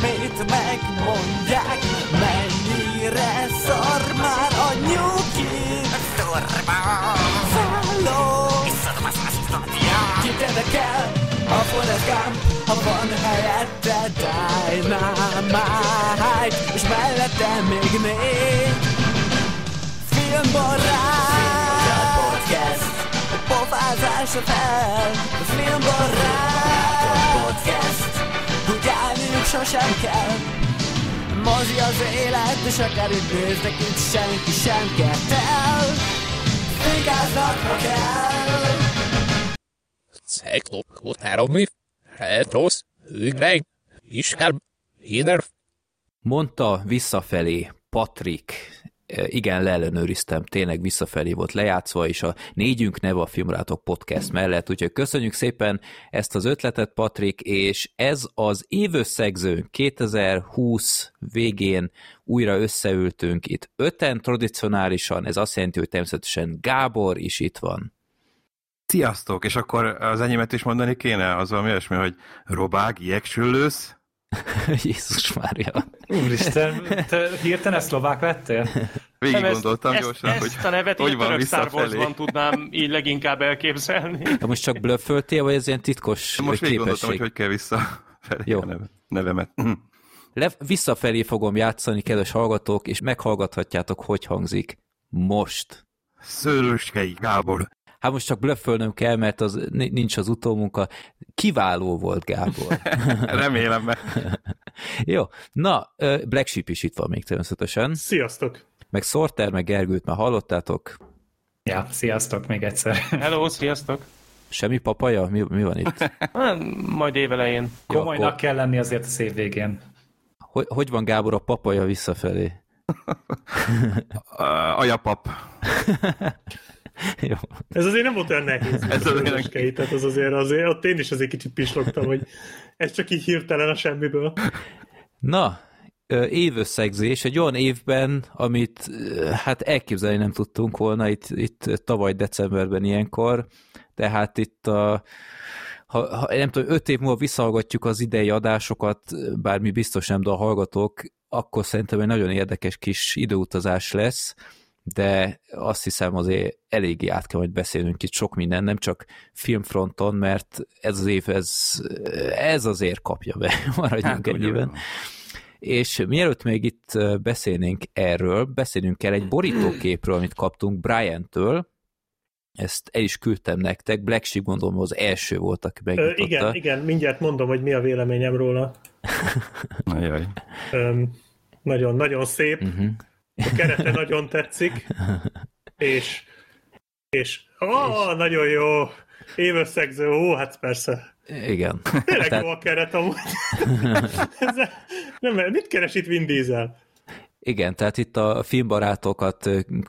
ismét megmondják, mennyire szar már a nyugi. Szálló, kit érdekel a Forrest Gump, ha van helyette Dynamite, és mellette még 4 filmbarát podcast, a pofázásra fel, a filmbarát podcast, hogy állniuk sosem kell. Mozi az élet, és akár itt néznek, itt senki sem kettel. Fikáznak, ha kell. Cyclop, Háromi, Retros, Hügreg, Iskár, Hider. Mondta visszafelé Patrik, igen, leellenőriztem, tényleg visszafelé volt lejátszva, és a Négyünk neve a Filmbarátok podcast mellett, úgyhogy köszönjük szépen ezt az ötletet, Patrik, és ez az évösszegzőnk 2020 végén újra összeültünk itt 5-en tradicionálisan, ez azt jelenti, hogy természetesen Gábor is itt van. Sziasztok, és akkor az enyémet is mondani kéne, az valami olyasmi, hogy robág, jegsüllősz? Jézus Mária. Úristen, te hirtelen szlovák lettél? Végig gondoltam gyorsan, hogy ezt a nevet hogy így van török Star visszafelé. Warsban tudnám így leginkább elképzelni. De most csak blöfföltél, vagy ez ilyen titkos Most végig gondoltam, képesség? hogy kell visszafelé Jó. a nevemet. Visszafelé fogom játszani, kedves hallgatók, és meghallgathatjátok, hogy hangzik most. Szőlőskei Gábor. Hát most csak blöffölnöm kell, mert az nincs az utómunka. Kiváló volt, Gábor. Remélem meg. Jó, na, Black Sheep is itt van még természetesen. Sziasztok! Meg Sorter, meg Gergőt már hallottátok. Ja, sziasztok még egyszer. Hello, sziasztok! Semmi papaja? Mi van itt? Majd évelején. Komolynak akkor- kell lenni azért a szép végén. Hogy van, Gábor, a papaja visszafelé? Ajapap. Jó. Ez azért nem volt olyan nehéz, mint Ez a azért Szőlőskei, tehát az azért, ott én is azért kicsit pislogtam, hogy ez csak így hirtelen a semmiből. Na, évösszegzés egy olyan évben, amit hát elképzelni nem tudtunk volna itt tavaly decemberben ilyenkor, tehát itt ha nem tudom, 5 év múlva visszahallgatjuk az idei adásokat, bár mi biztos nem, de a hallgatók, akkor szerintem egy nagyon érdekes kis időutazás lesz, de azt hiszem azért eléggé át kell majd beszélnünk itt sok minden, nem csak filmfronton, mert ez az év, ez azért kapja be, maradjunk ennyiben. És mielőtt még itt beszélnénk erről, beszélnünk kell egy borítóképről, amit kaptunk Brian-től, ezt el is küldtem nektek, Black Sheep gondolom az első volt, aki megmutatta. Igen, mindjárt mondom, hogy mi a véleményem róla. Jaj. Nagyon szép, a kerete nagyon tetszik, és nagyon jó, évösszegző, hát persze. Igen. Tényleg jó a keret amúgy. Mit keres itt Vin Diesel? Igen, tehát itt a filmbarátokat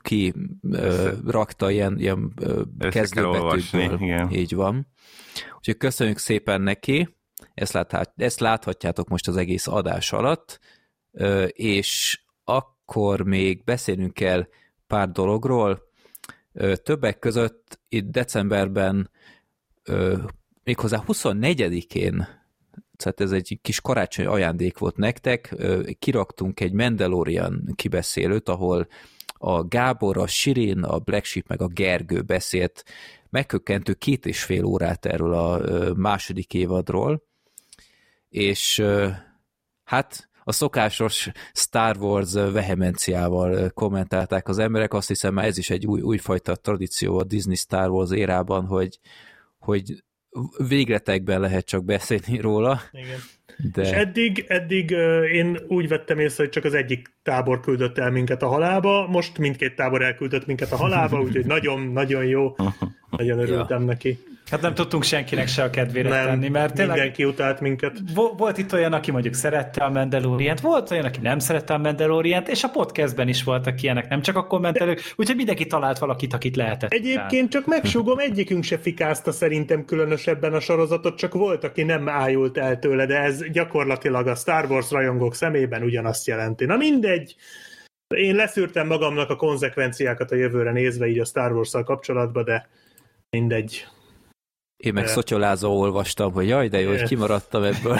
rakta ilyen kezdőbetűkből. Igen. Így van. Úgyhogy köszönjük szépen neki, ezt láthatjátok most az egész adás alatt, és akkor még beszélnünk kell pár dologról. Többek között itt decemberben, méghozzá 24-én, tehát ez egy kis karácsonyi ajándék volt nektek, kiraktunk egy Mandalorian kibeszélőt, ahol a Gábor, a Sirin, a Black Sheep meg a Gergő beszélt megkökkentő 2,5 órát erről a második évadról, és hát a szokásos Star Wars vehemenciával kommentálták az emberek, azt hiszem már ez is egy újfajta tradíció a Disney Star Wars érában, hogy végletekben lehet csak beszélni róla. Igen. De... És eddig én úgy vettem észre, hogy csak az egyik tábor küldött el minket a halálba, most mindkét tábor elküldött minket a halálba, úgyhogy nagyon-nagyon jó, nagyon örültem neki. Hát nem tudtunk senkinek se a kedvére tenni, mert tényleg mindenki utált minket. Volt itt olyan, aki mondjuk szerette a Mandalorient, volt olyan, aki nem szerette a Mandalorient, és a podcastben is voltak ilyenek, nem csak a kommentelők, úgyhogy mindenki talált valakit, akit lehetett. Egyébként csak megsúgom, egyikünk se fikázta szerintem különösebben a sorozatot, csak volt, aki nem ájult el tőle, de ez gyakorlatilag a Star Wars rajongók szemében ugyanazt jelenti. Na mindegy, én leszűrtem magamnak a konzekvenciákat a jövőre nézve így a Star Wars-szal kapcsolatban, de mindegy. Én meg szotyolázó olvastam, hogy jaj, de jó, hogy kimaradtam ebből.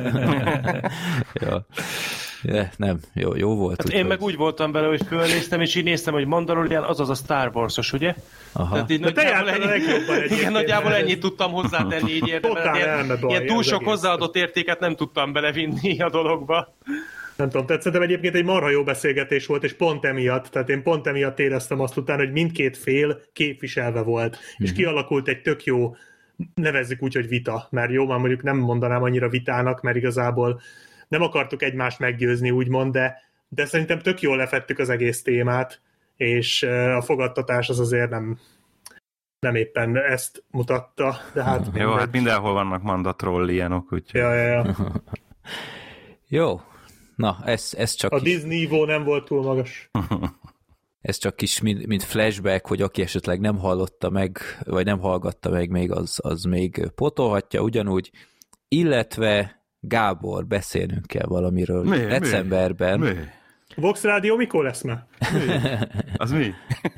Ja, nem, jó volt. Hát én meg úgy voltam bele, hogy fölnéztem, és így néztem, hogy Mandalorian azaz a Star Wars-os, ugye? Aha. Tehát így nagyjából ennyit tudtam hozzátenni, így ilyen túl sok hozzáadott értéket nem tudtam belevinni a dologba. Nem tudom, szerintem egyébként egy marha jó beszélgetés volt, és pont emiatt, tehát én pont emiatt éreztem azt utána, hogy mindkét fél képviselve volt, és kialakult egy tök jó, nevezzük úgy, hogy vita, mert jó, már mondjuk nem mondanám annyira vitának, mert igazából nem akartuk egymást meggyőzni, úgymond, de szerintem tök jól lefettük az egész témát, és a fogadtatás az azért nem éppen ezt mutatta, de hát... Jó, hát mindenhol vannak mandatroll ilyenok, úgyhogy... Ja. Jó, na, ez csak... A Disney niveau nem volt túl magas. Ez csak kis, mint flashback, hogy aki esetleg nem hallotta meg, vagy nem hallgatta meg még, az még pótolhatja ugyanúgy, illetve Gábor, beszélnünk kell valamiről. Decemberben. Mi? Vox Rádió mikor lesz már? Az mi?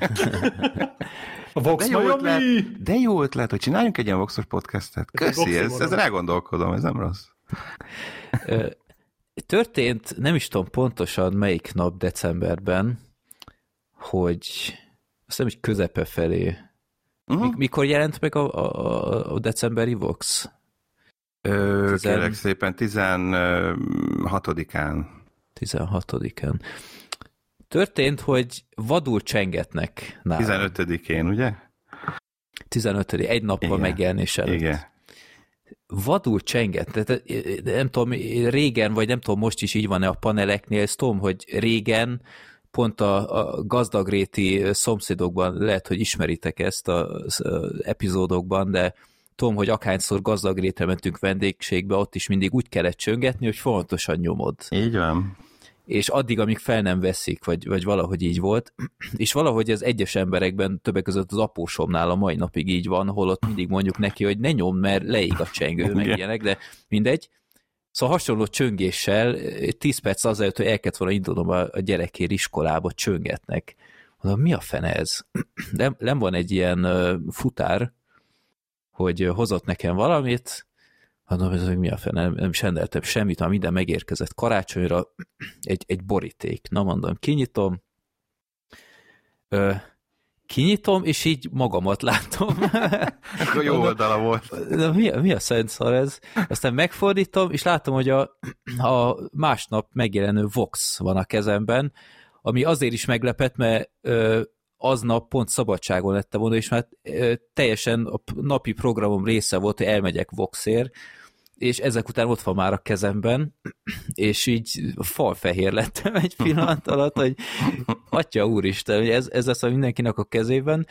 A Vox Miami! De jó ötlet, hogy csináljunk egy ilyen Voxos podcastet. Köszi, ez rágondolkodom, ez nem rossz. Történt, nem is tudom pontosan melyik nap decemberben, hogy azt hiszem, hogy közepe felé. Mikor jelent meg a decemberi Vox? Kérlek szépen, 16-án. 16-án. Történt, hogy vadul csengetnek nálam. 15-én, ugye? 15 egy nappal megjelenés előtt. Igen. Vadul csenget. De nem tudom, régen, vagy nem tudom, most is így van-e a paneleknél, ezt tudom, hogy régen pont a gazdagréti szomszédokban, lehet, hogy ismeritek ezt az epizódokban, de tudom, hogy akárszor gazdagrétre mentünk vendégségbe, ott is mindig úgy kellett csöngetni, hogy fontosan nyomod. Így van. És addig, amíg fel nem veszik, vagy valahogy így volt. És valahogy ez egyes emberekben, többek között az apósomnál a mai napig így van, holott mindig mondjuk neki, hogy ne nyomd, mert leég a csengő, meg ilyenek, de mindegy. Szóval hasonló csöngéssel 10 perc azelőtt, hogy el kellett volna indulnom a gyerekér iskolába, csöngetnek. Mondom, mi a fene ez? Nem van egy ilyen futár, hogy hozott nekem valamit, mondom, ez mi a fene, nem is rendeltem semmit, már minden megérkezett karácsonyra, egy boríték. Na mondom, kinyitom, és így magamat látom. Akkor jó oldala volt. De mi a szent szar ez? Aztán megfordítom, és látom, hogy a másnap megjelenő Vox van a kezemben, ami azért is meglepett, mert aznap pont szabadságon lettem volna, és már teljesen a napi programom része volt, hogy elmegyek Voxért, és ezek után ott van már a kezemben, és így falfehér lettem egy pillanat alatt, hogy atya úristen, hogy ez lesz a mindenkinek a kezében,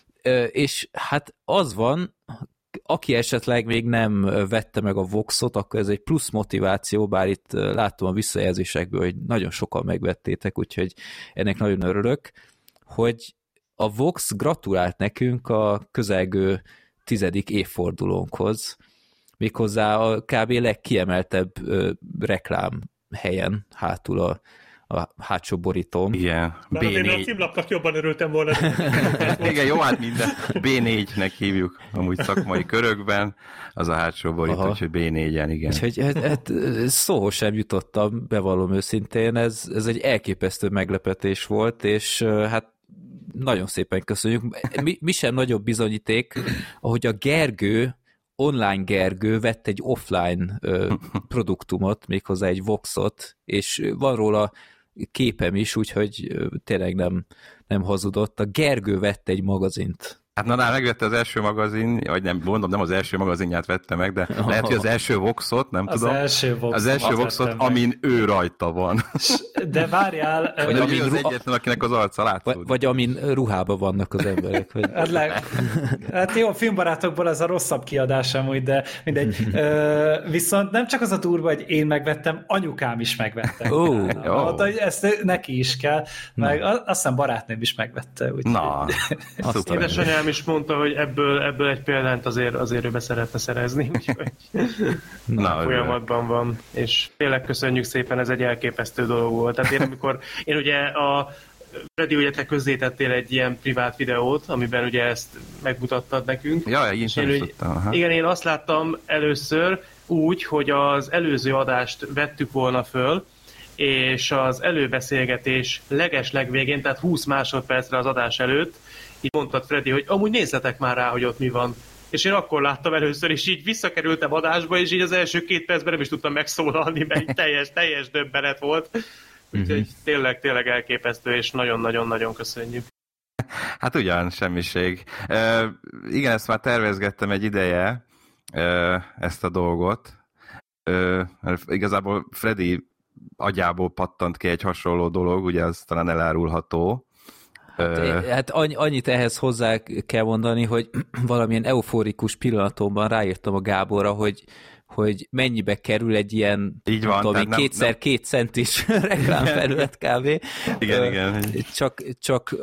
és hát az van, aki esetleg még nem vette meg a Voxot, akkor ez egy plusz motiváció, bár itt láttam a visszajelzésekből, hogy nagyon sokan megvettétek, úgyhogy ennek nagyon örülök, hogy a Vox gratulált nekünk a közelgő 10. évfordulónkhoz, méghozzá a kb. Legkiemeltebb reklám helyen hátul a hátsó borítóm. Igen, B4. Én a címlapnak jobban örültem volna. Igen, jó, hát minden. B4-nek hívjuk amúgy szakmai körökben, az a hátsó borító, úgyhogy B4-en, igen. Úgyhogy hát szóhoz sem jutottam, bevallom őszintén, ez egy elképesztő meglepetés volt, és hát nagyon szépen köszönjük. Mi sem nagyobb bizonyíték, ahogy a Gergő, online Gergő vett egy offline produktumot, méghozzá egy Voxot, és van róla képem is, úgyhogy tényleg nem hazudott. A Gergő vett egy magazint. Hát megvette az első magazin, vagy nem, mondom, nem az első magazinját vette meg, de lehet, hogy az első Voxot, nem tudom. Az első Voxot, amin ő rajta van. De várjál... Vagy amin az egyetlen, akinek az arca látszódik. Vagy amin ruhában vannak az emberek. Vagy... Hát jó, a filmbarátokból ez a rosszabb kiadás amúgy, de mindegy. Viszont nem csak az a durva, hogy én megvettem, anyukám is megvette. Mondta, hogy ezt neki is kell, meg azt hiszem barátném is megvette. Na, édesanyám is mondta, hogy ebből egy példányt azért ő be szeretne szerezni, úgyhogy folyamatban van. És tényleg köszönjük szépen, ez egy elképesztő dolog volt. Tehát én ugye Freddy, ugye te közzétettél egy ilyen privát videót, amiben ugye ezt megmutattad nekünk. Ja, én sem tudtam. Igen, én azt láttam először úgy, hogy az előző adást vettük volna föl, és az előbeszélgetés legeslegvégén, tehát 20 másodpercre az adás előtt, így mondtad, Freddy, hogy amúgy nézzetek már rá, hogy ott mi van. És én akkor láttam először, és így visszakerültem adásba, és így az első 2 percben nem is tudtam megszólalni, mert teljes döbbenet volt. Úgyhogy tényleg elképesztő, és nagyon-nagyon-nagyon köszönjük. Hát ugyan, semmiség. Igen, ezt már tervezgettem egy ideje, ezt a dolgot. Igazából Freddy agyából pattant ki egy hasonló dolog, ugye az talán elárulható. Hát annyit ehhez hozzá kell mondani, hogy valamilyen euforikus pillanatomban ráírtam a Gáborra, hogy mennyibe kerül egy ilyen, így van, tudom, 2x2 centis reklámfelület kb. Igen. Csak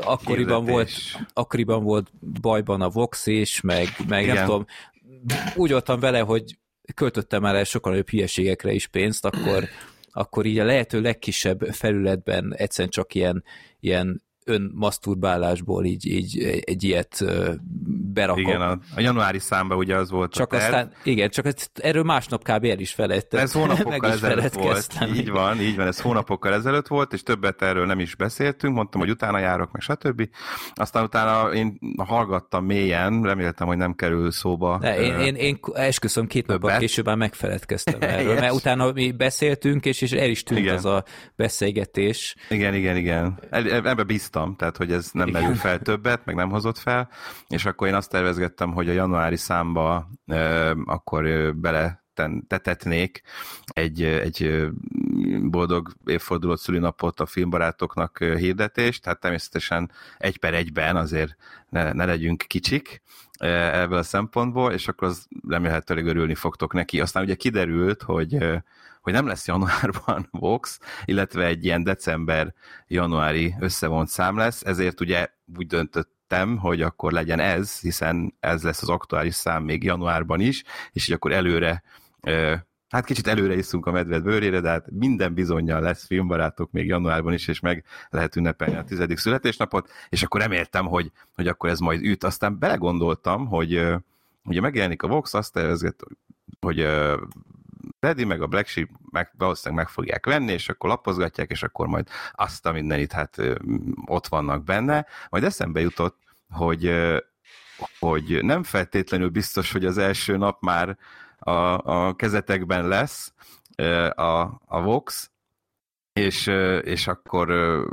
akkoriban volt bajban a Vox is, meg nem tudom, úgy voltam vele, hogy költöttem el sokkal nagyobb hülyeségekre is pénzt, akkor így a lehető legkisebb felületben egyszerűen csak ilyen önmaszturbálásból így egy ilyet berakom. Igen, a januári számban ugye az volt csak a terv. Aztán, igen, csak erről másnap kb. El is feledtem. Ez hónapokkal ezelőtt volt. Így van, ez hónapokkal ezelőtt volt, és többet erről nem is beszéltünk, mondtam, hogy utána járok, meg stb. Aztán utána én hallgattam mélyen, reméltem, hogy nem kerül szóba. Én esküszöm 2 nappal később már megfeledkeztem erről, mert utána mi beszéltünk, és el is tűnt az a beszélgetés. Igen. Ebbe bíztam, tehát hogy ez nem merül fel többet, meg nem hozott fel, és akkor én azt tervezgettem, hogy a januári számba akkor beletetnék egy boldog évfordulót szülinapot a filmbarátoknak hirdetést, tehát természetesen 1/1-ben azért ne legyünk kicsik ebből a szempontból, és akkor az remélhetőleg örülni fogtok neki. Aztán ugye kiderült, hogy nem lesz januárban Vox, illetve egy ilyen december-januári összevont szám lesz, ezért ugye úgy döntöttem, hogy akkor legyen ez, hiszen ez lesz az aktuális szám még januárban is, és így akkor előre, hát kicsit előre iszunk a medved bőrére, de hát minden bizonnyal lesz filmbarátok még januárban is, és meg lehet ünnepelni a 10. születésnapot, és akkor reméltem, hogy akkor ez majd üt. Aztán belegondoltam, hogy ugye megjelenik a Vox, azt tervezget, hogy Freddy meg a Black Sheep valószínűleg meg fogják venni, és akkor lapozgatják, és akkor majd azt a mindenit, hát ott vannak benne. Majd eszembe jutott, hogy nem feltétlenül biztos, hogy az első nap már a kezetekben lesz a Vox, és akkor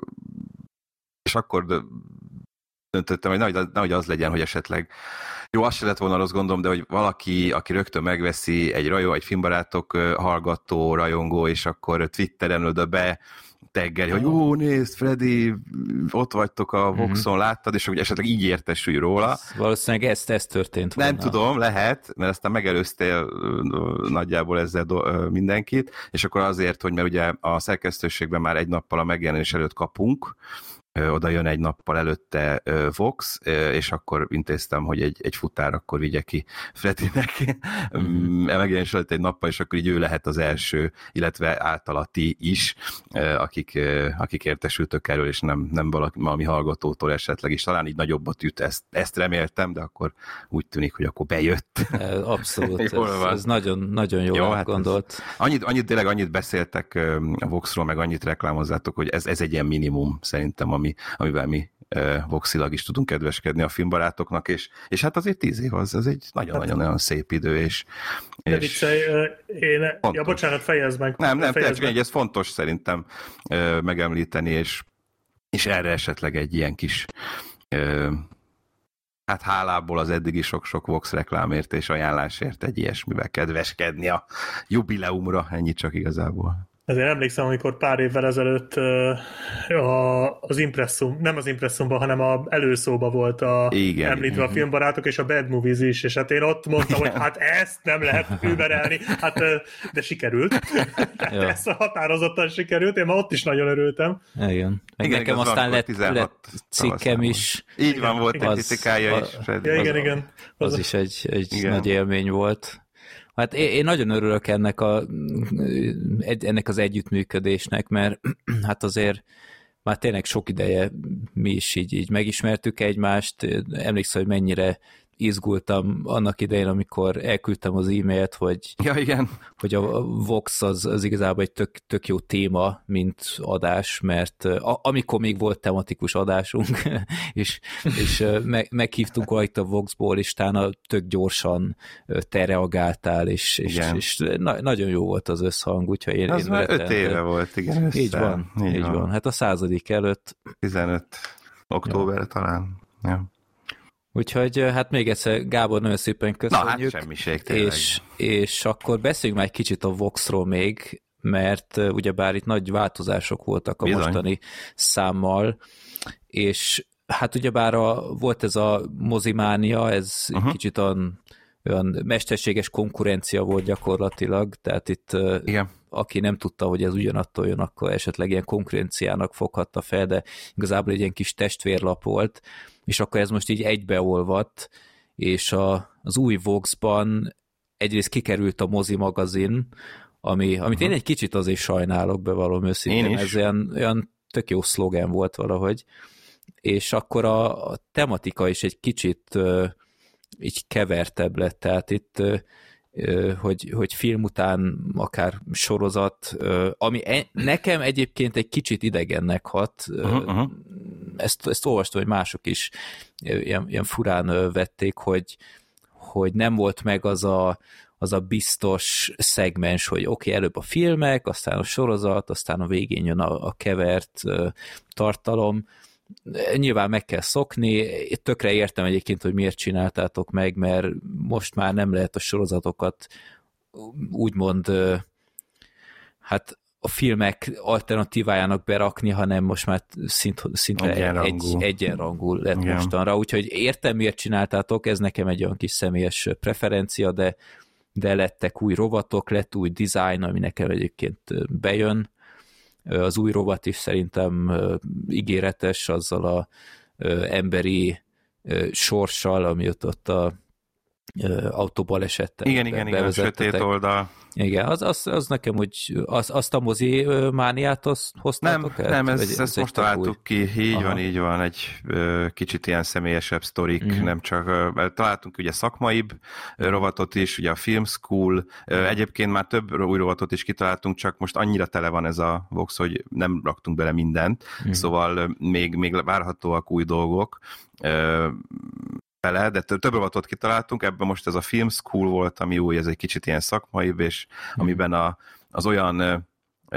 döntöttem, hogy nehogy az legyen, hogy esetleg jó, az se lett volna rossz gondom, de hogy valaki, aki rögtön megveszi egy filmbarátok hallgató, rajongó, és akkor Twitteren oda be teggeli, hogy nézd, Freddy, ott vagytok a Voxon, láttad, és hogy esetleg így értesülj róla. Valószínűleg ez történt volna. Nem tudom, lehet, mert aztán megelőztél nagyjából ezzel mindenkit, és akkor azért, hogy mert ugye a szerkesztőségben már egy nappal a megjelenés előtt kapunk, oda jön egy nappal előtte Vox, és akkor intéztem, hogy egy futár akkor vigye ki Freddynek megjelenés előtt egy nappal, és akkor így ő lehet az első, illetve általa ti is, akik értesültök erről, és nem valami hallgatótól esetleg is. Talán így nagyobbat üt, ezt reméltem, de akkor úgy tűnik, hogy akkor bejött. Abszolút, ez nagyon, nagyon jól hát gondolt. Annyit beszéltek a Voxról, meg annyit reklámozzátok, hogy ez egy ilyen minimum szerintem, amivel mi voxilag is tudunk kedveskedni a filmbarátoknak, és hát azért 10 év az egy nagyon-nagyon szép idő, és viccelj, bocsánat, fejezd meg. Nem, tényleg, ez fontos szerintem megemlíteni, és erre esetleg egy ilyen kis hát hálából az eddigi sok-sok Vox reklámért és ajánlásért egy ilyesmivel kedveskedni a jubileumra, ennyit csak igazából. Ezért emlékszem, amikor pár évvel ezelőtt az Impressum, nem az Impressumban, hanem az előszóba volt említve a filmbarátok, és a Bad Movies is, és hát én ott mondtam, hogy hát ezt nem lehet überelni, hát de sikerült. Ezt határozottan sikerült, én már ott is nagyon örültem. Igen. Nekem aztán lett cikkem is. Így van, volt egy kritikája is. Igen. Az is egy nagy élmény volt. Hát én nagyon örülök ennek az együttműködésnek, mert hát azért már tényleg sok ideje mi is így megismertük egymást. Emlékszem, hogy mennyire izgultam annak idején, amikor elküldtem az e-mailt, hogy, igen. hogy a Vox az igazából egy tök jó téma, mint adás, mert amikor még volt tematikus adásunk, és meghívtunk valakit a Voxból, és utána tök gyorsan te reagáltál, és nagyon jó volt az összhang, úgyhogy én már 5 éve volt, igen. Így van. Hát a 100. előtt. 15. október talán. Ja. Úgyhogy hát még egyszer, Gábor, nagyon szépen köszönjük. Na hát semmiség tényleg. És akkor beszéljünk már egy kicsit a Voxról még, mert ugyebár itt nagy változások voltak a mostani számmal, és hát ugyebár volt ez a mozimánia, ez kicsit olyan mesterséges konkurencia volt gyakorlatilag, tehát itt aki nem tudta, hogy ez ugyanattól jön, akkor esetleg ilyen konkurenciának foghatta fel, de igazából egy ilyen kis testvérlap volt, és akkor ez most így egybeolvadt, és az új Voxban egyrészt kikerült a mozi magazin, amit én egy kicsit azért sajnálok, bevallom őszintén, ez olyan tök jó szlogen volt valahogy, és akkor a tematika is egy kicsit így kevertebb lett, tehát itt hogy film után akár sorozat, ami nekem egyébként egy kicsit idegennek hat, ezt olvastam, hogy mások is ilyen furán vették, hogy nem volt meg az a biztos szegmens, hogy oké, előbb a filmek, aztán a sorozat, aztán a végén jön a kevert tartalom. Nyilván meg kell szokni, tökre értem egyébként, hogy miért csináltátok meg, mert most már nem lehet a sorozatokat úgymond hát a filmek alternatívájának berakni, hanem most már szinte egyenrangú lett mostanra, úgyhogy értem, miért csináltátok, ez nekem egy olyan kis személyes preferencia, de lettek új rovatok, lett új design, ami nekem egyébként bejön. Az új rovat is szerintem ígéretes azzal a emberi sorssal, ami ott a autóbalesettel. Igen, a sötét oldal. Igen, az nekem úgy, azt a mozi mániát hoztátok el? Nem, ezt most találtuk ki, így van, egy kicsit ilyen személyesebb sztorik, nem csak, találtunk ugye szakmaibb rovatot is, ugye a Film School, egyébként már több új rovatot is kitaláltunk, csak most annyira tele van ez a Vox, hogy nem raktunk bele mindent, szóval még várhatóak új dolgok, de több rovatot kitaláltunk, ebben most ez a Film School volt, ami új, ez egy kicsit ilyen szakmaibb, és amiben az olyan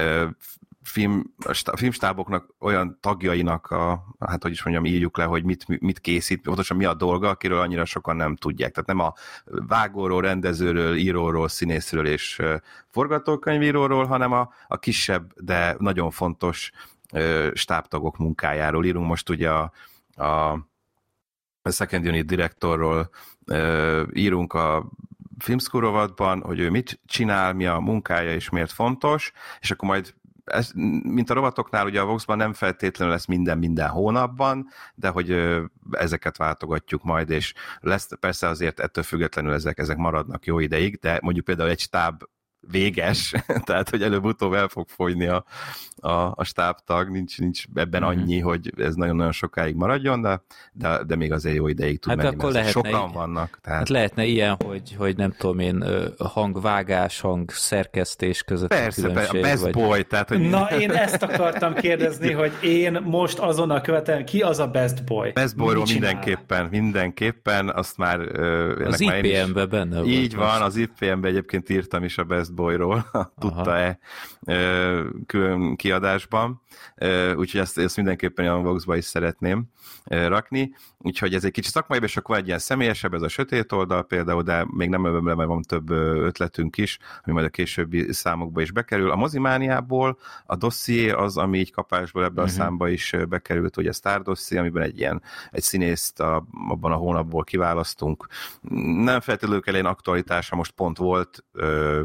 filmstáboknak, olyan tagjainak hát hogy is mondjam, írjuk le, hogy mit készít, pontosan mi a dolga, akiről annyira sokan nem tudják. Tehát nem a vágóról, rendezőről, íróról, színészről és forgatókönyvíróról, hanem a kisebb, de nagyon fontos stábtagok munkájáról írunk. Most ugye a Second Unit direktorról írunk a Film School rovatban, hogy ő mit csinál, mi a munkája és miért fontos, és akkor majd mint a rovatoknál, ugye a Voxban nem feltétlenül lesz minden hónapban, de hogy ezeket váltogatjuk majd, és lesz persze azért ettől függetlenül ezek maradnak jó ideig, de mondjuk például egy stáb véges, tehát hogy előbb-utóbb el fog fogyni a stábtag, nincs ebben annyi, hogy ez nagyon-nagyon sokáig maradjon, de még azért jó ideig tud menni, akkor mert sokan vannak. Tehát... Hát lehetne ilyen, hogy nem tudom én, hangvágás, hangszerkesztés között persze, a best boy. Tehát, hogy... Na, én ezt akartam kérdezni, hogy én most azonnal követem, ki az a best boy? Best boyról mindenképpen, azt már... Az IPM-ben benne volt. Így van, az IPM-ben egyébként írtam is a best boyról, tudta-e külön kiadásban, úgyhogy ezt mindenképpen a Voxba is szeretném rakni, úgyhogy ez egy kicsit szakmai, és akkor egy ilyen személyesebb, ez a sötét oldal például, de még nem övöm le, mert van több ötletünk is, ami majd a későbbi számokba is bekerül. A mozimániából a dosszié az, ami így kapásból ebbe a számba is bekerült, hogy a Star dosszié, amiben egy színészt abban a hónapból kiválasztunk. Nem feltétlenül kell egy aktualitása, most pont volt Shia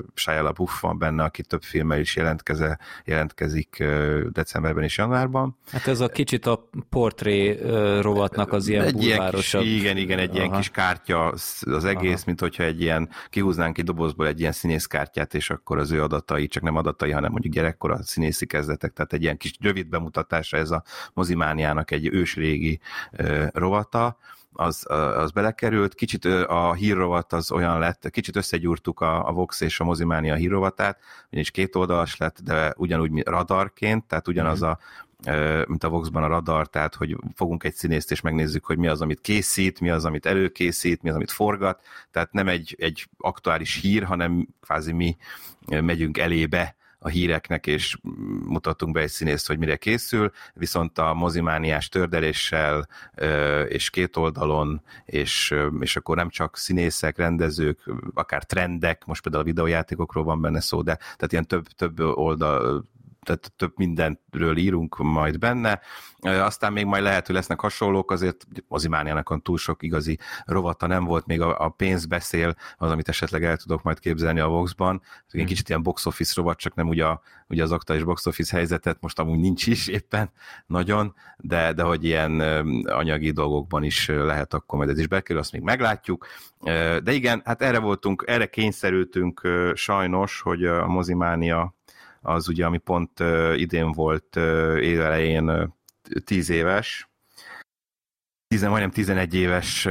Shia LaBeouf van benne, aki több filmmel is jelentkezik decemberben és januárban. Hát ez a kicsit a portré rovatnak az ilyen bulvárosabb. Igen, egy ilyen kis kártya az egész, mint hogyha egy ilyen, kihúznánk egy dobozból egy ilyen színészkártyát, és akkor az ő adatai, csak nem adatai, hanem mondjuk gyerekkora színészi kezdetek, tehát egy ilyen kis rövid bemutatása ez a Mozimániának egy ősrégi rovata, az belekerült. Kicsit a hírrovat az olyan lett, kicsit összegyúrtuk a Vox és a Mozimánia hírrovatát, ugyanis kétoldalas lett, de ugyanúgy radarként, tehát ugyanaz mint a Voxban a radar, tehát hogy fogunk egy színészt és megnézzük, hogy mi az, amit készít, mi az, amit előkészít, mi az, amit forgat, tehát nem egy aktuális hír, hanem kvázi mi megyünk elébe a híreknek, és mutattunk be egy színészt, hogy mire készül, viszont a mozimániás tördeléssel és két oldalon, és akkor nem csak színészek, rendezők, akár trendek, most például a videójátékokról van benne szó, de tehát ilyen több oldal, tehát több mindenről írunk majd benne. Aztán még majd lehet, hogy lesznek hasonlók, azért Mozimániának túl sok igazi rovata nem volt, még a pénz beszél, az, amit esetleg el tudok majd képzelni a Voxban. Egy kicsit ilyen box office rovat, csak nem ugye az aktuális box office helyzetet, most amúgy nincs is éppen nagyon, de hogy ilyen anyagi dolgokban is lehet, akkor majd ez is bekerül, azt még meglátjuk. De igen, hát erre kényszerültünk sajnos, hogy a Mozimánia az ugye, ami pont idén volt évelején 10 éves, majdnem 11 éves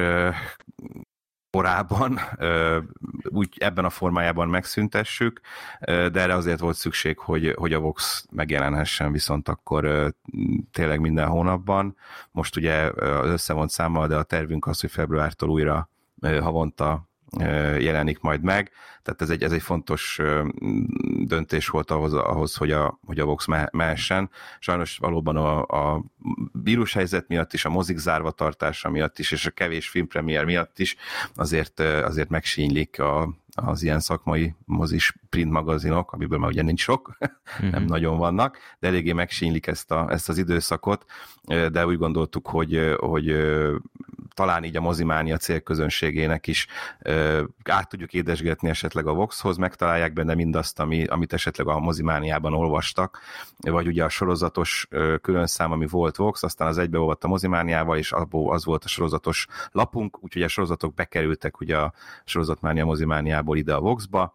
korában, úgy ebben a formájában megszüntessük, de erre azért volt szükség, hogy a Vox megjelenhessen viszont akkor tényleg minden hónapban. Most ugye az összevont számmal, de a tervünk az, hogy februártól újra havonta jelenik majd meg, tehát ez egy fontos döntés volt ahhoz hogy a Vox mehessen. Sajnos valóban a vírushelyzet miatt is, a mozik zárva tartása miatt is, és a kevés filmpremiér miatt is azért megsínylik az ilyen szakmai mozis print magazinok, amiből már ugye nincs sok, nem nagyon vannak, de eléggé megsínylik ezt az időszakot, de úgy gondoltuk, hogy talán így a Mozimánia célközönségének is át tudjuk édesgetni esetleg a Voxhoz, megtalálják benne mindazt, amit esetleg a Mozimániában olvastak, vagy ugye a sorozatos különszám, ami volt Vox, aztán az egybeolvadt a Mozimániával, és abból az volt a sorozatos lapunk, úgyhogy a sorozatok bekerültek ugye a Sorozatmánia Mozimániából ide a Voxba,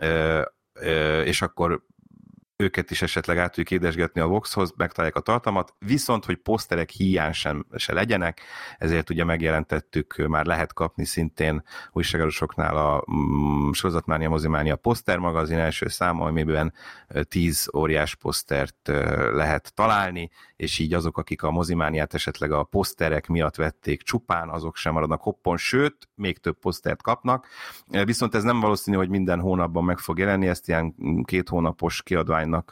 és akkor őket is esetleg át tudjuk édesgetni a Voxhoz, megtalálják a tartalmat, viszont, hogy poszterek hiány se legyenek, ezért ugye megjelentettük, már lehet kapni szintén újságárusoknál a Sorozatmánia Mozimánia posztermagazin első száma, amiben 10 óriás posztert lehet találni, és így azok, akik a Mozimániát esetleg a poszterek miatt vették csupán, azok sem maradnak hoppon, sőt, még több posztert kapnak. Viszont ez nem valószínű, hogy minden hónapban meg fog jelenni, ezt ilyen 2 hónapos kiadványnak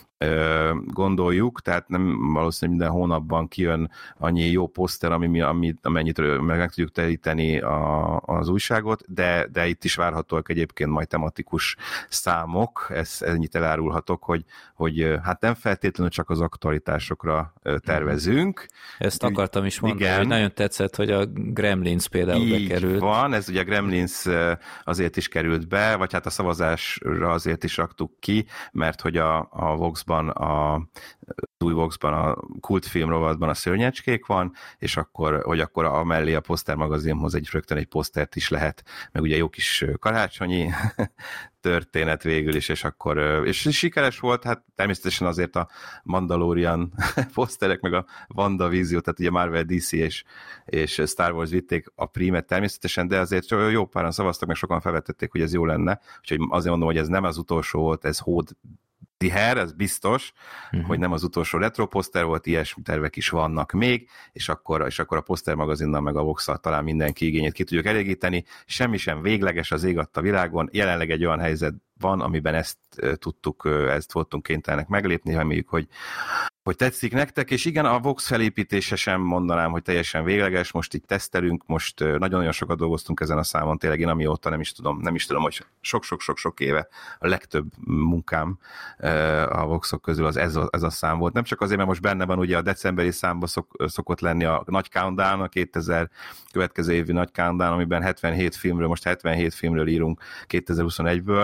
gondoljuk, tehát nem valószínűleg minden hónapban kijön annyi jó poszter, amennyit meg tudjuk teríteni az újságot, de itt is várhatóak egyébként majd tematikus számok, ennyit elárulhatok, hogy hát nem feltétlenül csak az aktualitásokra tervezünk. Ezt akartam is mondani, igen. Hogy nagyon tetszett, hogy a Gremlins például így bekerült. Van, ez ugye a Gremlins azért is került be, vagy hát a szavazásra azért is raktuk ki, mert hogy a Voxban, a új Voxban, a kultfilm rovatban a Szörnyecskék van, és akkor amellé a posztermagazinhoz rögtön egy posztert is lehet, meg ugye jó kis karácsonyi történet végül is, és sikeres volt, hát természetesen azért a Mandalorian poszterek, meg a WandaVision, tehát ugye Marvel, DC és Star Wars vitték a prímet természetesen, de azért jó páran szavaztak, meg sokan felvetették, hogy ez jó lenne, úgyhogy azért mondom, hogy ez nem az utolsó volt, ez hód tiher, ez biztos, hogy nem az utolsó retro poszter volt, ilyesmi tervek is vannak még, és akkor a poszter magazinnal meg a Vox-szal talán mindenki igényét ki tudjuk elégíteni. Semmi sem végleges az ég adta világon, jelenleg egy olyan helyzet van, amiben ezt voltunk kénytelenek meglépni, reméljük, hogy tetszik nektek, és igen, a Vox felépítése sem mondanám, hogy teljesen végleges, most itt tesztelünk, most nagyon-nagyon sokat dolgoztunk ezen a számon, tényleg én amióta nem is tudom, hogy sok-sok éve a legtöbb munkám a Voxok közül ez a szám volt. Nem csak azért, mert most benne van ugye a decemberi számban szokott lenni a nagy countdown, a 2000 következő évi nagy countdown, amiben 77 filmről írunk 2021-ből,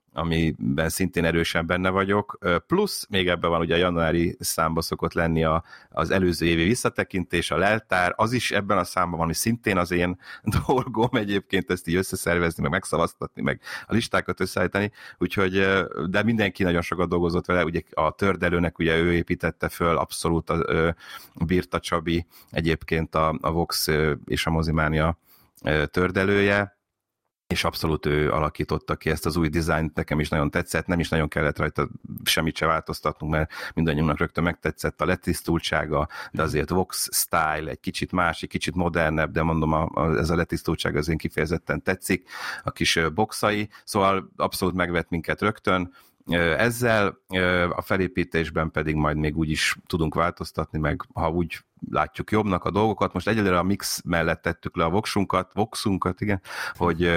amiben szintén erősen benne vagyok, plusz még ebben van ugye a januári számba szokott lenni az előző évi visszatekintés, a leltár, az is ebben a számban van, ami szintén az én dolgom egyébként ezt így összeszervezni, meg megszavaztatni, meg a listákat összeállítani, úgyhogy, de mindenki nagyon sokat dolgozott vele, ugye a Tördelőnek ugye ő építette föl, abszolút Birta Csabi egyébként a Vox és a Mozimánia Tördelője, és abszolút ő alakította ki ezt az új dizájnt, nekem is nagyon tetszett, nem is nagyon kellett rajta semmit se változtatnunk, mert mindannyiunknak rögtön megtetszett a letisztultsága, de azért Vox style, egy kicsit másik, kicsit modernebb, de mondom, ez a letisztultság az én kifejezetten tetszik, a kis boxai, szóval abszolút megvett minket rögtön. Ezzel a felépítésben pedig majd még úgy is tudunk változtatni, meg ha úgy látjuk jobbnak a dolgokat. Most egyelőre a mix mellett tettük le a voxunkat, igen, hogy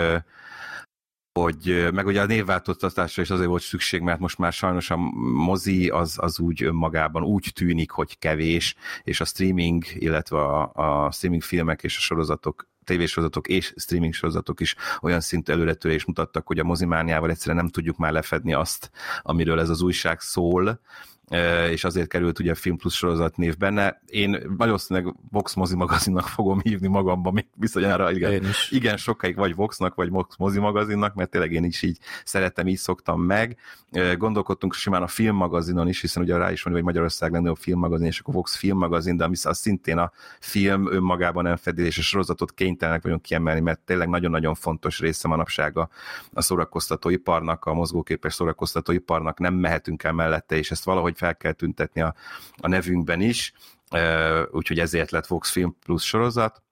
meg ugye a névváltoztatásra is azért volt szükség, mert most már sajnos a mozi az úgy önmagában úgy tűnik, hogy kevés, és a streaming, illetve a streaming filmek és a sorozatok, tévésorozatok és streaming sorozatok is olyan szintű előretörést mutattak, hogy a mozimániával egyszerűen nem tudjuk már lefedni azt, amiről ez az újság szól, és azért került ugye a Film Plus sorozat név benne. Én valószínűleg Vox Mozi Magazinnak fogom hívni magamban, még bizonyára igen sokáig vagy Voxnak, vagy Vox Mozi Magazinnak, mert tényleg én is így szeretem, így szoktam meg. Gondolkodtunk simán a filmmagazinon is, hiszen ugye rá is van, hogy Magyarország legnagyobb filmmagazin, és akkor Vox filmmagazin, de ami az szintén a film önmagában nem fedi, és a sorozatot kénytelenek vagyunk kiemelni, mert tényleg nagyon-nagyon fontos része manapság a szórakoztatóiparnak, a mozgóképes szórakoztatóiparnak, nem mehetünk el mellette, és ezt valahogy fel kell tüntetni a nevünkben is, úgyhogy ezért lett Vox Film Plus sorozat.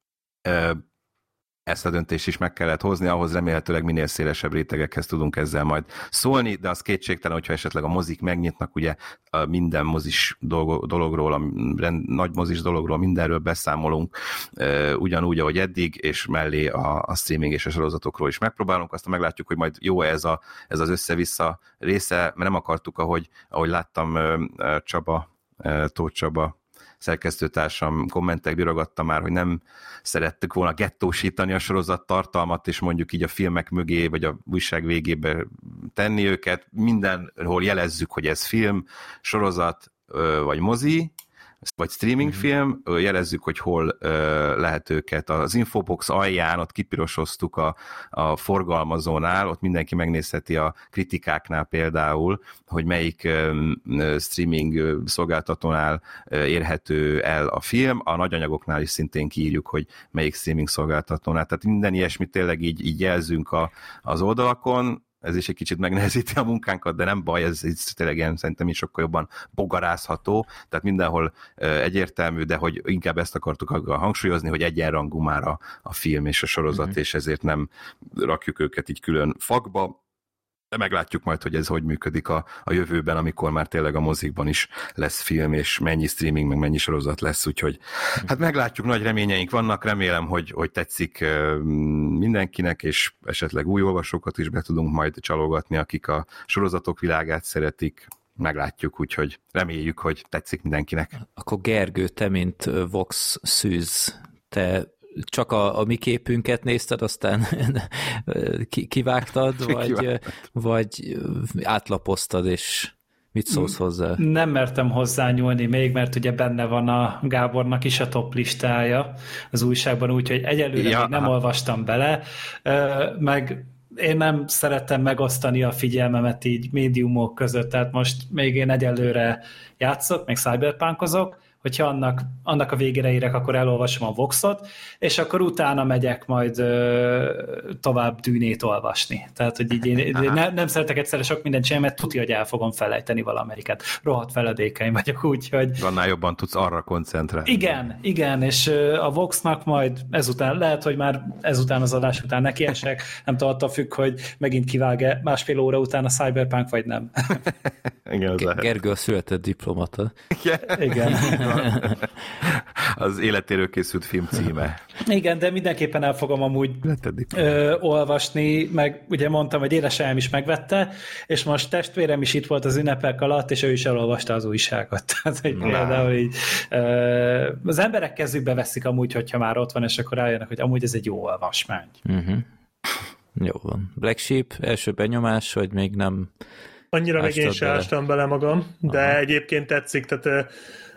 Ezt a döntést is meg kellett hozni, ahhoz remélhetőleg minél szélesebb rétegekhez tudunk ezzel majd szólni, de az kétségtelen, hogyha esetleg a mozik megnyitnak, ugye minden mozis dologról, a nagy mozis dologról, mindenről beszámolunk, ugyanúgy, ahogy eddig, és mellé a streaming és a sorozatokról is megpróbálunk, aztán meglátjuk, hogy majd jó ez az össze-vissza része, mert nem akartuk, ahogy láttam Tóth Csaba szerkesztőtársam kommentek birogatta már, hogy nem szerettük volna gettósítani a sorozat tartalmat, és mondjuk így a filmek mögé, vagy a újság végébe tenni őket. Mindenhol jelezzük, hogy ez film, sorozat, vagy mozi, vagy streaming film, jelezzük, hogy hol lehet őket. Az Infobox alján ott kipirosoztuk a forgalmazónál, ott mindenki megnézheti a kritikáknál például, hogy melyik streaming szolgáltatónál érhető el a film, a nagy anyagoknál is szintén kiírjuk, hogy melyik streaming szolgáltatónál. Tehát minden ilyesmit tényleg így jelzünk az oldalakon, ez is egy kicsit megnehezíti a munkánkat, de nem baj, ez tényleg ilyen szerintem is sokkal jobban bogarázható, tehát mindenhol egyértelmű, de hogy inkább ezt akartuk hangsúlyozni, hogy egyenrangú már a film és a sorozat, és ezért nem rakjuk őket így külön fakba, de meglátjuk majd, hogy ez hogy működik a jövőben, amikor már tényleg a mozikban is lesz film, és mennyi streaming, meg mennyi sorozat lesz, úgyhogy hát meglátjuk, nagy reményeink vannak, remélem, hogy tetszik mindenkinek, és esetleg új olvasókat is be tudunk majd csalogatni, akik a sorozatok világát szeretik, meglátjuk, úgyhogy reméljük, hogy tetszik mindenkinek. Akkor Gergő, te mint Vox szűz, te csak a mi képünket nézted, aztán kivágtad, vagy átlapoztad, és mit szólsz hozzá? Nem mertem hozzányúlni még, mert ugye benne van a Gábornak is a top listája az újságban, úgyhogy egyelőre még nem olvastam bele, meg én nem szerettem megosztani a figyelmemet így médiumok között, tehát most még én egyelőre játszok, meg cyberpunkozok, hogyha annak a végére érek, akkor elolvasom a Voxot, és akkor utána megyek majd tovább Dűnét olvasni. Tehát, hogy így én nem szeretek egyszerre sok mindent csinálni, mert tudja, hogy el fogom felejteni valamelyiket. Rohadt feledékeim vagyok, úgyhogy... Annál jobban tudsz arra koncentrálni. Igen, és a Voxnak majd ezután, lehet, hogy már ezután az adás után nekiesek, nem tudom, attól függ, hogy megint kivág-e másfél óra után a Cyberpunk, vagy nem. Igen, Gergő a született diplomata. Igen. Az életéről készült film címe. Igen, de mindenképpen el fogom amúgy olvasni, meg ugye mondtam, hogy édesanyám is megvette, és most testvérem is itt volt az ünnepek alatt, és ő is elolvasta az újságot. Tehát, hogy például így, az emberek kezükbe veszik amúgy, hogyha már ott van, és akkor rájönnek, hogy amúgy ez egy jó olvasmány. Jó van. Black Sheep, első benyomás, hogy még nem annyira még én sem ástam bele magam, de egyébként tetszik, tehát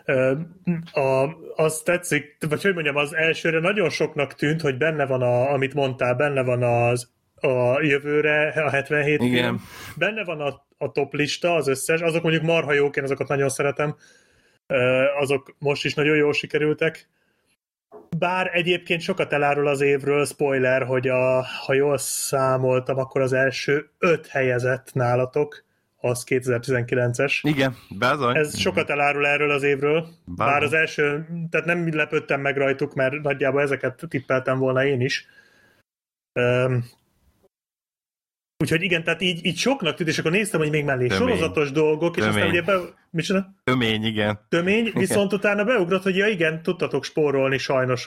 az tetszik, vagy hogy mondjam, az elsőre nagyon soknak tűnt, hogy benne van, amit mondtál, benne van a jövőre, a 77 igen. Film, benne van a top lista, az összes, azok mondjuk marha jók, én azokat nagyon szeretem, azok most is nagyon jól sikerültek. Bár egyébként sokat elárul az évről, spoiler, hogy ha jól számoltam, akkor az első 5 helyezett nálatok, az 2019-es. Igen, bezony. Ez sokat elárul erről az évről. Bár az első, tehát nem lepődtem meg rajtuk, mert nagyjából ezeket tippeltem volna én is. Úgyhogy igen, tehát így soknak tűnt, és akkor néztem, hogy még mellé sorozatos dolgok, és aztán ugye micsoda? Tömény, igen. Tömény, viszont utána beugrott, hogy ja igen, tudtatok spórolni sajnos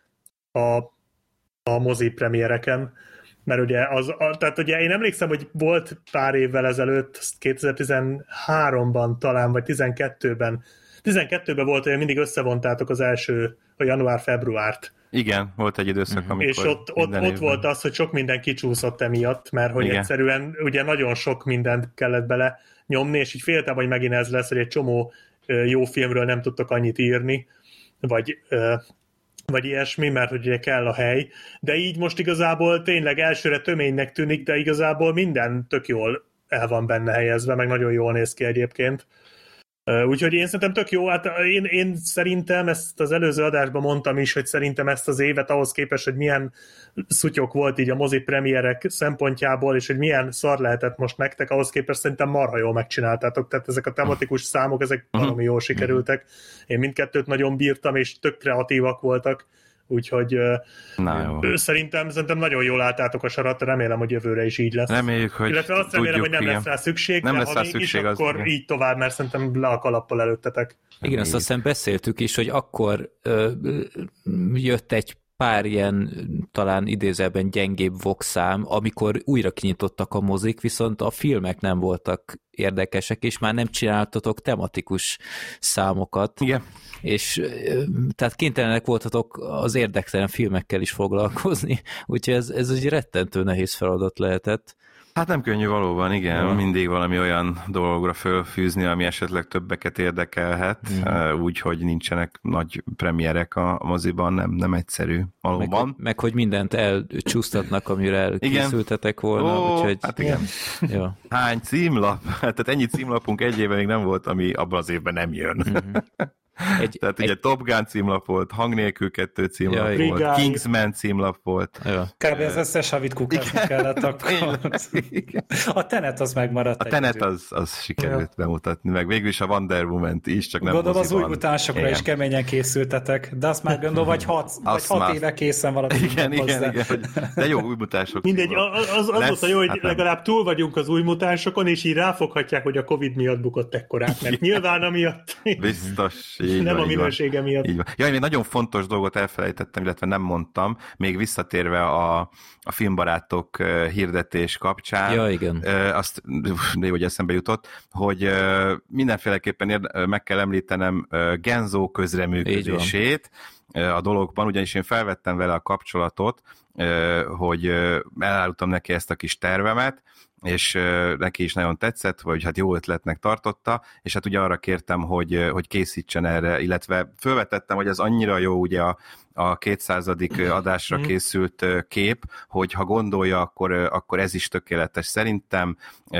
a mozi premiereken. Mert ugye tehát ugye én emlékszem, hogy volt pár évvel ezelőtt, 2013-ban talán, vagy 12-ben. 12-ben volt, hogy mindig összevontátok az első, a január-februárt. Igen, volt egy időszak, amikor... És ott volt az, hogy sok minden kicsúszott emiatt, mert hogy egyszerűen ugye nagyon sok mindent kellett bele nyomni, és így féltem, hogy megint ez lesz, hogy egy csomó jó filmről nem tudtok annyit írni, vagy ilyesmi, mert hogy ugye kell a hely. De így most igazából tényleg elsőre töménynek tűnik, de igazából minden tök jól el van benne helyezve, meg nagyon jól néz ki egyébként. Úgyhogy én szerintem tök jó, hát én szerintem ezt az előző adásban mondtam is, hogy szerintem ezt az évet ahhoz képest, hogy milyen szutyok volt így a mozi premierek szempontjából, és hogy milyen szar lehetett most nektek, ahhoz képest szerintem marha jól megcsináltátok, tehát ezek a tematikus számok, ezek valami jól sikerültek. Én mindkettőt nagyon bírtam, és tök kreatívak voltak, úgyhogy szerintem nagyon jól álltátok a sarat, remélem, hogy jövőre is így lesz. Reméljük, hogy illetve azt remélem, hogy nem lesz rá szükség, nem de lesz ha mégis, akkor így tovább, mert szerintem le a kalappal előttetek. Igen, azt hiszem beszéltük is, hogy akkor jött egy pár ilyen talán idézőben gyengébb vokszám, amikor újra kinyitottak a mozik, viszont a filmek nem voltak érdekesek, és már nem csináltatok tematikus számokat. Igen. És tehát kénytelenek voltatok az érdektelen filmekkel is foglalkozni, úgyhogy ez egy rettentő nehéz feladat lehetett. Hát nem könnyű valóban, igen, mindig valami olyan dologra fölfűzni, ami esetleg többeket érdekelhet, úgy, hogy nincsenek nagy premierek a moziban, nem egyszerű valóban. Meg hogy mindent elcsúsztatnak, amire készültetek volna, úgyhogy... Hát igen. Ja. Hány címlap? Tehát ennyi címlapunk egy évben még nem volt, ami abban az évben nem jön. Tehát ugye Top Gun címlap volt, Hang nélkül 2 címlap volt, Kingsman címlap volt. Kb. Az összes havit kukázni kellett akkor. A Tenet az megmaradt. A Tenet az sikerült bemutatni, meg végül is a Wonder Woman-t is, csak nem gondolom az új mutásokra is keményen készültetek, de azt már gondolom, vagy 6 éve készen valaki. Igen, de jó új mutások. Mindegy, az volt a jó, hogy legalább túl vagyunk az új mutásokon, és így ráfoghatják, hogy a Covid miatt bukott ekkorát, mert nyilván amiatt... Biztos. Nem a minősége miatt. Én egy nagyon fontos dolgot elfelejtettem, illetve nem mondtam, még visszatérve a filmbarátok hirdetés kapcsán. Ja, igen. Azt, de hogy eszembe jutott, hogy mindenféleképpen meg kell említenem Genzo közreműködését a dologban, ugyanis én felvettem vele a kapcsolatot, hogy elárultam neki ezt a kis tervemet, és neki is nagyon tetszett, vagy hát jó ötletnek tartotta, és hát ugye arra kértem, hogy készítsen erre, illetve felvetettem, hogy ez annyira jó ugye a 200. adásra készült kép, hogy ha gondolja, akkor ez is tökéletes szerintem,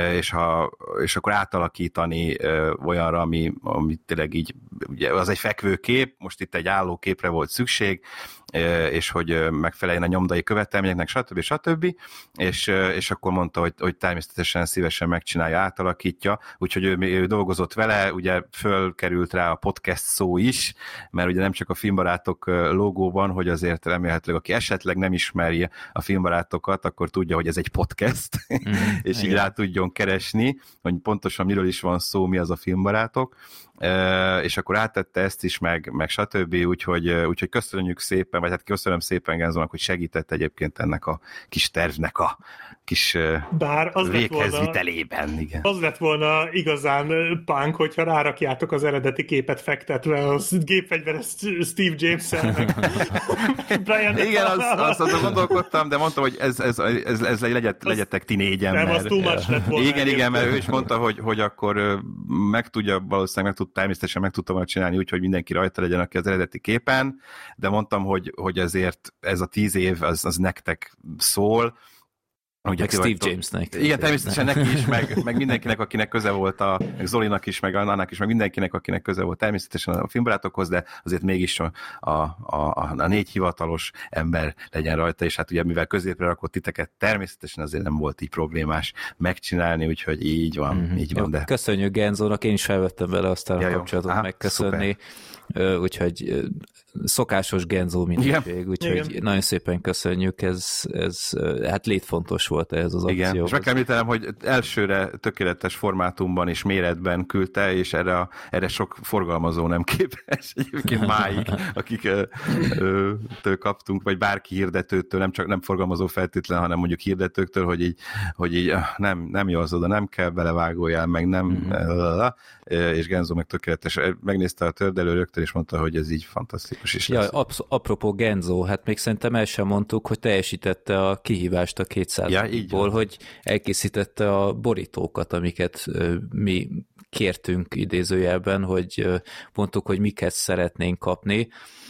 és akkor átalakítani olyanra, ami tényleg így, ugye az egy fekvő kép, most itt egy álló képre volt szükség, és hogy megfeleljen a nyomdai követelményeknek, stb. És akkor mondta, hogy természetesen szívesen megcsinálja, átalakítja, úgyhogy ő dolgozott vele, ugye fölkerült rá a podcast szó is, mert ugye nem csak a Filmbarátok logóban, hogy azért remélhetőleg, aki esetleg nem ismeri a Filmbarátokat, akkor tudja, hogy ez egy podcast, és így rá tudjon keresni, hogy pontosan miről is van szó, mi az a Filmbarátok, és akkor áttette ezt is, meg stb. Úgyhogy köszönjük szépen, vagy hát köszönöm szépen Genzónak, hogy segített egyébként ennek a kis tervnek a kis bár az véghezvitelében. Igen. Az lett volna igazán punk, hogyha rárakjátok az eredeti képet fektetve a gépfegyveres Steve James-el, meg Brian. Igen, azt gondolkodtam, de mondtam, hogy ez legyetek ti négyen. Nem, az too much lett volna. Igen, mert ő is mondta, hogy akkor valószínűleg természetesen meg tudtam volna csinálni úgy, hogy mindenki rajta legyen, aki az eredeti képen, de mondtam, hogy ezért ez a 10 év az nektek szól. Ugye Steve Jamesnek. Igen, természetesen neki is, meg mindenkinek, akinek köze volt, meg Zolinak is, meg Annának is, meg mindenkinek, akinek köze volt természetesen a filmbarátokhoz, de azért mégis a 4 hivatalos ember legyen rajta, és hát ugye mivel középre rakott titeket, természetesen azért nem volt így problémás megcsinálni, úgyhogy így van. De... Köszönjük Genzónak, én is felvettem vele aztán a kapcsolatot megköszönni. Úgyhogy szokásos Genzó minőség, úgyhogy igen. Nagyon szépen köszönjük, ez hát létfontos volt ez az akció. Igen, és meg kell említenem, hogy elsőre tökéletes formátumban és méretben küldte, és erre sok forgalmazó nem képes egyébként máig, akiktől kaptunk, vagy bárki hirdetőtől, nem forgalmazó feltétlen, hanem mondjuk hirdetőktől, hogy így nem jó az oda, nem kell belevágójál, meg nem, és Genzó meg tökéletes. Megnézte a tördelő rögtön, és mondta, hogy ez így fantasztikus is lesz. Apropó Genzó, hát még szerintem el sem mondtuk, hogy teljesítette a kihívást a 200-ból, hogy elkészítette a borítókat, amiket mi kértünk idézőjelben, hogy mondtuk, hogy miket szeretnénk kapni,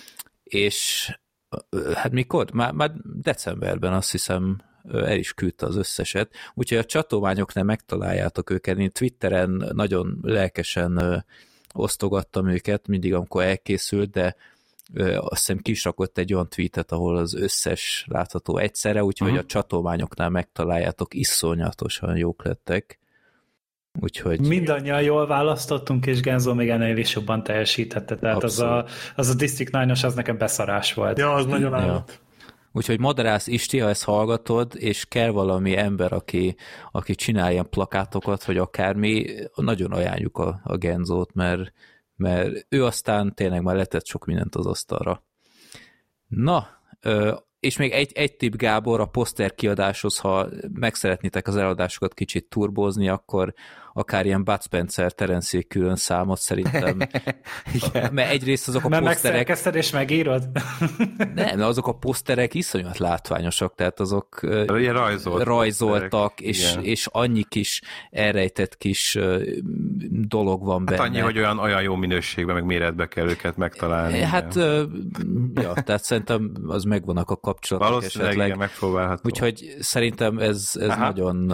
és hát mikor? Már decemberben azt hiszem el is küldte az összeset, úgyhogy a csatolmányoknál megtaláljátok őket. Én Twitteren nagyon lelkesen osztogattam őket, mindig amikor elkészült, de azt hiszem ki is rakott egy olyan tweetet, ahol az összes látható egyszerre, úgyhogy a csatolmányoknál megtaláljátok, iszonyatosan jók lettek. Úgyhogy... Mindannyian jól választottunk, és Genzó még ennél is jobban teljesítette, tehát az a District 9-os az nekem beszarás volt. Ja, az nagyon állat. Úgyhogy Madarász Isti, ha ezt hallgatod, és kell valami ember, aki csinál ilyen plakátokat, vagy akármi, nagyon ajánljuk a Genzót, mert ő aztán tényleg már letett sok mindent az asztalra. Na, és még egy tipp, Gábor, a poszter kiadáshoz, ha meg szeretnétek az eladásokat kicsit turbózni, akkor akár ilyen Bud Spencer, Terence Hill külön számot szerintem. Mert egyrészt azok a poszterek... megszerkezted és megírod? Nem, azok a poszterek iszonyat látványosak, tehát azok rajzoltak, és annyi kis elrejtett kis dolog van benne. Hát annyi, hogy olyan jó minőségben, meg méretbe kell őket megtalálni. Hát, tehát szerintem az megvannak a kapcsolatok esetleg. Igen, megpróbálható. Úgyhogy szerintem ez nagyon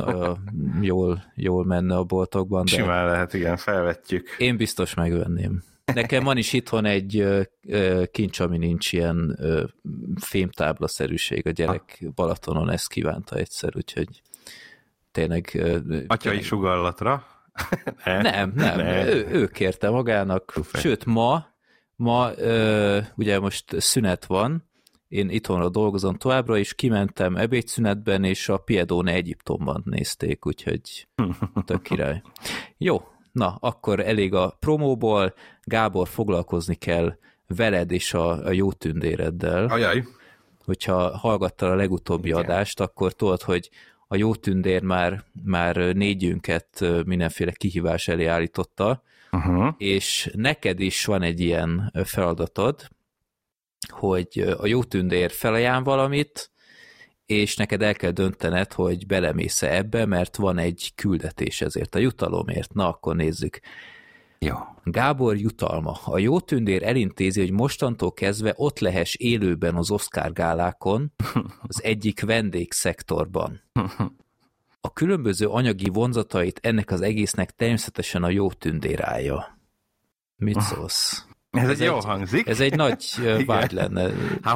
jól menne a boltokban. De simán lehet, igen, felvetjük. Én biztos megvenném. Nekem van is itthon egy kincs, ami nincs, ilyen fémtáblaszerűség. A gyerek Balatonon ezt kívánta egyszer, úgyhogy tényleg... Atyai sugallatra? Nem. Ő kérte magának. Szuper. Sőt, ma ugye most szünet van, én itthonra dolgozom továbbra, és kimentem ebédszünetben, és a Piedone Egyiptomban nézték, úgyhogy tök király. Jó, na, akkor elég a promóból, Gábor, foglalkozni kell veled és a jó tündéreddel. Ajaj. Hogyha hallgattál a legutóbbi adást, akkor tudod, hogy a jó tündér már négyünket mindenféle kihívás elé állította, és neked is van egy ilyen feladatod, hogy a jó tündér felajánl valamit, és neked el kell döntened, hogy belemész-e ebbe, mert van egy küldetés ezért a jutalomért. Na, akkor nézzük. Jó. Gábor jutalma. A jó tündér elintézi, hogy mostantól kezdve ott lehess élőben az Oscar gálákon, az egyik vendégszektorban. A különböző anyagi vonzatait ennek az egésznek természetesen a jó tündér állja. Mit szólsz? Ez jó hangzik. Ez egy nagy vágy lenne.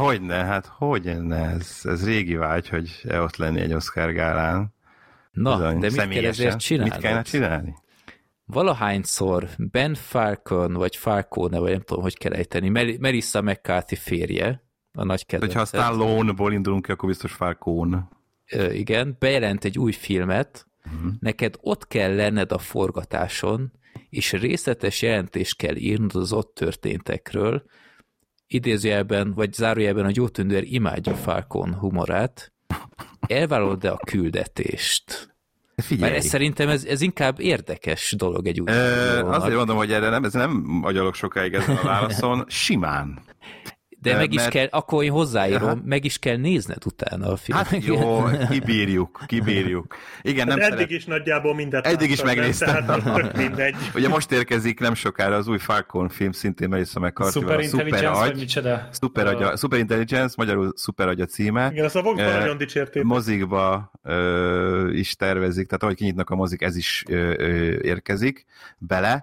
Hogyne, ez régi vágy, hogy ott lenni egy Oscar gálán. Na, bizony, de mit kell ezért csinálni? Mit kellene csinálni? Valahányszor Ben Falcon, vagy Falcone, vagy nem tudom, hogy kell ejteni, Melissa McCarthy férje, a nagy kedvencet. Hogyha aztán Stallone-ból indulunk ki, akkor biztos Falcone. Igen, bejelent egy új filmet, neked ott kell lenned a forgatáson, és részletes jelentést kell írnod az ott történtekről. Idézőjelben, vagy zárójelben a jó tündér imádja Falcon humorát, elvállalod-e a küldetést? Figyelj. Mert szerintem ez inkább érdekes dolog egy új azért mondom, hogy erre nem agyalok sokáig ezen a válaszon, simán. De meg is kell, akkor én hozzáírom, meg is kell nézned utána a filmet. Hát jó, kibírjuk. Igen, nem eddig is nagyjából mindent eddig is megnéztem. Tehát mindegy. Ugye most érkezik nem sokára az új Falcon film, szintén Melissa McCarthy-val, a Super Intelligence, magyarul Super Agy a címe. Igen, azt a Voxban nagyon dicsérték. Mozikba is tervezik, tehát ahogy kinyitnak a mozik, ez is érkezik bele.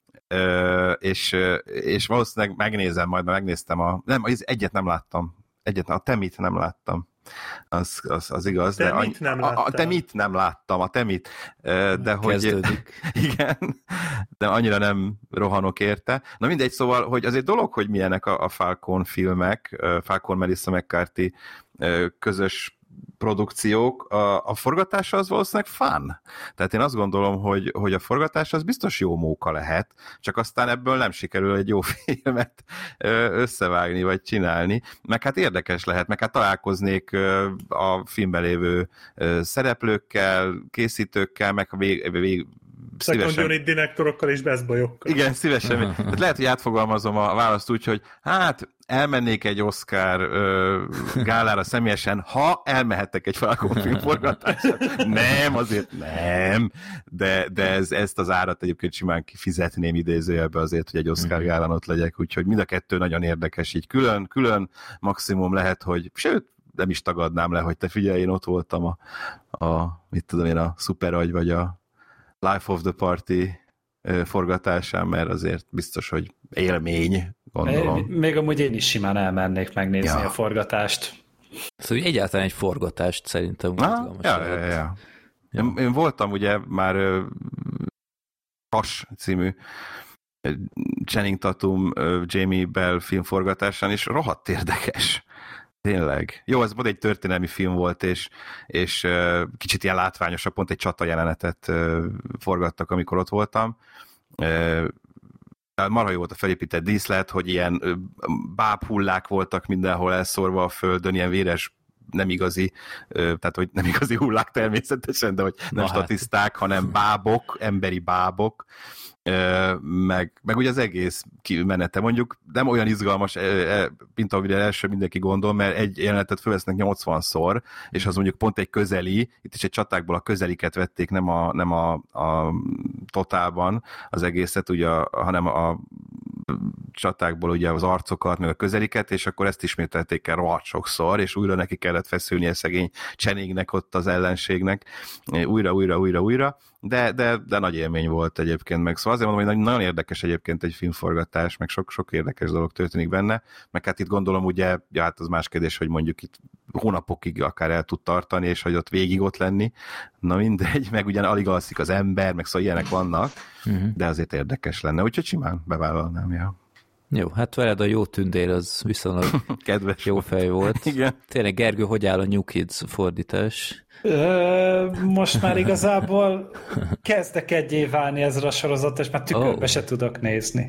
És valószínűleg megnézem, majd megnéztem egyet nem láttam. A Temit nem láttam. Az igaz. Temit nem láttam. A Temit. De hogy... Igen. De annyira nem rohanok érte. Na mindegy, szóval, hogy azért dolog, hogy milyenek a Falcon filmek, Falcon Melissa McCarthy közös produkciók, a forgatása az valószínűleg fun. Tehát én azt gondolom, hogy a forgatás az biztos jó móka lehet, csak aztán ebből nem sikerül egy jó filmet összevágni, vagy csinálni. Meg hát érdekes lehet, meg hát találkoznék a filmben lévő szereplőkkel, készítőkkel, meg a secondary direktorokkal és bestboyokkal. Igen, szívesen. Tehát lehet, hogy átfogalmazom a választ úgy, hogy hát elmennék egy Oscar gálára személyesen, ha elmehettek egy Falcon film forgatásra. Nem, azért nem. De ezt az árat egyébként simán kifizetném idézőjelbe azért, hogy egy Oscar gálán ott legyek. Úgyhogy mind a kettő nagyon érdekes. Így külön maximum lehet, hogy sőt, nem is tagadnám le, hogy te figyelj, én ott voltam mit tudom én, a Super Agy, vagy a Life of the Party forgatásán, mert azért biztos, hogy élmény, gondolom. Még amúgy én is simán elmennék megnézni a forgatást. Szóval egyáltalán egy forgatást szerintem Ja. Én voltam ugye már Has című Channing Tatum, Jamie Bell filmforgatásán, és rohadt érdekes. Tényleg. Jó, ez egy történelmi film volt, és kicsit ilyen látványosabb, pont egy csata jelenetet forgattak, amikor ott voltam. Marha jó volt a felépített díszlet, hogy ilyen bábhullák voltak mindenhol elszórva a földön, ilyen véres, nem igazi, tehát hogy nem igazi hullák természetesen, de hogy nem statiszták, hanem bábok, emberi bábok, meg ugye az egész menete mondjuk nem olyan izgalmas, mint ahogy első mindenki gondol, mert egy jelenetet fölvesznek 80-szor, és az mondjuk pont egy közeli, itt is egy csatákból a közeliket vették, nem a totálban az egészet, ugye, hanem a csatákból ugye az arcokat, meg a közeliket, és akkor ezt ismételték el rohadt sokszor, és újra neki kellett feszülnie szegény Channingnek ott az ellenségnek, újra, de nagy élmény volt egyébként meg. Szóval azért mondom, hogy nagyon érdekes egyébként egy filmforgatás, meg sok érdekes dolog történik benne, meg hát itt gondolom ugye, hát az más kérdés, hogy mondjuk itt hónapokig akár el tud tartani, és hogy ott végig ott lenni, na mindegy, meg ugyan alig alszik az ember, meg szóval ilyenek vannak, de azért érdekes lenne, úgyhogy simán bevállalnám, ja. Jó, hát veled a jó tündér az viszonylag kedves jó fej volt. Igen. Tényleg, Gergő, hogy áll a New Kids fordítás? Most már igazából kezdek egyé válni ezzel a sorozat, és már tükörbe se tudok nézni.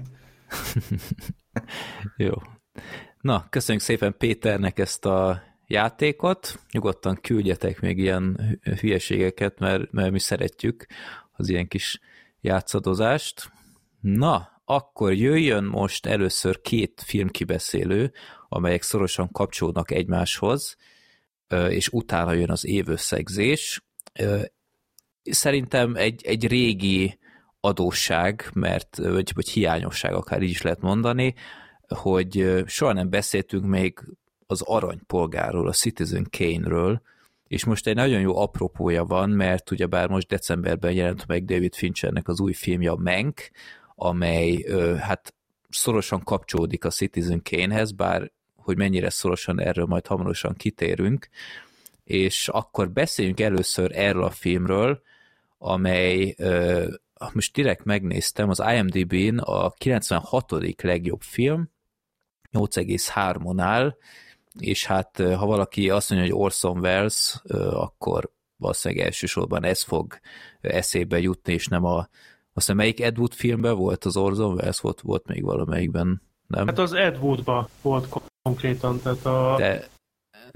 Jó. Na, köszönjük szépen Péternek ezt a játékot. Nyugodtan küldjetek még ilyen hülyeségeket, mert mi szeretjük az ilyen kis játszadozást. Na, akkor jöjjön most először 2 filmkibeszélő, amelyek szorosan kapcsolódnak egymáshoz, és utána jön az évösszegzés. Szerintem egy régi adósság, vagy hiányosság, akár így is lehet mondani, hogy soha nem beszéltünk még az Aranypolgárról, a Citizen Kane-ről, és most egy nagyon jó apropója van, mert ugyebár most decemberben jelent meg David Finchernek az új filmje, a Mank, amely hát szorosan kapcsolódik a Citizen Kane-hez, bár hogy mennyire szorosan, erről majd hamarosan kitérünk, és akkor beszéljünk először erről a filmről, amely, most direkt megnéztem, az IMDb-n a 96. legjobb film, 8,3-on áll, és hát ha valaki azt mondja, hogy Orson Welles, akkor valószínűleg elsősorban ez fog eszébe jutni, és nem azt hiszem, melyik Ed Wood filmben volt az Orson Welles, volt még valamelyikben, nem? Hát az Ed Woodban volt konkrétan, tehát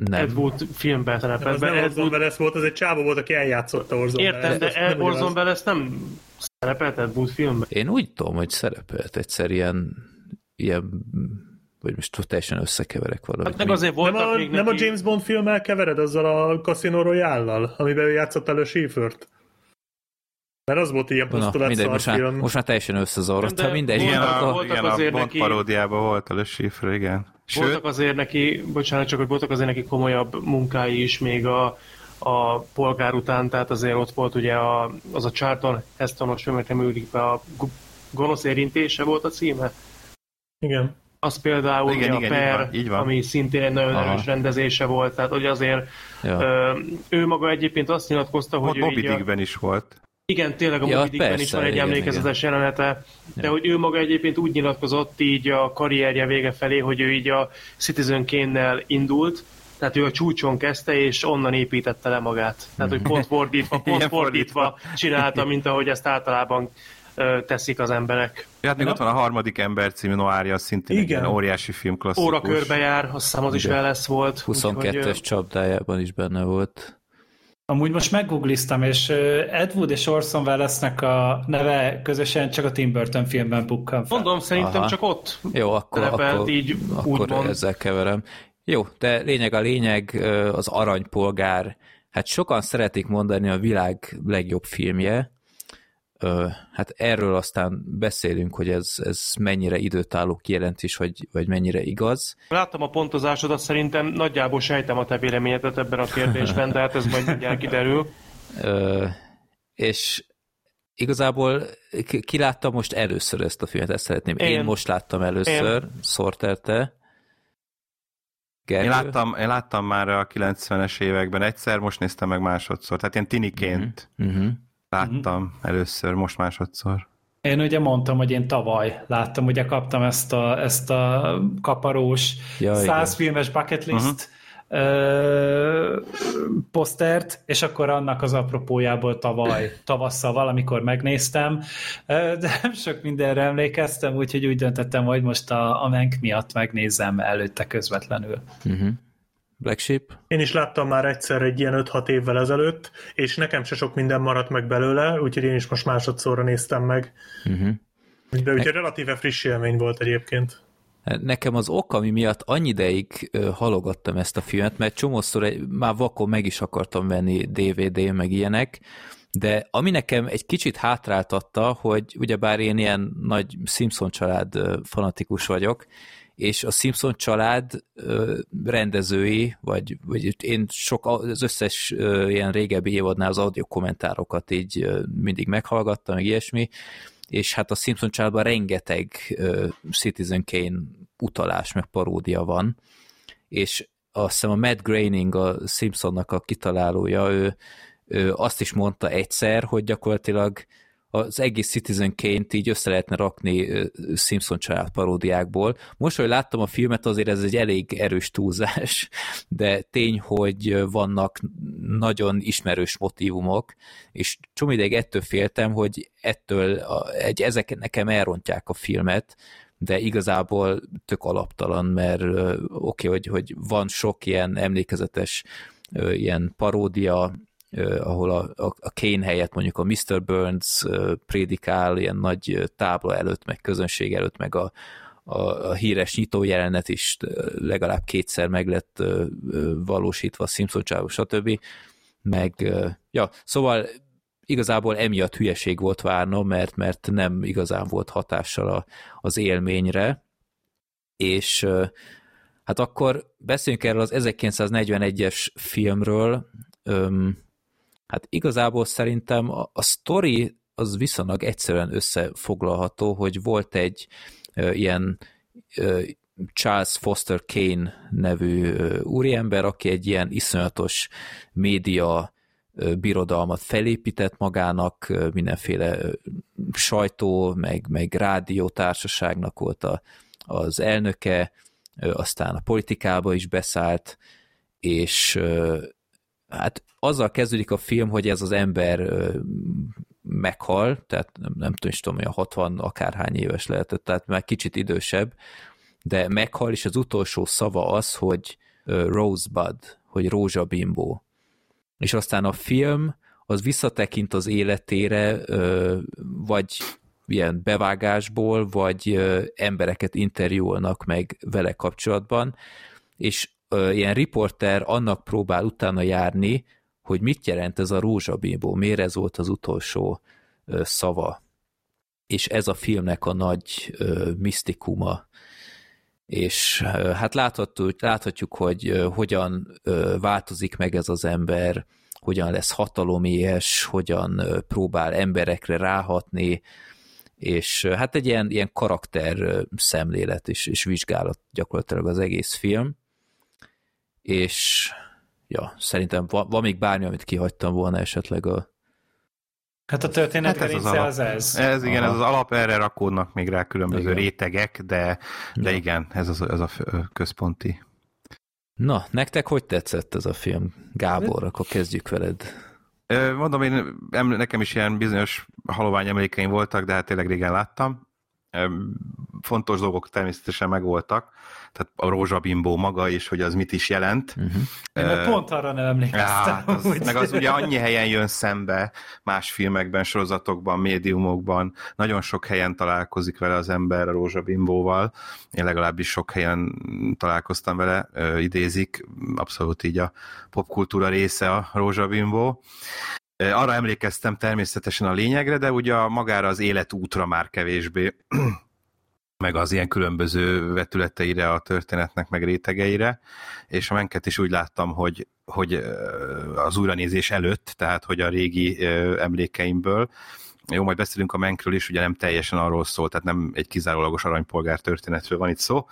Ed Wood filmben szerepelt. Ez nem Orson Welles volt, az egy csávó volt, aki eljátszotta Orson Welles. Értem, de Orson Welles nem szerepelt Ed Wood filmben. Én úgy tudom, hogy szerepelt egyszer ilyen vagy most teljesen összekeverek valahogy. Hát meg azért voltak még nem a James Bond filmmel kevered azzal a Casino Royale-lal, amiben ő játszott elő Schieffert? Mert az volt ilyen posztulat most már teljesen összezavarodtam, mindegy. Igen, a Bond paródiában volt elő Schieffer, igen. Voltak azért neki, hogy voltak azért neki komolyabb munkái is még a polgár után, tehát azért ott volt ugye az a Charlton Hestonos filmek nem üldik be, a gonosz érintése volt a címe. Igen. Az például igen, a Per, így van. Ami szintén egy nagyon erős rendezése volt, tehát hogy azért ő maga egyébként azt nyilatkozta, hogy Moby Dickben is volt. Igen, tényleg a Moby Dickben is van egy emlékezetes jelenete, de hogy ő maga egyébként úgy nyilatkozott így a karrierje vége felé, hogy ő így a Citizen Kane-nel indult, tehát ő a csúcson kezdte, és onnan építette le magát. Tehát, hogy pont fordítva csinálta, mint ahogy ezt általában teszik az emberek. Hát még ott van a Harmadik ember című noárja, szintén egy ilyen óriási filmklasszikus. Óra körbe jár, azt hiszem az is Welles volt. 22-es csapdájában is benne volt. Amúgy most meggoogliztam, és Ed Wood és Orson Wellesnek a neve közösen csak a Tim Burton filmben bukkan fel. Mondom, szerintem csak ott. Jó, akkor így ezzel keverem. Jó, de lényeg, az Aranypolgár. Hát sokan szeretik mondani a világ legjobb filmje. Hát erről aztán beszélünk, hogy ez mennyire időtálló kijelentés, vagy mennyire igaz. Láttam a pontozásodat, szerintem nagyjából sejtem a te véleményedet ebben a kérdésben, de hát ez majd mindjárt kiderül. És igazából ki látta most először ezt a filmet, ezt szeretném. Én most láttam először, Sorter, te. Én láttam már a 90-es években egyszer, most néztem meg másodszor, tehát ilyen tiniként. Láttam először, most másodszor. Én ugye mondtam, hogy én tavaly láttam, ugye kaptam ezt a kaparós 100 filmes bucket list posztert, és akkor annak az apropójából tavasszal valamikor megnéztem, de nem sok mindenre emlékeztem, úgyhogy úgy döntöttem, hogy most a Mank miatt megnézzem előtte közvetlenül. Black Sheep? Én is láttam már egyszer egy ilyen 5-6 évvel ezelőtt, és nekem se sok minden maradt meg belőle, úgyhogy én is most másodszorra néztem meg. De úgyhogy relatíve friss élmény volt egyébként. Nekem az ok, ami miatt annyi ideig halogattam ezt a filmet, mert csomószor már vakon meg is akartam venni DVD, meg ilyenek, de ami nekem egy kicsit hátráltatta, hogy ugyebár én ilyen nagy Simpson család fanatikus vagyok, és a Simpson család rendezői, vagy én az összes ilyen régebbi évadnál az audio kommentárokat így mindig meghallgattam, meg ilyesmi, és hát a Simpson családban rengeteg Citizen Kane utalás, meg paródia van, és azt hiszem a Matt Groening, a Simpsonnak a kitalálója, ő azt is mondta egyszer, hogy gyakorlatilag az egész Citizen Kane-t így össze lehetne rakni Simpson család paródiákból. Most, hogy láttam a filmet, azért ez egy elég erős túlzás, de tény, hogy vannak nagyon ismerős motívumok, és csomó ideig ettől féltem, hogy ezek nekem elrontják a filmet, de igazából tök alaptalan, mert oké, hogy van sok ilyen emlékezetes ilyen paródia, ahol a Kane helyett mondjuk a Mr. Burns prédikál ilyen nagy tábla előtt, meg közönség előtt, meg a híres nyitójelenet is legalább kétszer meg lett valósítva a Simpson csáv, stb. Szóval igazából emiatt hülyeség volt várnom, mert nem igazán volt hatással az élményre, és hát akkor beszéljünk erről az 1941-es filmről. Hát igazából szerintem a sztori az viszonylag egyszerűen összefoglalható, hogy volt egy ilyen Charles Foster Kane nevű úriember, aki egy ilyen iszonyatos média birodalmat felépített magának, mindenféle sajtó, meg rádiótársaságnak volt az elnöke, aztán a politikába is beszállt, és hát azzal kezdődik a film, hogy ez az ember meghal, tehát nem tudom, olyan 60 akárhány éves lehetett, tehát már kicsit idősebb, de meghal, és az utolsó szava az, Rosebud, hogy rózsabimbó. És aztán a film az visszatekint az életére, vagy ilyen bevágásból, vagy embereket interjúolnak meg vele kapcsolatban, és ilyen riporter annak próbál utána járni, hogy mit jelent ez a rózsabimbó, miért ez volt az utolsó szava. És ez a filmnek a nagy misztikuma. És hát láthatjuk, hogy hogyan változik meg ez az ember, hogyan lesz hataloméhes, hogyan próbál emberekre ráhatni, és hát egy ilyen karakter szemlélet és vizsgálat gyakorlatilag az egész film. És ja, szerintem van még bármi, amit kihagytam volna esetleg Hát a történet gerince az ez. Ez igen, ez az alap, erre rakódnak még rá különböző rétegek, de igen, ez a központi. Na, nektek hogy tetszett ez a film? Gábor, akkor kezdjük veled. Mondom, nekem is ilyen bizonyos halovány emlékeim voltak, de hát tényleg régen láttam. Fontos dolgok természetesen megvoltak, tehát a rózsabimbó maga is, hogy az mit is jelent. Én pont arra nem emlékeztem. Meg az ugye annyi helyen jön szembe, más filmekben, sorozatokban, médiumokban, nagyon sok helyen találkozik vele az ember a rózsabimbóval. Én legalábbis sok helyen találkoztam vele, idézik, abszolút így a popkultúra része a rózsabimbó. Arra emlékeztem természetesen a lényegre, de ugye magára az életútra már kevésbé, meg az ilyen különböző vetületeire a történetnek, meg rétegeire, és a Manket is úgy láttam, hogy az újranézés előtt, tehát hogy a régi emlékeimből, jó, majd beszélünk a Mankről is, ugye nem teljesen arról szól, tehát nem egy kizárólagos aranypolgár történetről van itt szó,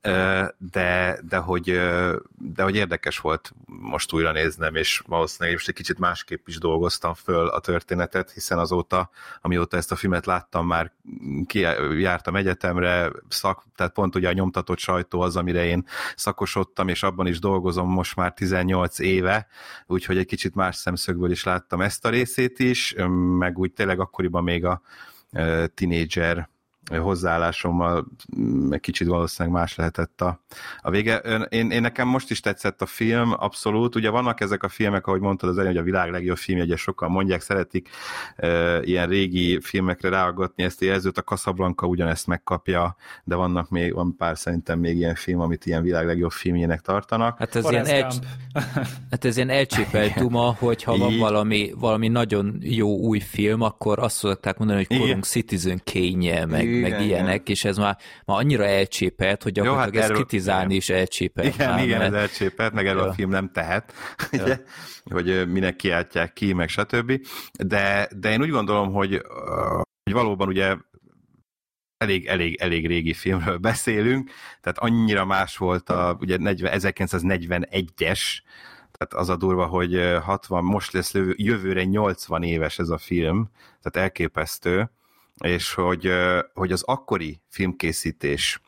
de hogy érdekes volt most újra néznem, és valószínűleg most egy kicsit másképp is dolgoztam föl a történetet, hiszen azóta, amióta ezt a filmet láttam, már jártam egyetemre, tehát pont ugye a nyomtatott sajtó az, amire én szakosodtam, és abban is dolgozom most már 18 éve, úgyhogy egy kicsit más szemszögből is láttam ezt a részét is, meg úgy tényleg akkoriban még a tínédzser hozzáállásommal egy kicsit valószínűleg más lehetett a vége. Én nekem most is tetszett a film, abszolút. Ugye vannak ezek a filmek, ahogy mondtad az elején, hogy a világ legjobb filmje, ugye sokan mondják, szeretik ilyen régi filmekre ráaggatni ezt a jelzőt, a Casablanca ugyanezt megkapja, de van pár szerintem még ilyen film, amit ilyen világ legjobb filmjének tartanak. Hát ez ilyen elcsépelt duma, hogyha van valami nagyon jó új film, akkor azt szokták mondani, hogy korunk Citizen Kane-je, meg ilyenek, és ez már annyira elcsépelt, hogy gyakorlatilag ezt kritizálni is elcsépelt. Igen, ez elcsépelt, meg erről a film nem tehet, ugye, hogy minek kiáltják ki, meg stb. De én úgy gondolom, hogy valóban ugye elég régi filmről beszélünk, tehát annyira más volt ugye 1941-es, tehát az a durva, hogy 60, most lesz jövőre 80 éves ez a film, tehát elképesztő, és hogy az akkori filmkészítés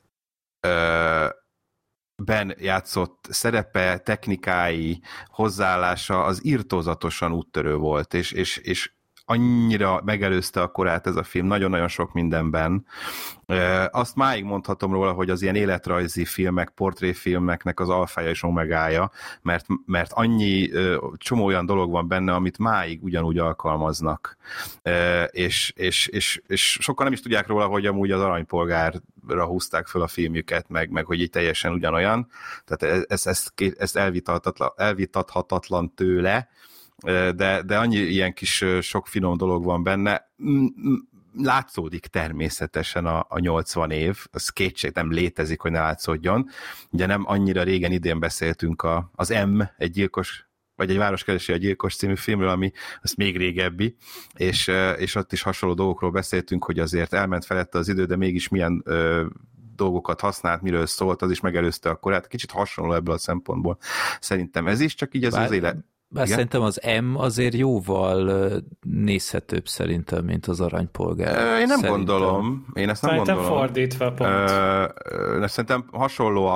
ben játszott szerepe, technikái, hozzáállása az irtózatosan úttörő volt, és annyira megelőzte a korát ez a film, nagyon-nagyon sok mindenben. Azt máig mondhatom róla, hogy az ilyen életrajzi filmek, portréfilmeknek az alfája és omegája, mert annyi csomó olyan dolog van benne, amit máig ugyanúgy alkalmaznak. És sokan nem is tudják róla, hogy amúgy az Aranypolgárra húzták föl a filmjüket, meg hogy így teljesen ugyanolyan. Tehát ezt elvitathatatlan tőle, de annyi ilyen kis sok finom dolog van benne. Látszódik természetesen a 80 év, az kétség nem létezik, hogy ne látszódjon. Ugye nem annyira régen idén beszéltünk az M, egy gyilkos, vagy egy város keresi a gyilkos című filmről, ami az még régebbi, és ott is hasonló dolgokról beszéltünk, hogy azért elment felette az idő, de mégis milyen dolgokat használt, miről szólt, az is megelőzte a korát. Kicsit hasonló ebből a szempontból. Szerintem ez is, csak így ez az élet. Bár szerintem az M azért jóval nézhetőbb szerintem, mint az Aranypolgár. Én nem gondolom. Én ezt nem gondolom. Fordítva pont. Szerintem hasonlóak,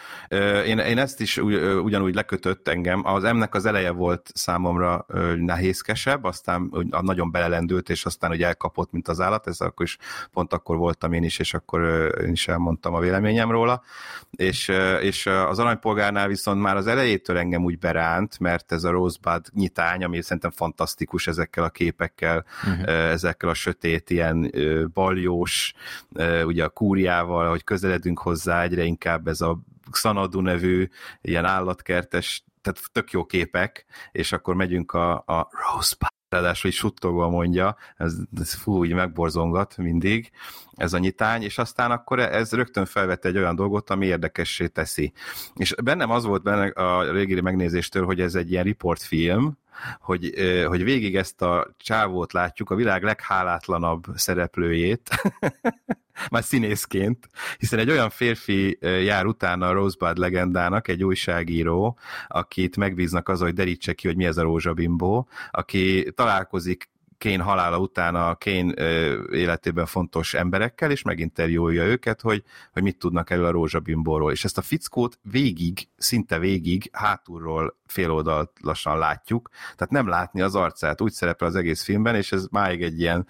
Én ezt is ugyanúgy lekötött engem. Az M-nek az eleje volt számomra nehézkesebb, aztán nagyon belelendült, és aztán hogy elkapott, mint az állat, ez akkor is, pont akkor voltam én is, és akkor én is elmondtam a véleményem róla. És az Aranypolgárnál viszont már az elejétől engem úgy beránt, mert ez a Rosebud nyitány, ami szerintem fantasztikus ezekkel a képekkel, ezekkel a sötét, ilyen baljós, ugye a kúriával, hogy közeledünk hozzá, egyre inkább ez a Xanadu nevű ilyen állatkertes, tehát tök jó képek, és akkor megyünk a Rosebud, ráadásul így suttogva mondja, ez fú, úgy megborzongat mindig, ez a nyitány, és aztán akkor ez rögtön felvette egy olyan dolgot, ami érdekessé teszi. És bennem az volt benne a régi megnézéstől, hogy ez egy ilyen riportfilm, hogy végig ezt a csávót látjuk, a világ leghálátlanabb szereplőjét, már színészként, hiszen egy olyan férfi jár utána a Rosebud legendának, egy újságíró, akit megbíznak az, hogy derítse ki, hogy mi ez a rózsabimbó, aki találkozik Kane halála után a Kane életében fontos emberekkel, és meginterjúolja őket, hogy mit tudnak erről a rózsabimbóról. És ezt a fickót szinte végig, hátulról féloldalasan látjuk, tehát nem látni az arcát, úgy szerepel az egész filmben, és ez máig egy ilyen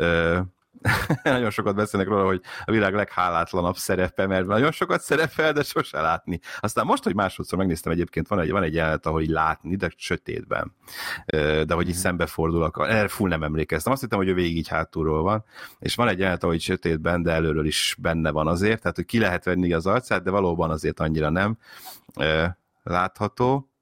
nagyon sokat beszélnek róla, hogy a világ leghálátlanabb szerepe, mert nagyon sokat szerepel, de sose látni. Aztán most, hogy másodszor megnéztem, egyébként van egy jelenet, ahol így látni, de sötétben. De hogy így szembefordulok, erre full nem emlékeztem. Azt hittem, hogy ő végig így hátulról van, és van egy jelenet, ahol így sötétben, de előről is benne van azért, tehát hogy ki lehet venni az arcát, de valóban azért annyira nem látható.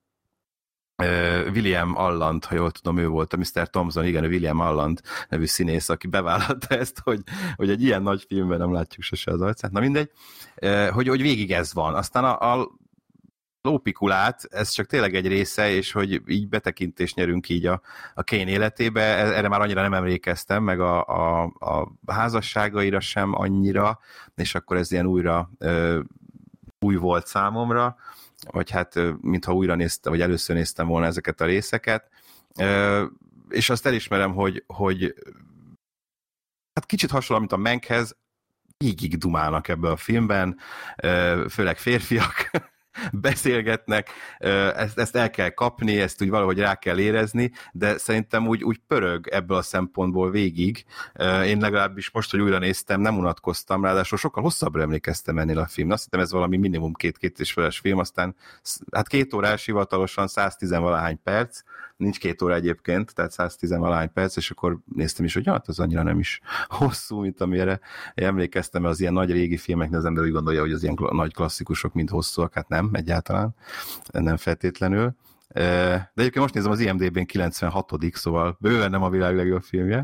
William Alland, ha jól tudom, ő volt a Mr. Thompson, igen, William Alland nevű színész, aki bevállalta ezt, hogy egy ilyen nagy filmben nem látjuk sose az arcát. Na mindegy, hogy végig ez van. Aztán a lópikulát, ez csak tényleg egy része, és hogy így betekintést nyerünk így a Kane életébe, erre már annyira nem emlékeztem, meg a házasságaira sem annyira, és akkor ez ilyen új volt számomra, vagy hát mintha újra néztem, vagy először néztem volna ezeket a részeket, és azt elismerem, hogy hát kicsit hasonló, mint a Mankhez, végig dumálnak ebbe a filmben, főleg férfiak, beszélgetnek, ezt el kell kapni, ezt úgy valahogy rá kell érezni, de szerintem úgy pörög ebből a szempontból végig. Én legalábbis most, hogy újra néztem, nem unatkoztam, ráadásul sokkal hosszabbra emlékeztem ennél a filmnél. Azt hittem, ez valami minimum 2,5 film, aztán hát 2 órás hivatalosan 110-valahány perc, nincs 2 óra egyébként, tehát 110-valahány perc, és akkor néztem is, hogy hát az annyira nem is hosszú, mint amire emlékeztem, mert az ilyen nagy régi filmeknél az ember úgy gondolja, hogy az ilyen nagy klasszikusok mind hosszúak, hát nem, egyáltalán, nem feltétlenül. De egyébként most nézem, az IMDb-n 96. szóval bőven nem a világ legjobb filmje.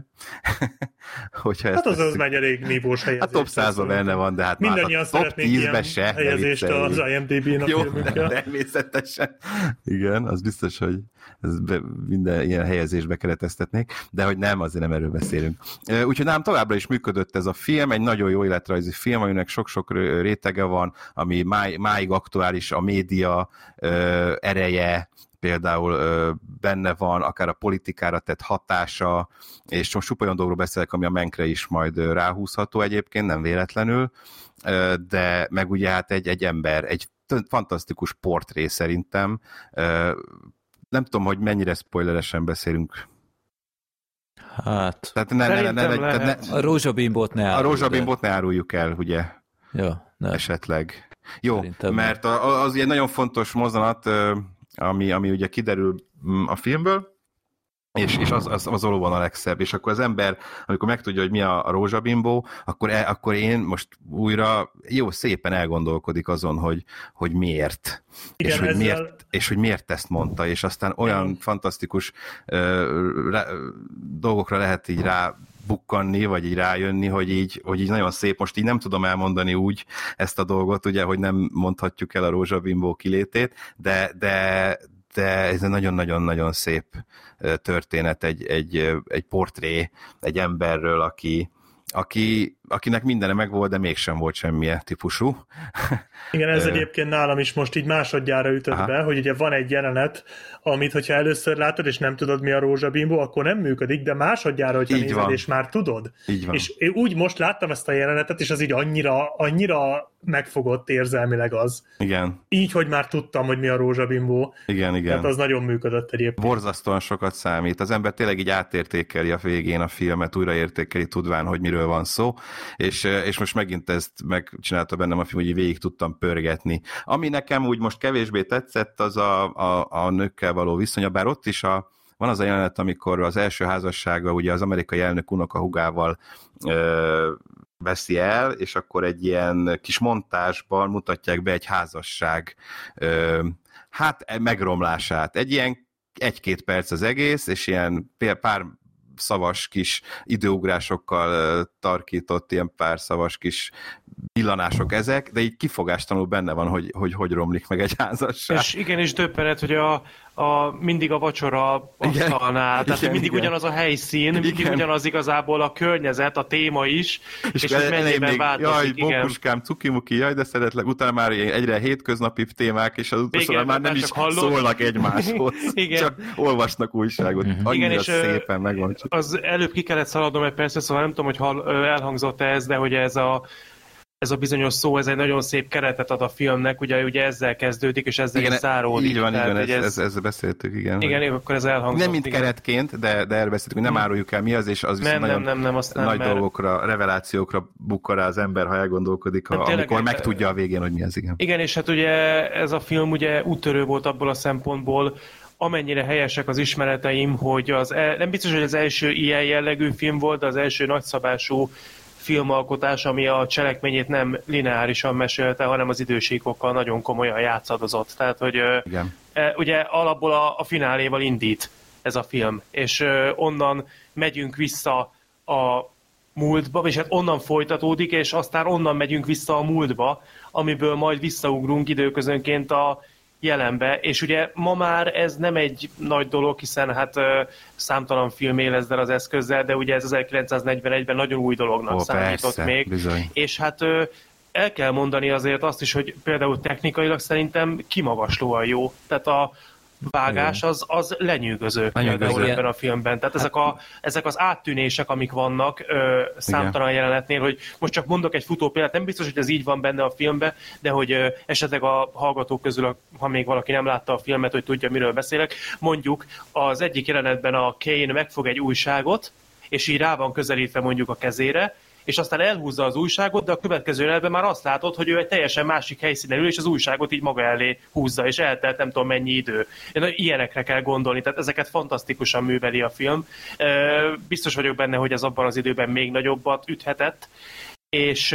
Hát az megy elég nívós helyezés. A top 100-ban benne van, de hát mindannyian már a top 10-ben se. Helyezést az IMDb-n a filmünkkel. Természetesen. Igen, az biztos, hogy minden ilyen helyezésbe kereteztetnék, de hogy nem, azért nem erről beszélünk. Úgyhogy nálam továbbra is működött ez a film, egy nagyon jó életrajzi film, aminek sok-sok rétege van, ami máig aktuális, a média ereje, például benne van, akár a politikára tett hatása, és most csupa olyan dolgokról beszélek, ami a Mankre is majd ráhúzható egyébként, nem véletlenül, de meg ugye hát egy ember, egy fantasztikus portré szerintem. Nem tudom, hogy mennyire spoileresen beszélünk. Hát... Tehát a rózsabimbót ne áruljuk. A rózsabimbót ne áruljuk el, ugye? Ja, nem. Esetleg. Jó, szerintem mert az egy nagyon fontos mozzanat, ami ugye kiderül a filmből, és az valóban a legszebb. És akkor az ember, amikor megtudja, hogy mi a rózsabimbó, akkor én most újra szépen elgondolkodik azon, hogy miért. Igen, és hogy miért ezt mondta, és aztán olyan fantasztikus dolgokra lehet így bukkanni, vagy így rájönni, hogy így nagyon szép. Most így nem tudom elmondani úgy ezt a dolgot, ugye, hogy nem mondhatjuk el a rózsabimbó kilétét, de ez egy nagyon-nagyon-nagyon szép történet, egy portré, egy emberről, aki akinek mindene megvolt, de mégsem volt semmilyen típusú. Igen, ez egyébként nálam is most így másodjára ütött be, hogy ugye van egy jelenet, amit, hogyha először látod, és nem tudod, mi a rózsabimbó, akkor nem működik, de másodjára, hogyha nézed, és már tudod. És én úgy most láttam ezt a jelenetet, és az így annyira megfogott érzelmileg az. Igen. Így, hogy már tudtam, hogy mi a rózsabimbó. Igen. Tehát az nagyon működött egyébként. Borzasztóan sokat számít. Az ember tényleg így átértékeli a végén a filmet, újraértékeli, tudván, hogy miről van szó, és most megint ezt megcsinálta bennem a film, hogy végig tudtam pörgetni. Ami nekem úgy most kevésbé tetszett, az a nőkkel való viszonya, bár ott is van az a jelenet, amikor az első házassága ugye az amerikai elnök unokahúgával veszi el, és akkor egy ilyen kis montázsban mutatják be egy házasság megromlását. Egy ilyen 1-2 perc az egész, és ilyen pár szavas kis időugrásokkal tarkított, ilyen pár szavas kis villanások ezek, de így kifogástalanul benne van, hogy romlik meg egy házasság. És igenis döbbenet, hogy mindig a vacsora asztalnál, tehát mindig ugyanaz a helyszín, mindig ugyanaz igazából a környezet, a téma is, és hogy mennyiben változik. Jaj, bokuskám, cukimuki, jaj, de szeretlek, utána már egyre hétköznapi témák, és az utolsó már nem is szólnak egymáshoz, csak olvasnak újságot. Annyira szépen megvan. Az előbb ki kellett szaladnom egy persze, szóval nem tudom, hogy elhangzott ez, de hogy ez a bizonyos szó, ez egy nagyon szép keretet ad a filmnek, ugye ezzel kezdődik, és ezzel is záródik. Így van, ezzel beszéltük, igen. Igen, akkor ez elhangzott. Nem mint keretként, de erről beszéltük, hogy nem áruljuk el mi az, és az viszont nagyon nagy dolgokra, revelációkra bukka rá az ember, ha elgondolkodik, amikor megtudja a végén, hogy mi az, igen. Igen, és hát ugye ez a film ugye úttörő volt abból a szempontból, amennyire helyesek az ismereteim, hogy nem biztos, hogy az első ilyen jellegű film volt, de az első nagyszabású filmalkotás, ami a cselekményét nem lineárisan mesélte, hanem az idősíkokkal nagyon komolyan játszadozott. Tehát, hogy ugye alapból a fináléval indít ez a film, és onnan megyünk vissza a múltba, és hát onnan folytatódik, és aztán onnan megyünk vissza a múltba, amiből majd visszaugrunk időközönként a jelenbe, és ugye ma már ez nem egy nagy dolog, hiszen hát számtalan film éleszt el az eszközzel, de ugye ez 1941-ben nagyon új dolognak számított persze, még. Bizony. És hát el kell mondani azért azt is, hogy például technikailag szerintem kimagaslóan jó. Tehát a vágás az lenyűgöző ebben a filmben. Tehát ezek az áttűnések, amik vannak számtalan jelenetnél, hogy most csak mondok egy futó példát, nem biztos, hogy ez így van benne a filmben, de hogy esetleg a hallgatók közül, ha még valaki nem látta a filmet, hogy tudja, miről beszélek, mondjuk az egyik jelenetben a Kane megfog egy újságot, és így rá van közelítve mondjuk a kezére, és aztán elhúzza az újságot, de a következő jelenetben már azt látod, hogy ő egy teljesen másik helyszínen ül, és az újságot így maga elé húzza, és eltelt nem tudom mennyi idő. Ilyenekre kell gondolni, tehát ezeket fantasztikusan műveli a film. Biztos vagyok benne, hogy ez abban az időben még nagyobbat üthetett, és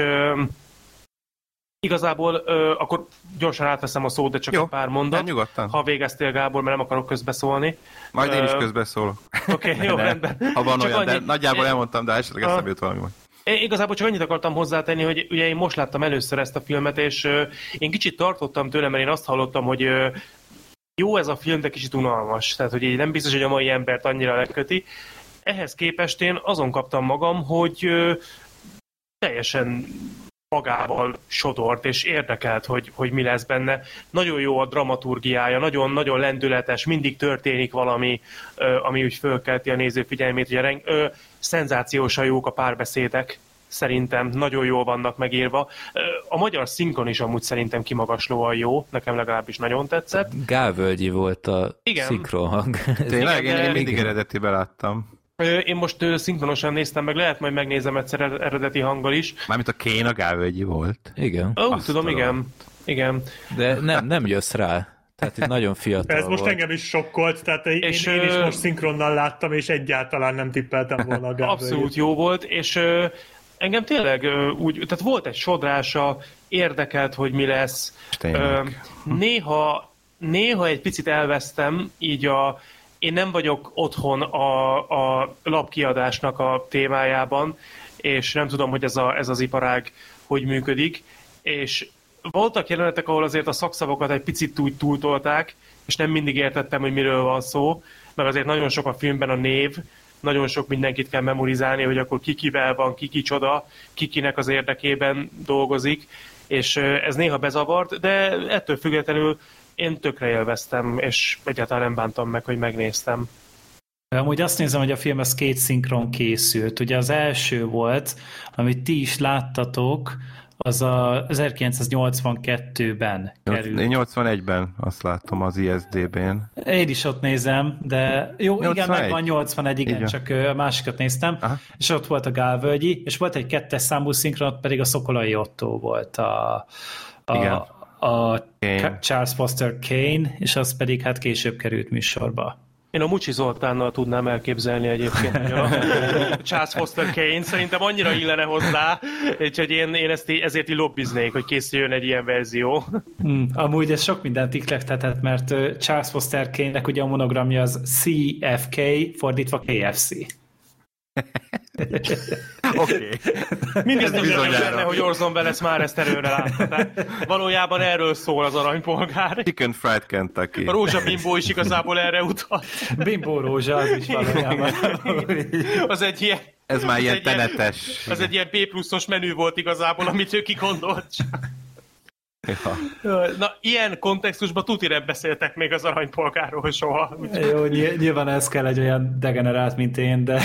igazából akkor gyorsan átveszem a szót, de csak egy pár mondat. Nyugodtan. Ha végeztél, Gábor, mert nem akarok közbeszólni. Majd én is közbeszólok. Oké, jó, rendben. Ha van olyan, de nagyjából elmondtam, de esetleg eszembe jut valami. Én igazából csak annyit akartam hozzátenni, hogy ugye én most láttam először ezt a filmet, és én kicsit tartottam tőle, mert én azt hallottam, hogy jó ez a film, de kicsit unalmas. Tehát, hogy így nem biztos, hogy a mai embert annyira leköti. Ehhez képest én azon kaptam magam, hogy teljesen magával sodort, és érdekelt, hogy mi lesz benne. Nagyon jó a dramaturgiája, nagyon-nagyon lendületes, mindig történik valami, ami úgy fölkelti a néző figyelmét. Ugye szenzációsan jók a párbeszédek, szerintem nagyon jól vannak megírva. A magyar szinkron is amúgy szerintem kimagaslóan jó, nekem legalábbis nagyon tetszett. Gálvölgyi volt a szinkronhang. Tényleg, én mindig eredetibe láttam. Én most szinkronosan néztem meg, lehet majd megnézem egyszer eredeti hanggal is. Mármint a Kane a Gálvölgyi volt. Igen. Tudom, igen. De nem jössz rá. Tehát itt nagyon fiatal ez most engem is sokkolt, tehát én is most szinkronnal láttam, és egyáltalán nem tippeltem volna a Gálvölgyit. Abszolút jó volt, és engem tényleg úgy, tehát volt egy sodrása, érdekelt, hogy mi lesz. Néha egy picit elvesztem, így én nem vagyok otthon a lapkiadásnak a témájában, és nem tudom, hogy ez az iparág hogy működik, és voltak jelenetek, ahol azért a szakszavakat egy picit úgy túltolták, és nem mindig értettem, hogy miről van szó, meg azért nagyon sok a filmben a név, nagyon sok mindenkit kell memorizálni, hogy akkor ki kivel van, ki kicsoda, ki kinek az érdekében dolgozik, és ez néha bezavart, de ettől függetlenül én tökre élveztem, és egyáltalán nem bántam meg, hogy megnéztem. Amúgy azt nézem, hogy a film az 2 szinkron készült. Ugye az első volt, amit ti is láttatok, az a 1982-ben került. Én 81-ben azt láttam az ISDB-n. Én is ott nézem, de jó, 81. Igen, megvan 81, igen, csak a másikat néztem, aha. És ott volt a Gálvölgyi, és volt egy 2-es számú szinkron, pedig a Szokolai Ottó volt a Charles Foster Kane, és az pedig hát később került műsorba. Én a Mucsi Zoltánnal tudnám elképzelni egyébként, hogy a Charles Foster Kane szerintem annyira illene hozzá, úgyhogy én ezért így lobbiznék, hogy készüljön egy ilyen verzió. Amúgy ez sok mindent iklektetett, mert Charles Foster Kane-nek ugye a monogramja az CFK, fordítva KFC. Oké. Mindig bizonyára, hogy Orson Welles már ezt előre látta. Tehát valójában erről szól az Aranypolgár. Chicken Fried Kentucky. A rózsabimbó is igazából erre utal. Bimbó rózsa, az is valójában. Az egy ilyen... Ez már ilyen tenetes. Az egy ilyen B+-os menü volt igazából, amit ő kigondolt. Ja. Na, ilyen kontextusban tuti nem beszéltek még az Aranypolgárról soha. Jó, nyilván ez kell egy olyan degenerált, mint én, de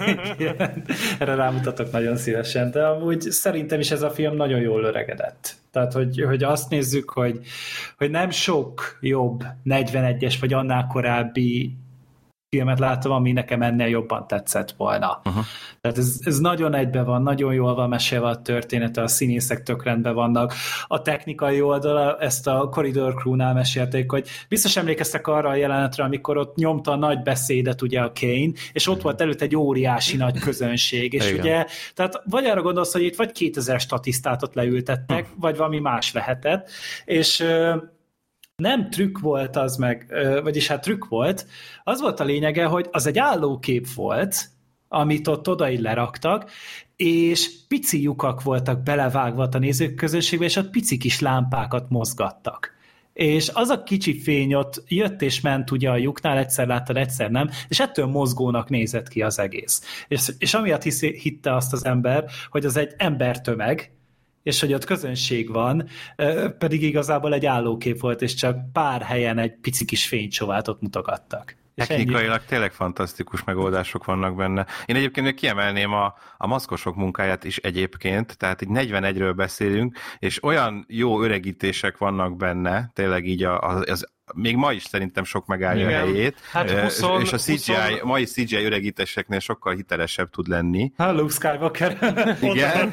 erre rámutatok nagyon szívesen. De amúgy szerintem is ez a film nagyon jól öregedett. Tehát, hogy azt nézzük, hogy nem sok jobb 41-es vagy annál korábbi filmet láttam, ami nekem ennél jobban tetszett volna. Uh-huh. Tehát ez nagyon egybe van, nagyon jól van mesélve a története, a színészek tök rendben vannak. A technikai oldala, ezt a Corridor Crew-nál mesélték, hogy biztos emlékeztek arra a jelenetre, amikor ott nyomta a nagy beszédet ugye a Kane, és ott volt előtt egy óriási nagy közönség, és ugye, tehát vagy arra gondolsz, hogy itt vagy 2000 statisztát ott leültettek, vagy valami más lehetett, és nem trükk volt az meg, vagyis hát trükk volt, az volt a lényege, hogy az egy állókép volt, amit ott odaig leraktak, és pici lyukak voltak belevágva a nézők közönségbe, és ott pici kis lámpákat mozgattak. És az a kicsi fény ott jött és ment ugye a lyuknál, egyszer láttad, egyszer nem, és ettől mozgónak nézett ki az egész. És amiatt hitte azt az ember, hogy az egy embertömeg, és hogy ott közönség van, pedig igazából egy állókép volt, és csak pár helyen egy pici kis fénycsóvátot mutogattak. Technikailag tényleg fantasztikus megoldások vannak benne. Én egyébként még kiemelném a maszkosok munkáját is egyébként, tehát így 41-ről beszélünk, és olyan jó öregítések vannak benne, tényleg így még ma is szerintem sok megállja a helyét, hát és a CGI, mai CGI öregítéseknél sokkal hitelesebb tud lenni. Luke Skywalker. Igen.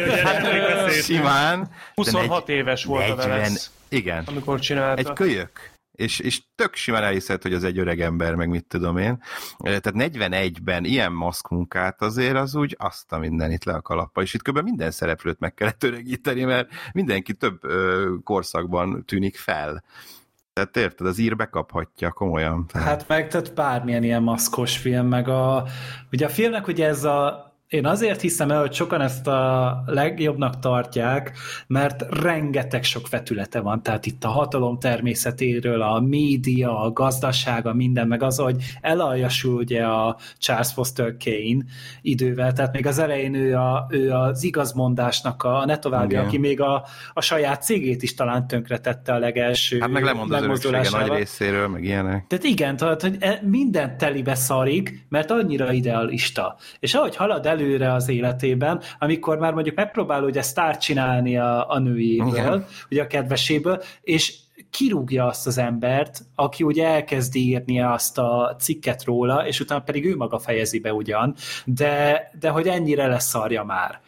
Simán. 26 éves volt a Veles, igen. amikor csinálta. Egy kölyök. És tök simán elhiszed, hogy az egy öreg ember, meg mit tudom én. Tehát 41-ben ilyen maszkmunkát azért az úgy azt a mindenit le a kalappa, és itt kb. Minden szereplőt meg kellett öregíteni, mert mindenki több korszakban tűnik fel. Tehát érted, az ír bekaphatja komolyan. Hát meg tehát bármilyen ilyen maszkos film, meg ugye a filmnek ugye ez én azért hiszem el, hogy sokan ezt a legjobbnak tartják, mert rengeteg sok vetülete van, tehát itt a hatalom természetéről, a média, a gazdasága, minden, meg az, hogy elaljasul ugye a Charles Foster Kane idővel, tehát még az elején ő az igazmondásnak a ne továbbja, aki még a saját cégét is talán tönkretette a legelső hát meg lemond az öröksége nagy részéről, meg ilyenek. Tehát igen, tehát hogy minden telibe szarik, mert annyira idealista. És ahogy halad előre az életében, amikor már mondjuk megpróbál ugye sztárt csinálni a nőjéből, ugye a kedveséből, és kirúgja azt az embert, aki ugye elkezdi írni azt a cikket róla, és utána pedig ő maga fejezi be ugyan, de hogy ennyire leszarja már,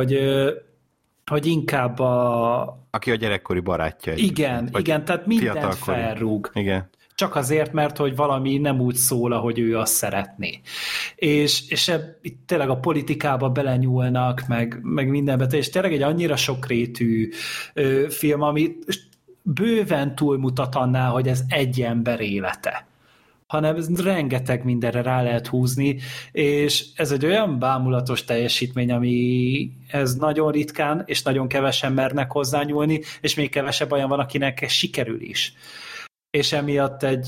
hogy inkább aki a gyerekkori barátja. Igen, tehát mindent felrúg. Igen. Csak azért, mert hogy valami nem úgy szól, ahogy ő azt szeretné. És itt tényleg a politikába belenyúlnak, meg mindenbe, és tényleg egy annyira sokrétű film, ami bőven túlmutat annál, hogy ez egy ember élete, hanem rengeteg mindenre rá lehet húzni, és ez egy olyan bámulatos teljesítmény, ami ez nagyon ritkán, és nagyon kevesen mernek hozzányúlni, és még kevesebb olyan van, akinek sikerül is. És emiatt egy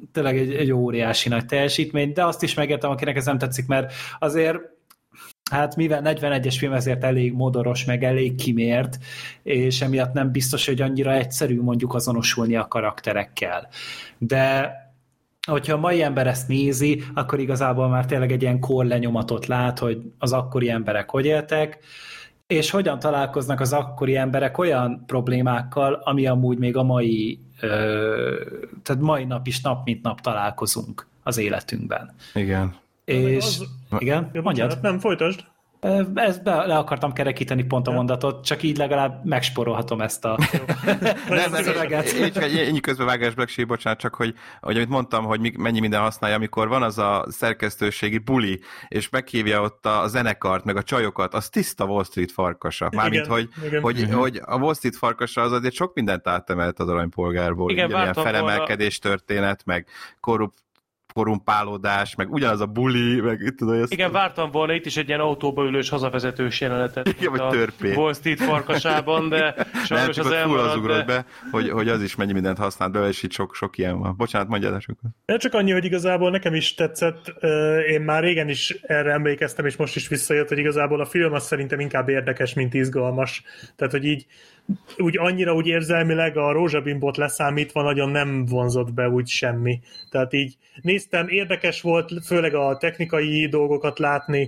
tényleg egy óriási nagy teljesítmény, de azt is megértem, akinek ez nem tetszik, mert azért hát mivel 41-es film, ezért elég modoros, meg elég kimért, és emiatt nem biztos, hogy annyira egyszerű mondjuk azonosulni a karakterekkel. De hogyha a mai ember ezt nézi, akkor igazából már tényleg egy ilyen korlenyomatot lát, hogy az akkori emberek hogy éltek, és hogyan találkoznak az akkori emberek olyan problémákkal, ami amúgy még a mai, tehát mai nap is nap mint nap találkozunk az életünkben. Igen. És igen, mondjad. Nem, folytasd. Ezt le akartam kerekíteni pont a mondatot, csak így legalább megsporolhatom ezt a szöveget. Ennyi közbevágás, Black Sheep, bocsánat, csak hogy amit mondtam, hogy mennyi minden használja, amikor van az a szerkesztőségi buli, és meghívja ott a zenekart, meg a csajokat, az tiszta Wall Street farkasa. Mármint, hogy a Wall Street farkasa az azért sok mindent átemelt az aranypolgárból. Igen, ilyen felemelkedés történet, meg korrumpálódás, meg ugyanaz a buli, meg itt tudom, igen, vártam volna itt is egy ilyen autóba ülős hazavezetős jelenetet. Igen, vagy törpé. Wall Street farkasában, de sajnos az elmaradt. Be, hogy az is mennyi mindent használt be, és itt sok ilyen van. Bocsánat, mondjál sokat. Csak annyi, hogy igazából nekem is tetszett, én már régen is erre emlékeztem, és most is visszajött, hogy igazából a film az szerintem inkább érdekes, mint izgalmas. Tehát, hogy így úgy annyira úgy érzelmileg a rózsabimbót leszámítva nagyon nem vonzott be úgy semmi. Tehát így néztem, érdekes volt főleg a technikai dolgokat látni,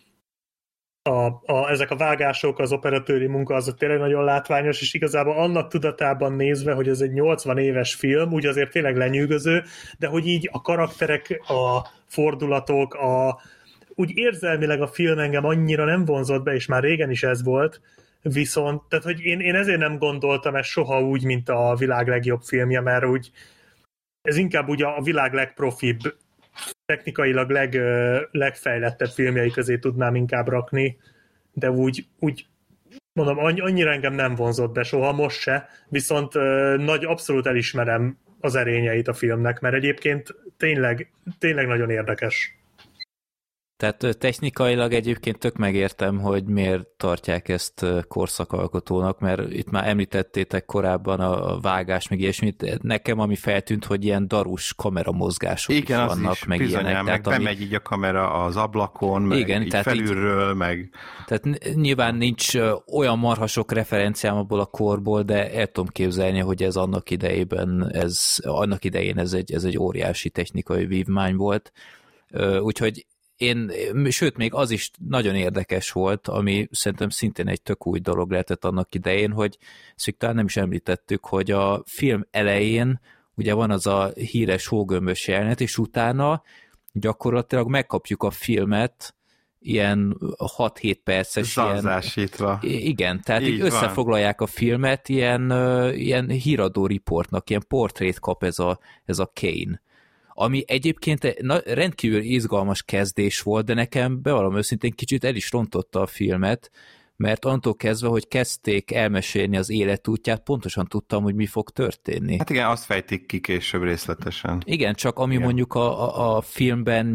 ezek a vágások, az operatőri munka az tényleg nagyon látványos, és igazából annak tudatában nézve, hogy ez egy 80 éves film, úgy azért tényleg lenyűgöző, de hogy így a karakterek, a fordulatok, úgy érzelmileg a film engem annyira nem vonzott be, és már régen is ez volt, viszont, tehát hogy én ezért nem gondoltam ezt soha úgy, mint a világ legjobb filmje, mert úgy ez inkább úgy a világ legprofibb, technikailag legfejlettebb filmjei közé tudnám inkább rakni, de úgy mondom, annyira engem nem vonzott be soha, most se, viszont abszolút elismerem az erényeit a filmnek, mert egyébként tényleg nagyon érdekes. Tehát technikailag egyébként tök megértem, hogy miért tartják ezt korszakalkotónak, mert itt már említettétek korábban a vágás, meg ilyesmit. Nekem ami feltűnt, hogy ilyen darus kameramozgások is vannak, is meg bizonyám, ilyenek. Meg bemegy így a kamera az ablakon, meg igen, így felülről, meg... Tehát nyilván nincs olyan marhasok referenciám abból a korból, de el tudom képzelni, hogy ez annak idején ez egy óriási technikai vívmány volt. Úgyhogy sőt, még az is nagyon érdekes volt, ami szerintem szintén egy tök új dolog lehetett annak idején, hogy ezt talán nem is említettük, hogy a film elején ugye van az a híres hógömbös jelenet, és utána gyakorlatilag megkapjuk a filmet ilyen 6-7 perces. Zanzásítva. Igen, tehát így összefoglalják a filmet, ilyen híradó riportnak, ilyen portrét kap ez a Kane. Ami egyébként rendkívül izgalmas kezdés volt, de nekem bevallom őszintén kicsit el is rontotta a filmet, mert attól kezdve, hogy kezdték elmesélni az életútját, pontosan tudtam, hogy mi fog történni. Hát igen, azt fejtik ki később részletesen. Igen, csak ami mondjuk a filmben,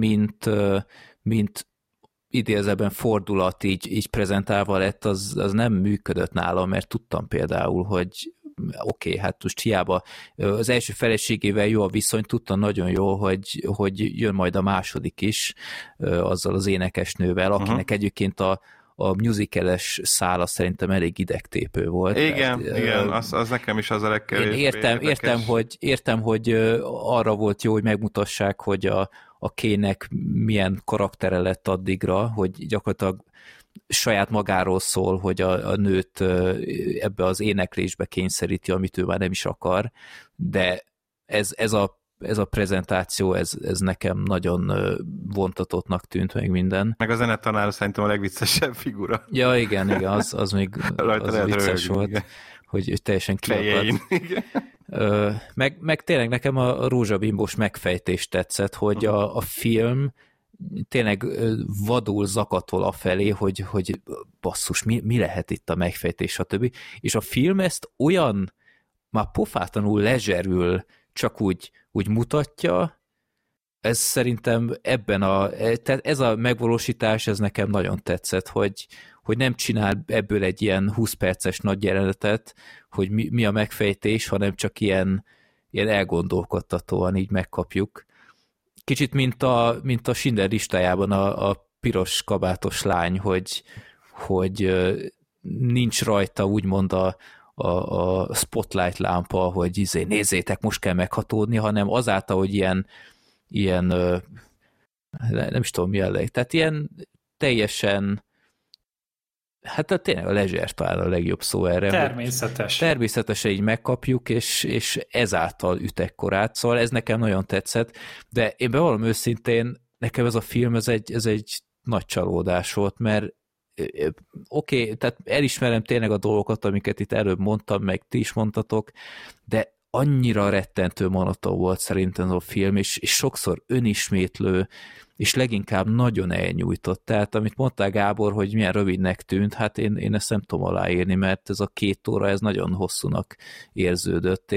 mint idézőben fordulat így prezentálva lett, az nem működött nálam, mert tudtam például, hogy oké, hát most hiába az első feleségével jó a viszony, tudta nagyon jó, hogy jön majd a második is azzal az énekesnővel, akinek egyébként a musical-es szála szerintem elég idegtépő volt. Igen, tehát, igen, az nekem is az a legkevésbé értem, hogy arra volt jó, hogy megmutassák, hogy a Kane-nek milyen karaktere lett addigra, hogy gyakorlatilag saját magáról szól, hogy a nőt ebbe az éneklésbe kényszeríti, amit ő már nem is akar, de ez a prezentáció, ez nekem nagyon vontatottnak tűnt meg minden. Meg a zenetanár szerintem a legviccesebb figura. Ja, igen, az még az vicces volt, igen. Hogy teljesen kiakadt. Meg tényleg nekem a rózsabimbós megfejtés tetszett, hogy a film tényleg vadul zakatol afelé, hogy basszus, mi lehet itt a megfejtés, stb. És a film ezt olyan már pofátlanul lezserül csak úgy mutatja, ez szerintem tehát ez a megvalósítás, ez nekem nagyon tetszett, hogy nem csinál ebből egy ilyen 20 perces nagy jelenetet, hogy mi a megfejtés, hanem csak ilyen ilyen elgondolkodtatóan így megkapjuk. Kicsit, mint a Schindler listájában a piros kabátos lány, hogy nincs rajta úgymond a spotlight lámpa, hogy nézzétek, most kell meghatódni, hanem azáltal, hogy ilyen nem is tudom mi a tehát ilyen teljesen hát tényleg a leisure talán a legjobb szó erre. Természetes. Természetesen így megkapjuk, és ezáltal üt ekkorát, szóval ez nekem nagyon tetszett, de én bevallom őszintén, nekem ez a film, ez egy nagy csalódás volt, mert oké, tehát elismerem tényleg a dolgokat, amiket itt előbb mondtam, meg ti is mondtatok, de annyira rettentő monoton volt szerintem a film, és sokszor önismétlő, és leginkább nagyon elnyújtott. Tehát amit mondtál, Gábor, hogy milyen rövidnek tűnt, hát én ezt nem tudom aláírni, mert ez a 2 óra, ez nagyon hosszúnak érződött,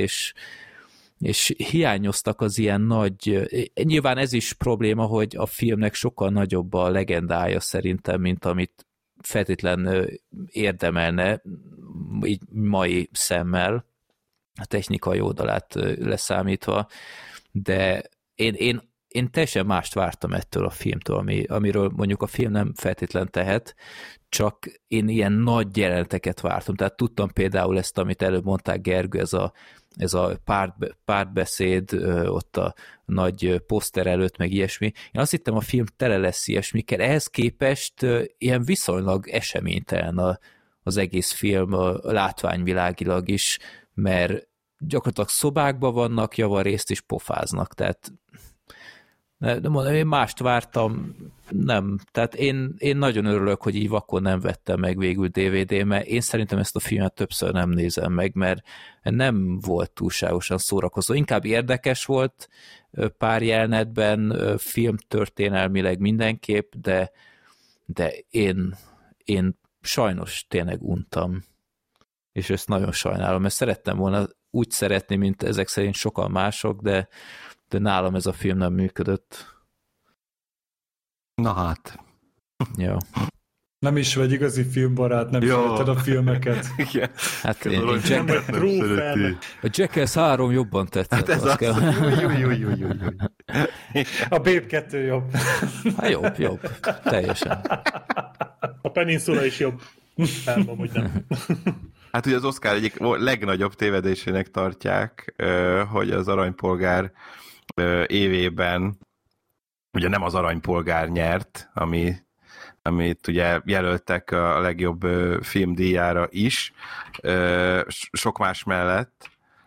és hiányoztak az ilyen nagy... Nyilván ez is probléma, hogy a filmnek sokkal nagyobb a legendája szerintem, mint amit feltétlen érdemelne így mai szemmel, a technikai oldalát leszámítva, de én teljesen mást vártam ettől a filmtől, amiről mondjuk a film nem feltétlen tehet, csak én ilyen nagy jeleneteket vártam. Tehát tudtam például ezt, amit előbb mondták, Gergő, ez a pártbeszéd ott a nagy poszter előtt, meg ilyesmi. Én azt hittem, a film tele lesz ilyesmikkel. Ehhez képest ilyen viszonylag eseménytelen az egész film látványvilágilag is, mert gyakorlatilag szobákban vannak, javarészt is pofáznak, tehát de mondom, én mást vártam, nem. Tehát én nagyon örülök, hogy így vakon nem vettem meg végül DVD, mert én szerintem ezt a filmet többször nem nézem meg, mert nem volt túlságosan szórakozó. Inkább érdekes volt pár jelenetben, filmtörténelmileg mindenképp, de én sajnos tényleg untam. És ezt nagyon sajnálom, mert szerettem volna úgy szeretni, mint ezek szerint sokan mások, de nálam ez a film nem működött. Na hát. Jó. Nem is vagy igazi filmbarát, nem szereted a filmeket. Igen. Hát én a Jackass 3 jobban tetszett. Hát ez az. A Babe 2 jobb. Hát jobb. Teljesen. A Peninsula is jobb. Nem, amúgy nem. Hát ugye az Oscar egyik legnagyobb tévedésének tartják, hogy az Aranypolgár évében ugye nem az Aranypolgár nyert, amit ugye jelöltek a legjobb filmdíjára is, sok más mellett,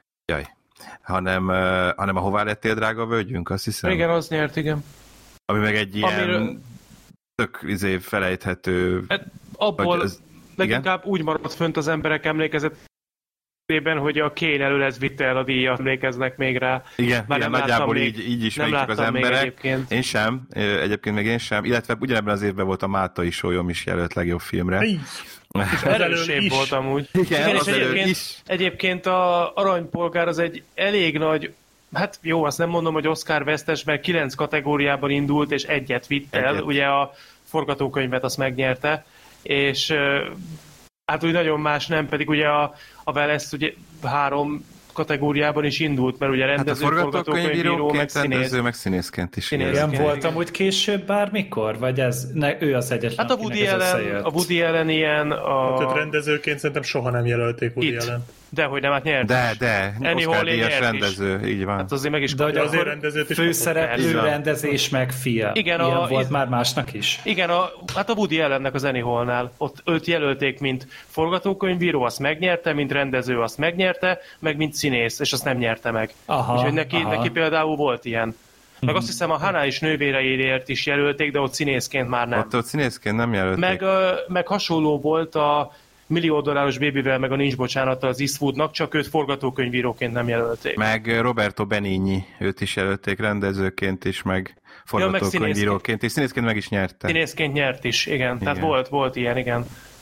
hanem a Hová lettél, drága völgyünk, azt hiszem. Igen, az nyert, igen. Ami meg egy ilyen tök felejthető... Hát abból leginkább úgy maradt fönt az emberek emlékezetében, hogy a Kane elől ez vitte el a díjat, emlékeznek még rá. Igen, nagyjából így ismerik az emberek. Én sem, egyébként még én sem, illetve ugyanebben az évben volt a Mátai Sólyom is jelölt legjobb filmre. És erősebb volt amúgy. Igen, és egyébként a Aranypolgár az egy elég nagy, hát jó, azt nem mondom, hogy Oscar vesztes, mert 9 kategóriában indult, és egyet vitt el. Ugye a forgatókönyvet azt megnyerte, és hát úgy nagyon más nem, pedig ugye a Welles ugye 3 kategóriában is indult, mert ugye rendező, hát forgatókönyvíró, meg színész. Rendező, meg színészként is. Igen, voltam úgy később bármikor? Vagy ő az egyetlen, hát a Woody Allen ilyen... Tehát rendezőként szerintem soha nem jelölték Woody Allen. Dehogy nem, hát nyert. De. Oscar-díjas rendező, így van. Hát azért meg is de hogy azért rendezőt is főszereplő, rendezés, meg film. Igen, ilyen volt már másnak is. Igen, hát a Woody Allennek az Annie Hall-nál. Ott őt jelölték, mint forgatókönyvíró, azt megnyerte, mint rendező, azt megnyerte, meg mint színész, és azt nem nyerte meg. Úgyhogy neki például volt ilyen. Meg azt hiszem a Hannah és nővéreiért is jelölték, de ott színészként már nem. Ott színészként nem jelölték. Meg hasonló volt a $1 millió Babyvel, meg a Nincs bocsánata az Eastwoodnak, csak őt forgatókönyvíróként nem jelölték. Meg Roberto Benigni, őt is jelölték rendezőként is, meg forgatókönyvíróként, és színészként meg is nyerte. Színészként nyert is, igen. Tehát volt ilyen, igen.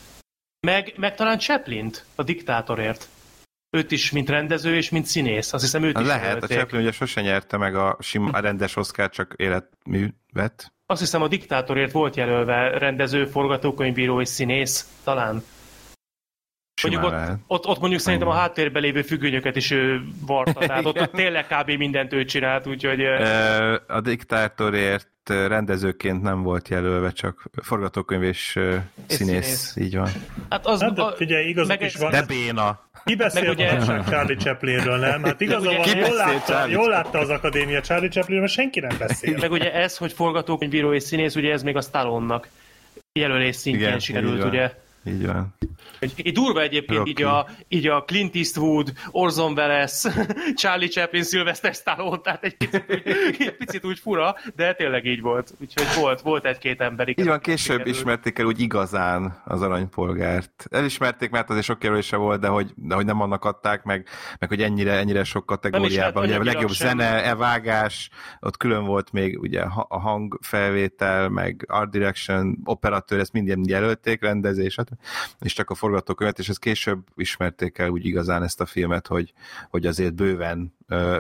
Meg talán Chaplint, a Diktátorért. Őt is, mint rendező és mint színész. Azt hiszem, őt is lehet, jelölték. A Chaplin ugye sose nyerte meg a rendes Oscar, csak életművet. Azt hiszem, a Diktátorért volt jelölve rendező, forgatókönyvíró és színész, talán. Mondjuk ott mondjuk szerintem a háttérben lévő függönyöket is ő varta, tehát ott tényleg kb. Mindent ő csinált, úgyhogy... A diktátorért rendezőként nem volt jelölve, csak forgatókönyv és színész, így van. Hát figyelj, igazuk is van. De béna. Ki beszél ugye Charlie Chaplinről, nem? Hát igazából jól látta az akadémia Charlie Chaplinről, mert senki nem beszél. Meg ugye ez, hogy forgatókönyvíró és színész, ugye ez még a Stallone-nak jelölés szintjén sikerült, ugye? Így van. Így durva egyébként így a Clint Eastwood, Orson Welles, Charlie Chaplin, Sylvester Stallone, tehát egy picit úgy fura, de tényleg így volt. Úgyhogy volt egy-két ember. Így van, később ismerték el úgy igazán az aranypolgárt. Elismerték, mert azért sok jelölése volt, de hogy nem annak adták, meg hogy ennyire sok kategóriában. Ugye a legjobb zene, vágás, ott külön volt még ugye a hangfelvétel, meg art direction, operatőr, ezt mind jelölték, rendezés, és csak a forgatókönyvet, és ezt később ismerték el úgy igazán ezt a filmet, hogy azért bőven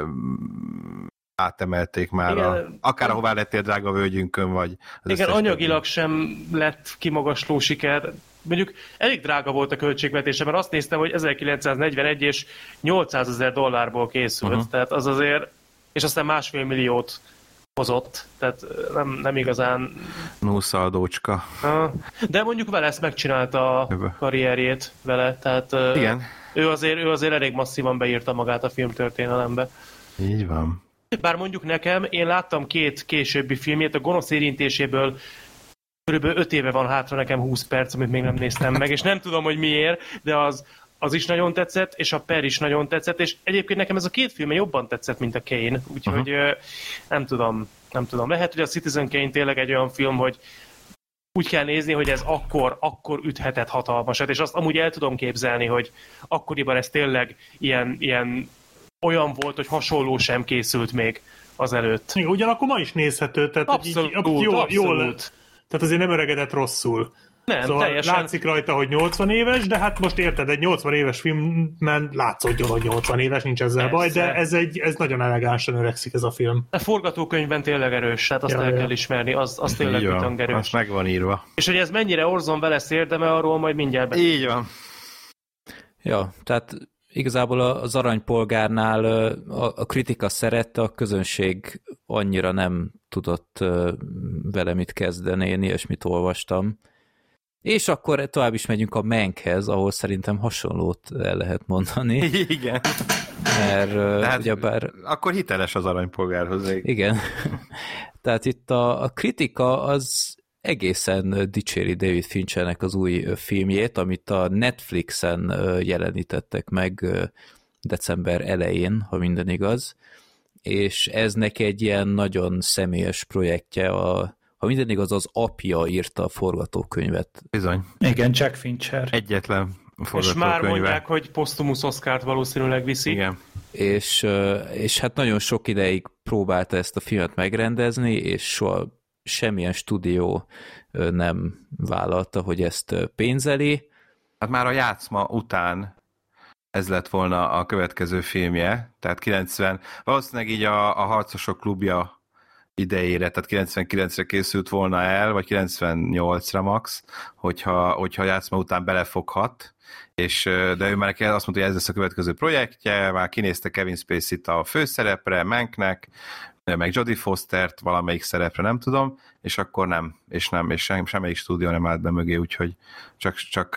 átemelték már, akár ahová lettél drága völgyünkön, vagy... Igen, anyagilag sem lett kimagasló siker. Mondjuk elég drága volt a költségvetése, mert azt néztem, hogy 1941 és $800,000 készült, tehát az azért, és aztán $1,5 milliót hozott, tehát nem igazán... Nószaldócska. De mondjuk vele ezt megcsinálta a karrierjét vele, tehát igen. Ő azért elég masszívan beírta magát a filmtörténelembe. Így van. Bár mondjuk nekem, én láttam 2 későbbi filmjét, a Gonosz érintéséből körülbelül 5 éve van hátra nekem 20 perc, amit még nem néztem meg, és nem tudom, hogy miért, de az is nagyon tetszett, és a Per is nagyon tetszett, és egyébként nekem ez a 2 film jobban tetszett, mint a Kane, úgyhogy nem tudom. Lehet, hogy a Citizen Kane tényleg egy olyan film, hogy úgy kell nézni, hogy ez akkor üthetett hatalmasat, és azt amúgy el tudom képzelni, hogy akkoriban ez tényleg ilyen olyan volt, hogy hasonló sem készült még azelőtt. Igen, ugyanakkor ma is nézhető, tehát abszolút. Tehát azért nem öregedett rosszul. Nem, szóval teljesen. látszik rajta, hogy 80 éves, de hát most érted, egy 80 éves filmben látszódjon, hogy 80 éves, nincs ezzel baj, de ez nagyon elegánsan öregszik ez a film. A forgatókönyvben tényleg erős, hát azt el kell ismerni, az tényleg bitang erős. Azt meg van írva. És hogy ez mennyire Orson Welles érdeme, arról majd mindjárt beszélünk. Így van. Ja, tehát igazából az Aranypolgárnál a kritika szerette, a közönség annyira nem tudott vele mit kezdeni, én ilyesmit olvastam. És akkor tovább is megyünk a Mankhez, ahol szerintem hasonlót el lehet mondani. Igen. Mert hát, ugyebár... Akkor hiteles az Aranypolgárhoz. Igen. Tehát itt a kritika az egészen dicséri David Finchernek az új filmjét, amit a Netflixen jelenítettek meg december elején, ha minden igaz, és ez neki egy ilyen nagyon személyes projektje, ha minden igaz, az apja írta a forgatókönyvet. Bizony. Igen, Jack Fincher. Egyetlen forgatókönyve. És már mondják, hogy posztumusz Oscart valószínűleg viszi. Igen. És hát nagyon sok ideig próbálta ezt a filmet megrendezni, és soha semmilyen stúdió nem vállalta, hogy ezt pénzeli. Hát már a Játszma után ez lett volna a következő filmje, tehát 90, valószínűleg így a Harcosok klubja idejére, tehát 99-re készült volna el, vagy 98-ra max, hogyha Játszma után belefoghat, de ő már azt mondta, hogy ez lesz a következő projektje, már kinézte Kevin Spacey-t a főszerepre, Manknek, meg Jodie Fostert valamelyik szerepre, nem tudom, és akkor nem, és semmelyik stúdió nem állt be mögé, úgyhogy csak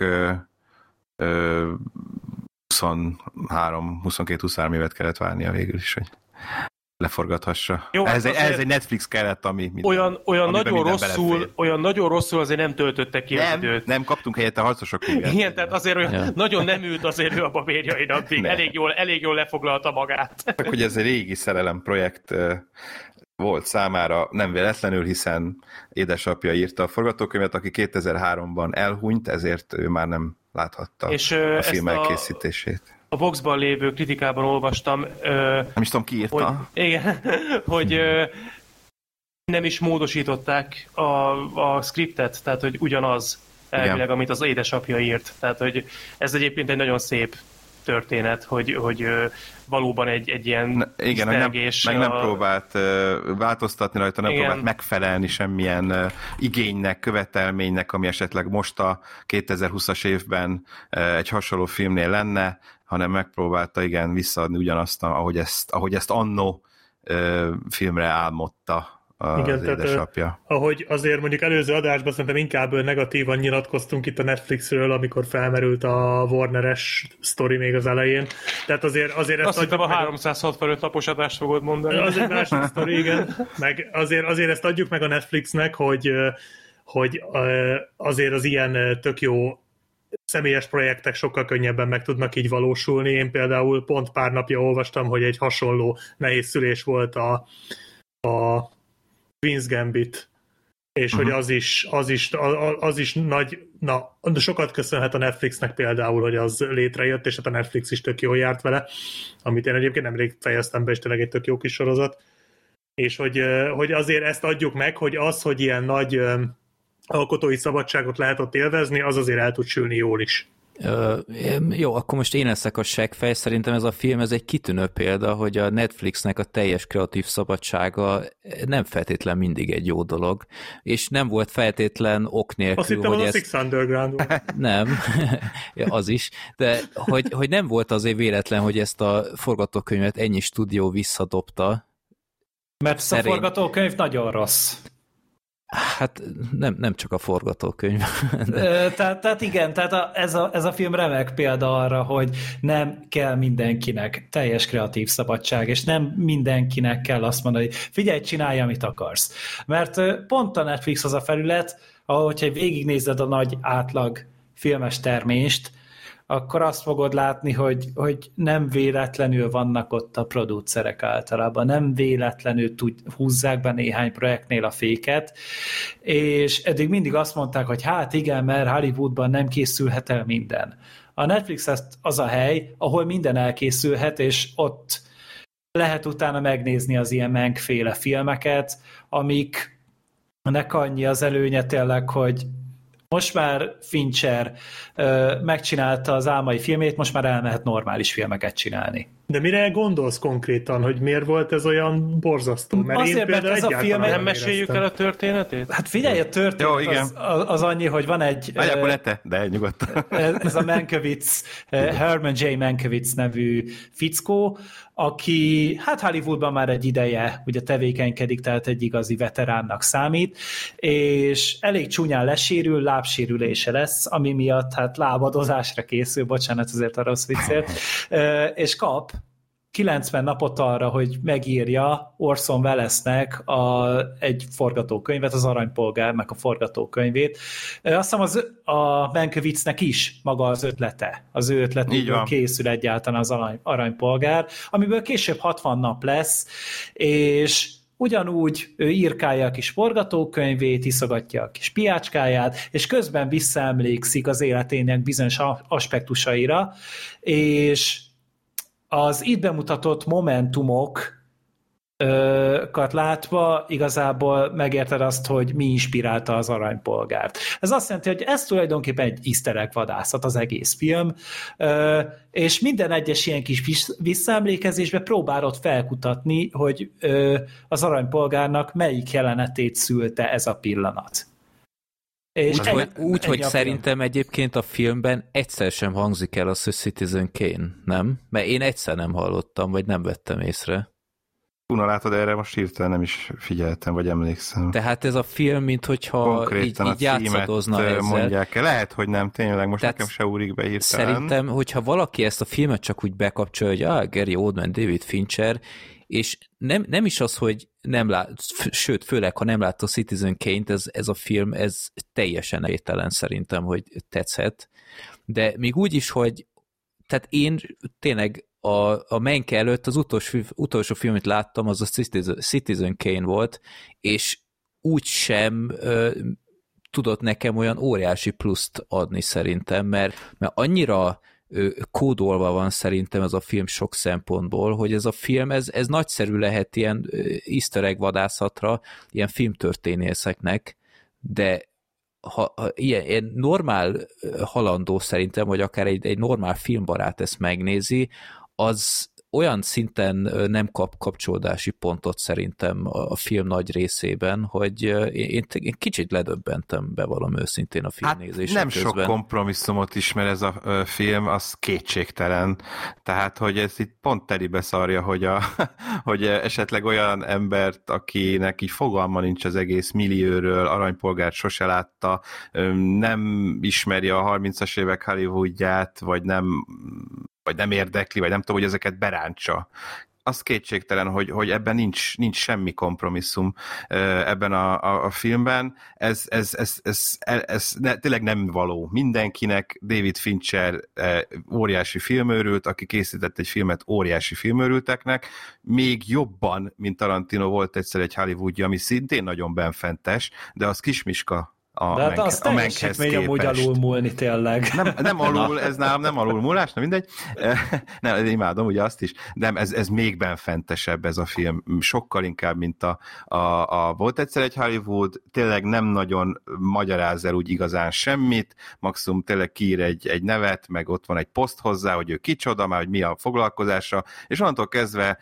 22-23 évet kellett várnia végül is, hogy leforgathassa. Jó, ez egy Netflix kellett, ami olyan nagyon rosszul azért nem töltöttek ki az időt. Nem kaptunk helyette Harcosok klubját. Igen, tehát azért nagyon nem ült azért ő a babérjain addig. Elég jól lefoglalta magát. Csak hogy ez egy régi szerelem projekt volt számára, nem véletlenül, hiszen édesapja írta a forgatókönyvet, aki 2003-ban elhunyt, ezért ő már nem láthatta a film elkészítését. A Voxban lévő kritikában olvastam, nem is tudom, ki írta. Hogy nem is módosították a scriptet, tehát hogy ugyanaz elvileg, amit az édesapja írt. Tehát, hogy ez egyébként egy nagyon szép történet, hogy valóban egy ilyen igen, nem próbált változtatni rajta, nem próbált megfelelni semmilyen igénynek, követelménynek, ami esetleg most a 2020-as évben egy hasonló filmnél lenne, hanem megpróbálta igen visszaadni ugyanazt, ahogy ezt annó filmre álmodta az édesapja. Ahogy azért mondjuk előző adásban szerintem inkább negatívan nyilatkoztunk itt a Netflixről, amikor felmerült a Warner-es sztori még az elején. Tehát azért azt hittem a 365 napos adást fogod mondani. Az egy másik sztori, igen. Meg azért ezt adjuk meg a Netflixnek, hogy azért az ilyen tök jó személyes projektek sokkal könnyebben meg tudnak így valósulni. Én például pont pár napja olvastam, hogy egy hasonló nehéz szülés volt a Queen's Gambit, és hogy az is nagy, sokat köszönhet a Netflixnek például, hogy az létrejött, és hát a Netflix is tök jól járt vele, amit én egyébként nemrég fejeztem be, és tényleg egy tök jó kis sorozat. És hogy azért ezt adjuk meg, hogy ilyen nagy alkotói szabadságot lehet ott élvezni, az azért el tud sülni jól is. Jó, akkor most én leszek a seggfej, szerintem ez a film, ez egy kitűnő példa, hogy a Netflixnek a teljes kreatív szabadsága nem feltétlen mindig egy jó dolog, és nem volt feltétlen ok nélkül, azt hittem, hogy ez... Six Underground. Nem, az is, de hogy nem volt azért véletlen, hogy ezt a forgatókönyvet ennyi stúdió visszadobta. Mert a forgatókönyv nagyon rossz. Hát nem csak a forgatókönyv. Tehát igen, tehát ez a film remek példa arra, hogy nem kell mindenkinek teljes kreatív szabadság, és nem mindenkinek kell azt mondani, hogy figyelj, csinálj, amit akarsz. Mert pont a Netflix az a felület, ahogyha végignézed a nagy átlag filmes termést, akkor azt fogod látni, hogy nem véletlenül vannak ott a producerek általában, nem véletlenül húzzák be néhány projektnél a féket, és eddig mindig azt mondták, hogy hát igen, mert Hollywoodban nem készülhet el minden. A Netflix az a hely, ahol minden elkészülhet, és ott lehet utána megnézni az ilyen Mank-féle filmeket, amiknek annyi az előnye tényleg, hogy most már Fincher megcsinálta az álmai filmét, most már elmehet normális filmeket csinálni. De mire gondolsz konkrétan, hogy miért volt ez olyan borzasztó? Mert azért, mert ez a film... Nem meséljük el a történetét? Hát figyelj, a történet az annyi, hogy van egy... Akkor lette, de nyugodtan. Ez a Mankiewicz, Herman J. Mankiewicz nevű fickó, aki hát Hollywoodban már egy ideje ugye tevékenykedik, tehát egy igazi veteránnak számít, és elég csúnyán lesérül, lábsérülése lesz, ami miatt hát lábadozásra készül, bocsánat azért a rossz viccért, és kap 90 napot arra, hogy megírja Orson Wellesnek egy forgatókönyvet, az Aranypolgárnak a forgatókönyvét. Azt hiszem a Mankiewicznek is maga az ötlete. Az ő ötletéből készül egyáltalán az Aranypolgár, amiből később 60 nap lesz, és ugyanúgy ő írkálja a kis forgatókönyvét, iszogatja a kis piácskáját, és közben visszaemlékszik az életének bizonyos aspektusaira, és az itt bemutatott momentumokat látva igazából megérted azt, hogy mi inspirálta az Aranypolgárt. Ez azt jelenti, hogy ez tulajdonképpen egy easter egg vadászat az egész film, és minden egyes ilyen kis visszaemlékezésbe próbálod felkutatni, hogy az Aranypolgárnak melyik jelenetét szülte ez a pillanat. Úgy, hogy szerintem egyébként a filmben egyszer sem hangzik el az, hogy Citizen Kane, nem? Mert én egyszer nem hallottam, vagy nem vettem észre. Una, látod, erre most hirtelen nem is figyeltem, vagy emlékszem. Tehát ez a film, minthogyha így játszadozna ezzel. Mondják el. Lehet, hogy nem, tényleg, most nekem se úrik be hirtelen. Szerintem, hogyha valaki ezt a filmet csak úgy bekapcsolja, hogy Gary Oldman, David Fincher, és nem is az, hogy nem lát, sőt, főleg, ha nem látta a Citizen Kane-t, ez a film, ez teljesen vételen szerintem, hogy tetszett. De még úgy is, hogy tehát én tényleg a Mank előtt az utolsó filmet láttam, az a Citizen Kane volt, és úgy sem tudott nekem olyan óriási pluszt adni szerintem, mert annyira kódolva van szerintem ez a film sok szempontból, hogy ez a film, ez nagyszerű lehet ilyen easter egg vadászatra, ilyen filmtörténészeknek, de ilyen normál halandó szerintem, vagy akár egy normál filmbarát ezt megnézi, az olyan szinten nem kap kapcsolódási pontot szerintem a film nagy részében, hogy én kicsit ledöbbentem, bevallom őszintén a filmnézése nem közben. Sok kompromisszumot ismer ez a film, az kétségtelen. Tehát, hogy ez itt pont telibe szarja, hogy esetleg olyan embert, akinek így fogalma nincs az egész millióről, aranypolgárt sose látta, nem ismeri a 30-as évek Hollywoodját, vagy nem érdekli, vagy nem tudom, hogy ezeket berántsa. Az kétségtelen, hogy ebben nincs semmi kompromisszum ebben a filmben. Ez tényleg nem való. Mindenkinek David Fincher óriási filmőrült, aki készített egy filmet óriási filmőrülteknek, még jobban, mint Tarantino volt egyszer egy Hollywoodja, ami szintén nagyon benfentes, de az kismiska de hát az teljesítmény amúgy alulmúlni tényleg. Nem alul, ez nálam nem alulmúlás, nem mindegy. Nem, imádom ugye azt is, de ez még benfentesebb ez a film. Sokkal inkább, mint a volt egyszer egy Hollywood, tényleg nem nagyon magyaráz el úgy igazán semmit, maximum tényleg kiír egy nevet, meg ott van egy poszt hozzá, hogy ő kicsoda, már hogy mi a foglalkozása, és onnantól kezdve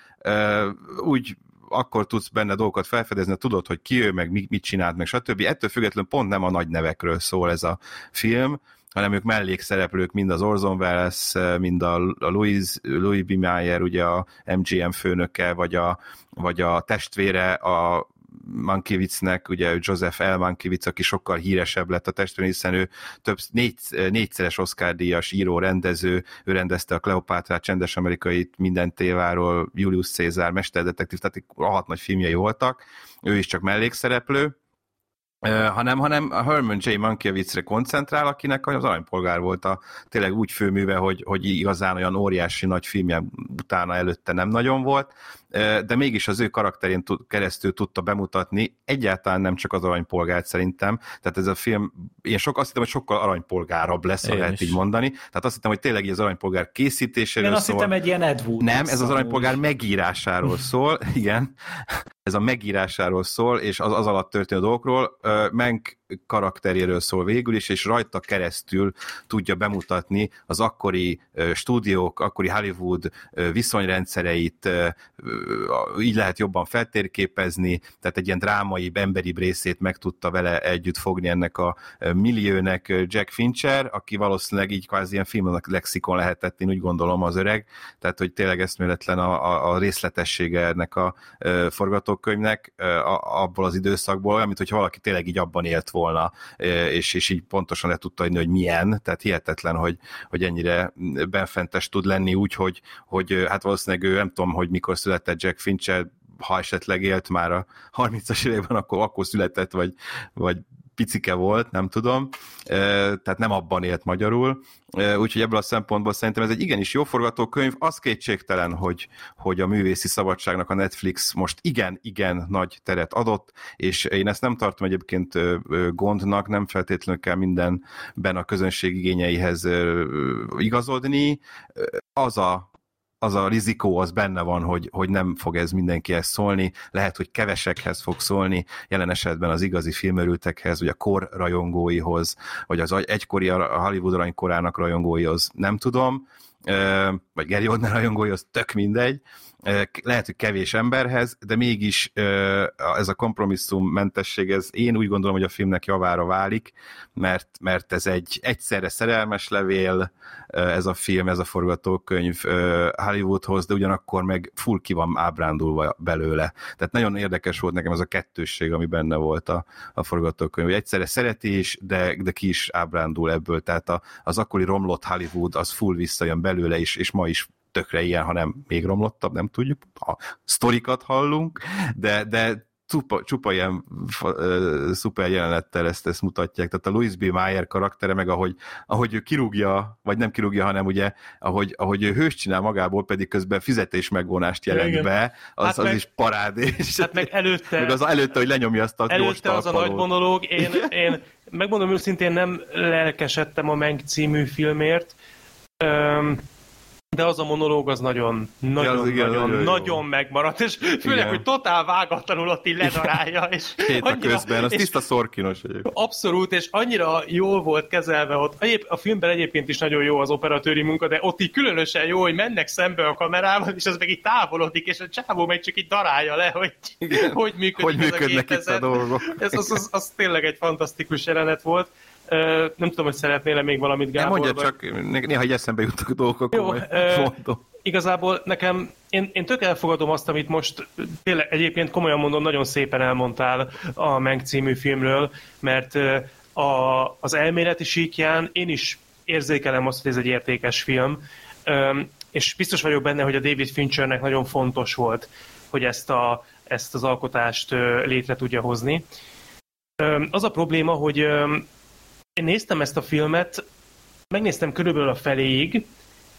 úgy akkor tudsz benne dolgokat felfedezni, tudod, hogy ki ő, meg mit csinált, meg stb. Ettől függetlenül pont nem a nagy nevekről szól ez a film, hanem ők mellékszereplők, mind az Orson Welles, mind a Louis B. Mayer, ugye a MGM főnöke, vagy a testvére a Mankiewicznek, ugye Joseph L. Mankiewicz, aki sokkal híresebb lett a testvére, hiszen ő négyszeres Oscar-díjas író, rendező, ő rendezte a Kleopátrát, Csendes amerikait, Minden téváról, Julius Caesar, Mesterdetektív, tehát rohadt nagy filmjei voltak, ő is csak mellékszereplő, hanem a Herman J. Mankiewiczre koncentrál, akinek az aranypolgár volt tényleg úgy főműve, hogy igazán olyan óriási nagy filmje utána előtte nem nagyon volt, de mégis az ő karakterén keresztül tudta bemutatni egyáltalán nem csak az aranypolgárt szerintem, tehát ez a film, én azt hittem, hogy sokkal aranypolgárabb lesz, ha lehet így mondani, tehát azt hittem, hogy tényleg az aranypolgár készítéséről szól. Én azt hittem egy ilyen Ed Wood. Nem, ez az aranypolgár megírásáról szól, igen, ez a megírásáról szól, és az alatt történő dolgokról, Mank karakteréről szól végül is, és rajta keresztül tudja bemutatni az akkori stúdiók, akkori Hollywood viszonyrendszereit, így lehet jobban feltérképezni, tehát egy ilyen drámaibb, emberibb részét meg tudta vele együtt fogni ennek a milliónek Jack Fincher, aki valószínűleg így kvázi ilyen filmnek lexikon lehetett, én úgy gondolom az öreg, tehát hogy tényleg eszméletlen a részletessége ennek a forgatókönyvnek abból az időszakból, olyan, mint hogyha valaki tényleg így abban élt volna, és így pontosan le tudta adni, hogy milyen, tehát hihetetlen, hogy ennyire benfentes tud lenni úgy, hogy hát valószínűleg ő nem tudom, hogy mikor született Jack Fincher, ha esetleg élt már a 30-as években, akkor született, vagy picike volt, nem tudom, tehát nem abban élt magyarul, úgyhogy ebből a szempontból szerintem ez egy igenis jó forgatókönyv, az kétségtelen, hogy a művészi szabadságnak a Netflix most igen nagy teret adott, és én ezt nem tartom egyébként gondnak, nem feltétlenül kell mindenben a közönség igényeihez igazodni, az a rizikó az benne van, hogy nem fog ez mindenkihez szólni, lehet, hogy kevesekhez fog szólni, jelen esetben az igazi filmörültekhez, vagy a kor rajongóihoz, vagy az egykori a Hollywood aranykorának rajongóihoz, nem tudom, vagy Gary Oldman rajongóihoz, tök mindegy, lehet, hogy kevés emberhez, de mégis ez a kompromisszummentesség, ez én úgy gondolom, hogy a filmnek javára válik, mert ez egy egyszerre szerelmes levél, ez a film, ez a forgatókönyv Hollywoodhoz, de ugyanakkor meg full ki van ábrándulva belőle. Tehát nagyon érdekes volt nekem ez a kettősség, ami benne volt a forgatókönyv, hogy egyszerre szereti is, de ki is ábrándul ebből, tehát az akkori romlott Hollywood, az full visszajön belőle is, és ma is tökre ilyen, hanem még romlottabb, nem tudjuk, a sztorikat hallunk, de csupa ilyen szuper jelenettel ezt mutatják, tehát a Louis B. Mayer karaktere, meg ahogy ő kirúgja, vagy nem kirúgja, hanem ugye, ahogy ő hős csinál magából, pedig közben fizetésmegvonást jelent be, az is parádés. Hát meg előtte... meg az előtte, hogy lenyomja azt a gyors talpalót. Az a nagy monológ, én megmondom őszintén, nem lelkesedtem a Mank című filmért, de az a monológ az nagyon megmaradt, és főleg, hogy totál vágatlanul ott így ledarálja, és annyira, közben, az tiszta szorkinos egyébként. Abszolút, és annyira jól volt kezelve ott. A filmben egyébként is nagyon jó az operatőri munka, de ott így különösen jó, hogy mennek szembe a kamerával, és az meg így távolodik, és a csávó meg csak így darálja le, hogy működnek itt a dolgok. Az tényleg egy fantasztikus jelenet volt. Nem tudom, hogy szeretnél még valamit, Gábor? Nem mondja, csak néha így eszembe jutnak a dolgok. Jó, igazából nekem, én tök elfogadom azt, amit most tényleg egyébként komolyan mondom, nagyon szépen elmondtál a Mank című filmről, mert az elméleti síkján én is érzékelem azt, hogy ez egy értékes film, és biztos vagyok benne, hogy a David Finchernek nagyon fontos volt, hogy ezt az alkotást létre tudja hozni. Az a probléma, hogy én néztem ezt a filmet, megnéztem körülbelül a feléig,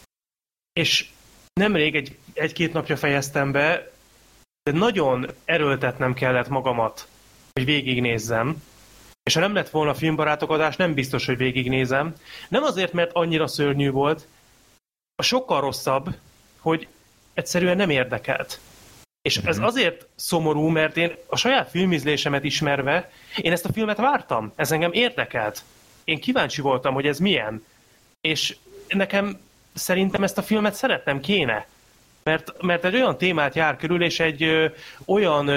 és nemrég egy-két napja fejeztem be, de nagyon erőltetnem kellett magamat, hogy végignézzem. És ha nem lett volna filmbarátok adás, nem biztos, hogy végignézem. Nem azért, mert annyira szörnyű volt, a sokkal rosszabb, hogy egyszerűen nem érdekelt. És ez azért szomorú, mert én a saját filmízlésemet ismerve, én ezt a filmet vártam, ez engem érdekelt. Én kíváncsi voltam, hogy ez milyen. És nekem szerintem ezt a filmet szeretnem kéne. Mert egy olyan témát jár körül, és egy olyan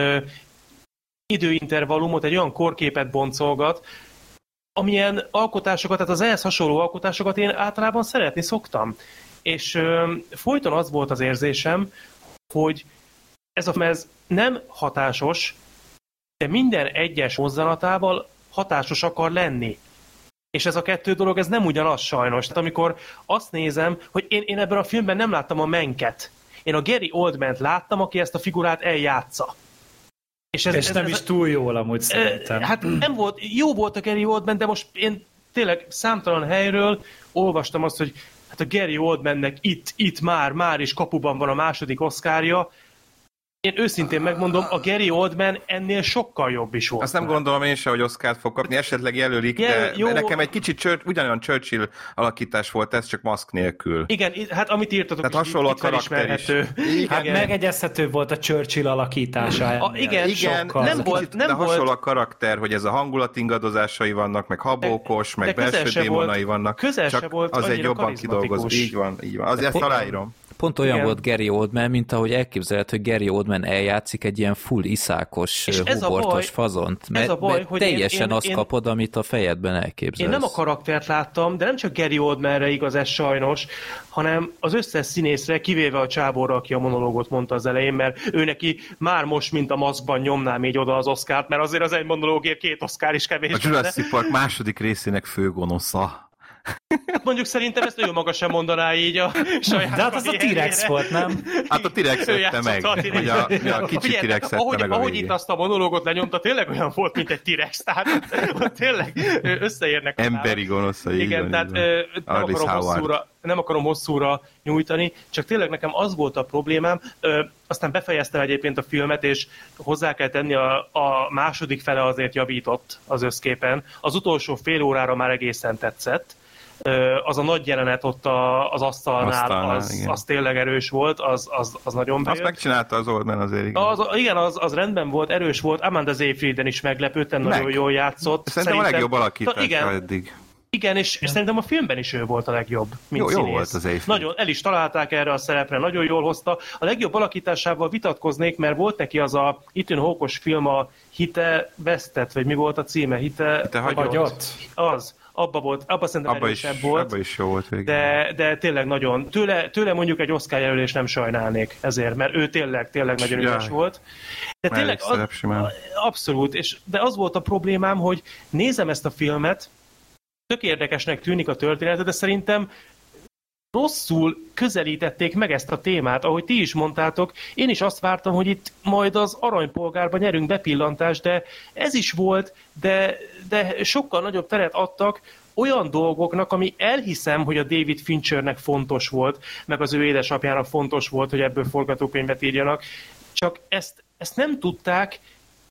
időintervallumot, egy olyan korképet boncolgat, amilyen alkotásokat, tehát az ehhez hasonló alkotásokat én általában szeretni szoktam. És folyton az volt az érzésem, hogy ez nem hatásos, de minden egyes mozzanatával hatásos akar lenni. És ez a kettő dolog, ez nem ugyanaz sajnos. Tehát amikor azt nézem, hogy én ebben a filmben nem láttam a Manket. Én a Gary Oldmant láttam, aki ezt a figurát eljátsza. És ez nem is túl jól amúgy szerintem. Hát nem volt, jó volt a Gary Oldman, de most én tényleg számtalan helyről olvastam azt, hogy hát a Gary Oldmannek itt már is kapuban van a második Oscarja. Én őszintén megmondom, a Gary Oldman ennél sokkal jobb is volt. Azt nem gondolom én se, hogy Oscart fog kapni, esetleg jelölik, de nekem egy kicsit ugyanolyan Churchill alakítás volt ez, csak maszk nélkül. Igen, hát amit írtatok, tehát hasonló a karakter is. Hát megegyezhető volt a Churchill alakítása. Igen, nem volt, de hasonló a karakter, hogy ez a hangulatingadozásai vannak, meg habókos, meg belső démonai vannak. Közel se volt az egy jobban kidolgozott. Így van. Azért ezt aláírom. Pont olyan volt Gary Oldman, mint ahogy elképzelhet, hogy Gary Oldman eljátszik egy ilyen full iszákos, hubortos fazont. Mert teljesen azt kapod, amit a fejedben elképzelsz. Én nem a karaktert láttam, de nem csak Gary Oldmanre igaz ez sajnos, hanem az összes színészre, kivéve a csáborra, aki a monológot mondta az elején, mert ő neki már most, mint a maszkban nyomnám így oda az Oscart, mert azért az egy monológért 2 Oscar is kevés. A Jurassic Park második részének főgonosza. Hát mondjuk szerintem ezt ő maga sem mondaná így a saját. De hát az a T-Rex volt, nem? Hát a T-Rex ette meg. Hogy a kicsi T-Rex ette meg a ahogy itt azt a monológot lenyomta, tényleg olyan volt, mint egy T-Rex. Tehát tényleg összeérnek. Emberi gonoszai. Igen, tehát nem akarom hosszúra nyújtani, csak tényleg nekem az volt a problémám. Aztán befejeztem egyébként a filmet, és hozzá kell tenni, a második fele azért javított az összképen. Az utolsó fél órára már egészen tetszett. Az a nagy jelenet ott az asztalnál az tényleg erős volt, az nagyon bejött. Azt megcsinálta az Oldman azért, igen. Az rendben volt, erős volt. Amanda Seyfrieden is meglepődtem, nagyon jól játszott. Szerintem a legjobb alakítása eddig. Igen, és szerintem a filmben is ő volt a legjobb, mint színész. Jó volt az Seyfried. Nagyon, el is találták erre a szerepre, nagyon jól hozta. A legjobb alakításával vitatkoznék, mert volt neki az a Ethan Hawke-os film, a Hite Vesztett, vagy mi volt a címe? Hite Hagyott. Az. Abba szerintem erősebb volt. Abba is jó volt végül. De tényleg nagyon. Tőle mondjuk egy Oscar jelölés nem sajnálnék ezért, mert ő tényleg nagyon ügyes volt. De tényleg abszolút, de az volt a problémám, hogy nézem ezt a filmet, tök érdekesnek tűnik a történet, de szerintem rosszul közelítették meg ezt a témát, ahogy ti is mondtátok. Én is azt vártam, hogy itt majd az Aranypolgárban nyerünk bepillantást, de ez is volt, de sokkal nagyobb teret adtak olyan dolgoknak, ami elhiszem, hogy a David Finchernek fontos volt, meg az ő édesapjának fontos volt, hogy ebből forgatókönyvet írjanak. Csak ezt nem tudták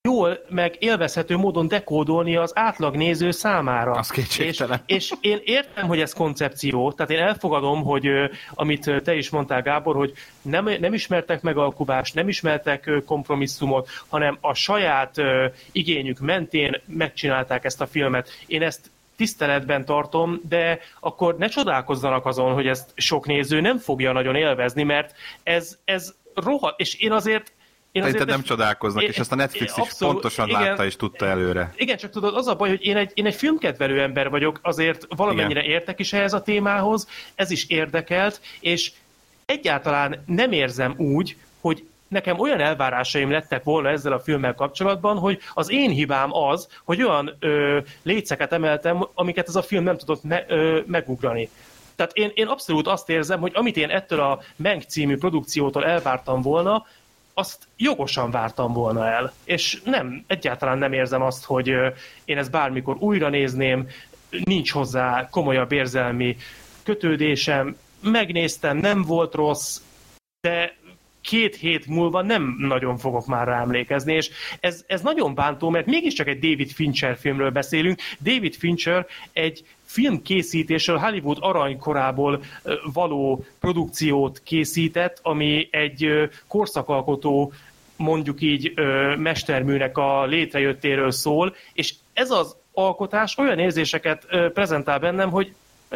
jól, meg élvezhető módon dekódolni az átlagnéző számára. Az kétségtelen. És én értem, hogy ez koncepció, tehát én elfogadom, hogy amit te is mondtál, Gábor, hogy nem ismertek megalkuvást, nem ismertek kompromisszumot, hanem a saját igényük mentén megcsinálták ezt a filmet. Én ezt tiszteletben tartom, de akkor ne csodálkozzanak azon, hogy ezt sok néző nem fogja nagyon élvezni, mert ez rohadt, és én azért nem csodálkoznak, és ezt a Netflix is abszolút, pontosan látta és tudta előre. Igen, csak tudod, az a baj, hogy én egy filmkedvelő ember vagyok, azért valamennyire értek is ehhez a témához, ez is érdekelt, és egyáltalán nem érzem úgy, hogy nekem olyan elvárásaim lettek volna ezzel a filmmel kapcsolatban, hogy az én hibám az, hogy olyan léceket emeltem, amiket ez a film nem tudott megugrani. Tehát én abszolút azt érzem, hogy amit én ettől a Mank című produkciótól elvártam volna, azt jogosan vártam volna el. És egyáltalán nem érzem azt, hogy én ezt bármikor újra nézném, nincs hozzá komolyabb érzelmi kötődésem, megnéztem, nem volt rossz, de 2 hét múlva nem nagyon fogok már rá emlékezni, és ez nagyon bántó, mert mégiscsak egy David Fincher filmről beszélünk. David Fincher egy filmkészítésről, Hollywood aranykorából való produkciót készített, ami egy korszakalkotó, mondjuk így mesterműnek a létrejöttéről szól, és ez az alkotás olyan érzéseket prezentál bennem, hogy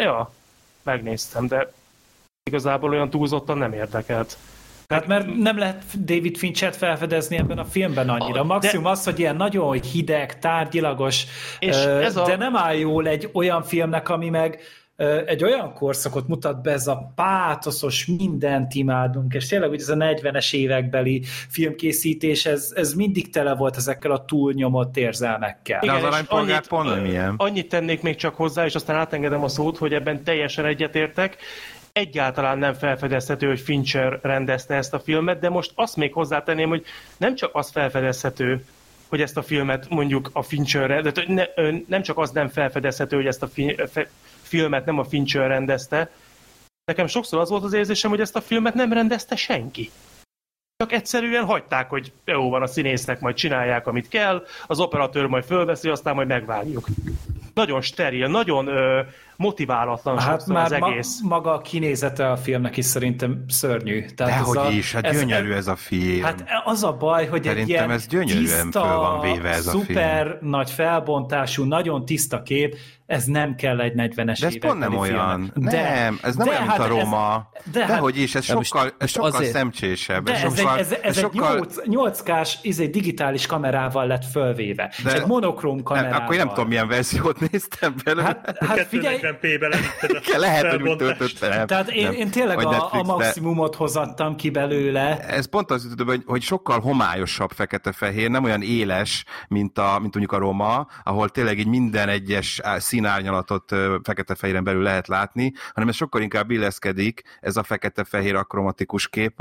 megnéztem, de igazából olyan túlzottan nem érdekelt. Hát mert nem lehet David Finchert felfedezni ebben a filmben annyira. Maximum az, hogy ilyen nagyon hideg, tárgyilagos, de nem áll jól egy olyan filmnek, ami meg egy olyan korszakot mutat be, ez a pátoszos, mindent imádunk, és tényleg, hogy ez a 40-es évekbeli filmkészítés, ez mindig tele volt ezekkel a túlnyomott érzelmekkel. De az aranypolgár pont nem ilyen. Annyit tennék még csak hozzá, és aztán átengedem a szót, hogy ebben teljesen egyetértek. Egyáltalán nem felfedezhető, hogy Fincher rendezte ezt a filmet, de most azt még hozzátenném, hogy nem csak az felfedezhető, hogy ezt a filmet mondjuk a Fincher, nem csak az nem felfedezhető, hogy ezt a filmet nem a Fincher rendezte. Nekem sokszor az volt az érzésem, hogy ezt a filmet nem rendezte senki. Csak egyszerűen hagyták, hogy jó van, a színésznek majd csinálják, amit kell, az operatőr majd fölveszi, aztán majd megvágjuk. Nagyon steril, nagyon motiválatlan sokszor az egész. Maga a kinézete a filmnek is szerintem szörnyű. Dehogy is, hát gyönyörű ez a film. Hát az a baj, hogy szerintem egy ilyen ez gyönyörűen föl van véve ez a film. Szuper nagy felbontású, nagyon tiszta kép, ez nem kell egy 40-es évekbeli De ez pont nem olyan. Nem, ez nem olyan, mint a Roma. Dehogy is, ez sokkal szemcsésebb. De ez egy 8K-s digitális kamerával lett fölvéve. És egy monokróm kamerával. Akkor én nem tudom, milyen verziót néztem belőle. Hát figyelj, lehet, hogy úgy töltöttem. Tehát én tényleg a maximumot hozattam ki belőle. Ez pont az, hogy sokkal homályosabb fekete-fehér, nem olyan éles, mint mondjuk a Roma, ahol tényleg így minden egyes színárnyalatot fekete-fehéren belül lehet látni, hanem ez sokkal inkább illeszkedik, ez a fekete-fehér akromatikus kép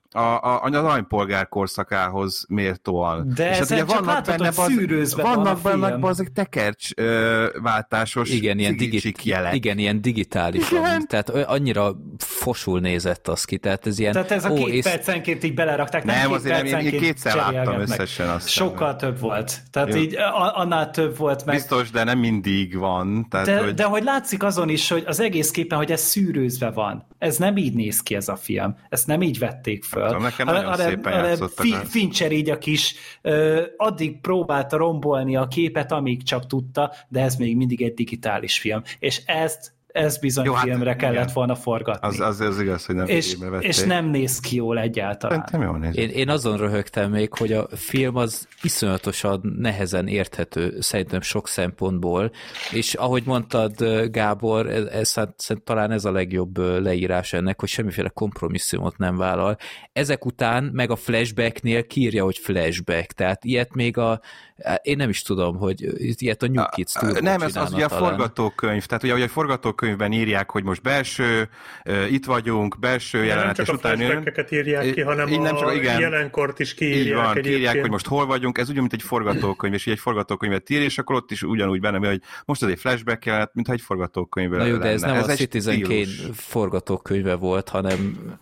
az aranypolgár korszakához méltóan. De ez csak látod, hogy szűrőzve van a film. Vannak azok tekercs váltásos jelek. Igen, ilyen digitális. Tehát annyira fosul nézett az ki. Tehát ez ilyen... Tehát ez a 2 percenként így belerakták. Nem, azért én 2-szer láttam összesen azt. Sokkal több volt. Tehát így annál több volt meg. Biztos, de nem mindig van. Tehát, de hogy látszik azon is, hogy az egész képen, hogy ez szűrőzve van. Ez nem így néz ki ez a film. Ezt nem így vették föl. Nekem nagyon szépen játszottak. Fincher így a kis addig próbálta rombolni a képet, amíg csak tudta, de ez még mindig egy digitális film. És ezt bizony jó, filmre kellett volna forgatni. Az igaz, hogy nem vették. És nem néz ki jól egyáltalán. Én azon röhögtem még, hogy a film az iszonyatosan nehezen érthető, szerintem sok szempontból, és ahogy mondtad, Gábor, talán ez a legjobb leírás ennek, hogy semmiféle kompromisszumot nem vállal. Ezek után, meg a flashbacknél kiírja, hogy flashback, tehát ilyet még én nem is tudom, hogy ilyet a New Kids túl nem, ez az ugye a forgatókönyv, tehát ugye a forgatókönyvben írják, hogy most belső, itt vagyunk, belső jelenet, és utána... Nem csak a flashbackeket írják ki, hanem jelenkort is kiírják. Így van, kiírják, hogy most hol vagyunk, ez úgy, mint egy forgatókönyv, és így egy forgatókönyvet ír, és akkor ott is ugyanúgy benne, hogy most az egy flashback jelenet, mintha egy forgatókönyv lenne. Na jó, de ez nem a Citizen Kane forgatókönyve volt, hanem...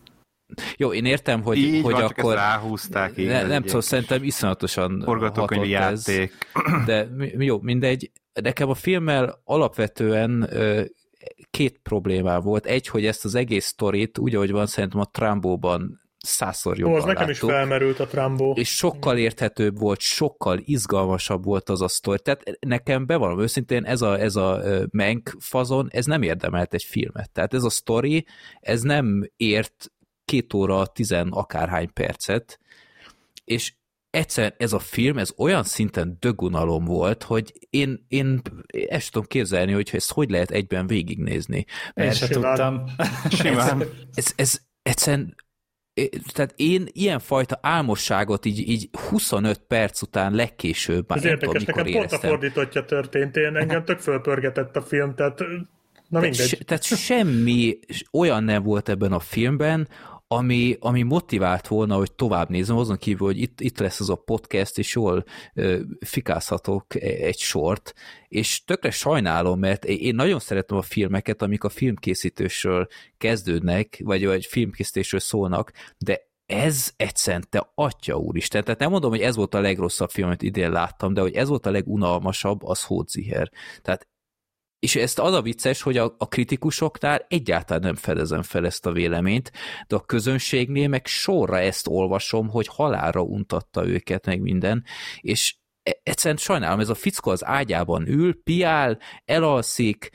Jó, én értem, hogy, így hogy van, akkor... ráhúzták. Nem tudom, szerintem iszonyatosan forgatókönyvi játék. De jó, mindegy. Nekem a filmmel alapvetően két problémám volt. Egy, hogy ezt az egész sztorit, úgy, ahogy van, szerintem a Trumbo-ban 100-szor jobban az nekem láttuk. is felmerült a Trumbo. És sokkal érthetőbb volt, sokkal izgalmasabb volt az a sztori. Tehát nekem bevallom őszintén, ez a Mank fazon, ez nem érdemelt egy filmet. Tehát ez a sztori, ez nem ért 2 óra 10 akárhány percet, és egyszerűen ez a film, ez olyan szinten dögunalom volt, hogy én ezt tudom képzelni, hogy ezt hogy lehet egyben végignézni. Én se tudtam. Simán. Ez egyszerűen, tehát én ilyenfajta álmosságot így 25 perc után legkésőbb már ez érdekes, nekem pont a fordítottja történt, engem tök fölpörgetett a film, tehát na mindegy. Tehát semmi olyan nem volt ebben a filmben, ami motivált volna, hogy tovább nézem, azon kívül, hogy itt lesz az a podcast, és jól fikázhatok egy sort, és tökre sajnálom, mert én nagyon szeretem a filmeket, amik a filmkészítésről kezdődnek, vagy filmkészítésről szólnak, de ez egyszerűen, te atya úristen. Tehát nem mondom, hogy ez volt a legrosszabb film, amit idén láttam, de hogy ez volt a legunalmasabb, az Hódziher. Tehát és ezt az a vicces, hogy a kritikusoknál egyáltalán nem fedezem fel ezt a véleményt, de a közönségnél meg sorra ezt olvasom, hogy halálra untatta őket, meg minden, és egyszerűen sajnálom, ez a fickó az ágyában ül, piál, elalszik,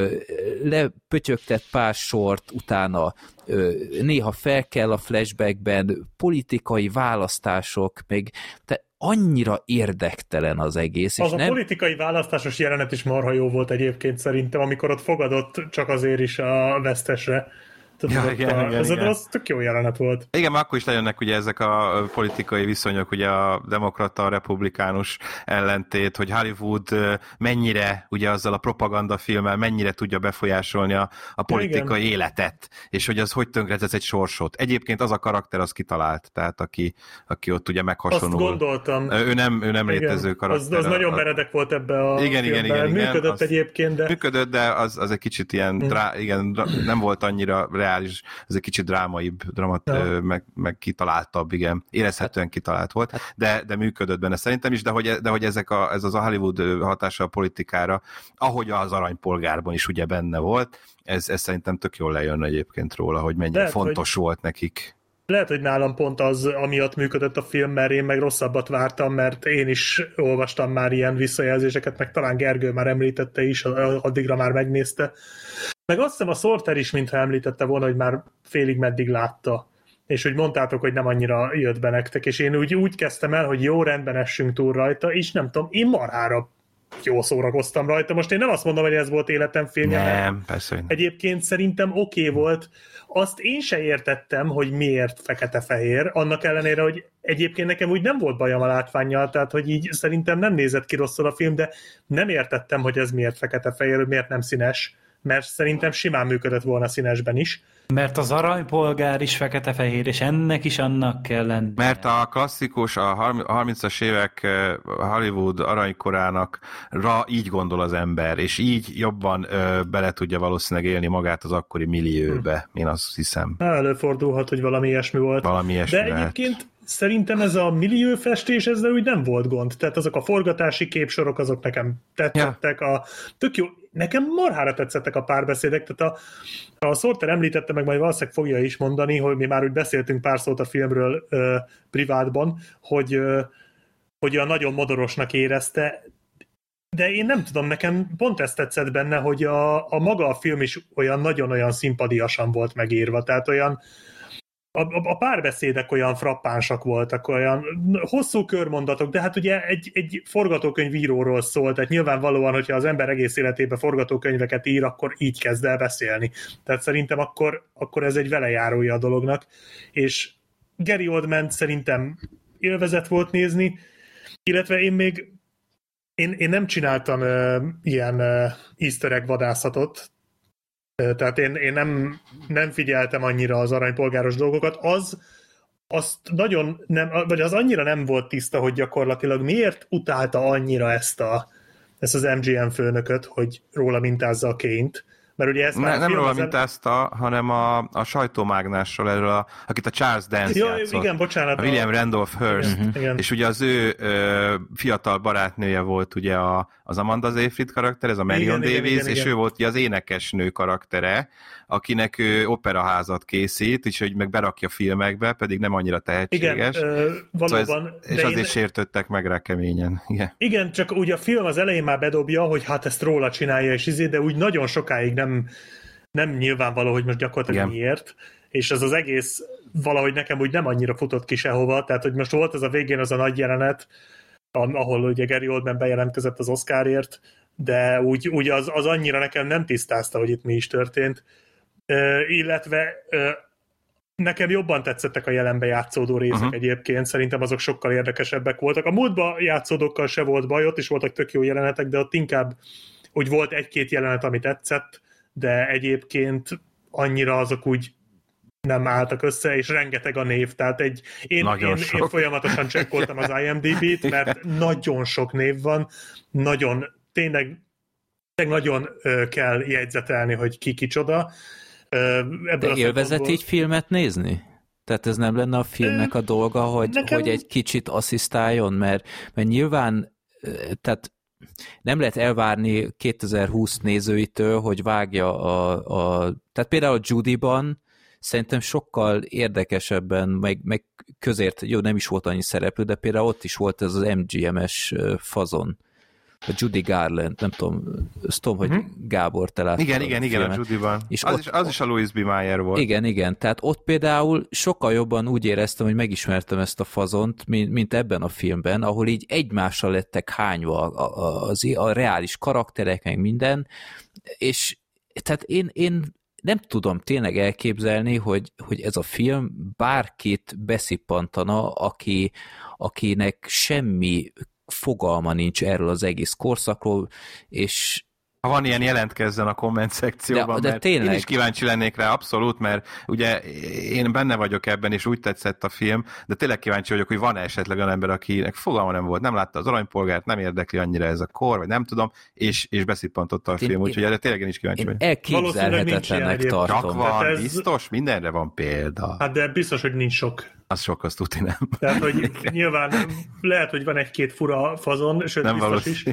lepötyögtet pár sort, utána néha felkel a flashbackben, politikai választások, meg annyira érdektelen az egész. Az és a politikai választásos jelenet is marha jó volt egyébként szerintem, amikor ott fogadott csak azért is a vesztesre. Igen. Az tök jó jelenet volt. Igen, akkor is lejönnek ugye ezek a politikai viszonyok, ugye a demokrata, a republikánus ellentét, hogy Hollywood mennyire, ugye azzal a propagandafilmmel mennyire tudja befolyásolni a politikai életet, és hogy az hogy tönkretesz egy sorsot. Egyébként az a karakter, az kitalált, tehát aki ott ugye meghasonul. Azt gondoltam. Ő nem létező karakter. Az nagyon meredek volt ebbe a filmben. Működött egyébként, de... Működött, de az egy kicsit ilyen, nem volt annyira reális, ez egy kicsit drámaibb, meg kitaláltabb, igen. Érezhetően kitalált volt, de működött benne szerintem is, de hogy ez az a Hollywood hatása a politikára, ahogy az Aranypolgárban is ugye benne volt, ez szerintem tök jól lejön egyébként róla, hogy mennyire fontos volt nekik. Lehet, hogy nálam pont az, amiatt működött a film, mert én meg rosszabbat vártam, mert én is olvastam már ilyen visszajelzéseket, meg talán Gergő már említette is, addigra már megnézte. Meg azt hiszem a Sorter is, mintha említette volna, hogy már félig meddig látta, és hogy mondtátok, hogy nem annyira jött be nektek, és én úgy kezdtem el, hogy jó, rendben essünk túl rajta, és nem tudom, én marhára jól szórakoztam rajta. Most én nem azt mondom, hogy ez volt életem filmje. Nem, persze. Egyébként szerintem oké volt. Azt én se értettem, hogy miért fekete-fehér, annak ellenére, hogy egyébként nekem úgy nem volt bajom a látvánnyal, tehát hogy így szerintem nem nézett ki rosszul a film, de nem értettem, hogy ez miért fekete-fehér, hogy miért nem színes, mert szerintem simán működött volna színesben is. Mert az Aranypolgár is fekete-fehér, és ennek is annak kell lenni. Mert a klasszikus, a 30-as évek Hollywood aranykorának így gondol az ember, és így jobban bele tudja valószínűleg élni magát az akkori millióbe, én azt hiszem. Előfordulhat, hogy valami ilyesmi volt. Valami ilyesmi de egyébként szerintem ez a milliófestés, ezzel úgy nem volt gond. Tehát azok a forgatási képsorok, azok nekem tetszettek. Tök jó. Nekem marhára tetszettek a párbeszédek, tehát a Sorter említette, meg majd valószínűleg fogja is mondani, hogy mi már úgy beszéltünk pár szót a filmről privátban, hogy olyan nagyon modorosnak érezte, de én nem tudom, nekem pont ezt tetszett benne, hogy a maga a film is olyan nagyon-olyan szimpadiasan volt megírva, tehát olyan a párbeszédek olyan frappánsak voltak, olyan hosszú körmondatok, de hát ugye egy forgatókönyvíróról szól, tehát nyilvánvalóan, hogyha az ember egész életében forgatókönyveket ír, akkor így kezd el beszélni. Tehát szerintem akkor ez egy velejárója a dolognak, és Gary Oldman szerintem élvezet volt nézni, illetve én nem csináltam ilyen easter egg vadászatot, tehát én nem figyeltem annyira az aranypolgáros dolgokat, azt nagyon nem, vagy az annyira nem volt tiszta, hogy gyakorlatilag miért utálta annyira ezt az MGM főnököt, hogy róla mintázza a Kane-t, Mert ugye ez nem róla mintázta, hanem a sajtómágnásról, erről akit a Charles Dance játszott. Igen, bocsánat. A William Randolph Hearst. És ugye az ő fiatal barátnője volt ugye az Amanda Seyfried karakter, ez a Marion Davies, és ő volt ugye az énekesnő karaktere, akinek ő operaházat készít, és hogy meg berakja filmekbe, pedig nem annyira tehetséges. Igen, valóban. Szóval és azért sértöttek meg rá keményen. Igen, csak úgy a film az elején már bedobja, hogy hát ezt róla csinálja, és de úgy nagyon sokáig nem nyilvánvaló, hogy most gyakorlatilag miért, és ez az egész valahogy nekem úgy nem annyira futott ki sehova, tehát hogy most volt ez a végén az a nagy jelenet, ahol ugye Gary Oldman bejelentkezett az Oscarért, de úgy az annyira nekem nem tisztázta, hogy itt mi is történt, illetve nekem jobban tetszettek a jelenbe játszódó részek egyébként, szerintem azok sokkal érdekesebbek voltak. A múltban játszódókkal se volt baj, ott is voltak tök jó jelenetek, de ott inkább úgy volt egy-két jelenet, ami tetszett, de egyébként annyira azok úgy nem álltak össze, és rengeteg a név, tehát én folyamatosan csekkoltam az IMDb-t, mert nagyon sok név van, tényleg nagyon kell jegyzetelni, hogy ki kicsoda. De élvezett így filmet nézni? Tehát ez nem lenne a filmnek a dolga, hogy egy kicsit asszisztáljon, mert nyilván tehát nem lehet elvárni 2020 nézőitől, hogy vágja tehát például a Judy-ban szerintem sokkal érdekesebben, meg közért, jó, nem is volt annyi szereplő, de például ott is volt ez az MGM-es fazon. A Judy Garland, nem tudom, hogy Gábor, te láttad. Igen, a Judy-ban. Az is a Louis B. Mayer volt. Igen. Tehát ott például sokkal jobban úgy éreztem, hogy megismertem ezt a fazont, mint ebben a filmben, ahol így egymásra lettek hányva a reális karakterek, meg minden, és tehát én nem tudom tényleg elképzelni, hogy ez a film bárkit beszippantana, akinek semmi fogalma nincs erről az egész korszakról, és ha van ilyen, jelentkezzen a komment szekcióban, de mert tényleg. Én is kíváncsi lennék rá, abszolút, mert ugye én benne vagyok ebben, és úgy tetszett a film, de tényleg kíváncsi vagyok, hogy van esetleg olyan ember, akinek fogalma nem volt, nem látta az Aranypolgárt, nem érdekli annyira ez a kor, vagy nem tudom, és beszippantotta a film, úgyhogy erre tényleg én is kíváncsi vagyok. Elképzelhetetlennek tartom. Csak van, biztos, mindenre van példa. Hát de biztos, hogy nincs sok. Az sok, azt tudni nem. Tehát, hogy nyilván lehet, hogy van egy-két fura fazon, sőt, nem biztos is,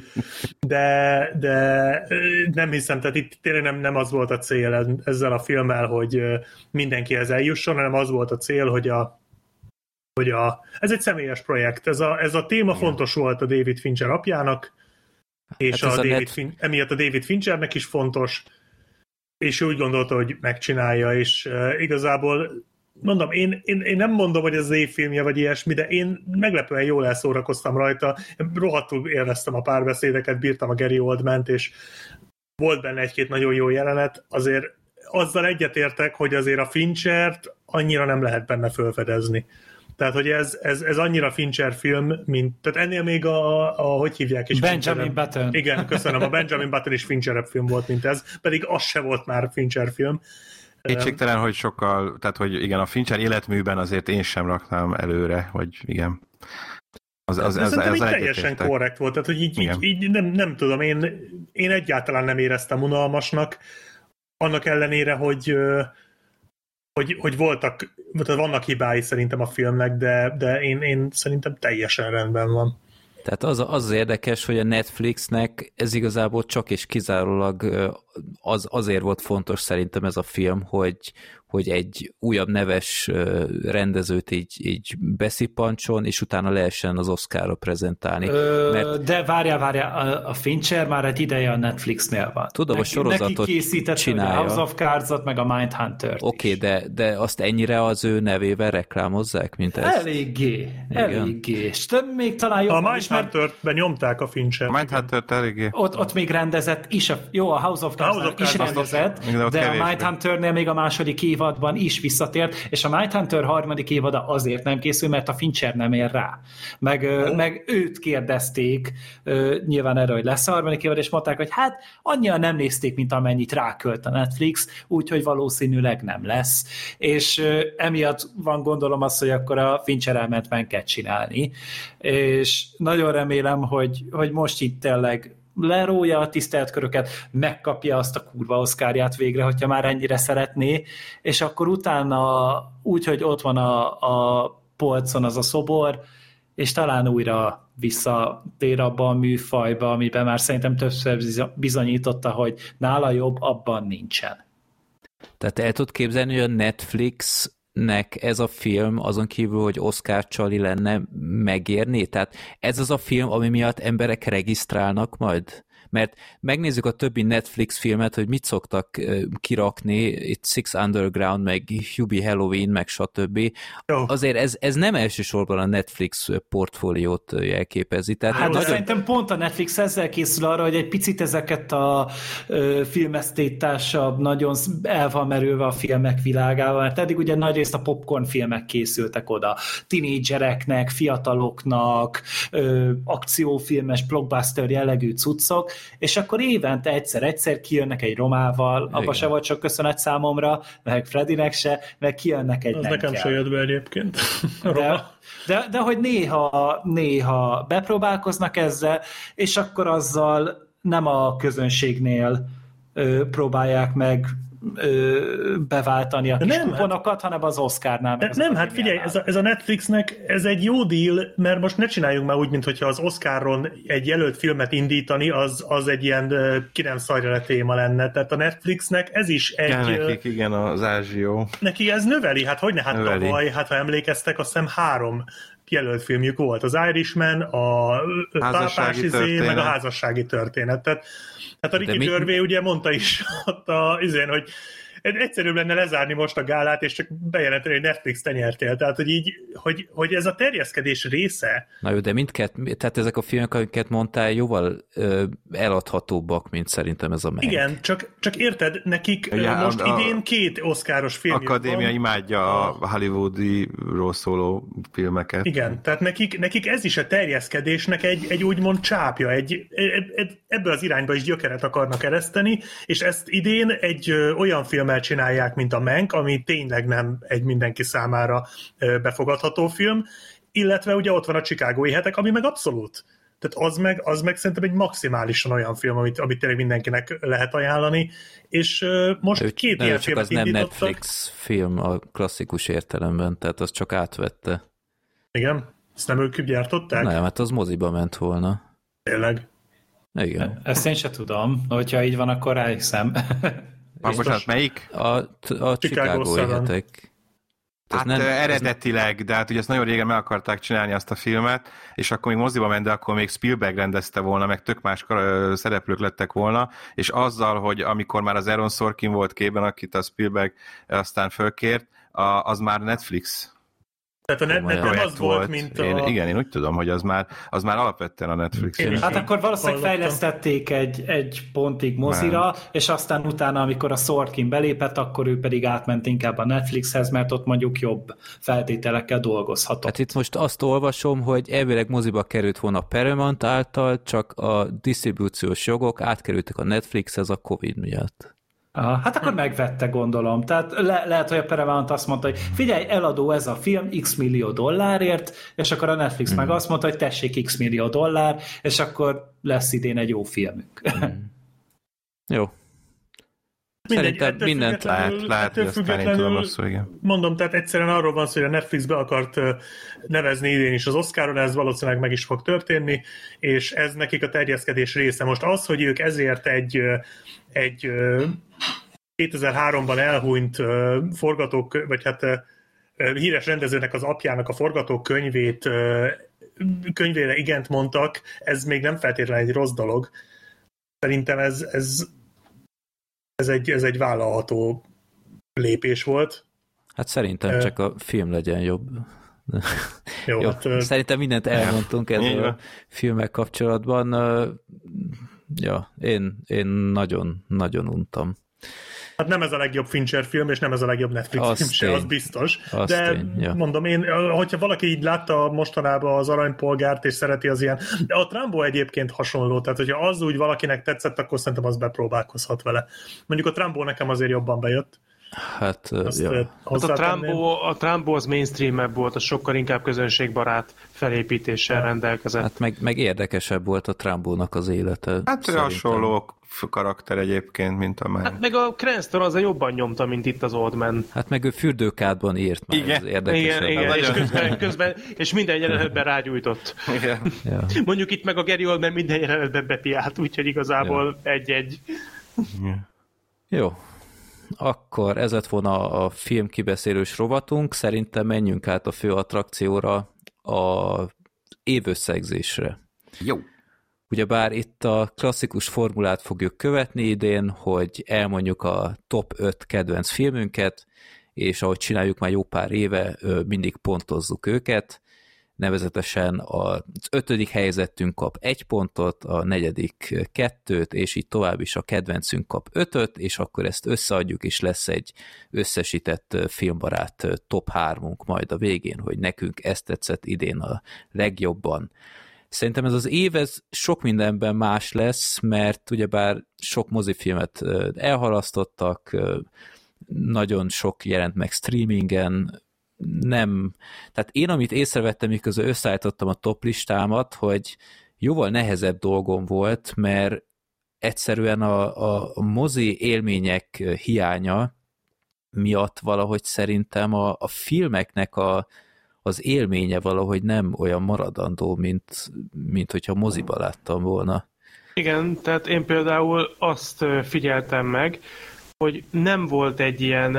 de nem hiszem, tehát itt tényleg nem az volt a cél ezzel a filmmel, hogy mindenkihez eljusson, hanem az volt a cél, hogy ez egy személyes projekt. Ez a téma fontos volt a David Fincher apjának, és hát emiatt a David Finchernek is fontos, és ő úgy gondolta, hogy megcsinálja, és igazából mondom, én nem mondom, hogy ez az évfilmje, vagy ilyesmi, de én meglepően jól elszórakoztam rajta, rohadtul élveztem a párbeszédeket, bírtam a Gary Oldmant, és volt benne egy-két nagyon jó jelenet, azért azzal egyetértek, hogy azért a Finchert annyira nem lehet benne felfedezni. Tehát, hogy ez annyira Fincher film, tehát ennél még hogy hívják is? Benjamin Button. Igen, köszönöm, a Benjamin Button is Fincher film volt, mint ez, pedig az se volt már Fincher film. Kétségtelen, hogy sokkal, tehát hogy igen, a Fincher életműben azért én sem raknám előre, hogy igen. Ez teljesen korrekt volt, tehát hogy így nem tudom, én egyáltalán nem éreztem unalmasnak, annak ellenére, hogy vannak hibái szerintem a filmnek, de én szerintem teljesen rendben van. Tehát az érdekes, hogy a Netflixnek ez igazából csak és kizárólag azért volt fontos szerintem ez a film, hogy egy újabb neves rendezőt így beszippancson, és utána lehessen az Oscarra prezentálni. De várjál, a Fincher már egy ideje a Netflixnél van. Tudom, a sorozatot neki készített csinálja. A House of Cards-ot, meg a Mindhunter-t Oké, de azt ennyire az ő nevével reklámozzák, mint ez? Eléggé. És még talán jobban a Mindhunter-ben nyomták a Fincher. A Mindhunter-t eléggé. Ott még rendezett is, a House of Cards is rendezett, de a Mindhunter-nél még a második évadban is visszatért, és a Mindhunter harmadik évada azért nem készül, mert a Fincher nem ér rá. Meg őt kérdezték nyilván erre, hogy lesz a harmadik évad, és mondták, hogy hát annyian nem nézték, mint amennyit rákölt a Netflix, úgyhogy valószínűleg nem lesz. És emiatt van gondolom azt, hogy akkor a Fincher elment Manket csinálni. És nagyon remélem, hogy most itt tényleg lerója a tiszteletköröket, megkapja azt a kurva Oscarját végre, hogyha már ennyire szeretné, és akkor utána úgy, hogy ott van a polcon az a szobor, és talán újra visszatér abba a műfajba, amiben már szerintem többször bizonyította, hogy nála jobb, abban nincsen. Tehát el tud képzelni, hogy a Netflixnek ez a film azon kívül, hogy Oscar csali lenne, megérni? Tehát ez az a film, ami miatt emberek regisztrálnak majd? Mert megnézzük a többi Netflix filmet, hogy mit szoktak kirakni, itt Six Underground, meg Hubie Halloween, meg stb. Azért ez nem elsősorban a Netflix portfóliót jelképezi. Tehát hát nagyon... Szerintem pont a Netflix ezzel készül arra, hogy egy picit ezeket a filmesztétásabb, nagyon el van merülve a filmek világával, mert eddig ugye nagyrészt a popcorn filmek készültek oda. Tinédzsereknek, fiataloknak, akciófilmes, blockbuster jellegű cuccok, és akkor évente egyszer kijönnek egy Romával, apa se volt sok köszönet számomra, meg Fredinek se, meg kijönnek egy az nekem se jött be egyébként. de hogy néha bepróbálkoznak ezzel, és akkor azzal nem a közönségnél próbálják meg beváltani a kis kuponokat, hanem az Oscarnál. Nem, hát figyelj, ez a Netflixnek ez egy jó deal, mert most ne csináljunk már úgy, mintha az Oscaron egy jelölt filmet indítani, az egy ilyen ki nem szarja le téma lenne. Tehát a Netflixnek ez is egy... Ja, nekik igen, az ázsió. Neki ez növeli, hát hogyne, hát növeli. Tavaly, hát ha emlékeztek, azt hiszem 3 jelölt filmjük volt. Az Irishman, a Pápás izé, meg a házassági történet. Tehát hát a Ricky Gervais ugye mondta is ott hogy egyszerűbb lenne lezárni most a gálát, és csak bejelenteni, hogy Netflix te nyertél. Tehát, hogy így, hogy ez a terjeszkedés része. Na jó, de tehát ezek a filmek, amiket mondtál, jóval eladhatóbbak, mint szerintem ez a meg. Igen, csak érted, nekik most idén 2 Oscaros filmjük Akadémia van. Imádja a hollywoodi-ról szóló filmeket. Igen, tehát nekik ez is a terjeszkedésnek egy úgymond csápja, ebből az irányba is gyökeret akarnak ereszteni, és ezt idén egy olyan film csinálják, mint a Mank, ami tényleg nem egy mindenki számára befogadható film, illetve ugye ott van a Chicagói hetek, ami meg abszolút. Tehát az meg szerintem egy maximálisan olyan film, amit tényleg mindenkinek lehet ajánlani, és most 2 ilyen filmet az nem Netflix film a klasszikus értelemben, tehát az csak átvette. Igen? Ezt nem ők gyártották? Nem, hát az moziba ment volna. Tényleg? Igen. Ezt én se tudom, hogyha így van, akkor ráhiszem. Bocsánat, melyik? A Chicago-i hetek. Hát nem, eredetileg, de hát ugye ezt nagyon régen meg akarták csinálni azt a filmet, és akkor még moziba ment, de akkor még Spielberg rendezte volna, meg tök más szereplők lettek volna, és azzal, hogy amikor már az Aaron Sorkin volt képben, akit a Spielberg aztán fölkért, az már Netflix. Tehát nem az volt, mint Igen, én úgy tudom, hogy az már alapvetően a Netflix. Hát akkor valószínűleg fejlesztették egy pontig mozira, és aztán utána, amikor a Sorkin belépett, akkor ő pedig átment inkább a Netflixhez, mert ott mondjuk jobb feltételekkel dolgozhatott. Hát itt most azt olvasom, hogy elvileg moziba került volna a Paramount által, csak a disztribúciós jogok átkerültek a Netflixhez a Covid miatt. Hát akkor megvette, gondolom. Tehát lehet, hogy a Paramount azt mondta, hogy figyelj, eladó ez a film x millió dollárért, és akkor a Netflix meg azt mondta, hogy tessék x millió dollár, és akkor lesz idén egy jó filmünk. Jó. Szerintem mindent lehet, hogy aztán én tudom azt, hogy igen. Mondom, tehát egyszerűen arról van szó, hogy a Netflix be akart nevezni idén is az Oscaron, ez valószínűleg meg is fog történni, és ez nekik a terjeszkedés része. Most az, hogy ők ezért egy 2003-ban elhunyt forgatók, vagy hát híres rendezőnek az apjának a forgatókönyvére igent mondtak, ez még nem feltétlenül egy rossz dolog. Szerintem ez egy vállalható lépés volt. Hát szerintem csak a film legyen jobb. Jó, hát, szerintem mindent elmondtunk ezzel a filmek kapcsolatban. Ja, én nagyon untam. Hát nem ez a legjobb Fincher film, és nem ez a legjobb Netflix film se, az biztos. De mondom, hogyha valaki így látta mostanában az Aranypolgárt, és szereti az ilyen, de a Trumbo egyébként hasonló, tehát hogyha az úgy valakinek tetszett, akkor szerintem az bepróbálkozhat vele. Mondjuk a Trumbo nekem azért jobban bejött. Hát, ja. Hát a Trumbo az mainstream-ebb volt, az sokkal inkább közönségbarát felépítéssel rendelkezett. Hát meg érdekesebb volt a Trumbónak az élete. Hát hasonló karakter egyébként, mint a már. Hát meg a Cranston az jobban nyomta, mint itt az Old Man. Hát meg ő fürdőkádban írt már, igen. Ez érdekesebb. Igen, és közben és minden jelenetben rágyújtott. Igen. Ja. Mondjuk itt meg a Gary Oldman minden jelenetben bepiált, úgyhogy igazából egy-egy. Igen. Jó. Akkor ez lett volna a filmkibeszélős rovatunk, szerintem menjünk át a fő attrakcióra, a évösszegzésre. Jó. Ugyebár itt a klasszikus formulát fogjuk követni idén, hogy elmondjuk a top 5 kedvenc filmünket, és ahogy csináljuk már jó pár éve, mindig pontozzuk őket, nevezetesen az 5. helyezettünk kap 1 pontot, a 4. 2-t, és így tovább is a kedvencünk kap 5-öt, és akkor ezt összeadjuk, és lesz egy összesített filmbarát top 3-unk majd a végén, hogy nekünk ezt tetszett idén a legjobban. Szerintem ez az év, ez sok mindenben más lesz, mert ugyebár sok mozifilmet elhalasztottak, nagyon sok jelent meg streamingen, nem, tehát én, amit észrevettem, miközben összeállítottam a top listámat, hogy jóval nehezebb dolgom volt, mert egyszerűen a mozi élmények hiánya miatt valahogy szerintem a filmeknek az élménye valahogy nem olyan maradandó, mint hogyha moziba láttam volna. Igen, tehát én például azt figyeltem meg, hogy nem volt egy ilyen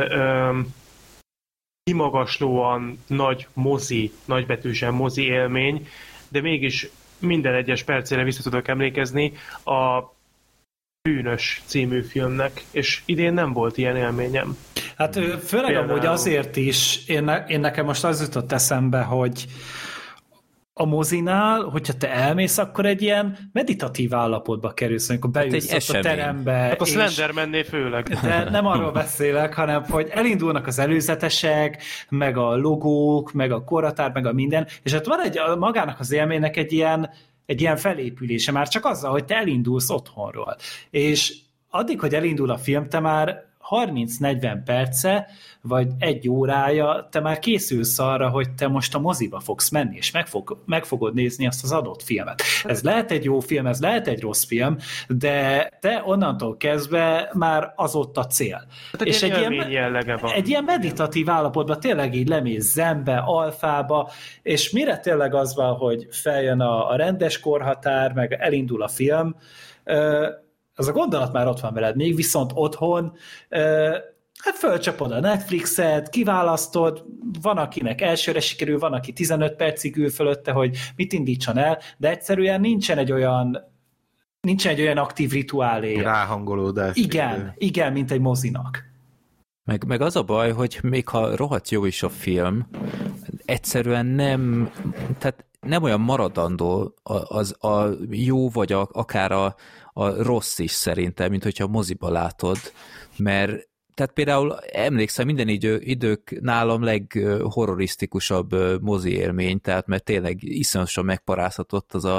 kimagaslóan nagy mozi, nagybetűsen mozi élmény, de mégis minden egyes percére vissza tudok emlékezni a Bűnös című filmnek, és idén nem volt ilyen élményem. Hát főleg amúgy azért is, én nekem most az jutott eszembe, hogy a mozinál, hogyha te elmész, akkor egy ilyen meditatív állapotba kerülsz, amikor beülsz a terembe. Hát a Slendermannél főleg. De nem arról beszélek, hanem hogy elindulnak az előzetesek, meg a logók, meg a korhatár, meg a minden, és hát van magának az élménynek egy ilyen felépülése, már csak azzal, hogy te elindulsz otthonról. És addig, hogy elindul a film, te már 30-40 perce, vagy 1 órája, te már készülsz arra, hogy te most a moziba fogsz menni, és meg fogod nézni azt az adott filmet. Ez lehet egy jó film, ez lehet egy rossz film, de te onnantól kezdve már az ott a cél. Hát és egy ilyen meditatív állapotban tényleg így lemész zenbe, alfába, és mire tényleg az van, hogy feljön a rendes korhatár, meg elindul a film, az a gondolat már ott van veled még, viszont otthon hát fölcsapod a Netflixet, kiválasztod, van akinek elsőre sikerül, van aki 15 percig ül fölötte, hogy mit indítson el, de egyszerűen nincsen egy olyan aktív rituáléja. Ráhangolódás. Igen, mint egy mozinak. Meg az a baj, hogy még ha rohadt jó is a film, egyszerűen tehát nem olyan maradandó az a jó, vagy akár a rossz is szerintem, mint hogyha moziba látod, mert tehát például emlékszem, minden idők nálam leghorrorisztikusabb mozi élmény, tehát mert tényleg iszonyosan megparázhatott az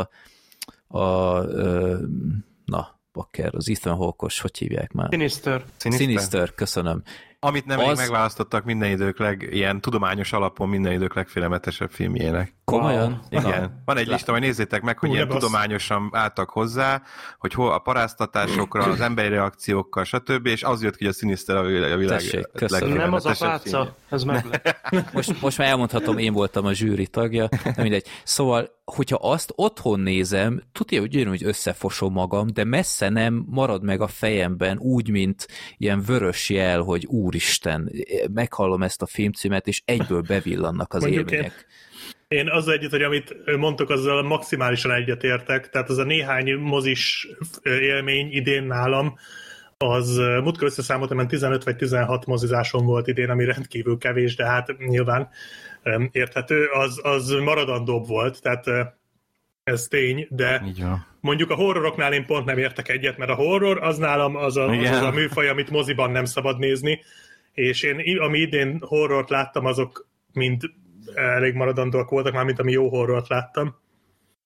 az Ethan Hawke-os, hogy hívják már? Sinister, köszönöm. Amit nemrég megválasztottak minden idők ilyen tudományos alapon minden idők legfélelmetesebb filmjének. Komolyan? Igen. Van egy lista, majd nézzétek meg, hogy ilyen tudományosan álltak hozzá, hogy hol a paráztatásokra, az emberi reakciókkal, stb. És az jött ki, hogy a Sinister a világ legfélelmetesebb. Nem az a pálca, ez meg most már elmondhatom, én voltam a zsűri tagja, de mindegy. Szóval, hogyha azt otthon nézem, tudja, hogy ugyanúgy összefosom magam, de messze nem marad meg a fejemben úgy, mint ilyen vörös jel, hogy úristen, meghallom ezt a filmcímet, és egyből bevillannak az mondjuk élmények. Én azzal együtt, hogy amit mondtok, azzal maximálisan egyetértek, tehát az a néhány mozis élmény idén nálam, az múltkor összeszámoltam, mert 15 vagy 16 mozizásom volt idén, ami rendkívül kevés, de hát nyilván érthető, az maradandóbb volt, tehát ez tény, de mondjuk a horroroknál én pont nem értek egyet, mert a horror az nálam az a műfaj, amit moziban nem szabad nézni, és én ami idén horrort láttam, azok mind elég maradandóak voltak, már mint ami jó horrort láttam.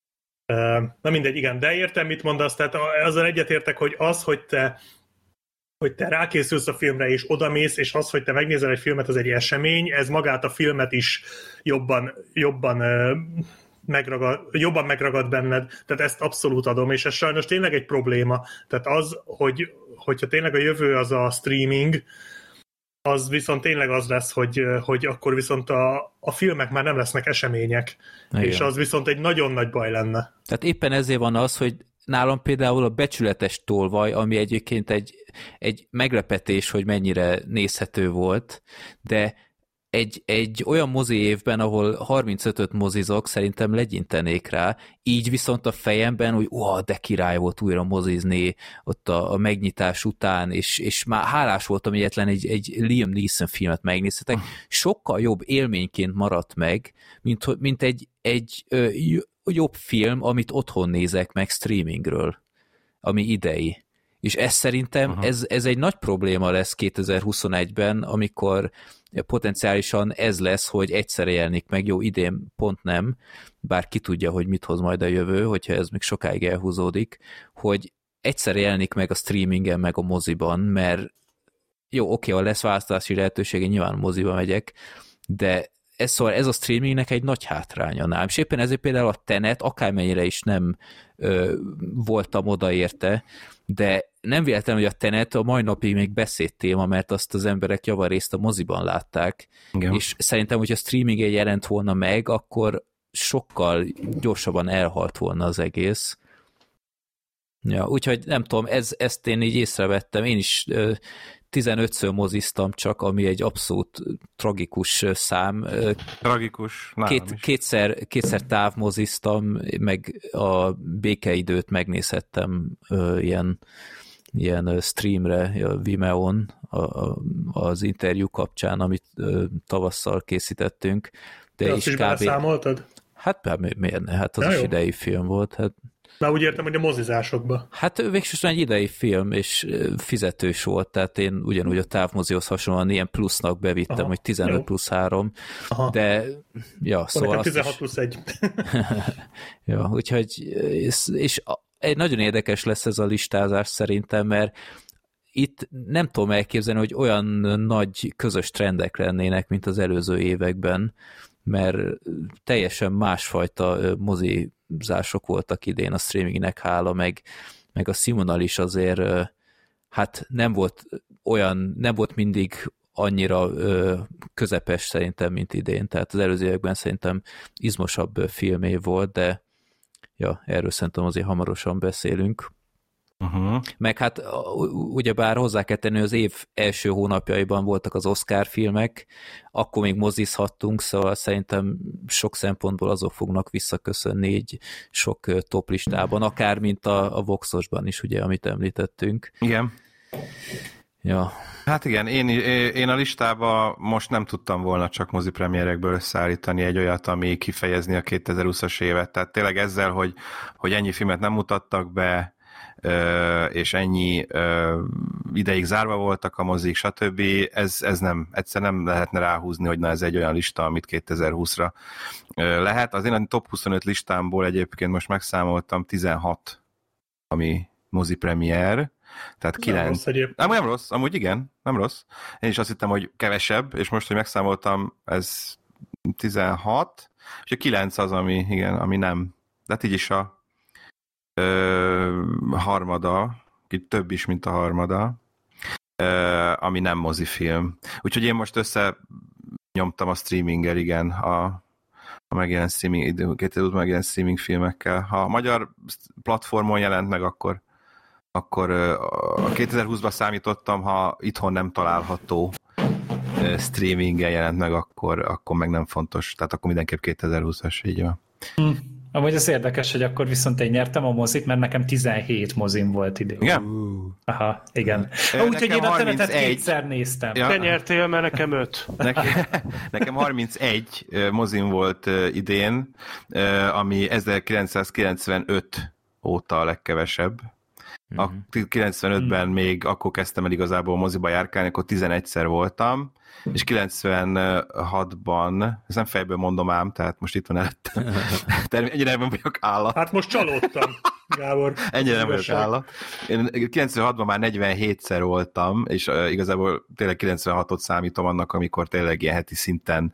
Na mindegy, igen, de értem, mit mondasz, tehát azzal egyetértek, hogy az, hogy te hogy te rákészülsz a filmre, és odamész, és az, hogy te megnézel egy filmet, az egy esemény, ez magát a filmet is jobban megragad benned, tehát ezt abszolút adom, és ez sajnos tényleg egy probléma. Tehát az, hogyha tényleg a jövő az a streaming, az viszont tényleg az lesz, hogy akkor viszont a filmek már nem lesznek események, igen. És az viszont egy nagyon nagy baj lenne. Tehát éppen ezért van az, hogy nálam például a Becsületes tolvaj, ami egyébként egy meglepetés, hogy mennyire nézhető volt, de egy olyan mozi évben, ahol 35-öt mozizok, szerintem legyintenék rá, így viszont a fejemben, hogy de király volt újra mozizni ott a megnyitás után, és már hálás voltam egyetlen egy Liam Neeson filmet megnézhetek, sokkal jobb élményként maradt meg, mint egy jobb film, amit otthon nézek meg streamingről, ami idei. És ez szerintem, ez egy nagy probléma lesz 2021-ben, amikor potenciálisan ez lesz, hogy egyszerre jelenik meg, jó, idén pont nem, bár ki tudja, hogy mit hoz majd a jövő, hogyha ez még sokáig elhúzódik, hogy egyszerre jelenik meg a streamingen, meg a moziban, mert jó, oké, ha lesz választási lehetősége, nyilván a moziba megyek, de ez a streamingnek egy nagy hátránya nálam, és éppen ezért például a Tenet, akármennyire is nem voltam odaérte, de nem véletlen, hogy a Tenet a mai napig még beszédtéma, mert azt az emberek javarészt a moziban látták, igen. És szerintem, hogyha streamingen jelent volna meg, akkor sokkal gyorsabban elhalt volna az egész. Ja, úgyhogy nem tudom, ezt én így észrevettem, én is 15-ször moziztam csak, ami egy abszolút tragikus szám. Tragikus, kétszer távmoziztam, meg a békeidőt megnézhettem ilyen streamre, a Vimeo-n, az interjú kapcsán, amit tavasszal készítettünk. De azt is beleszámoltad? Hát miért ne? Hát az is idei film volt. Hát. Már úgy értem, hogy a mozizásokba. Hát végsősorban egy idei film, és fizetős volt, tehát én ugyanúgy a távmozihoz hasonlóan ilyen plusznak bevittem, hogy 15 plusz 3, de ja, szóval 16 plusz 1. Ja, úgyhogy és nagyon érdekes lesz ez a listázás szerintem, mert itt nem tudom elképzelni, hogy olyan nagy közös trendek lennének, mint az előző években, mert teljesen másfajta mozizások voltak idén a streamingnek hála, meg a színvonal is azért hát nem volt mindig annyira közepes szerintem, mint idén, tehát az előző években szerintem izmosabb filmév volt, de ja, erről szerintem azért hamarosan beszélünk. Meg hát ugyebár hozzá kell tenni, az év első hónapjaiban voltak az Oscar filmek, akkor még mozizhattunk, szóval szerintem sok szempontból azok fognak visszaköszönni így sok toplistában, akár mint a Voxosban is, ugye, amit említettünk. Igen. Ja. Hát igen, én a listába most nem tudtam volna csak mozipremierekből összeállítani egy olyat, ami kifejezni a 2020-as évet, tehát tényleg ezzel, hogy ennyi filmet nem mutattak be, és ennyi ideig zárva voltak a mozik, stb. Ez nem, egyszer nem lehetne ráhúzni, hogy na ez egy olyan lista, amit 2020-ra lehet. Az én a top 25 listámból egyébként most megszámoltam 16, ami mozi premier, tehát 9. Nem rossz, amúgy igen, nem rossz. Én is azt hittem, hogy kevesebb, és most, hogy megszámoltam, ez 16, és a 9 az, ami nem. De hát így is a harmada, itt több is, mint a harmada, ami nem mozifilm. Úgyhogy én most összenyomtam a streaminggel, igen, a megjelent streaming filmekkel. Ha a magyar platformon jelent meg, akkor a 2020-ban számítottam, ha itthon nem található streamingen jelent meg, akkor meg nem fontos. Tehát akkor mindenképp 2020-as, így van. Amúgy az érdekes, hogy akkor viszont én nyertem a mozit, mert nekem 17 mozim volt idén. Igen? Aha, igen. Úgyhogy én a Tenetet kétszer néztem. Ja. Te nyertél, mert nekem 5. Nekem 31 mozim volt idén, ami 1995 óta a legkevesebb. A 95-ben még akkor kezdtem el igazából moziba járkálni, akkor 11-szer voltam, és 96-ban, ezt nem fejből mondom ám, tehát most itt van előttem. Ennyire nem vagyok állat. Hát most csalódtam, Gábor. Ennyire nem vagyok állat. Én 96-ban már 47-szer voltam, és igazából tényleg 96-ot számítom annak, amikor tényleg ilyen heti szinten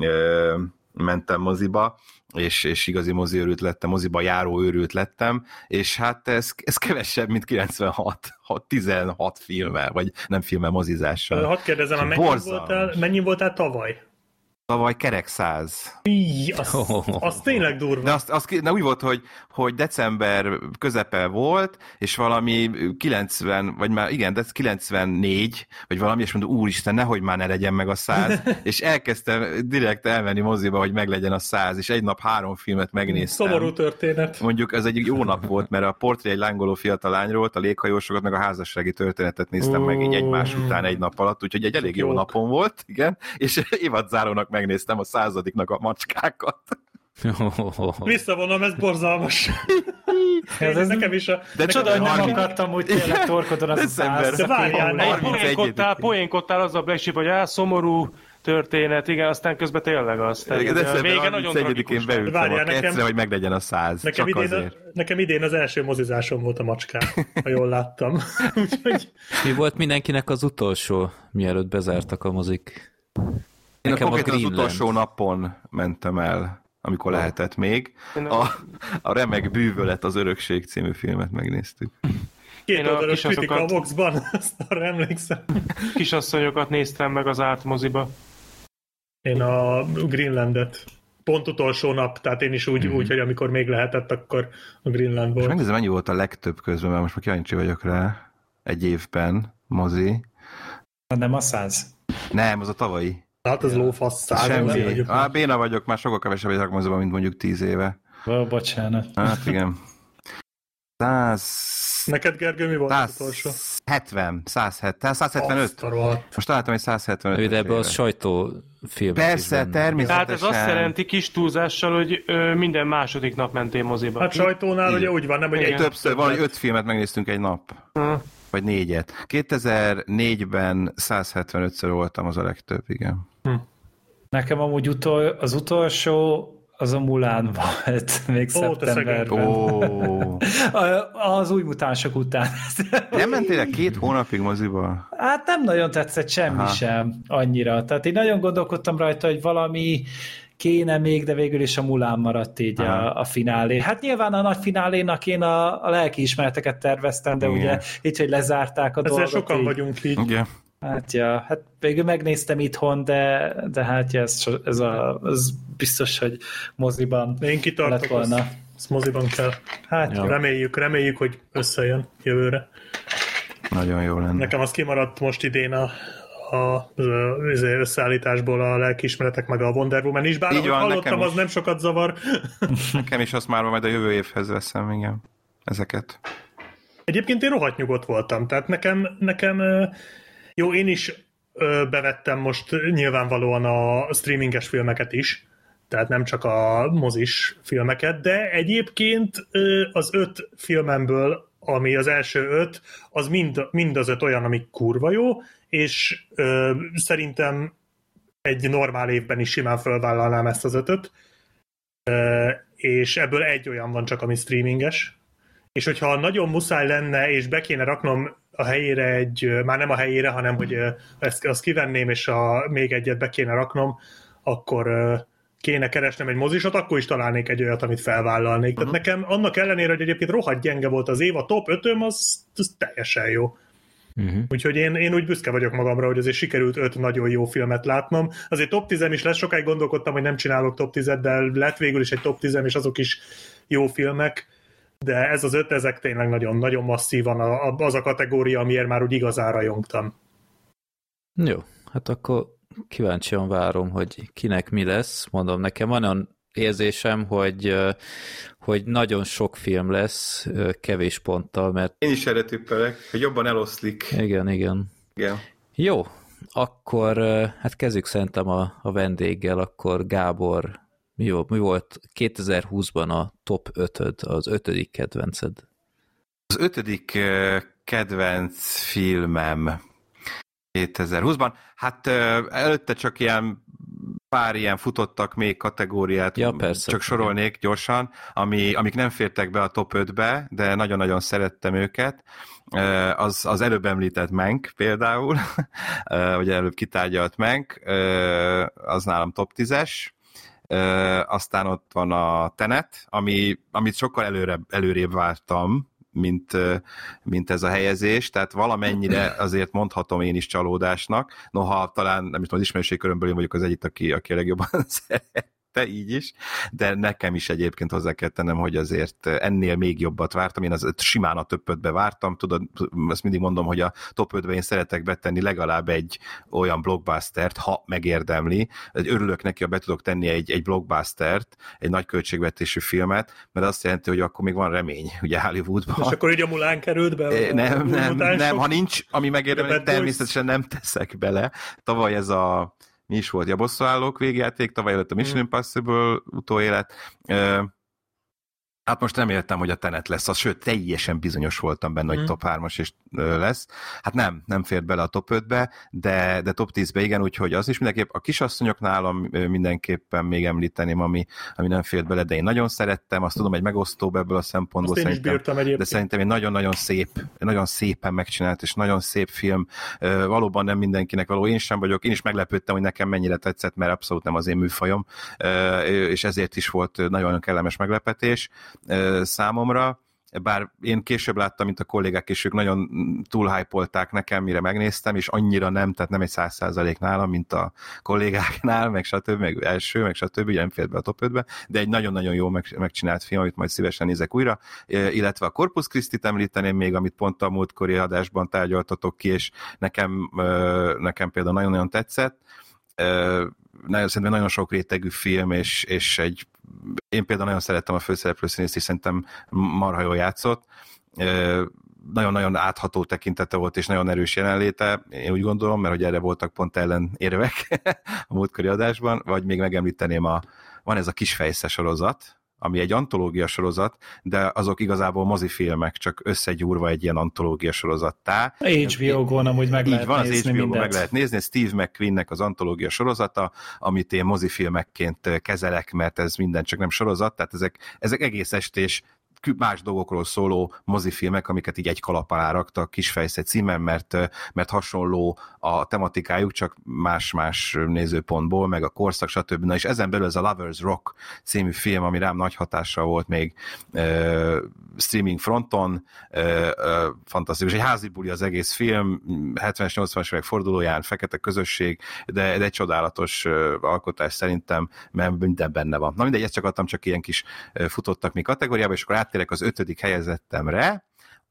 mentem moziba, és igazi moziőrült lettem, moziba járó őrült lettem, és hát ez kevesebb, mint 96, 16 filmmel, vagy nem filmmel, mozizással. Hadd kérdezem, mennyi voltál tavaly? Tavaly kerek 100. Az tényleg durva. De de úgy volt, hogy december közepe volt, és valami 90, vagy már igen, de 94, vagy valami, és mondom, úristen, nehogy már ne legyen meg a 100, és elkezdtem direkt elmenni moziba, hogy meglegyen a 100, és egy nap 3 filmet megnéztem. Szomorú történet. Mondjuk ez egy jó nap volt, mert a Portré egy lángoló fiatal lányról, a Léghajósokat, meg a házassági történetet néztem meg így egymás után egy nap alatt, úgyhogy egy elég jó napom volt, igen, és évadzárónak megnéztem a 100-adiknak a macskákat. Visszavonom, ez borzalmas. Ez nekem is a... De csoda, hogy nem akadtam úgy tényleg torkodon az a 100. De várjál, poénkodtál az a Black Sheep, hogy szomorú történet, igen, aztán közben tényleg az. Vége nagyon tragikus. Beültem a kecre, hogy meglegyen a 100. Nekem idén az első mozizásom volt a macskám, ha jól láttam. Úgyhogy... Mi volt mindenkinek az utolsó, mielőtt bezártak a mozik? Én konkrétan az utolsó napon mentem el, amikor lehetett még. A remek Bűvölet az örökség című filmet megnéztük. 2 oldalos kritika a Vox-ban, azt arra emlékszem. Kisasszonyokat néztem meg az árt moziba. Én a Greenlandet. Pont utolsó nap, tehát én is úgy, hogy amikor még lehetett, akkor a Greenland volt. Megnézem, mennyi volt a legtöbb közben, mert most már kíváncsi vagyok rá. Egy évben mozi. Nem a 100. Nem, az a tavalyi. Hát az lófasz 100. Béna vagyok, már sokkal kevesebb egy moziban, mint mondjuk 10 éve. Bocsánat. Hát igen. 100... Neked, Gergő, mi volt az utolsó? 175. Most találtam egy 175. De ebből az sajtófilm. Persze, természetesen. Tehát ez azt jelenti kis túlzással, hogy minden második nap mentél moziba. Hát sajtónál ugye úgy van, nem, hogy többször, valahogy 5 filmet megnéztünk egy nap. Vagy 4-et. 2004-ben 175-ször voltam, az a legtöbb, igen. Nekem amúgy az utolsó az a Mulan volt még szeptemberben. Az új mutánsok után. Nem mentél 2 hónapig moziba? Hát nem nagyon tetszett semmi sem annyira. Tehát én nagyon gondolkodtam rajta, hogy valami kéne még, de végül is a Mulan maradt így a finálé. Hát nyilván a nagy finálénak én a lelkiismereteket terveztem, de ugye így, hogy lezárták a dolgot. Ezzel sokan vagyunk így. Igen. Hát végül megnéztem itthon, de hát ez biztos, hogy moziban én kitartok, lett volna. Ezt moziban kell. Hát reméljük, hogy összejön jövőre. Nagyon jó lenne. Nekem az kimaradt most idén az összeállításból a lelkiismeretek meg a Wonder Woman is, bár ahogy hallottam, az nem sokat zavar. Nekem is azt már majd a jövő évhez veszem, igen, ezeket. Egyébként én rohadt nyugodt voltam, tehát nekem jó, én is bevettem most nyilvánvalóan a streaminges filmeket is, tehát nem csak a mozis filmeket, de egyébként az 5 filmemből, ami az első 5, az mind az 5 olyan, ami kurva jó, és szerintem egy normál évben is simán fölvállalnám ezt az 5-öt, és ebből egy olyan van csak, ami streaminges, és hogyha nagyon muszáj lenne, és be kéne raknom a helyére már nem a helyére, hanem hogy azt kivenném, és még egyet be kéne raknom, akkor kéne keresnem egy mozisot, akkor is találnék egy olyat, amit felvállalnék. Tehát nekem annak ellenére, hogy egyébként rohadt gyenge volt az év, a top 5-öm az teljesen jó. Úgyhogy én úgy büszke vagyok magamra, hogy azért sikerült 5 nagyon jó filmet látnom. Azért top 10-em is lesz, sokáig gondolkodtam, hogy nem csinálok top 10-et, de lett végül is egy top 10-em, és azok is jó filmek. De ez az 5, ezek tényleg nagyon-nagyon masszívan az a kategória, amiért már úgy igazán rajongtam. Jó, hát akkor kíváncsian várom, hogy kinek mi lesz. Mondom, nekem van olyan érzésem, hogy nagyon sok film lesz kevés ponttal, mert... Én is erre tippelek, hogy jobban eloszlik. Igen. Jó, akkor hát kezdjük szerintem a vendéggel, akkor Gábor, mi volt 2020-ban a top 5-öd, az 5. kedvenced? Az 5. kedvenc filmem 2020-ban, hát előtte csak pár ilyen futottak még kategóriát, ja, persze, csak sorolnék gyorsan, amik nem fértek be a top 5-be, de nagyon-nagyon szerettem őket. Az előbb említett Mank például, vagy előbb kitárgyalt Mank, az nálam top 10-es. Aztán ott van a Tenet, amit sokkal előrébb vártam, mint ez a helyezés, tehát valamennyire azért mondhatom én is csalódásnak, noha talán, nem tudom, az ismerőség körömből én vagyok az egyik, aki a legjobban szerette, így is, de nekem is egyébként hozzá kell tennem, hogy azért ennél még jobbat vártam, én az simán a top 5-be vártam, tudod, azt mindig mondom, hogy a top 5-be én szeretek betenni legalább egy olyan blockbustert, ha megérdemli, örülök neki, ha be tudok tenni egy blockbustert, egy nagy költségvetésű filmet, mert azt jelenti, hogy akkor még van remény, ugye Hollywoodban. És akkor így a Mulán került be? Nem, ha nincs, ami megérdemli, természetesen nem teszek bele. Tavaly ez mi is volt, a bosszúállók végjáték, tavaly előtt a Mission Impossible utóélet. Hát most reméltem, hogy a Tenet lesz, sőt, teljesen bizonyos voltam benne, hogy top 3-as is lesz. Hát nem fért bele a top 5-be, de top 10-be igen, úgyhogy az is mindenképp. A Kisasszonyok nálam mindenképpen még említeném, ami nem fért bele, de én nagyon szerettem, azt tudom, egy megosztóbb ebből a szempontból szerintem, de szerintem egy nagyon szépen megcsinált, és nagyon szép film. Valóban nem mindenkinek való, én sem vagyok, én is meglepődtem, hogy nekem mennyire tetszett, mert abszolút nem az én műfajom, és ezért is volt nagyon kellemes meglepetés számomra, bár én később láttam, mint a kollégák, és ők nagyon túlhypolták nekem, mire megnéztem, és annyira nem, tehát nem egy 100% nálam, mint a kollégáknál, meg stb., meg első, meg stb., nem fért be a top 5-be, de egy nagyon-nagyon jó megcsinált film, amit majd szívesen nézek újra, illetve a Corpus Christi-t említeném még, amit pont a múltkori adásban tárgyaltatok ki, és nekem például nagyon-nagyon tetszett. Szerintem nagyon sok rétegű film, és én például nagyon szerettem a főszereplő színészt, és szerintem marha jól játszott. Nagyon-nagyon átható tekintete volt, és nagyon erős jelenléte, én úgy gondolom, mert hogy erre voltak pont ellenérvek a múltkori adásban, vagy még megemlíteném, van ez a Kisfejsze sorozat, ami egy antológia sorozat, de azok igazából mozifilmek, csak összegyúrva egy ilyen antológia sorozattá. HBO-gon amúgy meg lehet nézni mindent. Így van, az HBO-gon meg lehet nézni, Steve McQueen-nek az antológia sorozata, amit én mozifilmekként kezelek, mert ez minden csak nem sorozat, tehát ezek egész estés más dolgokról szóló mozifilmek, amiket így egy kalap alá raktak Kisfejsze címen, mert hasonló a tematikájuk, csak más-más nézőpontból, meg a korszak, stb. Na és ezen belül ez a Lovers Rock című film, ami rám nagy hatással volt még streaming fronton, fantasztikus. Egy házi buli az egész film, 70-80-as évek fordulóján, fekete közösség, de egy csodálatos alkotás szerintem, mert minden benne van. Na mindegy, ezt csak adtam, csak ilyen kis futottak mi kategóriába, és akkor áttérek az 5. helyezettemre,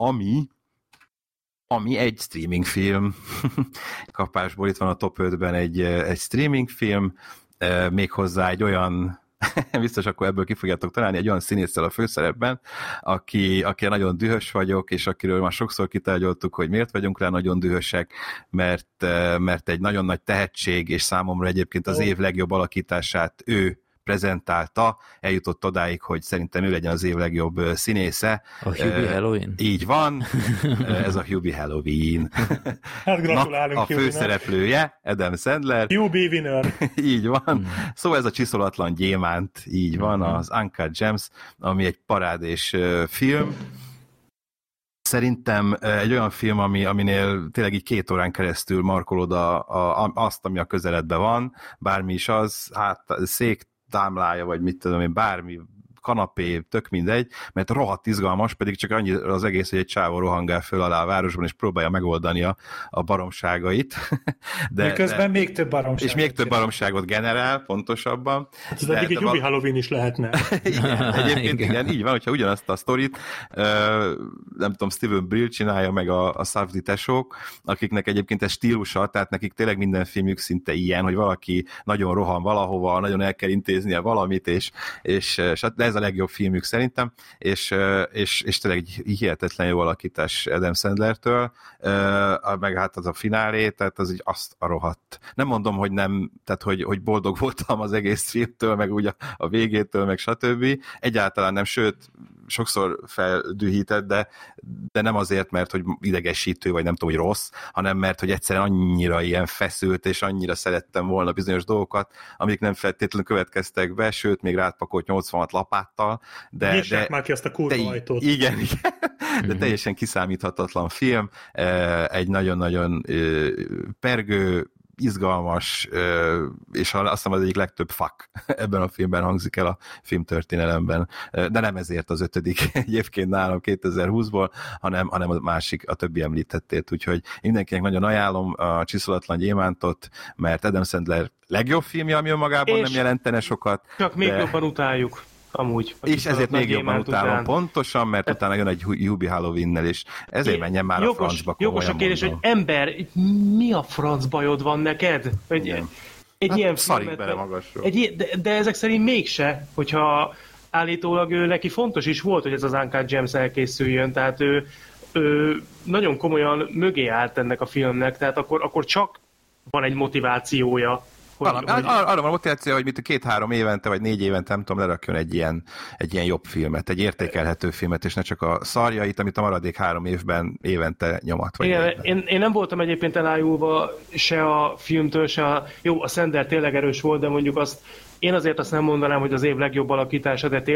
ami egy streaming film. Kapásból itt van a top 5-ben egy streaming film, méghozzá egy olyan, biztos akkor ebből ki fogjátok találni, egy olyan színésszel a főszerepben, aki nagyon dühös vagyok, és akiről már sokszor kitárgyaltuk, hogy miért vagyunk rá nagyon dühösek, mert egy nagyon nagy tehetség, és számomra egyébként az év legjobb alakítását ő prezentálta, eljutott odáig, hogy szerintem ő legyen az év legjobb színésze. A Hubie Halloween? Így van, ez a Hubie Halloween. Hát gratulálunk a főszereplője, Adam Sandler. Hubie winner. Így van. Szóval ez a csiszolatlan gyémánt, így van, az Uncut Gems, ami egy parádés film. Szerintem egy olyan film, aminél tényleg így 2 órán keresztül markolod azt, ami a közeledben van, bármi is az, hát szék támlája, vagy mit tudom én, bármi, kanapé, tök mindegy, mert rohadt izgalmas, pedig csak annyi az egész, hogy egy csávó rohangál föl alá a városban, és próbálja megoldani a baromságait. Miközben még több baromságot. És még több baromságot generál, pontosabban. Ez eddig egy Hubie Halloween is lehetne. Igen, egyébként igen, így van, hogyha ugyanazt a sztorit, nem tudom, Steven Brill csinálja meg a Safdie tesók, akiknek egyébként ez stílusa, tehát nekik tényleg minden filmjük szinte ilyen, hogy valaki nagyon rohan valahova, nagyon el kell intéznie valamit, és de ez a legjobb filmük szerintem, és tényleg egy hihetetlen jó alakítás Adam Sandlertől, meg hát az a finálé, tehát az így azt a rohadt. Nem mondom, hogy nem, tehát hogy boldog voltam az egész filmtől, meg úgy a végétől, meg stb. Egyáltalán nem, sőt, sokszor feldühített, de nem azért, mert hogy idegesítő, vagy nem tudom, hogy rossz, hanem mert, hogy egyszerűen annyira ilyen feszült, és annyira szerettem volna bizonyos dolgokat, amik nem feltétlenül következtek be, sőt, még rátpakolt 86 lapáttal. Nyissák már ki azt a kurva ajtót. Igen, de teljesen kiszámíthatatlan film, egy nagyon-nagyon pergő, izgalmas, és azt hiszem az egyik legtöbb fuck ebben a filmben hangzik el a filmtörténelemben, de nem ezért az 5. egyébként nálam 2020-ból, hanem a másik, a többi említettét, úgyhogy mindenkinek nagyon ajánlom a Csiszolatlan gyémántot, mert Adam Sandler legjobb filmje, ami önmagában nem jelentene sokat. Csak még jobban utáljuk. Amúgy. És ezért még jobban utálom, pontosan, mert utána jön egy Hubie Halloween-nel, és ezért menjen már a francba. Jogos a kérdés, hogy ember, mi a franc bajod van neked? Egy ilyen szarik bele magasról. De ezek szerint mégse, hogyha állítólag neki fontos is volt, hogy ez az Uncut Gems elkészüljön, tehát ő nagyon komolyan mögé állt ennek a filmnek, tehát akkor csak van egy motivációja. Arra van a motiváció, hogy 2-3 évente, vagy 4 évente, nem tudom, lerakjon egy ilyen jobb filmet, egy értékelhető filmet, és ne csak a szarjait, amit a maradék 3 évben évente nyomat. Vagy igen, én nem voltam egyébként elájulva se a filmtől, jó, a Sandler tényleg erős volt, de mondjuk én azért azt nem mondanám, hogy az év legjobb alakítása, de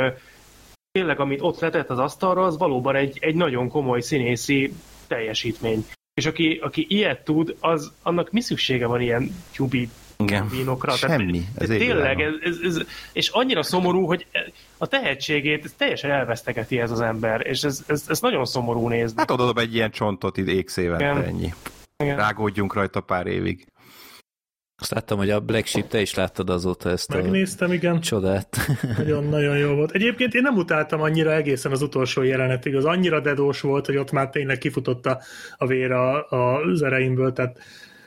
tényleg amit ott letett az asztalra, az valóban egy nagyon komoly színészi teljesítmény. És aki ilyet tud, annak mi szüksége van ilyen Hubie-vinokra? Semmi. Tényleg, és annyira szomorú, hogy a tehetségét teljesen elvesztegeti ez az ember, és ez nagyon szomorú nézni. Hát odadob egy ilyen csontot itt ékszévente, ennyi. Igen. Rágódjunk rajta pár évig. Azt láttam, hogy a Black Sheep, te is láttad azóta ezt megnéztem, igen. Csodát. Nagyon jó volt. Egyébként én nem utáltam annyira egészen az utolsó jelenetig, az annyira dedós volt, hogy ott már tényleg kifutott a vér az ereimből, tehát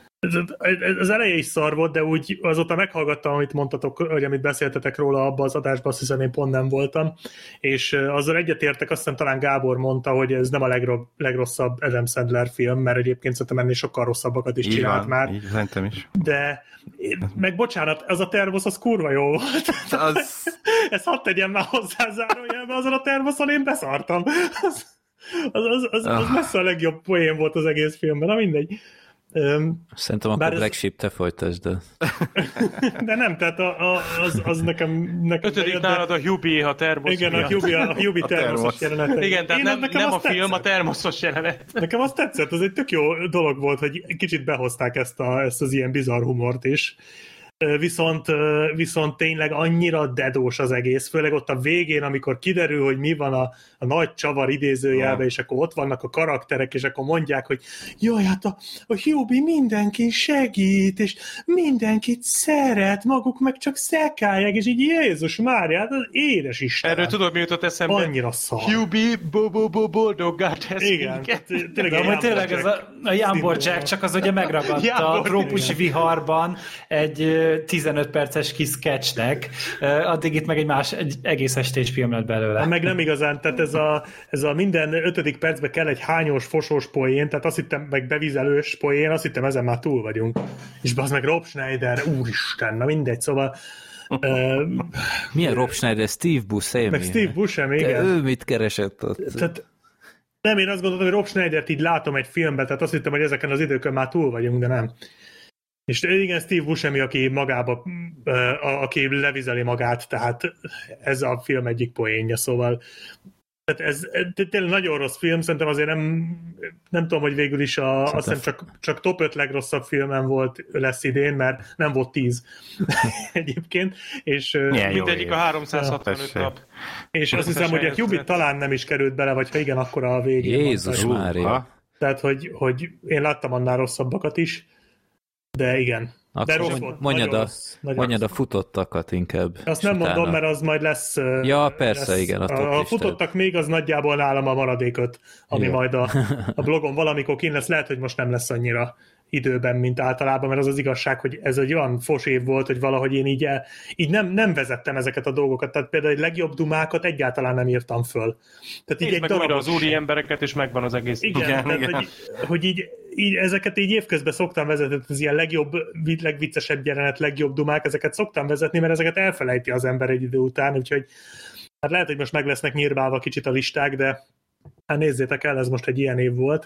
az eleje is szar volt, de úgy azóta meghallgattam, amit mondtatok, hogy amit beszéltetek róla abban az adásban, azt hiszem én pont nem voltam, és azzal egyetértek, azt hiszem talán Gábor mondta, hogy ez nem a legrosszabb Adam Sandler film, mert egyébként szerintem ennél sokkal rosszabbakat is csinált már. Így szerintem is. De meg bocsánat, az a termosz, az kurva jó volt. Ezt hadd tegyem már hozzá zárójelbe, azon a termoszon én beszartam. Az messze a legjobb poén volt az egész filmben, na mindegy. Szerintem akkor Black Sheep te folytasd, de... De nem, tehát az nekem 5. nálad a Hubie, a termosz. Igen, a Hubie termoszos jelenet. Igen, tehát nem a film, a termoszos jelenet. Nekem az tetszett, az egy tök jó dolog volt, hogy kicsit behozták ezt az ilyen bizarr humort is. Viszont tényleg annyira dedós az egész, főleg ott a végén, amikor kiderül, hogy mi van a nagy csavar idézőjelben, és akkor ott vannak a karakterek, és akkor mondják, hogy jaj, hát a Hubie mindenki segít, és mindenkit szeret, maguk meg csak szekálják, és így Jézus Mária, hát az édes Isten. Erről tudod, mi jutott eszembe? Annyira szar. Hubie, boldoggá tesz. Igen. Tényleg ez a Jambor Jack, csak az ugye megragadta a trópusi viharban egy 15 perces kis sketchnek, addig itt meg egy egész estés film lett belőle. Meg nem igazán, tehát ez a minden 5. percben kell egy hányós, fosós poén, tehát azt hittem, meg bevizelős poén, azt hittem, ezen már túl vagyunk. És az meg Rob Schneider, úristen, na mindegy, szóval milyen Rob Schneider? Steve Buscemi. Meg Steve Buscemi, igen. Ő mit keresett ott? Tehát, nem, én azt gondoltam, hogy Rob Schneidert így látom egy filmben, tehát azt hittem, hogy ezeken az időkön már túl vagyunk, de nem. És igen, Steve Buscemi, aki levizeli magát, tehát ez a film egyik poénja, szóval tehát ez tényleg nagyon rossz film, szerintem azért nem tudom, hogy végül is azt hiszem csak top 5 legrosszabb filmem lesz idén, mert nem volt 10 egyébként. És mindegyik a 365 nap. És azt hiszem, hogy a Hubie talán nem is került bele, vagy ha igen, akkor a végén. Jézus Mária. Tehát, hogy én láttam annál rosszabbakat is, de igen. De rossz volt. Mondjad a futottakat inkább. Azt nem utána. mondom, mert az majd lesz... Ja, persze, lesz, igen. A futottak még, az nagyjából nálam a maradékot, ami majd a blogon valamikor kín lesz. Lehet, hogy most nem lesz annyira időben, mint általában, mert az az igazság, hogy ez egy olyan fos év volt, hogy valahogy én így nem vezettem ezeket a dolgokat, tehát például egy legjobb dumákat egyáltalán nem írtam föl. Tehát így egy darabos... az úri embereket, és megvan az egész. Igen. Hogy így ezeket így évközben szoktam vezetni, az ilyen legjobb, legviccesebb jelenet, legjobb dumák, ezeket szoktam vezetni, mert ezeket elfelejti az ember egy idő után, úgyhogy hát lehet, hogy most meg lesznek nyírbálva kicsit a listák, de hát nézzétek el, ez most egy ilyen év volt,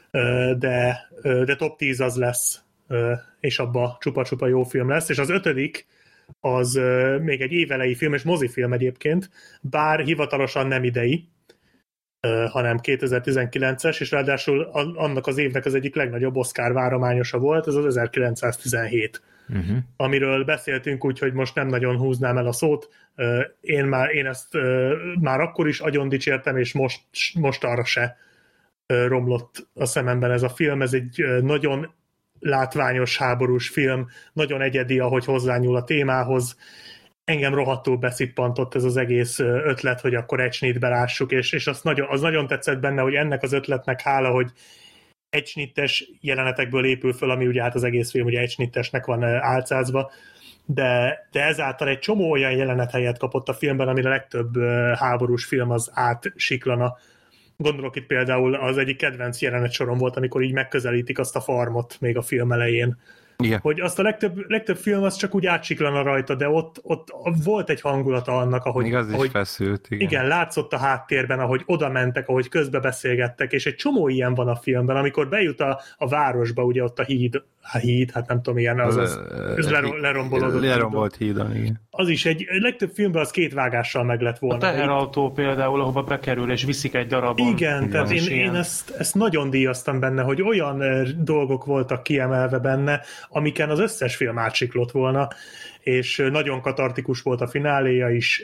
de top 10 az lesz, és abba csupa-csupa jó film lesz, és az 5. az még egy évelei film, és mozifilm egyébként, bár hivatalosan nem idei, hanem 2019-es, és ráadásul annak az évnek az egyik legnagyobb Oscar várományosa volt, ez az 1917. Amiről beszéltünk, úgyhogy most nem nagyon húznám el a szót. Én ezt már akkor is agyon dicsértem, és most arra se romlott a szememben ez a film. Ez egy nagyon látványos háborús film, nagyon egyedi, ahogy hozzányúl a témához. Engem rohadtul beszippantott ez az egész ötlet, hogy akkor egy snitbe lássuk, és az nagyon tetszett benne, hogy ennek az ötletnek hála, hogy egy snittes jelenetekből épül föl, ami ugye hát az egész film ugye egy snittesnek van álcázva, de ezáltal egy csomó olyan jelenet helyet kapott a filmben, amire a legtöbb háborús film az átsiklana. Gondolok itt például az egyik kedvenc jelenet sorom volt, amikor így megközelítik azt a farmot még a film elején. Igen. Hogy azt a legtöbb film az csak úgy átsiklana rajta, de ott volt egy hangulata annak, ahogy... Még az is feszült, igen. Igen, látszott a háttérben, ahogy oda mentek, ahogy közbe beszélgettek, és egy csomó ilyen van a filmben, amikor bejut a városba, ugye ott a híd, hát nem tudom, ilyen az lerombolódott. Lerombolt hídon, igen. Az is egy legtöbb filmben az 2 vágással meg lett volna. A teherautó például, ahova bekerül, és viszik egy darabon. Igen, tehát én ezt nagyon díjaztam benne, hogy olyan dolgok voltak kiemelve benne, amiken az összes film átsiklott volna, és nagyon katartikus volt a fináléja is,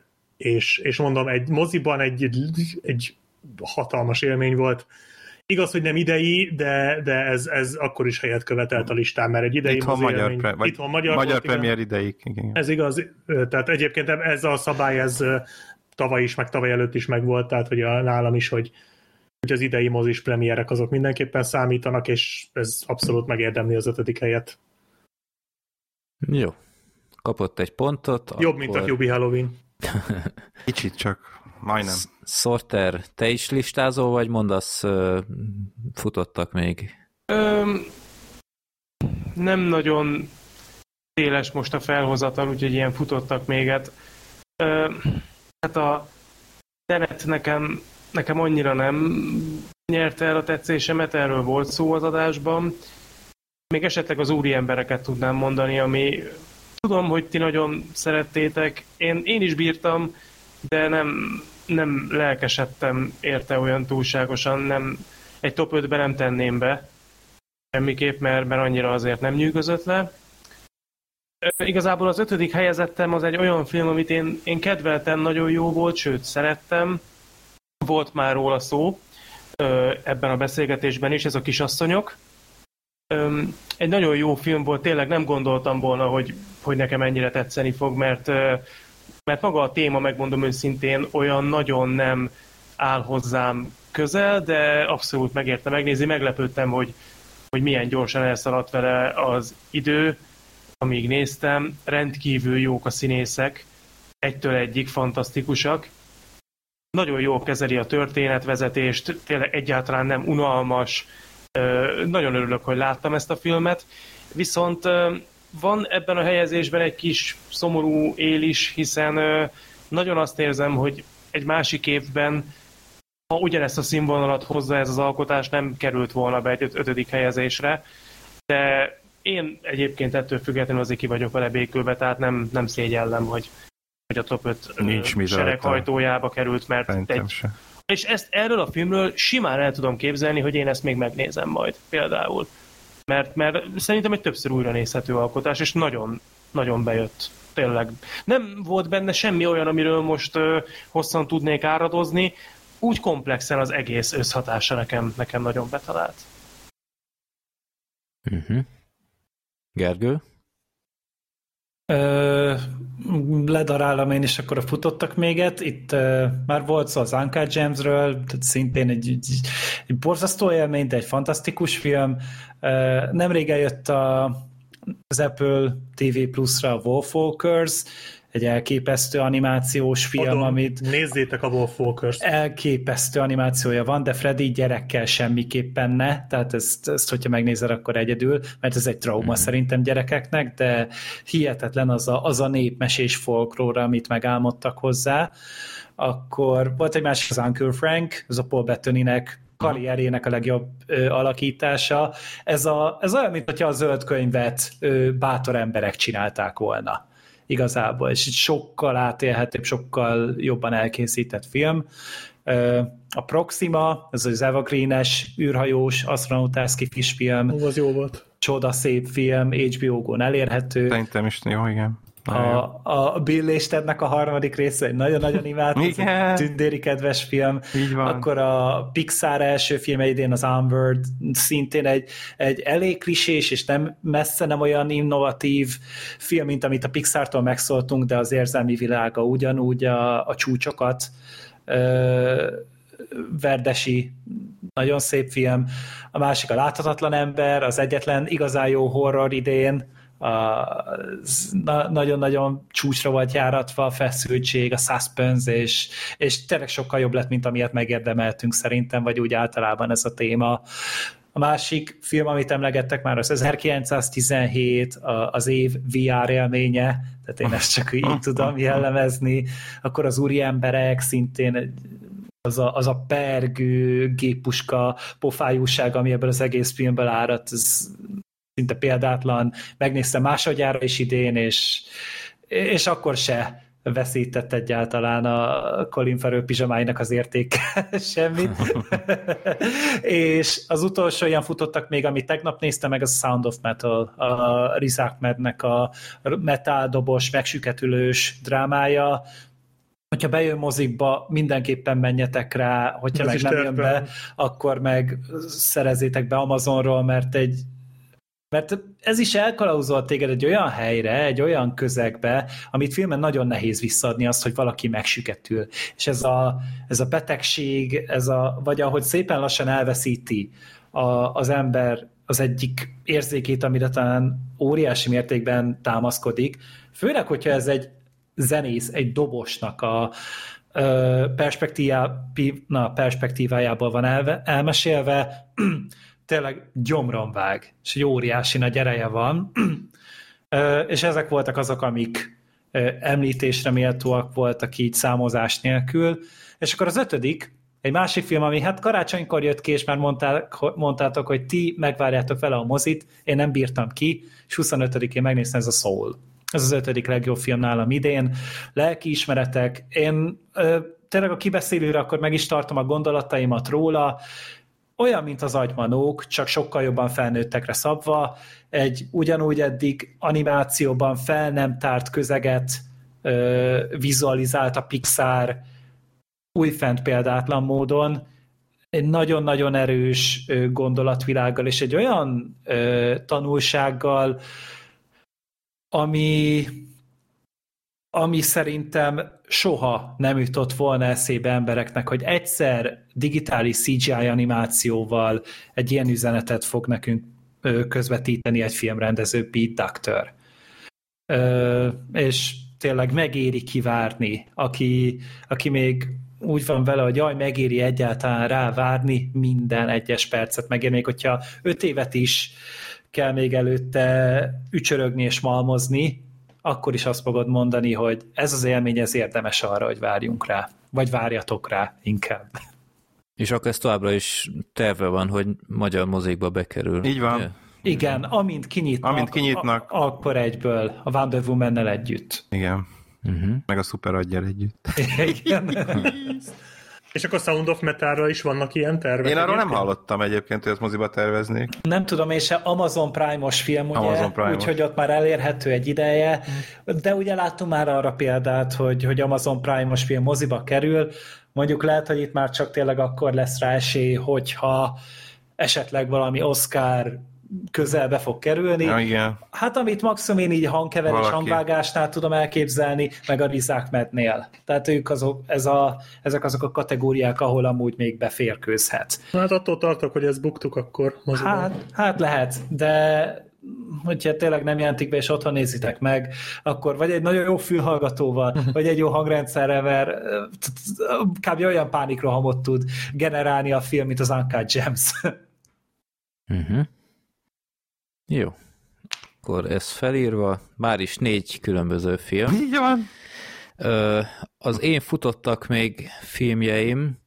és mondom, egy moziban egy hatalmas élmény volt. Igaz, hogy nem idei, de ez akkor is helyet követelt a listán, mert egy idei itthon magyar premier ideig. Igen. Ez igaz, tehát egyébként ez a szabály, ez tavaly is, meg tavaly előtt is megvolt, tehát hogy nálam is, hogy az idei mozis premierek azok mindenképpen számítanak, és ez abszolút megérdemli az 5. helyet. Jó. Kapott egy pontot. Jobb, akkor... mint a Hubie Halloween. Kicsit csak, majdnem. Sorter, te is listázol, vagy mondasz, futottak még? Nem nagyon széles most a felhozatal, úgyhogy ilyen futottak méget. Hát a Tenet nekem annyira nem nyerte el a tetszésemet, erről volt szó az adásban. Még esetleg az úri embereket tudnám mondani, ami tudom, hogy ti nagyon szerettétek. Én is bírtam, de nem lelkesedtem érte olyan túlságosan, nem, egy top 5-be nem tenném be semmiképp, mert annyira azért nem nyűgözött le. Igazából az 5. helyezettem az egy olyan film, amit én kedveltem, nagyon jó volt, sőt szerettem. Volt már róla szó ebben a beszélgetésben is, ez a Kisasszonyok. Egy nagyon jó film volt, tényleg nem gondoltam volna, hogy nekem ennyire tetszeni fog, mert maga a téma, megmondom őszintén, olyan nagyon nem áll hozzám közel, de abszolút megérte megnézni. Meglepődtem, hogy milyen gyorsan elszaladt vele az idő, amíg néztem. Rendkívül jók a színészek, egytől egyig fantasztikusak. Nagyon jól kezeli a történetvezetést, tényleg egyáltalán nem unalmas. Nagyon örülök, hogy láttam ezt a filmet. Viszont van ebben a helyezésben egy kis szomorú él is, hiszen nagyon azt érzem, hogy egy másik évben, ha ugyanezt a színvonalat hozza ez az alkotás, nem került volna be egy 5. helyezésre, de én egyébként ettől függetlenül azért ki vagyok vele békülve, tehát nem szégyellem, hogy a top 5 sereghajtójába került, mert és erről a filmről simán el tudom képzelni, hogy én ezt még megnézem majd például. Mert szerintem egy többször újra nézhető alkotás, és nagyon, nagyon bejött. Tényleg. Nem volt benne semmi olyan, amiről most hosszan tudnék áradozni, úgy komplexen az egész összhatása nekem nagyon betalált. Gergő? Led darálom én is, akkor futottak még itt már volt szó az Uncut Gemsről, tehát szintén egy borzasztó élmény, de egy fantasztikus film. Nemrég eljött az Apple TV Plus-ra a Wolfwalkers, egy elképesztő animációs film, amit... Nézzétek a Wolfwalkers-t. Elképesztő animációja van, de Freddy gyerekkel semmiképpen ne, tehát ezt hogyha megnézed, akkor egyedül, mert ez egy trauma szerintem gyerekeknek, de hihetetlen az a népmesés folklóra, amit megálmodtak hozzá. Akkor volt egy másik, az Uncle Frank, az a Paul Bettany-nek karrierjének a legjobb alakítása. Ez olyan, mint hogyha a Zöld könyvet bátor emberek csinálták volna. Igazából, és itt sokkal átélhetőbb, sokkal jobban elkészített film. A Proxima, ez az Eva Green-es, űrhajós, asztronautás kifis film. Az jó volt. Csoda szép film, HBO-gon elérhető. Szerintem is jó, igen. A Bill és Tednek a harmadik része egy nagyon-nagyon imádt, tündéri kedves film. Akkor a Pixar első filme idén, az Onward, szintén egy elég klisés, és messze nem olyan innovatív film, mint amit a Pixartól megszóltunk, de az érzelmi világa ugyanúgy a csúcsokat verdesi, nagyon szép film. A másik a Láthatatlan ember, az egyetlen igazán jó horror idén, nagyon-nagyon csúcsra volt járatva a feszültség, a suspense, és tényleg sokkal jobb lett, mint amilyet megérdemeltünk szerintem, vagy úgy általában ez a téma. A másik film, amit emlegettek már, az 1917, az év VR élménye, tehát én ezt csak így tudom jellemezni. Akkor az úri emberek, szintén az a pergő, géppuska pofájúság, ami ebből az egész filmből árat, ez szinte példátlan. Megnéztem másodjára is idén, és akkor se veszített egyáltalán a Colin Farrell pizsamáinak az értéke semmit. És az utolsó ilyen futottak még, amit tegnap néztem meg, az Sound of Metal, a Riz Ahmednek a metal dobos, megsüketülős drámája. Hogyha bejön mozikba, mindenképpen menjetek rá, hogyha meg nem jön be, akkor meg szerezzétek be Amazonról, mert ez is elkalauzolt téged egy olyan helyre, egy olyan közegbe, amit filmen nagyon nehéz visszaadni azt, hogy valaki megsüketül. És ez a betegség, vagy ahogy szépen lassan elveszíti az ember az egyik érzékét, amire talán óriási mértékben támaszkodik, főleg, hogyha ez egy zenész, egy dobosnak a perspektívájából van elmesélve, tényleg gyomron vág, és egy óriási nagy ereje van, és ezek voltak azok, amik említésre méltóak voltak így számozás nélkül, és akkor az 5. egy másik film, ami hát karácsonykor jött ki, és már mondtátok, hogy ti megvárjátok vele a mozit, én nem bírtam ki, és 25-én megnéztem, ez a Soul. Ez az 5. legjobb film nálam idén. Lelkiismeretek, én tényleg a kibeszélőre akkor meg is tartom a gondolataimat róla, olyan, mint az Agymanók, csak sokkal jobban felnőttekre szabva, egy ugyanúgy eddig animációban fel nem tárt közeget vizualizált a Pixar újfent példátlan módon, egy nagyon-nagyon erős gondolatvilággal, és egy olyan tanulsággal, ami szerintem soha nem jutott volna eszébe embereknek, hogy egyszer digitális CGI animációval egy ilyen üzenetet fog nekünk közvetíteni egy filmrendező, Pete Docter. És tényleg megéri kivárni, aki még úgy van vele, hogy jaj, megéri egyáltalán rávárni, minden egyes percet megér, még hogyha 5 évet is kell még előtte ücsörögni és malmozni, akkor is azt fogod mondani, hogy ez az élmény, ez érdemes arra, hogy várjunk rá. Vagy várjatok rá inkább. És akkor ez továbbra is terve van, hogy magyar mozikba bekerül. Így van. Ugye? Igen, amint kinyitnak. Akkor egyből a Wonder Woman-nel együtt. Igen. Meg a Szuper Aggyal együtt. Igen. És akkor Sound of Metal-ra is vannak ilyen tervek? Én arról nem hallottam egyébként, hogy ezt moziba terveznék. Nem tudom, és Amazon Prime-os film, ugye? Úgyhogy ott már elérhető egy ideje, de ugye láttunk már arra példát, hogy Amazon Prime-os film moziba kerül, mondjuk lehet, hogy itt már csak tényleg akkor lesz rá esély, hogyha esetleg valami Oscar közelbe fog kerülni. Ja, igen. Hát amit maximum én így hangkeverés, hangvágásnál tudom elképzelni, meg a Rizák Mednél. Tehát ők ezek azok a kategóriák, ahol amúgy még beférkőzhet. Hát attól tartok, hogy ezt buktuk akkor moziban. Hát lehet, de hogyha tényleg nem jelentik be, és otthon nézitek meg, akkor vagy egy nagyon jó fülhallgatóval, vagy egy jó hangrendszerrel, mert kb. Olyan pánikrohamot tud generálni a film, mint az Uncut Gems. Jó. Akkor ez felírva, már is 4 különböző film. Így van. Az én futottak még filmjeim,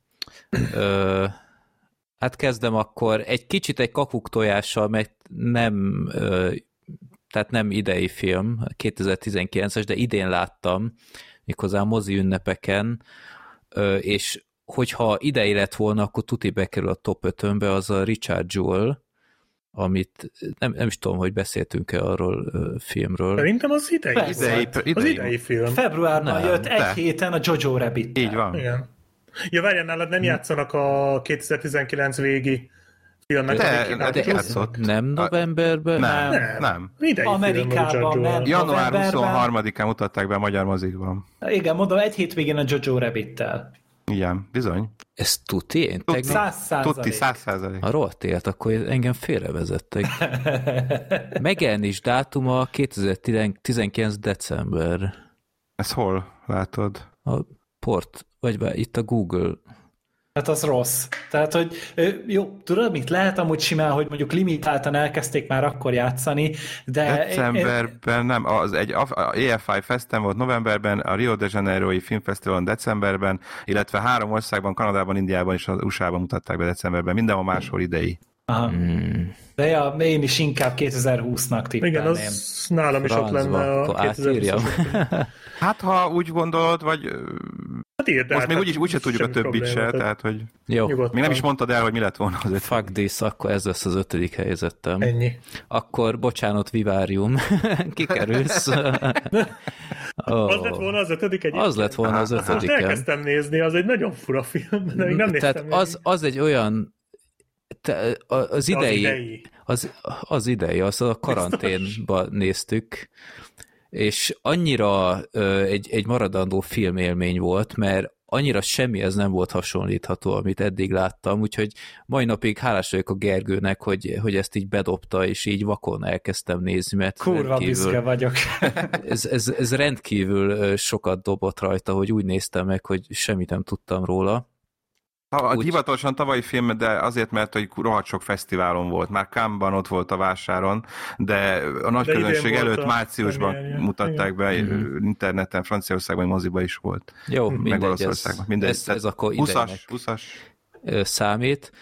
hát kezdem akkor egy kicsit egy kakuktojással, meg nem, tehát nem idei film, 2019-es, de idén láttam, méghozzá a mozi ünnepeken, és hogyha idei lett volna, akkor tuti bekerül a top 5-önbe, az a Richard Jewell, amit nem is tudom, hogy beszéltünk-e arról filmről. Szerintem az idei film. Februárban jött egy héten a Jojo Rabbit. Így van. Igen. Ja, várjál, nálad nem játszanak a 2019 végi filmnek. De játszott. Nem novemberben? Nem. Amerikában nem. Január 23-án mutatták be a magyar mozikban. Igen, mondom, egy hétvégén a Jojo Rabbit-tel. Igen, bizony. Ez tuti? Én tuti 100%. A rohadt élet, akkor engem félrevezettek. Megjelenés dátuma 2019. december. Ez hol látod? A port, vagy itt a Google. Hát az rossz. Tehát, hogy jó, tudod, mit lehet amúgy simán, hogy mondjuk limitáltan elkezdték már akkor játszani, de... Decemberben nem, az egy EFI Festen volt novemberben, a Rio de Janeiro-i Filmfesztiválon decemberben, illetve 3 országban, Kanadában, Indiában és az USA-ban mutatták be decemberben, mindenhol máshol idei. Aha. De ja, én is inkább 2020-nak tippelném. Igen, az nálam is ott lenne a 2020-nak. Hát, ha úgy gondolod, vagy... Hát írd most még úgyse tudjuk a többit se, tehát, hogy... Jó. Még nem is mondtad el, hogy mi lett volna az 5. Fuck this, akkor ez lesz az 5. helyezettem. Ennyi. Akkor, bocsánat, Vivárium. Kikerülsz. Az lett volna az 5. egyébként? Az lett volna az 5. Most elkezdtem nézni, az egy nagyon fura film, de még nem néztem. Tehát az egy olyan... Az idei, az a karanténban néztük, és annyira egy maradandó filmélmény volt, mert annyira semmihez nem volt hasonlítható, amit eddig láttam, úgyhogy mai napig hálás vagyok a Gergőnek, hogy ezt így bedobta, és így vakon elkezdtem nézni, mert kurva büszke vagyok. ez rendkívül sokat dobott rajta, hogy úgy néztem meg, hogy semmit nem tudtam róla. Hivatalosan tavalyi film, de azért, mert hogy rohadt sok fesztiválon volt. Már Cannes-ban ott volt a vásáron, de a nagy közönség előtt márciusban mutatták be, interneten, Franciaországban, moziba is volt. Jó, meg Olaszországban. Ez akkor 20-as számít.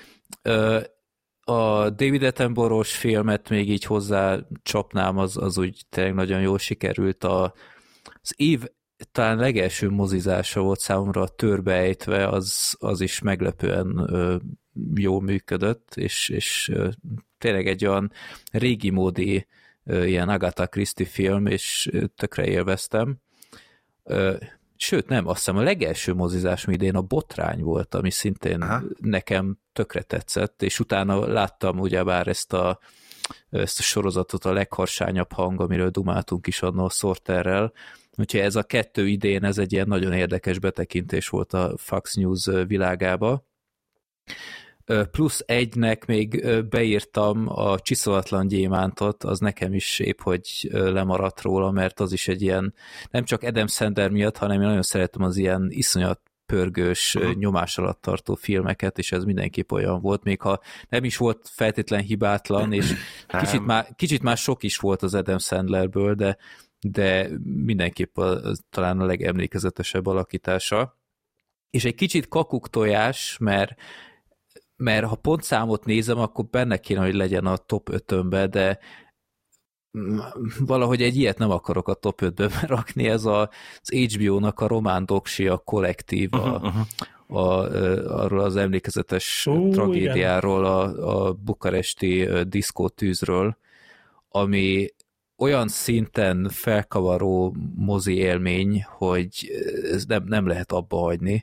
A David Attenborough-os filmet még így hozzá csapnám, az úgy tényleg nagyon jól sikerült. Az év talán legelső mozizása volt számomra, a Törbeejtve, az is meglepően jól működött, és tényleg egy olyan régi módi ilyen Agatha Christie film, és tökre élveztem. Sőt, nem, azt hiszem a legelső mozizás idén a Botrány volt, ami szintén nekem tökre tetszett, és utána láttam ugyebár ezt a sorozatot, a Legharsányabb hang, amiről dumáltunk is annól a Sorterrel. Úgyhogy ez a 2 idén, ez egy ilyen nagyon érdekes betekintés volt a Fox News világába. Plusz 1-nek még beírtam a Csiszolatlan gyémántot, az nekem is épp, hogy lemaradt róla, mert az is egy ilyen, nem csak Adam Sandler miatt, hanem én nagyon szeretem az ilyen iszonyat pörgős, nyomás alatt tartó filmeket, és ez mindenképp olyan volt, még ha nem is volt feltétlen hibátlan, és kicsit már sok is volt az Adam Sandlerből, de mindenképp talán a legemlékezetesebb alakítása. És egy kicsit kakuktojás, mert ha pontszámot nézem, akkor benne kéne, hogy legyen a top 5-önbe, de valahogy egy ilyet nem akarok a top 5-be rakni, ez az HBO-nak a Román Doksi, a Kollektív, arról az emlékezetes tragédiáról, a bukaresti diszkótűzről, ami olyan szinten felkavaró mozi élmény, hogy ez nem lehet abba hagyni,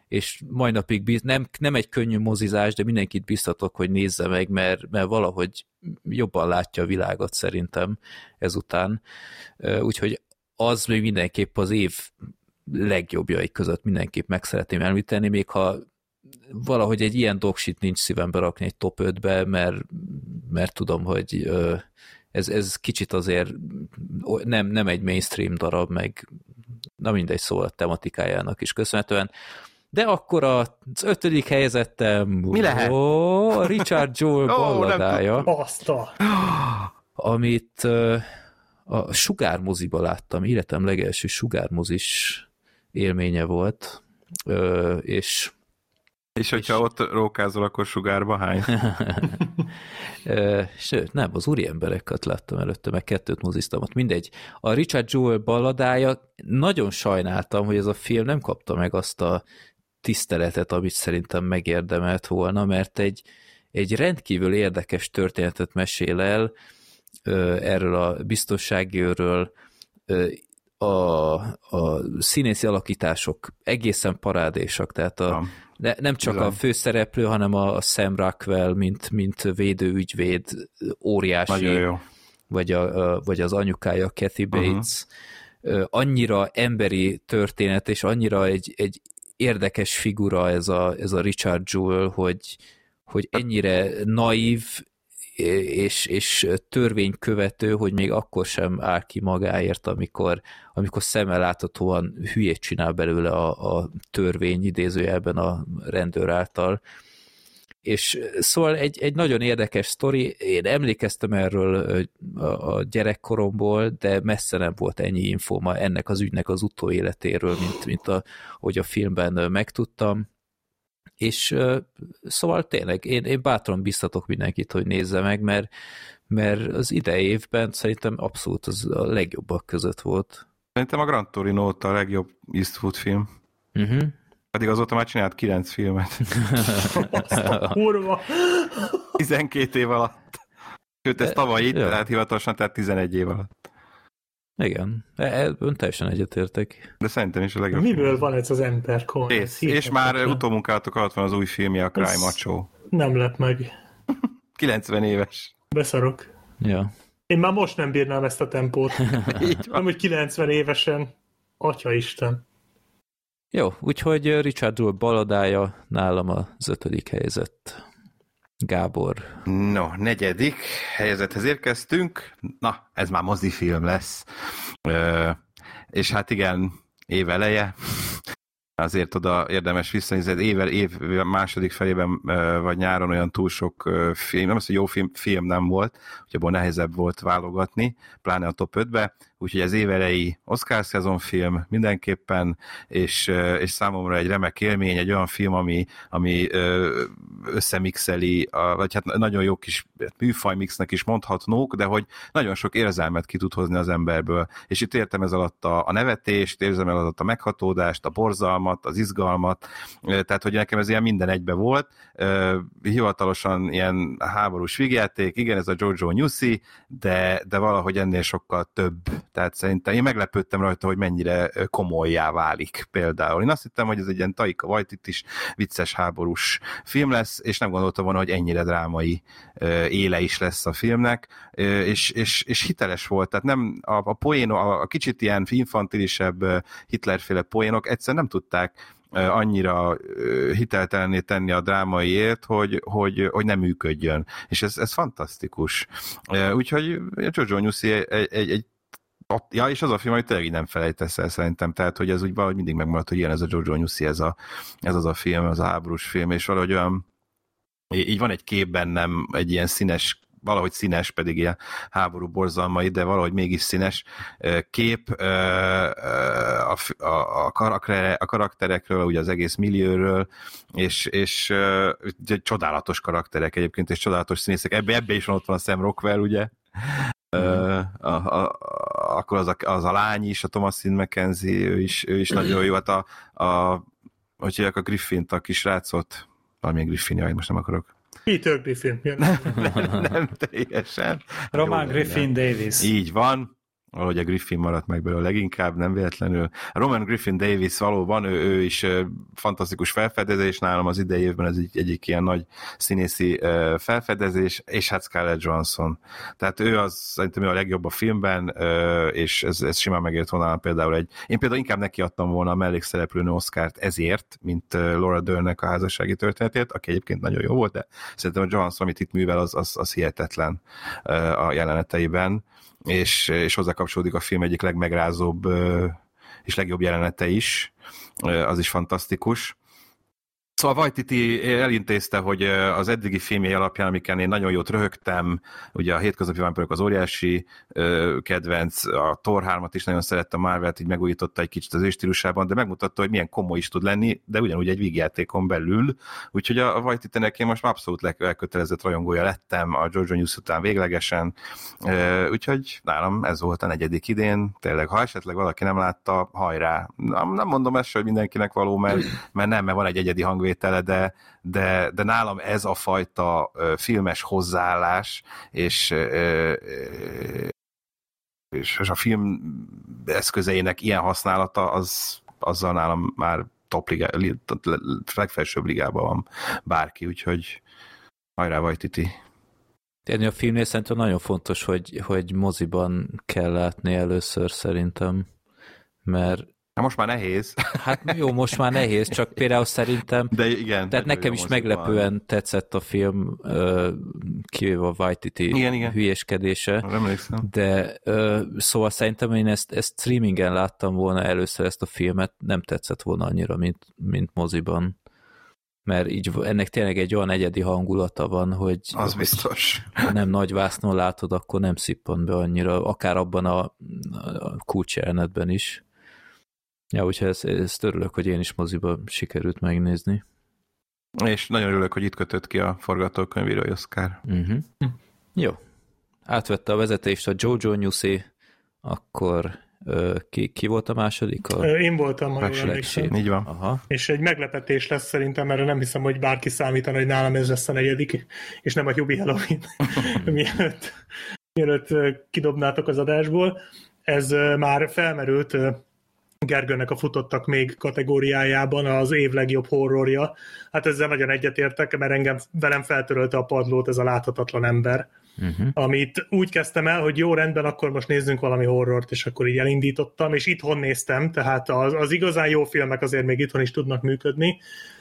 és mai napig nem egy könnyű mozizás, de mindenkit biztatok, hogy nézze meg, mert valahogy jobban látja a világot szerintem ezután. Úgyhogy az még mindenképp az év legjobbjai között mindenképp meg szeretném említeni, még ha valahogy egy ilyen dogshit nincs szívembe rakni egy top 5-be, mert tudom, hogy ez kicsit azért nem egy mainstream darab, meg na mindegy, szóval a tematikájának is köszönhetően. De akkor az 5. helyezettem mi lehet? Richard Jewell balladája, amit a sugármoziba láttam, életem legelső sugármozis élménye volt, és hogyha ott rókázol, akkor sugárba hány? Sőt, nem, az úriembereket láttam előtte, meg 2 moziztam ott, mindegy. A Richard Jewell balladája, nagyon sajnáltam, hogy ez a film nem kapta meg azt a tiszteletet, amit szerintem megérdemelt volna, mert egy rendkívül érdekes történetet mesél el erről a biztonsági őrről, a színészi alakítások egészen parádésak, tehát nem csak a főszereplő, hanem a Sam Rockwell, mint védőügyvéd, óriási, jó. Vagy az anyukája, Kathy Bates. Annyira emberi történet, és annyira egy érdekes figura ez a Richard Jewell, hogy ennyire naív, és törvénykövető, hogy még akkor sem áll ki magáért, amikor szemmel láthatóan hülyét csinál belőle a törvény idézőjelben a rendőr által. És szóval egy nagyon érdekes sztori, én emlékeztem erről a gyerekkoromból, de messze nem volt ennyi infóm ennek az ügynek az utóéletéről, mint ahogy a filmben megtudtam. És szóval tényleg én bátran biztatok mindenkit, hogy nézze meg, mert az idei évben szerintem abszolút az a legjobbak között volt. Szerintem a Gran Torino óta a legjobb Eastwood film. Pedig azóta már csinált 9 filmet. Kurva! 12 év alatt. Sőt, ez tavaly itt, tehát hivatalosan, tehát 11 év alatt. Igen, ön teljesen egyetértek. De szerintem is a legjobb. Miből film. Van ez az ember? És már utómunkálatok alatt van az új filmje, a Cry Macho. Nem lep meg. 90 éves. Beszarok. Ja. Én már most nem bírnám ezt a tempót. Nem, hogy 90 évesen. Atyaisten. Jó, úgyhogy Richard Jewell balladája nálam az 5. helyzet. Gábor. No, 4. helyezethez érkeztünk. Na, ez már mozifilm lesz. És hát igen, év eleje. Azért oda érdemes visszanézni, év második felében vagy nyáron olyan túl sok film, nem az, hogy jó film nem volt, hogy abból nehezebb volt válogatni, pláne a top 5-be, úgyhogy ez évelei Oscar szezonfilm mindenképpen, és számomra egy remek élmény, egy olyan film, ami összemixeli, vagy hát nagyon jó kis műfajmixnek is mondhatnók, de hogy nagyon sok érzelmet ki tud hozni az emberből. És itt értem ez alatt a nevetést, érzem el alatt a meghatódást, a borzalmat, az izgalmat, tehát hogy nekem ez ilyen minden egybe volt. Hivatalosan ilyen háborús vígjáték, igen, ez a Jojo Newsy, de valahogy ennél sokkal több. Tehát szerintem én meglepődtem rajta, hogy mennyire komolyá válik például. Én azt hittem, hogy ez egy ilyen Taika Waititi is vicces háborús film lesz, és nem gondoltam volna, hogy ennyire drámai éle is lesz a filmnek, és hiteles volt. Tehát nem a poénok, a kicsit ilyen infantilisebb Hitlerféle poénok egyszerűen nem tudták annyira hiteltelenné tenni a drámaiért, hogy nem működjön. És ez fantasztikus. Úgyhogy Jojo Newsy egy ja, és az a film, hogy tényleg nem felejtesz el szerintem, tehát hogy ez úgy valahogy mindig megmaradt, hogy ilyen ez a Jojo Newsy, ez az a film, az a háborús film, és valahogy olyan, így van egy kép bennem, egy ilyen színes, valahogy színes, pedig ilyen háború borzalmai, de valahogy mégis színes kép a karakterekről, ugye az egész millióről, és csodálatos karakterek egyébként, és csodálatos színészek. Ebbe is van, ott van a Sam Rockwell, ugye? Akkor az a lány is, a Thomasin McKenzie, ő is nagyon jó. Hát hogy hívják a Griffint, a kisrácot, valamilyen Griffin, jaj, most nem akarok. Peter Griffin. Nem teljesen. Román Griffin Davis. Így van. valahogy a Griffin maradt meg belőle leginkább, nem véletlenül. Roman Griffin Davis valóban, ő is fantasztikus felfedezés, nálam az idei évben ez egyik ilyen nagy színészi felfedezés, és hát Scarlett Johansson. Tehát ő az, szerintem ő a legjobb a filmben, és ez simán megért volna például én például inkább neki adtam volna a mellékszereplőnő Oscart ezért, mint Laura Dernnek a házassági történetét, aki egyébként nagyon jó volt, de szerintem a Johansson, amit itt művel, az hihetetlen a jeleneteiben, és hozzá kapcsolódik a film egyik legmegrázóbb és legjobb jelenete is, az is fantasztikus. Szóval Waititi elintézte, hogy az eddigi filmjei alapján, amiken én nagyon jót röhögtem, ugye a Hétköznapi Vámpirok az óriási kedvenc, a Thor 3-at is nagyon szerette, a Marvelt így megújította egy kicsit az ő stílusában, de megmutatta, hogy milyen komoly is tud lenni, de ugyanúgy egy vígjátékon belül, úgyhogy a Waititinek én most már abszolút elkötelezett rajongója lettem a Jojo News után véglegesen, úgyhogy nálam ez volt a 4. idén, tényleg, ha esetleg valaki nem látta, hajrá. Nem mondom ezt, hogy mindenkinek való, mert van egy egyedi hangvétele, de nálam ez a fajta filmes hozzáállás, és a film eszközeinek ilyen használata, azzal nálam már legfelsőbb ligában van bárki, úgyhogy hajrá Waititi. Tényleg a filmnél szerintem nagyon fontos, hogy moziban kell látni először szerintem, mert most már nehéz. Hát jó, most már nehéz, csak például szerintem, de igen, tehát nekem is meglepően tetszett a film, kivéve a Waititi hülyéskedése, de szóval szerintem én ezt streamingen láttam volna először ezt a filmet, nem tetszett volna annyira, mint moziban. Mert így ennek tényleg egy olyan egyedi hangulata van, hogy az biztos. Ha nem nagy vásznon látod, akkor nem szippan be annyira, akár abban a kulcsjelenetben is. Ja, úgyhogy ezt örülök, hogy én is moziba sikerült megnézni. És nagyon örülök, hogy itt kötött ki a forgatókönyvírói Oscar. Jó. Átvette a vezetést a Jojo Newsy, akkor ki volt a második? Én voltam, ha jól emlékszem. Így van. Aha. És egy meglepetés lesz szerintem, mert nem hiszem, hogy bárki számítana, hogy nálam ez lesz a 4., és nem a Hubie Halloween, mielőtt kidobnátok az adásból. Ez már felmerült Gergőnek a futottak még kategóriájában az év legjobb horrorja. Hát ezzel nagyon egyetértek, mert velem feltörölte a padlót ez a Láthatatlan ember. Amit úgy kezdtem el, hogy jó, rendben, akkor most nézzünk valami horrort, és akkor így elindítottam, és itthon néztem, tehát az igazán jó filmek azért még itthon is tudnak működni.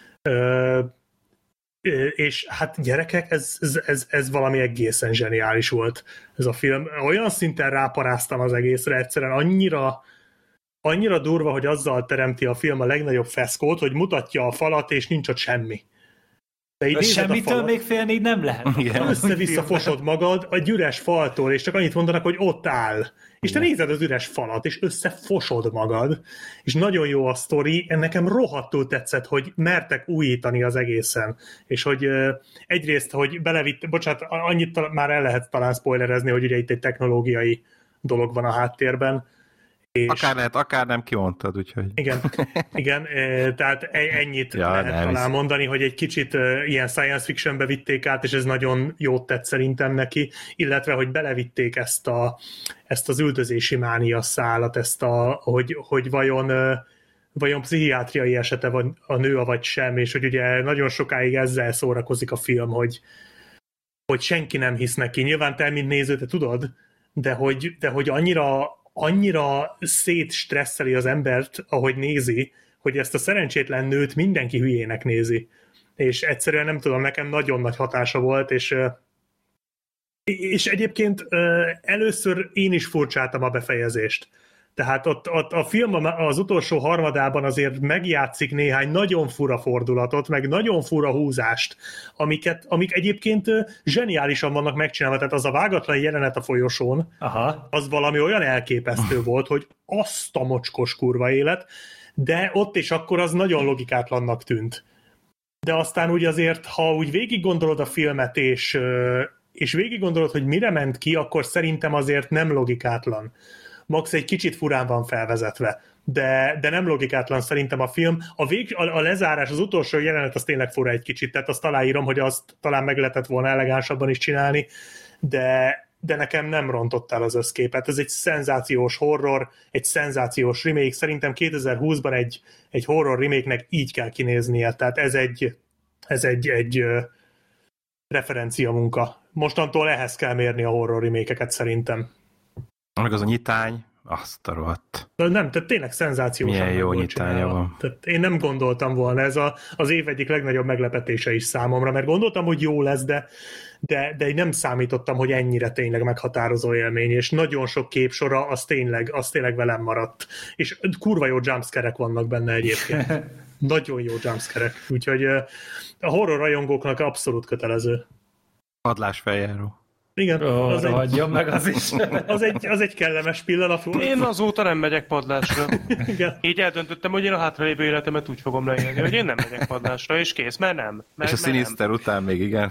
És hát gyerekek, ez valami egészen zseniális volt ez a film. Olyan szinten ráparáztam az egészre, egyszerűen annyira durva, hogy azzal teremti a film a legnagyobb feszkót, hogy mutatja a falat, és nincs ott semmi. De semmitől még félni így nem lehet. Össze-vissza fosod magad egy üres faltól, és csak annyit mondanak, hogy ott áll. És te nézed az üres falat, és összefosod magad. És nagyon jó a sztori, nekem rohadtul tetszett, hogy mertek újítani az egészen. És hogy egyrészt, hogy bocsánat, annyit már el lehet talán spoilerezni, hogy ugye itt egy technológiai dolog van a háttérben. Akár lehet, akár nem, kimondtad, úgyhogy... Igen, tehát ennyit lehet talán mondani, hogy egy kicsit ilyen science fictionbe vitték át, és ez nagyon jót tett szerintem neki, illetve, hogy belevitték ezt az üldözési mánia szálat, hogy vajon pszichiátriai esete van a nő, vagy sem, és hogy ugye nagyon sokáig ezzel szórakozik a film, hogy senki nem hisz neki. Nyilván te, mint néző, te tudod, de hogy annyira szétstresszeli az embert, ahogy nézi, hogy ezt a szerencsétlen nőt mindenki hülyének nézi. És egyszerűen nem tudom, nekem nagyon nagy hatása volt, és egyébként először én is furcsáltam a befejezést. Tehát ott a film az utolsó harmadában azért megjátszik néhány nagyon fura fordulatot, meg nagyon fura húzást, amik egyébként zseniálisan vannak megcsinálva. Tehát az a vágatlan jelenet a folyosón, az valami olyan elképesztő volt, hogy azt a mocskos kurva élet, de ott és akkor az nagyon logikátlannak tűnt. De aztán úgy azért, ha úgy végig gondolod a filmet, és végig gondolod, hogy mire ment ki, akkor szerintem azért nem logikátlan. Max egy kicsit furán van felvezetve, de nem logikátlan szerintem a film. A lezárás, az utolsó jelenet az tényleg fura egy kicsit, tehát azt aláírom, hogy azt talán meg lehetett volna elegánsabban is csinálni, de de nekem nem rontott el az összképet. Ez egy szenzációs horror, egy szenzációs remake. Szerintem 2020-ban egy horror remake-nek így kell kinéznie. Tehát ez egy referencia munka. Mostantól ehhez kell mérni a horror remake-eket szerintem. Meg az a nyitány, azt a rohadt. De nem, tehát tényleg szenzációsan. Milyen jó nyitánya van. Tehát én nem gondoltam volna, ez az év egyik legnagyobb meglepetése is számomra, mert gondoltam, hogy jó lesz, de én nem számítottam, hogy ennyire tényleg meghatározó élmény, és nagyon sok képsora, az tényleg velem maradt. És kurva jó jumpscare-ek vannak benne egyébként. Nagyon jó jumpscare-ek. Úgyhogy a horror rajongóknak abszolút kötelező. Padlás feljáró. Igen, hagyjam meg az is. az egy kellemes pillanat. Én azóta nem megyek padlásra. Igen. Így eldöntöttem, hogy én a hátralévő életemet úgy fogom leélni, hogy én nem megyek padlásra, és kész, mert nem. És a Sinister után még igen.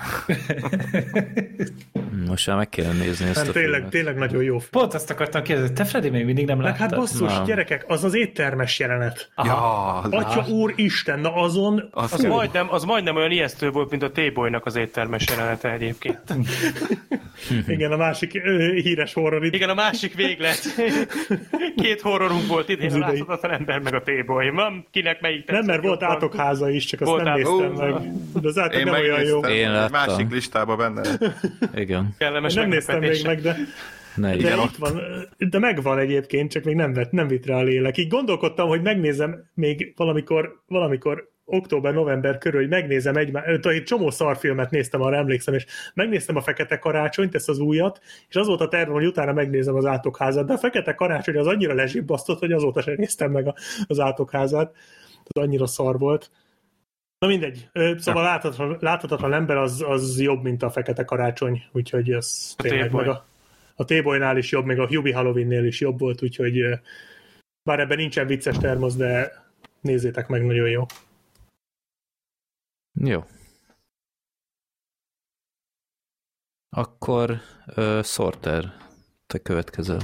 Most már meg kéne nézni ezt a filmet. Tényleg nagyon jó. Pont azt akartam kérdezni, te Freddy még mindig nem láttad? Hát basszus, gyerekek, az éttermes jelenet. Atya úr Isten, na azon... Az majdnem olyan ijesztő volt, mint a T-Boynak az éttermes jelenete egyébként. Igen, a másik híres horror. Igen, a másik véglet. 2 horrorunk volt idén, a láthatatlan ember meg a T-Boy. Kinek melyik tetszik? Nem, mert volt átokháza is, csak azt nem néztem meg. De az átok nem olyan jó. Én láttam. Másik listában benne. Igen. Nem néztem még meg, de itt van. De megvan egyébként, csak még nem vitt rá a lélek. Így gondolkodtam, hogy megnézem még valamikor október-november körül, hogy megnézem egy csomó szarfilmet néztem, arra emlékszem, és megnéztem a Fekete Karácsonyt, ezt az újat, és az volt a tervem, hogy utána megnézem az Átokházat, de a Fekete Karácsony az annyira lezsibbasztott, hogy azóta sem néztem meg az Átokházát. Az annyira szar volt. Na mindegy. Szóval láthatatlan ember az jobb, mint a Fekete Karácsony, úgyhogy ez tényleg meg a T-Boynál is jobb, még a Hubie Halloweennél is jobb volt, úgyhogy bár ebben nincsen vicces termosz, de nézzétek meg, nagyon jó. Jó. Akkor Sorter, te következel.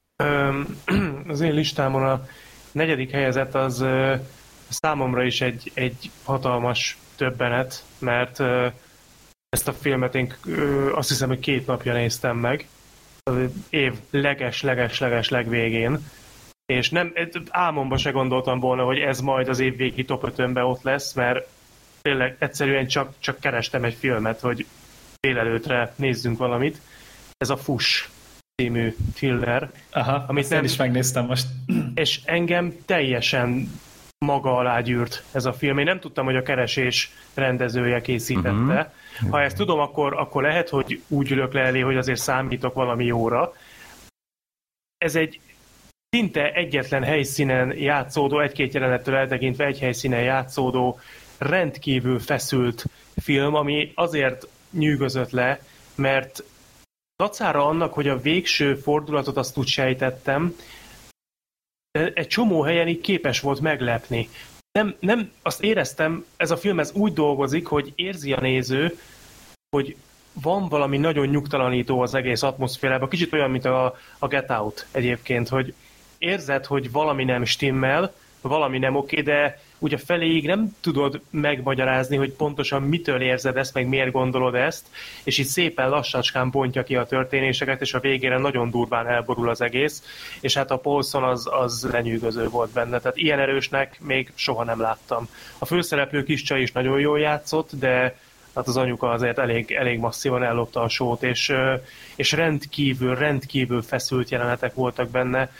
Az én listámon a 4. helyezett az számomra is egy hatalmas többenet, mert ezt a filmet én azt hiszem, hogy 2 napja néztem meg. Az év leges legvégén. És nem, álmomba se gondoltam volna, hogy ez majd az évvégi top 5-önben ott lesz, mert tényleg egyszerűen csak kerestem egy filmet, hogy délelőtre nézzünk valamit. Ez a Fuss című thriller. Aha, amit én is megnéztem most. És engem teljesen maga alá gyűrt ez a film. Én nem tudtam, hogy a Keresés rendezője készítette. Ha ezt tudom, akkor lehet, hogy úgy ülök le elé, hogy azért számítok valami jóra. Ez egy szinte egyetlen helyszínen játszódó, 1-2 jelenettől eltekintve egy helyszínen játszódó, rendkívül feszült film, ami azért nyűgözött le, mert dacára annak, hogy a végső fordulatot azt úgy sejtettem, egy csomó helyen így képes volt meglepni. Nem, azt éreztem, ez a film ez úgy dolgozik, hogy érzi a néző, hogy van valami nagyon nyugtalanító az egész atmoszférában, kicsit olyan, mint a Get Out egyébként, hogy érzed, hogy valami nem stimmel, valami nem oké, de úgy a feléig nem tudod megmagyarázni, hogy pontosan mitől érzed ezt, meg miért gondolod ezt, és így szépen lassacskán bontja ki a történéseket, és a végére nagyon durván elborul az egész, és hát a Paulson az lenyűgöző volt benne, tehát ilyen erősnek még soha nem láttam. A főszereplő kis csaj is nagyon jól játszott, de hát az anyuka azért elég masszívan ellopta a sót, és rendkívül feszült jelenetek voltak benne.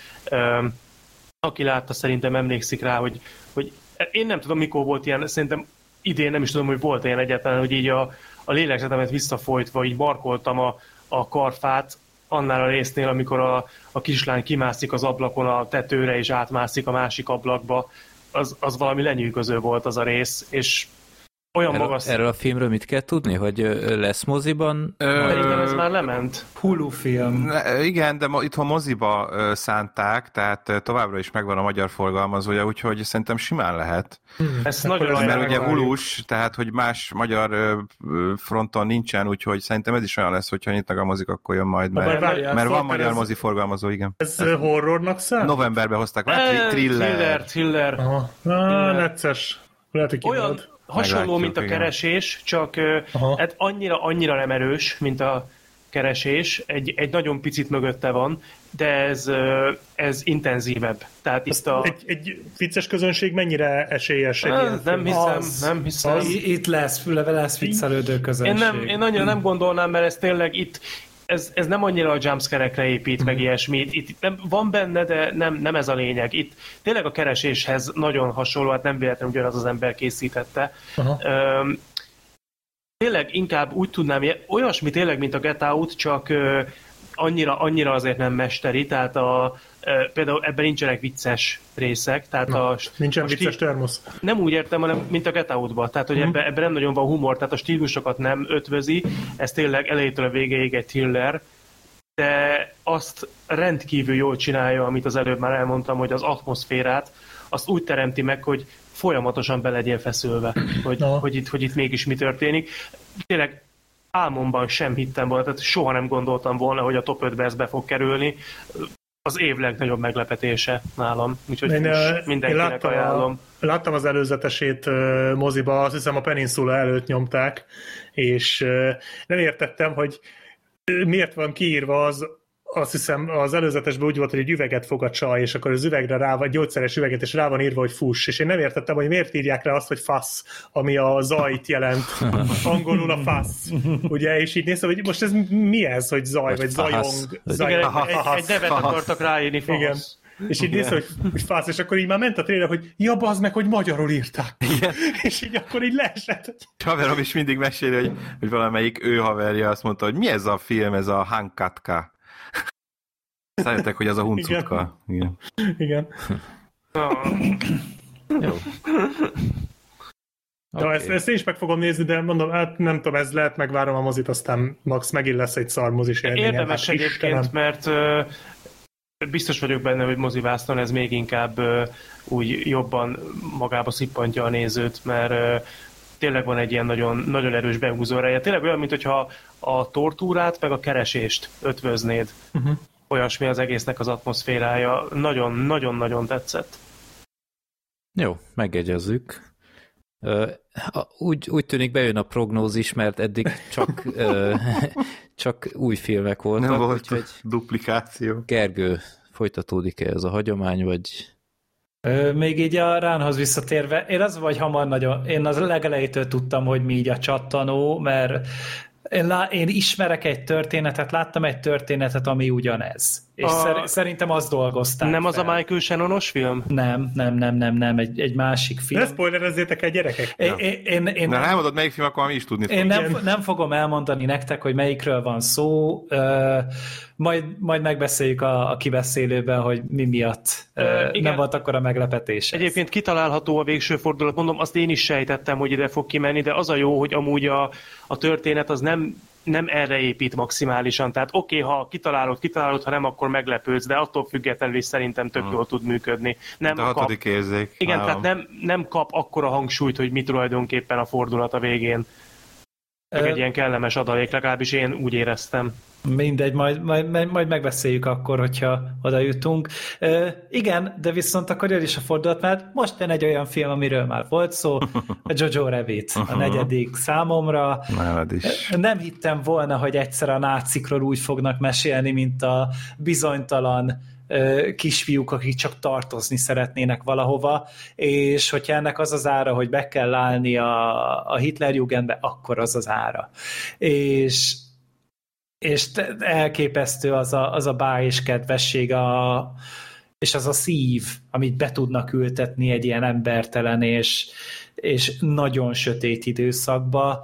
Aki látta, szerintem emlékszik rá, hogy én nem tudom, mikor volt ilyen, szerintem idén nem is tudom, hogy volt ilyen egyáltalán, hogy így a lélegzetemet visszafolytva így markoltam a karfát annál a résznél, amikor a kislány kimászik az ablakon a tetőre és átmászik a másik ablakba. Az valami lenyűgöző volt az a rész, és olyan magas... Erről a filmről mit kell tudni? Hogy lesz moziban? Szerintem ez már lement. Hulu film. Igen, de itthon moziba szánták, tehát továbbra is megvan a magyar forgalmazója, úgyhogy szerintem simán lehet. Ez nagyon olyan. Mert ugye Hulus, tehát hogy más magyar fronton nincsen, úgyhogy szerintem ez is olyan lesz, hogyha nyitnak a mozik, akkor jön majd, mert van magyar mozi forgalmazó, igen. Ez horrornak számít? Novemberben hozták. Thriller. Necces. Lehet, hogy olyan hasonló, mint a Keresés, csak hát annyira nem erős, mint a keresés, egy nagyon picit mögötte van, de ez intenzívebb. Tehát itt egy vicces közönség mennyire esélyes? Nem hiszem. Itt lesz viccelődő közönség. Én annyira nem gondolnám, mert ez tényleg itt ez nem annyira a jumpscare-ekre épít, meg ilyesmi. Itt nem, van benne, de nem ez a lényeg. Itt tényleg a kereséshez nagyon hasonló, hát nem véletlenül ugyanaz az ember készítette. Tényleg inkább úgy tudnám, olyasmi tényleg, mint a Get Out, csak annyira azért nem mesteri, tehát például ebben nincsenek vicces részek. Tehát nincsen vicces termosz. Nem úgy értem, hanem mint a Get Out-ban. Tehát, hogy ebben nem nagyon van humor, tehát a stílusokat nem ötvözi, ez tényleg elejétől a végéig egy thriller, de azt rendkívül jól csinálja, amit az előbb már elmondtam, hogy az atmoszférát, azt úgy teremti meg, hogy folyamatosan be legyél feszülve, hogy itt mégis mi történik. Tényleg álmomban sem hittem volna, tehát soha nem gondoltam volna, hogy a top 5-be ez be fog kerülni. Az év legnagyobb meglepetése nálam, úgyhogy mindenkinek ajánlom. Láttam az előzetesét moziba, azt hiszem a Peninsula előtt nyomták, és nem értettem, hogy miért van kiírva azt hiszem az előzetesben úgy volt, hogy egy üveget fog a csaj, és akkor az üvegre rá van, gyógyszeres üveget, és rá van írva, hogy fuss. És én nem értettem, hogy miért írják rá azt, hogy fasz, ami a zajt jelent. Angolul a fasz. Ugye, és így néztem, hogy most ez mi ez, hogy zaj, vagy zajong. Egy nevet akartak ráírni, fasz. Igen. És így néztem, hogy fasz, és akkor így már ment a trailer, hogy ja, bazd meg, hogy magyarul írták. Igen. És így akkor így leesett. Haverom is mindig meséli, hogy valamelyik ő haverja azt mondta, hogy mi ez a film, ez a Hankatka. Szeretek, hogy az a huncutka. Igen. Jó. Okay. Ezt én is meg fogom nézni, de mondom, hát nem tudom, ez lehet, megvárom a mozit, aztán max megint lesz egy szar mozis élményem. Érdemes hát, egyébként, mert biztos vagyok benne, hogy mozivásznon ez még inkább úgy jobban magába szippantja a nézőt, mert tényleg van egy ilyen nagyon, nagyon erős behúzó ereje. Tényleg olyan, mintha a tortúrát meg a keresést ötvöznéd. Olyasmi az egésznek az atmoszférája. Nagyon-nagyon tetszett. Jó, megjegyezzük. Úgy tűnik bejön a prognózis, mert eddig csak új filmek voltak. Nem volt duplikáció. Gergő, folytatódik-e ez a hagyomány, vagy... Még így a Ránhoz visszatérve, én én az legelejétől tudtam, hogy mi így a csattanó, mert én ismerek egy történetet, láttam egy történetet, ami ugyanez. És szerintem azt dolgozták Nem fel. Az a Michael Shannon-os film? Nem, egy másik film. Ne spoilerezzétek el, gyerekek! Na, elmondod, melyik film, akkor mi is tudni fogjuk. Én nem fogom elmondani nektek, hogy melyikről van szó, majd megbeszéljük a kibeszélőben, hogy mi miatt nem volt akkor a meglepetés. Egyébként kitalálható a végső fordulat, mondom, azt én is sejtettem, hogy ide fog kimenni, de az a jó, hogy amúgy a történet az nem erre épít maximálisan. Tehát oké, ha kitalálod, ha nem, akkor meglepődsz, de attól függetlenül is szerintem tök jól tud működni. Nem a hatodik érzék. Igen, tehát nem kap akkora hangsúlyt, hogy mi tulajdonképpen a fordulat a végén. Egy ilyen kellemes adalék, legalábbis én úgy éreztem. Mindegy, majd megbeszéljük akkor, hogyha oda jutunk. Igen, de viszont akkor jön is a fordulat, mert most jön egy olyan film, amiről már volt szó, a Jojo Rabbit, a 4. számomra. Nem hittem volna, hogy egyszer a nácikról úgy fognak mesélni, mint a bizonytalan kisfiúk, akik csak tartozni szeretnének valahova, és hogyha ennek az az ára, hogy be kell állni a Hitlerjugendbe, akkor az az ára. És elképesztő az a báj és kedvesség, és az a szív, amit be tudnak ültetni egy ilyen embertelen és nagyon sötét időszakba.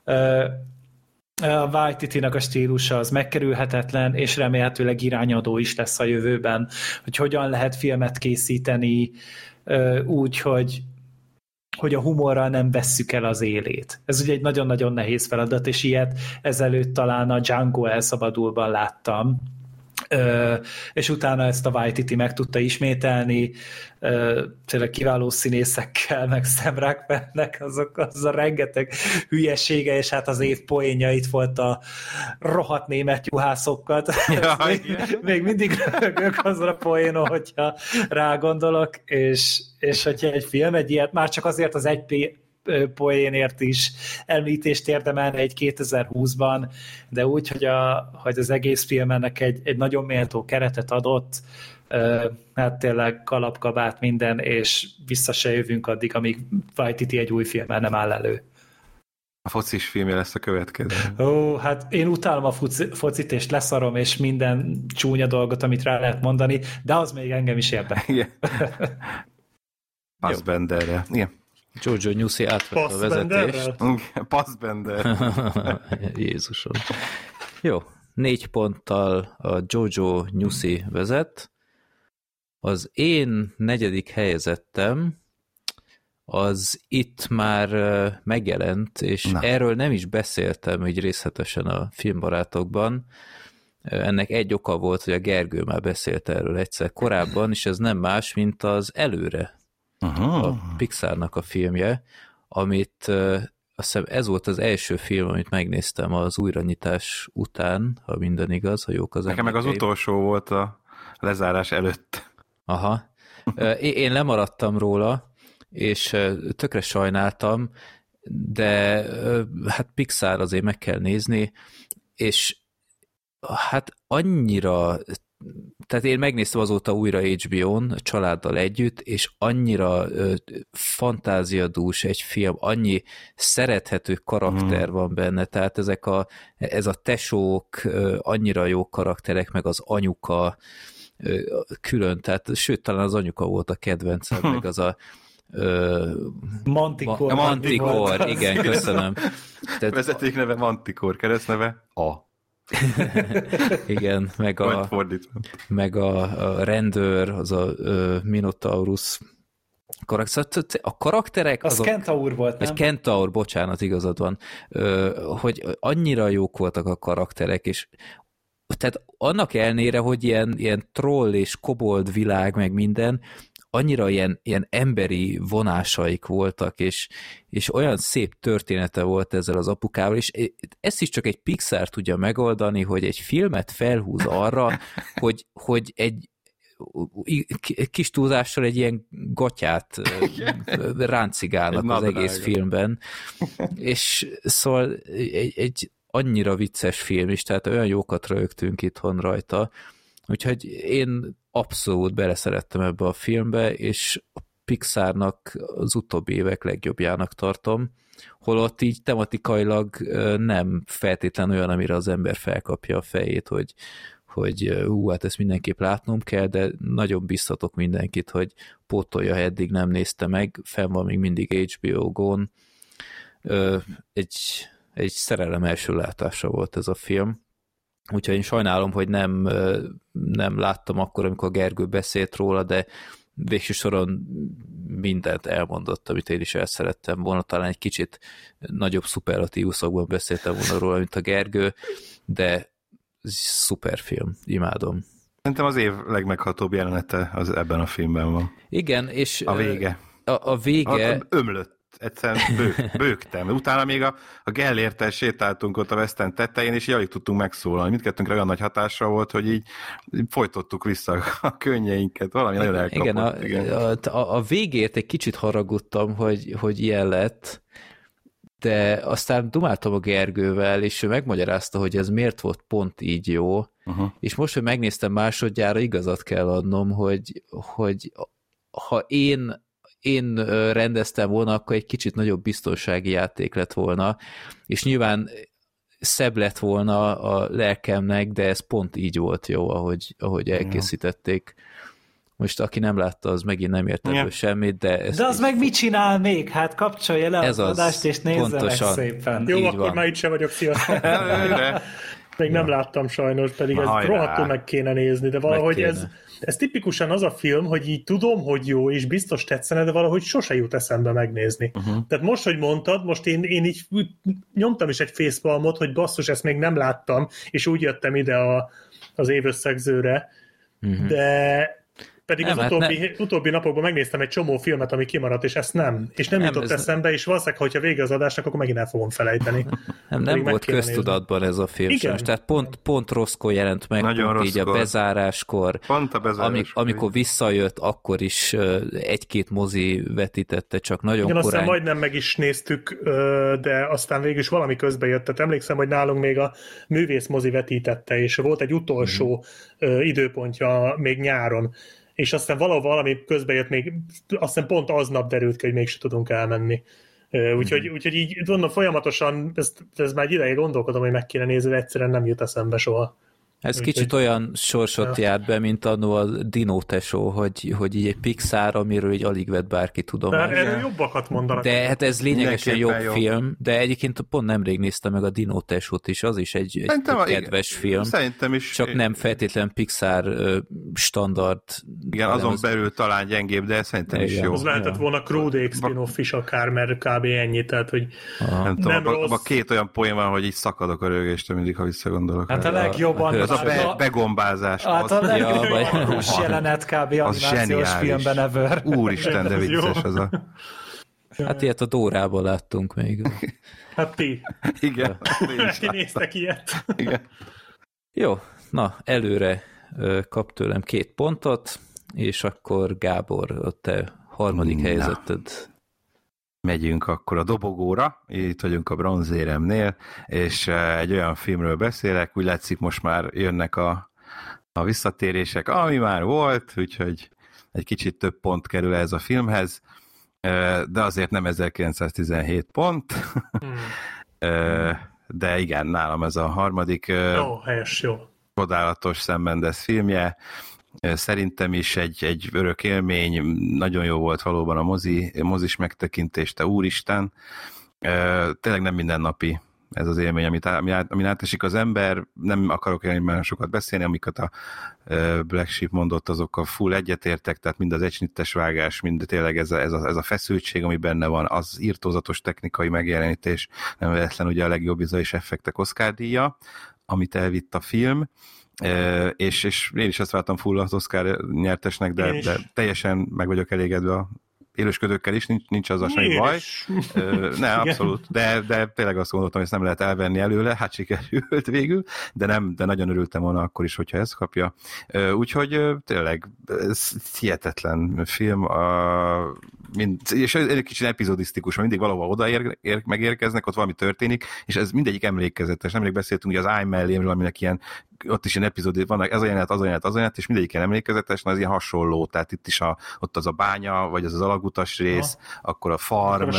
A Waititi-nak a stílusa az megkerülhetetlen, és remélhetőleg irányadó is lesz a jövőben, hogy hogyan lehet filmet készíteni úgy, hogy a humorral nem vesszük el az élét. Ez ugye egy nagyon-nagyon nehéz feladat, és ilyet ezelőtt talán a Django elszabadulban láttam, és utána ezt a Waititi meg tudta ismételni, tényleg kiváló színészekkel, meg Sam Rockwellnek az a rengeteg hülyesége, és hát az év poénja itt volt a rohadt német juhászokat. Ja, még mindig rögök azra a poénon, hogyha rágondolok, és hogyha egy film egy ilyet, már csak azért az poénért is említést érdemelne egy 2020-ban, de úgy, hogy az egész film ennek egy nagyon méltó keretet adott, hát tényleg kalapkabát minden, és vissza se jövünk addig, amíg Waititi egy új filmmel nem áll elő. A focis filmje lesz a következő. Ó, hát én utálom a focit, és leszarom, és minden csúnya dolgot, amit rá lehet mondani, de az még engem is érdekel. Igen. Fassbenderre. Igen. Jojo Newsy átvette a vezetést. Fassbender. Jézusom. Jó, 4 ponttal a Jojo Newsy vezet. Az én 4. helyezettem az itt már megjelent, és erről nem is beszéltem így részletesen a filmbarátokban. Ennek egy oka volt, hogy a Gergő már beszélt erről egyszer korábban, és ez nem más, mint az Előre, a Pixarnak a filmje, amit azt hiszem ez volt az első film, amit megnéztem az újranyitás után, ha minden igaz, ha jók az nekem meg az utolsó volt a lezárás előtt. Aha. Én lemaradtam róla, és tökre sajnáltam, de hát Pixar azért meg kell nézni, és hát annyira, tehát én megnéztem azóta újra HBO-n a családdal együtt, és annyira fantáziadús egy film, annyi szerethető karakter van benne, tehát ez a tesók annyira jó karakterek, meg az anyuka külön, tehát sőt, talán az anyuka volt a kedvencem, meg az a Manticore, igen, köszönöm. Tehát, vezetékneve Manticore, keresztneve A. Igen, meg a rendőr, az a Minotaurus karakter. A karakterek... Az Kentaur volt, nem? Egy Kentaur, bocsánat, igazad van. Hogy annyira jók voltak a karakterek, és tehát annak ellenére, hogy ilyen troll és kobold világ, meg minden, annyira ilyen emberi vonásaik voltak, és olyan szép története volt ezzel az apukával, és ezt is csak egy Pixar tudja megoldani, hogy egy filmet felhúz arra, hogy egy kis túlzással egy ilyen gatyát ráncigálnak az egész filmben. És szóval egy annyira vicces film is, tehát olyan jókat rögtünk itthon rajta, úgyhogy én abszolút beleszerettem ebbe a filmbe, és a Pixarnak az utóbbi évek legjobbjának tartom, holott így tematikailag nem feltétlen olyan, amire az ember felkapja a fejét, hogy hát ezt mindenképp látnom kell, de nagyon biztatok mindenkit, hogy pótolja, ha eddig nem nézte meg, fenn van még mindig HBO Go-n. Egy szerelem első látása volt ez a film, úgyhogy én sajnálom, hogy nem láttam akkor, amikor Gergő beszélt róla, de végső soron mindent elmondott, amit én is el szerettem volna. Talán egy kicsit nagyobb szuperlatívuszokban beszéltem volna róla, mint a Gergő, de szuper film, imádom. Szerintem az év legmeghatóbb jelenete az ebben a filmben van. Igen, és a vége. A vége... Ömlött. Egyszerűen bőgtem. Utána még a Gellérttel sétáltunk ott a West End tetején, és alig tudtunk megszólalni. Mindkettőnkre olyan nagy hatással volt, hogy így folytottuk vissza a könnyeinket. Valami nagyon elkapott. Igen, a végért egy kicsit haragudtam, hogy ilyen lett, de aztán dumáltam a Gergővel, és ő megmagyarázta, hogy ez miért volt pont így jó, és most, hogy megnéztem másodjára, igazat kell adnom, hogy ha én rendeztem volna, akkor egy kicsit nagyobb biztonsági játék lett volna, és nyilván szebb lett volna a lelkemnek, de ez pont így volt jó, ahogy elkészítették. Most aki nem látta, az megint nem ért ebből semmit, de... De az meg mit csinál még? Hát kapcsolja le az adást, és nézze meg szépen. Jó, akkor már itt sem vagyok, sziasztok. Még nem láttam sajnos, pedig ez rohadtul meg kéne nézni, de valahogy ez tipikusan az a film, hogy így tudom, hogy jó, és biztos tetszene, de valahogy sose jut eszembe megnézni. Tehát most, hogy mondtad, most én így nyomtam is egy facepalmot, hogy basszus, ezt még nem láttam, és úgy jöttem ide az évösszegzőre, de Pedig az utóbbi napokban megnéztem egy csomó filmet, ami kimaradt, és ezt nem. És nem jutott eszembe, és valószínűleg, hogyha vége az adásnak, akkor megint el fogom felejteni. Nem volt köztudatban ez a film. Igen. Tehát pont rosszkor jelent meg, így a bezáráskor. Pont a bezáráskor. Amikor visszajött, akkor is egy-két mozi vetítette, csak nagyon korán. Aztán majdnem meg is néztük, de aztán végül is valami közbe jött. Tehát emlékszem, hogy nálunk még a művész mozi vetítette, és volt egy utolsó időpontja még nyáron, és aztán valami közbe jött még, aztán pont aznap derült ki, hogy mégse tudunk elmenni. Úgyhogy így mondom, folyamatosan, ez már egy ideje gondolkodom, hogy meg kéne nézni, de egyszerűen nem jut eszembe soha. Ez kicsit olyan sorsot járt be, mint annó a Dino Tesó, hogy így egy Pixar, amiről így alig vett bárki tudomást. Erről jobbakat mondanak. De hát ez lényegesen jobb film, de egyébként pont nemrég néztem meg a Dino Tesót is, az is egy kedves film. Szerintem is. Csak nem feltétlen Pixar standard. Igen, azon belül talán gyengébb, de szerintem is jó. Az lehetett volna Crude spin-off is akár, mert kb. Ennyi, tehát hogy nem rossz. A két olyan poén van, hogy így szakadok a rögéstől mindig, ha visszagondolok. Hát a legjobban az a begombázás. Hát a legjobb jelenet kb. Animációs filmben ever. Úristen, de vicces az a... Hát ilyet a Dórában láttunk még. Hát ti. Igen. Ti néztek ilyet. Igen. Jó, na, előre kap tőlem 2 pontot, és akkor Gábor, ott te harmadik helyzeted. Megyünk akkor a dobogóra, itt vagyunk a bronzéremnél, és egy olyan filmről beszélek, úgy látszik most már jönnek a visszatérések, ami már volt, úgyhogy egy kicsit több pont kerül ez a filmhez, de azért nem 1917 pont, de igen, nálam ez a harmadik helyes, csodálatos Sam Mendes filmje. Szerintem is egy örök élmény, nagyon jó volt valóban a mozis megtekintés, te úristen. Tényleg nem mindennapi ez az élmény, amin átesik az ember. Nem akarok már sokat beszélni, amiket a Black Sheep mondott, azokkal full egyetértek, tehát mind az egysnittes vágás, mind tényleg ez a feszültség, ami benne van, az irtózatos technikai megjelenítés, nem véletlen ugye a legjobb vizuális effektek Oscar-díja, amit elvitt a film. És én is ezt vártam full az Oscar nyertesnek, de teljesen meg vagyok elégedve a élősködőkkel is, nincs azzal semmi baj. Ne, abszolút, de tényleg azt gondoltam, hogy ezt nem lehet elvenni előle, hát sikerült végül, de nagyon örültem volna akkor is, hogyha ezt kapja. Úgyhogy tényleg ez hihetetlen film, és egy kicsit epizodisztikus, mindig valahol megérkeznek, ott valami történik, és ez mindegyik emlékezetes. Nemrég beszéltünk ugye az iMellémről, aminek ilyen, ott is ilyen epizód vannak, ez a jelenet, az a jelenet, és mindegyik ilyen emlékezetes, na ez ilyen hasonló, tehát itt is ott az a bánya, vagy az alagutas rész, akkor a farm, akkor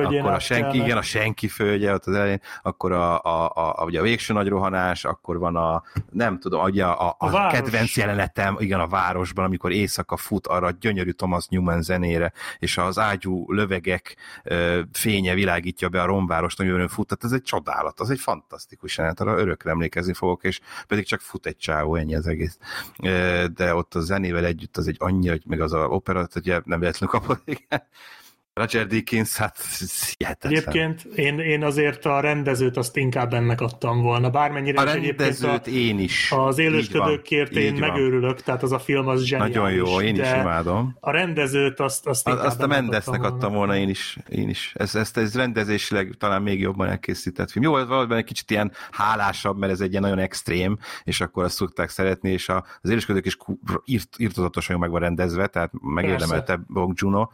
a senki földje, ott az elején, akkor ugye a végső nagy rohanás, akkor van nem tudom, ugye a kedvenc jelenetem, igen, a városban, amikor éjszaka fut arra a gyönyörű Thomas Newman zenére, és az ágyú lövegek fénye világítja be a romvárost, amiről fut, tehát ez egy csodálat, az egy fantasztikus jelenet, arra örökre emlékezni fogok, és pedig csak fut egy csávó, ennyi az egész. De ott a zenével együtt az egy annyi, hogy meg az a opera, ugye nem véletlenül kapott, igen. Roger Deakins, hát hihetetlen. Egyébként én azért a rendezőt azt inkább ennek adtam volna, bármennyire a rendezőt én is. Az élősködőkért én megőrülök, tehát az a film az zseniális. Nagyon jó, én is imádom. A rendezőt azt inkább azt a Mendesnek adtam volna én is. Ez rendezésileg talán még jobban elkészített film. Jó, valóban egy kicsit ilyen hálásabb, mert ez egy ilyen nagyon extrém, és akkor azt szokták szeretni, és az élősködők is irtózatosan meg van rendezve, tehát megérdemelte Bong Joon-ho,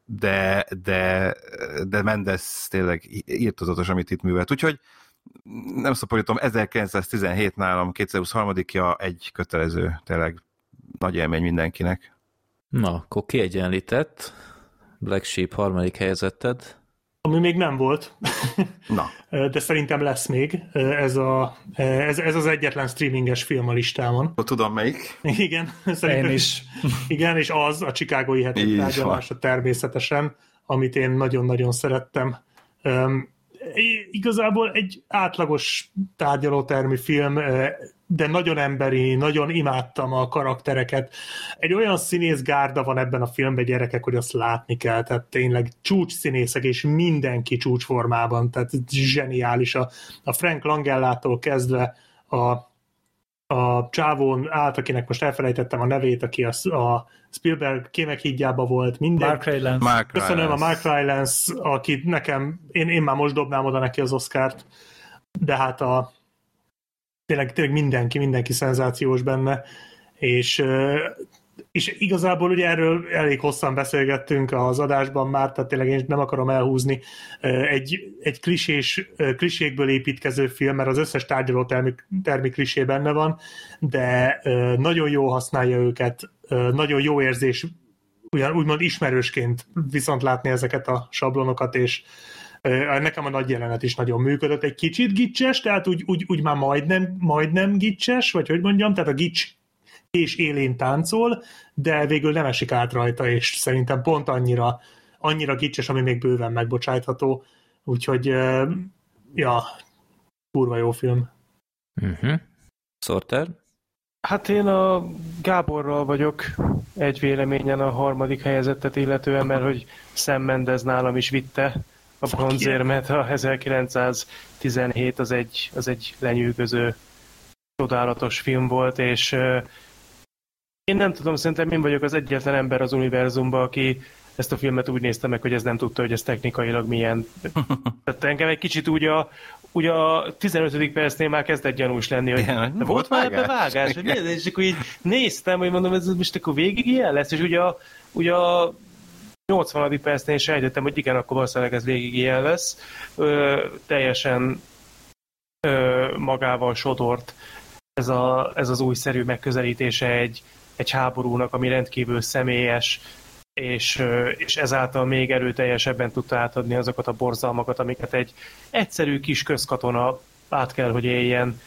de Mendes tényleg irtózatos, amit itt művelt. Úgyhogy nem szaporítom, 1917 nálam 2023-ja egy kötelező, tényleg nagy élmény mindenkinek. Na, akkor kiegyenlített Black Sheep harmadik helyzeted. Ami még nem volt. Na. De szerintem lesz még. Ez az egyetlen streaminges film a listámon. Tudom melyik. Igen. Szerintem én is. Igen, és az a Chicagói hetek tárgyalása természetesen, amit én nagyon-nagyon szerettem. Igazából egy átlagos tárgyalótermű film, de nagyon emberi, nagyon imádtam a karaktereket. Egy olyan színészgárda van ebben a filmben, gyerekek, hogy azt látni kell, tehát tényleg csúcs színészek, és mindenki csúcsformában, tehát zseniális. A Frank Langellától kezdve a a csávón állt, akinek most elfelejtettem a nevét, aki a Spielberg kémekhídjába volt, minden. Mark Rylance. Köszönöm, a Mark Rylance, aki nekem, én már most dobnám oda neki az Oscart, de hát tényleg mindenki szenzációs benne, és igazából ugye erről elég hosszan beszélgettünk az adásban már, tehát tényleg én nem akarom elhúzni. Egy klisékből építkező film, mert az összes tárgyalótermi klisé benne van, de nagyon jól használja őket, nagyon jó érzés úgymond ismerősként viszont látni ezeket a sablonokat, és nekem a nagy jelenet is nagyon működött. Egy kicsit gicses, tehát úgy már majdnem gicses, vagy hogy mondjam, tehát a gics és élén táncol, de végül nem esik át rajta, és szerintem pont annyira gicses, ami még bőven megbocsájtható. Úgyhogy, kurva jó film. Sorter? Hát én a Gáborral vagyok egy véleményen a harmadik helyezettet illetően, mert hogy Sam Mendes nálam is vitte a bronzérmet, a 1917 az egy lenyűgöző, csodálatos film volt, és én nem tudom, szerintem én vagyok az egyetlen ember az univerzumban, aki ezt a filmet úgy nézte meg, hogy ez nem tudta, hogy ez technikailag milyen. Tehát engem egy kicsit úgy a 15. percnél már kezdett gyanús lenni, hogy volt már ebbe vágás, és akkor így néztem, hogy mondom, ez most akkor végig ilyen lesz, és ugye a 80. percnél sejtettem, hogy igen, akkor valószínűleg ez végig ilyen lesz. Teljesen magával sodort ez az újszerű megközelítése egy háborúnak, ami rendkívül személyes, és ezáltal még erőteljesebben tudta átadni azokat a borzalmakat, amiket egy egyszerű kis közkatona át kell, hogy éljen.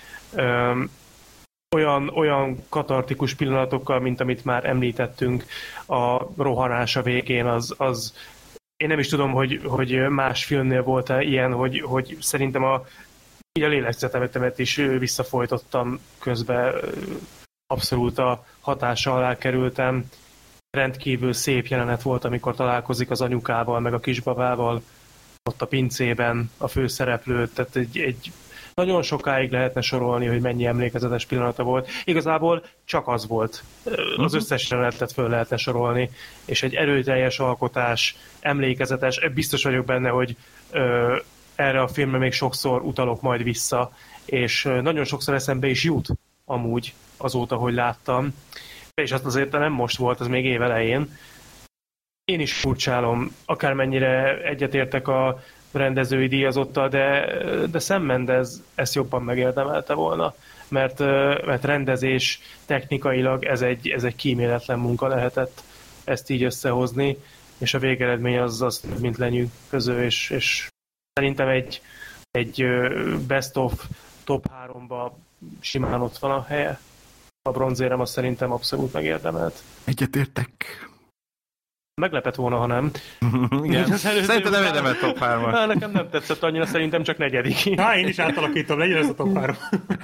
Olyan katartikus pillanatokkal, mint amit már említettünk, a rohanása végén, az én nem is tudom, hogy más filmnél volt-e ilyen, hogy szerintem így a lélegzetemet is visszafolytottam közben, abszolút a hatása alá kerültem. Rendkívül szép jelenet volt, amikor találkozik az anyukával, meg a kisbabával ott a pincében, a főszereplő, tehát egy nagyon sokáig lehetne sorolni, hogy mennyi emlékezetes pillanata volt. Igazából csak az volt. Az összes jelenetet föl lehetne sorolni, és egy erőteljes alkotás, emlékezetes, biztos vagyok benne, hogy erre a filmre még sokszor utalok majd vissza, és nagyon sokszor eszembe is jut amúgy azóta, hogy láttam. És azt azért nem most volt, az még évelején. Én is furcsálom, akármennyire egyetértek a rendezői díjazottal, de Sam Mendes ezt jobban megérdemelte volna, mert rendezés technikailag ez egy kíméletlen munka lehetett ezt így összehozni, és a végeredmény az mint lenyűgöző, és szerintem egy best of top 3-ba simán ott van a helye. A bronzérem azt szerintem abszolút megérdemelt. Egyetértek. Meglepett volna, ha nem. Igen. Szerintem nem érdemelt top 3-at. Nekem nem tetszett annyira, szerintem csak 4. Én is átalakítom, legyen ez a top 3.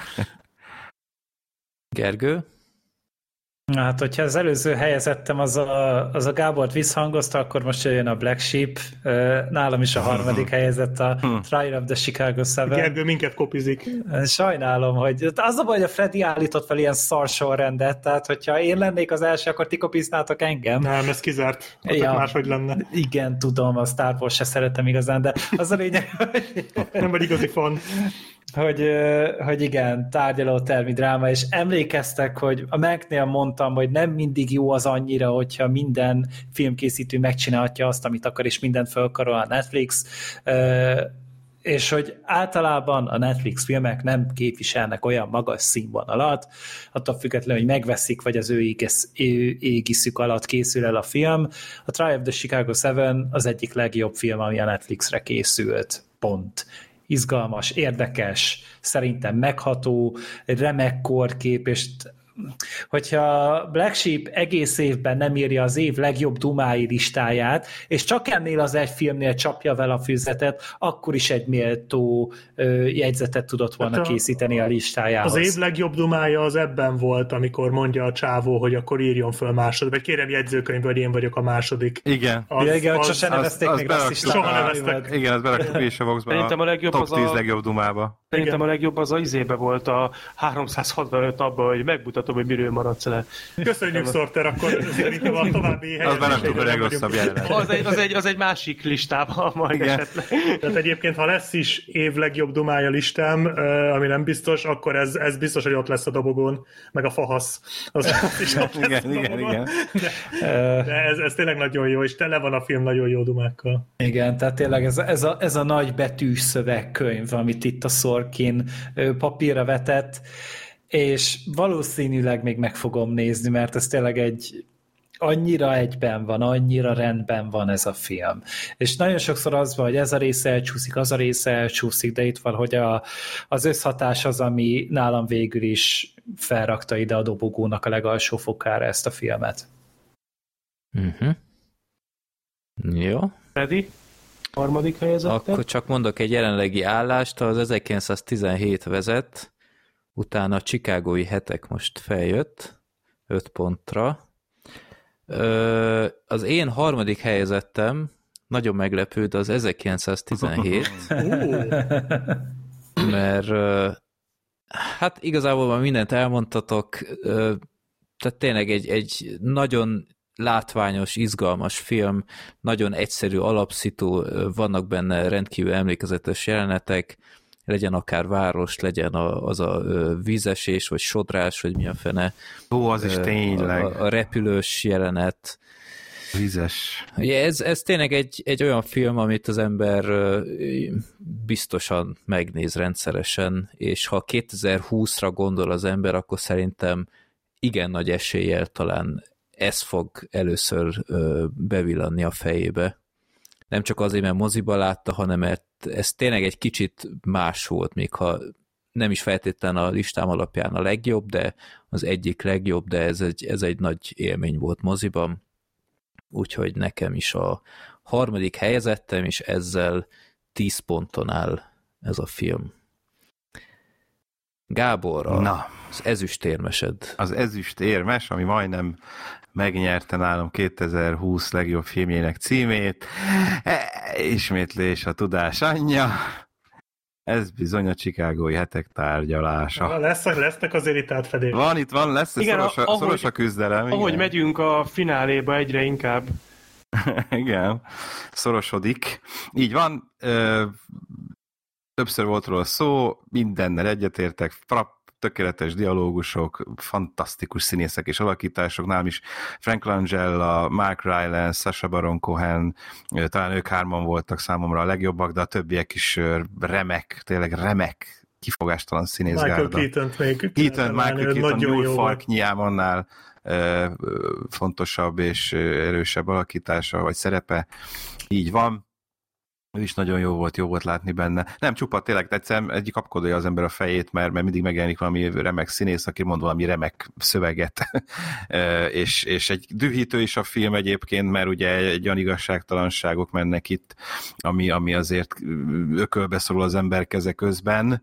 Gergő? Hát, hogyha az előző helyezettem az a Gábort visszhangozta, akkor most jön a Black Sheep. Nálam is a harmadik helyezett a Trial of the Chicago 7. Gergő minket kopizik. Sajnálom, hogy az a baj, hogy a Freddy állított fel ilyen szar sorrendet, tehát hogyha én lennék az első, akkor ti kopiznátok engem. Nem, ez kizárt. Máshogy lenne. Igen, tudom, a Star Wars se szeretem igazán, de az a lényeg, hogy... Nem vagy igazi fan. Hogy igen, tárgyalótermi dráma, és emlékeztek, hogy a Mac-nél mondtam, hogy nem mindig jó az annyira, hogyha minden filmkészítő megcsinálhatja azt, amit akar, és mindent felkarol a Netflix, és hogy általában a Netflix filmek nem képviselnek olyan magas színvonalat, attól függetlenül, hogy megveszik, vagy az ő égiszük alatt készül el a film. A Trial of the Chicago 7 az egyik legjobb film, ami a Netflixre készült. Pont. Izgalmas, érdekes, szerintem megható, remek korkép, és hogyha Black Sheep egész évben nem írja az év legjobb dumái listáját, és csak ennél az egy filmnél csapja vele a füzetet, akkor is egy méltó jegyzetet tudott volna készíteni a listájához. Az év legjobb dumája az ebben volt, amikor mondja a csávó, hogy akkor írjon föl második, vagy kérem jegyzőkönyvből, hogy én vagyok a második. Igen. Igen, sose nevezték még rasszistának. Soha neveztek. Igen, az beraktuk is a Voxba a top 10 legjobb dumába. Szerintem a legjobb az a izébe volt a 365 abban, hogy megmutatom, hogy miről maradsz le. Köszönjük, Sorter, akkor szerintem a további helyet. Az már nem tud a legrosszabb jelenet. Az egy másik listában majd esetleg. Tehát egyébként, ha lesz is év legjobb dumája listám, ami nem biztos, akkor ez biztos, hogy ott lesz a dobogón, meg a fahasz. Az is ott lesz igen. De ez tényleg nagyon jó, és tele van a film nagyon jó dumákkal. Igen, tehát tényleg ez a nagy betűs szövegkönyv, amit itt a Sorkin papírra vetett, és valószínűleg még meg fogom nézni, mert ez tényleg annyira egyben van, annyira rendben van ez a film. És nagyon sokszor az van, hogy ez a része elcsúszik, az a része elcsúszik, de itt van, hogy az összhatás az, ami nálam végül is felrakta ide a dobogónak a legalsó fokára ezt a filmet. Jó. Ready? Harmadik helyezettel? Akkor csak mondok egy jelenlegi állást, az 1917 vezet, utána a chicagói hetek most feljött 5 pontra. Az én harmadik helyezettem nagyon meglepő, de az 1917, mert hát igazából már mindent elmondtatok, tehát tényleg egy nagyon látványos, izgalmas film, nagyon egyszerű alapszitu, vannak benne rendkívül emlékezetes jelenetek, legyen akár város, legyen az a vízesés, vagy sodrás, vagy mi a fene. Ó, az is tényleg. A repülős jelenet. Vízes. Ja, ez tényleg egy olyan film, amit az ember biztosan megnéz rendszeresen, és ha 2020-ra gondol az ember, akkor szerintem igen nagy eséllyel talán ez fog először bevillanni a fejébe. Nem csak azért, mert moziba látta, hanem mert ez tényleg egy kicsit más volt, még ha nem is feltétlenül a listám alapján a legjobb, de az egyik legjobb, de ez egy nagy élmény volt moziban. Úgyhogy nekem is a harmadik helyezettem, és ezzel 10 ponton áll ez a film. Gábor, az ezüstérmesed. Az ezüstérmes, ami majdnem megnyerte nálam 2020 legjobb filmjének címét. Ismétlés a tudás anyja. Ez bizony a chicagói hetek tárgyalása. Lesznek azért itt átfedések. Lesz, igen, szoros a küzdelem. Ahogy igen. megyünk a fináléba egyre inkább. Igen, szorosodik. Így van, többször volt róla szó, mindennel egyetértek, tökéletes dialógusok, fantasztikus színészek és alakítások, nálam is Frank Langella, Mark Rylance, Sacha Baron Cohen, talán ők 3 voltak számomra a legjobbak, de a többiek is remek, tényleg remek, kifogástalan színészgárda. Michael Keaton-t még. Michael Keaton, New Falk nyilván annál fontosabb és erősebb alakítása, vagy szerepe. Így van. Ő is nagyon jó volt látni benne. Nem csupa, tényleg egyszerűen egy kapkodja az ember a fejét, mert mindig megjelenik valami remek színész, aki mond valami remek szöveget. és egy dühítő is a film egyébként, mert ugye egy olyan igazságtalanságok mennek itt, ami azért ökölbe szorul az ember keze közben,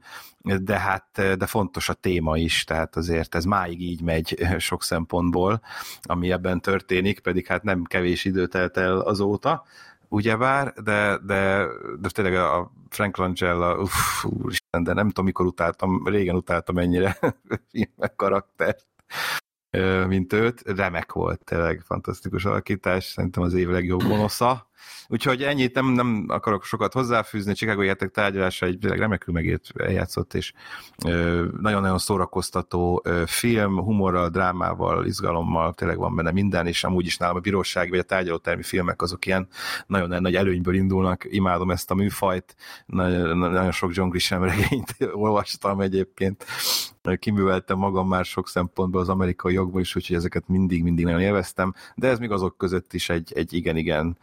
de fontos a téma is, tehát azért ez máig így megy sok szempontból, ami ebben történik, pedig hát nem kevés idő telt el azóta, ugyebár, de tényleg a Frank Langella, úristen, de nem tudom, mikor régen utáltam ennyire filmek karaktert, mint őt. Remek volt, tényleg fantasztikus alakítás, szerintem az év legjobb gonosza. Úgyhogy ennyit nem akarok sokat hozzáfűzni, Chicagói hetek tárgyalása egy remekül megért eljátszott, és nagyon-nagyon szórakoztató film, humorral, drámával, izgalommal, tényleg van benne minden, és amúgy is nálam a bírósági vagy a tárgyalótermi filmek azok ilyen nagyon nagy előnyből indulnak, imádom ezt a műfajt, nagyon sok John Grisham regényt olvastam egyébként, kiműveltem magam már sok szempontból az amerikai jogból is, úgyhogy ezeket mindig nagyon élveztem, de ez még azok között is egy igen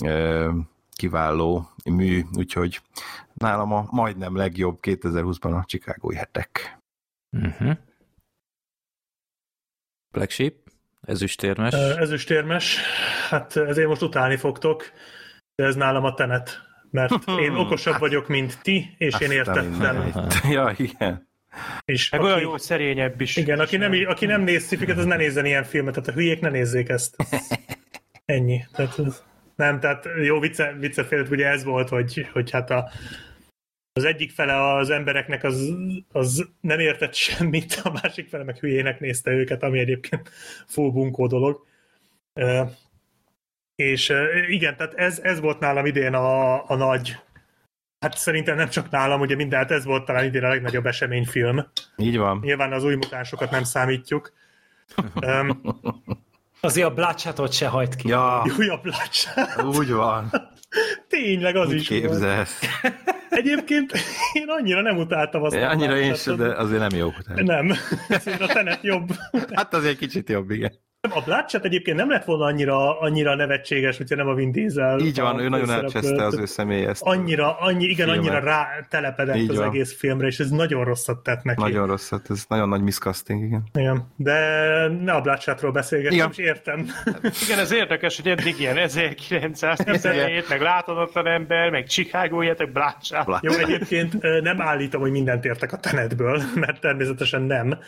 kiváló mű, úgyhogy nálam a majdnem legjobb 2020-ban a Chicagói hetek. Black Sheep, ezüstérmes. Ezüstérmes, hát ezért most utálni fogtok, de ez nálam a Tenet, mert én okosabb vagyok, mint ti, és én értettem. Ja, igen. És meg olyan jó, hogy szerényebb is. Igen, aki nem néz sci-fiket, az ne nézzen ilyen filmet, tehát a hülyék ne nézzék ezt. Ennyi. Tehát jó vicce félret, ugye ez volt, hogy hát az egyik fele az embereknek az nem értett semmit, a másik fele meg hülyének nézte őket, ami egyébként full bunkó dolog. És igen, tehát ez volt nálam idén a nagy, hát szerintem nem csak nálam, ugye mindent, ez volt talán idén a legnagyobb eseményfilm. Így van. Nyilván az új mutánsokat nem számítjuk. Azért a Bloodshotot se hajt ki. Ja. Új a Bloodshot. Úgy van. Tényleg az úgy is képzelsz. volt. Egyébként én annyira nem utáltam azt. Annyira én sem, de azért nem jó. Nem. Azért a Tenet jobb. Hát azért kicsit jobb, igen. A Bloodshot egyébként nem lett volna annyira nevetséges, hogyha nem a Vin Diesel. Így van, ő nagyon elcseszte az ő személy ezt. Annyira rá telepedett így az van. Egész filmre, és ez nagyon rosszat tett neki. Nagyon rosszat, ez nagyon nagy miscasting, igen. Igen, de ne a Bloodshotról beszélgettem, és értem. Igen, ez érdekes, hogy eddig ilyen 1917, meg láthatatlan ember, meg Chicago ilyetek, Bloodshot. Jó, egyébként nem állítom, hogy mindent értek a Tenetből, mert természetesen nem,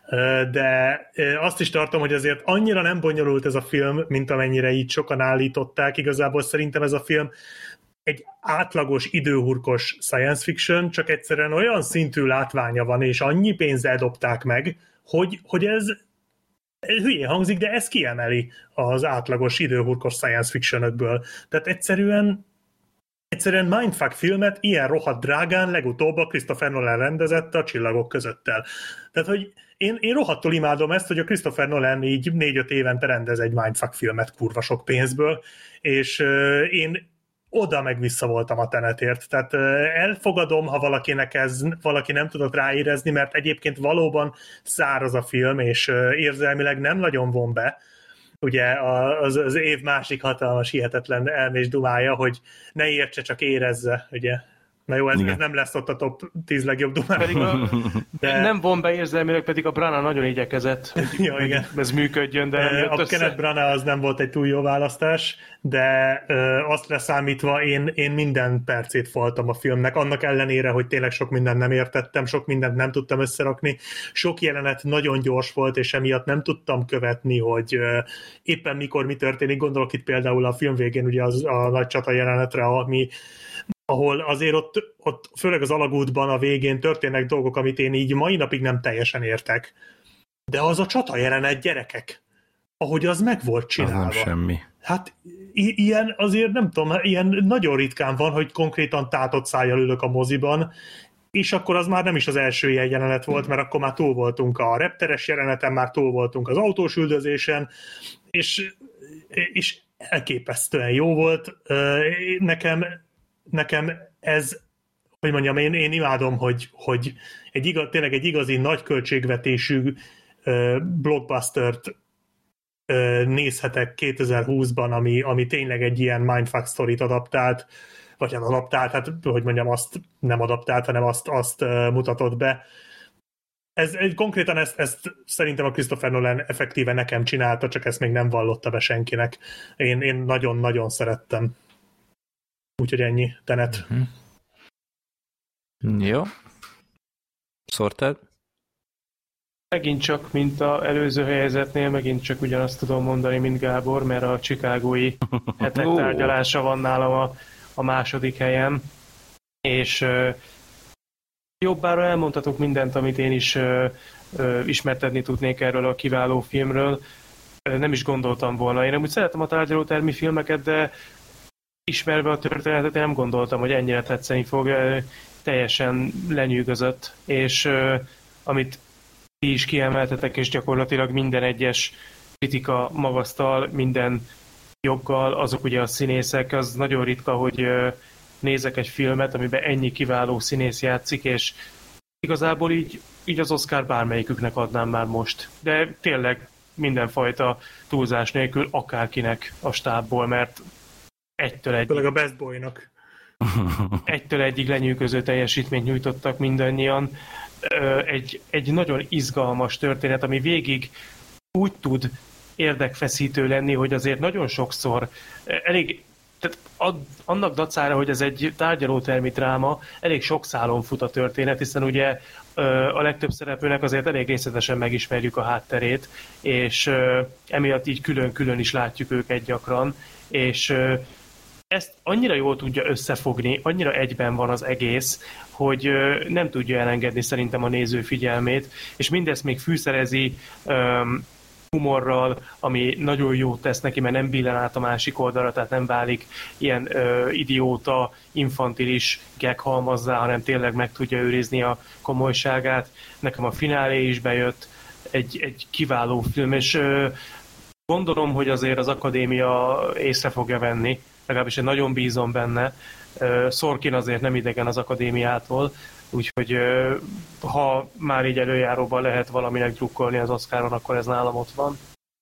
de azt is tartom, hogy azért annyira nem bonyolult ez a film, mint amennyire így sokan állították. Igazából szerintem ez a film egy átlagos, időhurkos science fiction, csak egyszerűen olyan szintű látványa van, és annyi pénzzel dobták meg, hogy ez hülyén hangzik, de ez kiemeli az átlagos, időhurkos science fictionökből. Tehát egyszerűen mindfuck filmet ilyen rohadt drágán legutóbb a Christopher Nolan rendezett a Csillagok közöttel. Tehát, hogy én rohadtul imádom ezt, hogy a Christopher Nolan így 4-5 évente rendez egy mindfuck filmet kurva sok pénzből, és én oda meg vissza voltam a Tenetért. Tehát elfogadom, ha valaki nem tudott ráérezni, mert egyébként valóban száraz a film, és érzelmileg nem nagyon von be. Ugye az év másik hatalmas, hihetetlen elmés dumája, hogy ne értse, csak érezze, ugye. Na jó, ez nem lesz ott a top 10 legjobb dumája. De... Nem von be érzelmileg, pedig a Branagh nagyon igyekezett, hogy ez működjön, de nem jött a össze. Kenneth Branagh az nem volt egy túl jó választás, de azt leszámítva én minden percét foltam a filmnek, annak ellenére, hogy tényleg sok mindent nem értettem, sok mindent nem tudtam összerakni, sok jelenet nagyon gyors volt, és emiatt nem tudtam követni, hogy éppen mikor mi történik. Gondolok itt például a film végén ugye a nagy csata jelenetre, ahol azért ott főleg az alagútban a végén történnek dolgok, amit én így mai napig nem teljesen értek. De az a csata jelenet, gyerekek, ahogy az meg volt csinálva. Az nem semmi. Hát ilyen azért nem tudom, ilyen nagyon ritkán van, hogy konkrétan tátott szájjal ülök a moziban, és akkor az már nem is az első ilyen jelenet volt, mert akkor már túl voltunk a repteres jeleneten, már túl voltunk az autós üldözésen, és elképesztően jó volt. Nekem ez, hogy mondjam, én imádom, hogy tényleg egy igazi nagy költségvetésű blockbustert nézhetek 2020-ban, ami tényleg egy ilyen mindfuck sztorit adaptált, vagy nem adaptált, hát hogy mondjam, azt nem adaptált, hanem azt mutatott be. Konkrétan ezt szerintem a Christopher Nolan effektíven nekem csinálta, csak ezt még nem vallotta be senkinek. Én nagyon-nagyon szerettem. Úgyhogy ennyi, Tenet. Jó. Sorted? Megint csak, mint az előző helyzetnél, megint csak ugyanazt tudom mondani, mint Gábor, mert a chicagói hetek tárgyalása van nálam a második helyen. És jobbára elmondhatok mindent, amit én is ismertetni tudnék erről a kiváló filmről. Nem is gondoltam volna. Én amúgy szeretem a tárgyalótermi filmeket, de ismerve a történetet, én nem gondoltam, hogy ennyire tetszeni fog. Teljesen lenyűgözött. És amit ti is kiemeltetek, és gyakorlatilag minden egyes kritika magasztal, minden joggal, azok ugye a színészek, az nagyon ritka, hogy nézek egy filmet, amiben ennyi kiváló színész játszik, és igazából így az Oscar bármelyiküknek adnám már most. De tényleg mindenfajta túlzás nélkül akárkinek a stábból, mert egytől egyig. Főleg a Best Boy-nak. Egytől egyig lenyűgöző teljesítményt nyújtottak mindannyian. Egy nagyon izgalmas történet, ami végig úgy tud érdekfeszítő lenni, hogy azért nagyon sokszor elég, tehát annak dacára, hogy ez egy tárgyalótermi dráma, elég sok szálon fut a történet, hiszen ugye a legtöbb szereplőnek azért elég részletesen megismerjük a hátterét, és emiatt így külön-külön is látjuk őket gyakran, és ezt annyira jól tudja összefogni, annyira egyben van az egész, hogy nem tudja elengedni szerintem a néző figyelmét, és mindezt még fűszerezi humorral, ami nagyon jót tesz neki, mert nem billen át a másik oldalra, tehát nem válik ilyen idióta, infantilis gag halmazzá, hanem tényleg meg tudja őrizni a komolyságát. Nekem a finálé is bejött, egy kiváló film, és gondolom, hogy azért az akadémia észre fogja venni, legalábbis én nagyon bízom benne. Sorkin azért nem idegen az akadémiától, úgyhogy ha már így előjáróban lehet valaminek drukkolni az Oscaron, akkor ez nálam ott van.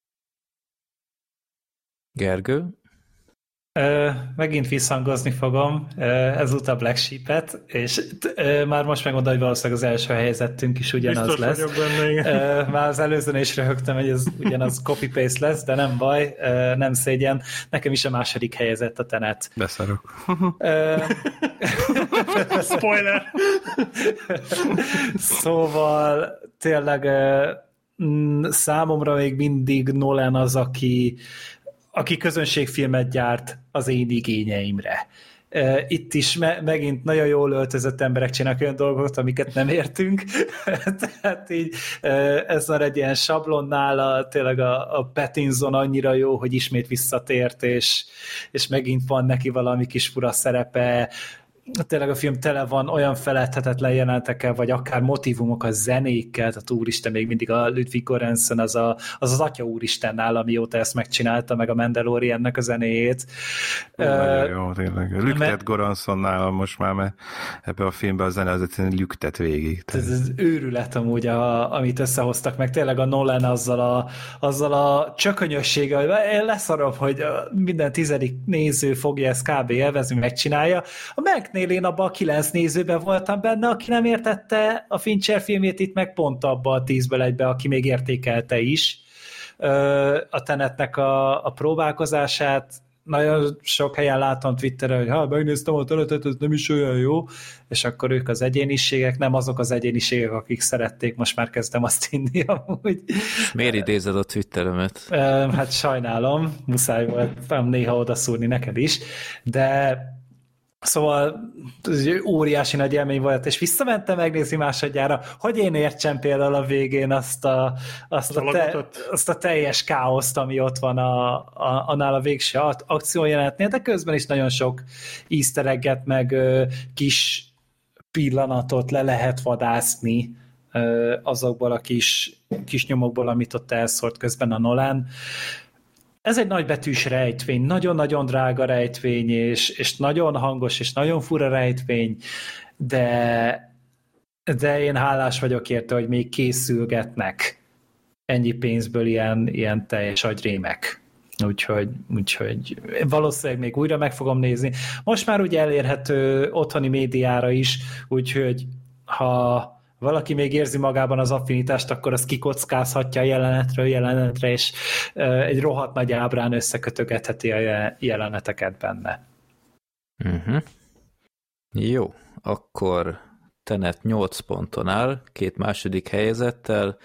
Gergő? Megint visszhangozni fogom, ezúttal Black Sheep-et, és már most megmondom, hogy valószínűleg az első helyezettünk is ugyanaz biztos lesz. Benne, már az előzőn is röhögtem, hogy ez ugyanaz copy-paste lesz, de nem baj, nem szégyen. Nekem is a második helyezett a Tenet. Beszarok. Spoiler! Szóval tényleg számomra még mindig Nolan az, aki közönségfilmet gyárt az én igényeimre. Itt is megint nagyon jól öltözött emberek csinálnak olyan dolgokat, amiket nem értünk. Tehát így ez már egy ilyen sablon nála, tényleg a Pattinson annyira jó, hogy ismét visszatért, és megint van neki valami kis fura szerepe. Tényleg a film tele van olyan feledhetetlen jelenetekkel, vagy akár motivumok a zenékkel, tehát úristen, még mindig a Ludwig Göransson az atya úristen nála, amióta ezt megcsinálta, meg a Mandaloriannek a zenéjét. Nagyon jó, tényleg. Lüktet Göransson nála most már, mert ebben a filmben a zene az egyszerűen lüktet végig. Ez őrület amúgy, amit összehoztak, meg tényleg a Nolan azzal a csökönyösséggel, hogy én leszarom, hogy minden 10. néző fogja ezt kb. Élvezni, megcsinálja. A Megnél én abban a 9 nézőben voltam benne, aki nem értette a Fincher filmjét, itt meg pont abba a 10-ből egybe, aki még értékelte is a Tenetnek a próbálkozását. Nagyon sok helyen látom Twitteren, hogy megnéztem a Tenetet, ez nem is olyan jó, és akkor ők az egyéniségek, nem azok az egyéniségek, akik szerették, most már kezdtem azt hinni amúgy. Miért idézed a Twitteremet? Hát sajnálom, muszáj volt néha odaszúrni neked is, de szóval ez egy óriási nagy élmény volt, és visszamentem megnézni másodjára, hogy én értsem például a végén azt a teljes káoszt, ami ott van annál a végső akciójelenetnél, de közben is nagyon sok easter egget, meg kis pillanatot le lehet vadászni azokból a kis nyomokból, amit ott elszórt közben a Nolan. Ez egy nagybetűs rejtvény, nagyon-nagyon drága rejtvény, és nagyon hangos, és nagyon fura rejtvény, de én hálás vagyok érte, hogy még készülgetnek ennyi pénzből ilyen teljes agyrémek. Úgyhogy valószínűleg még újra meg fogom nézni. Most már ugye elérhető otthoni médiára is, úgyhogy ha valaki még érzi magában az affinitást, akkor az kikockázhatja jelenetről jelenetre, és egy rohadt nagy ábrán összekötögetheti a jeleneteket benne. Uh-huh. Jó, akkor Tenet 8 ponton áll, 2 második helyezettel.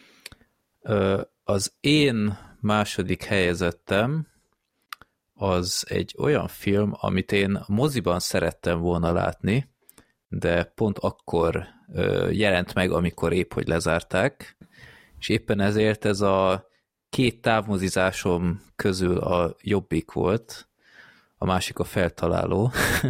Az én második helyezettem az egy olyan film, amit én moziban szerettem volna látni, de pont akkor jelent meg, amikor épp hogy lezárták, és éppen ezért ez a 2 távmozizásom közül a jobbik volt, a másik a Feltaláló,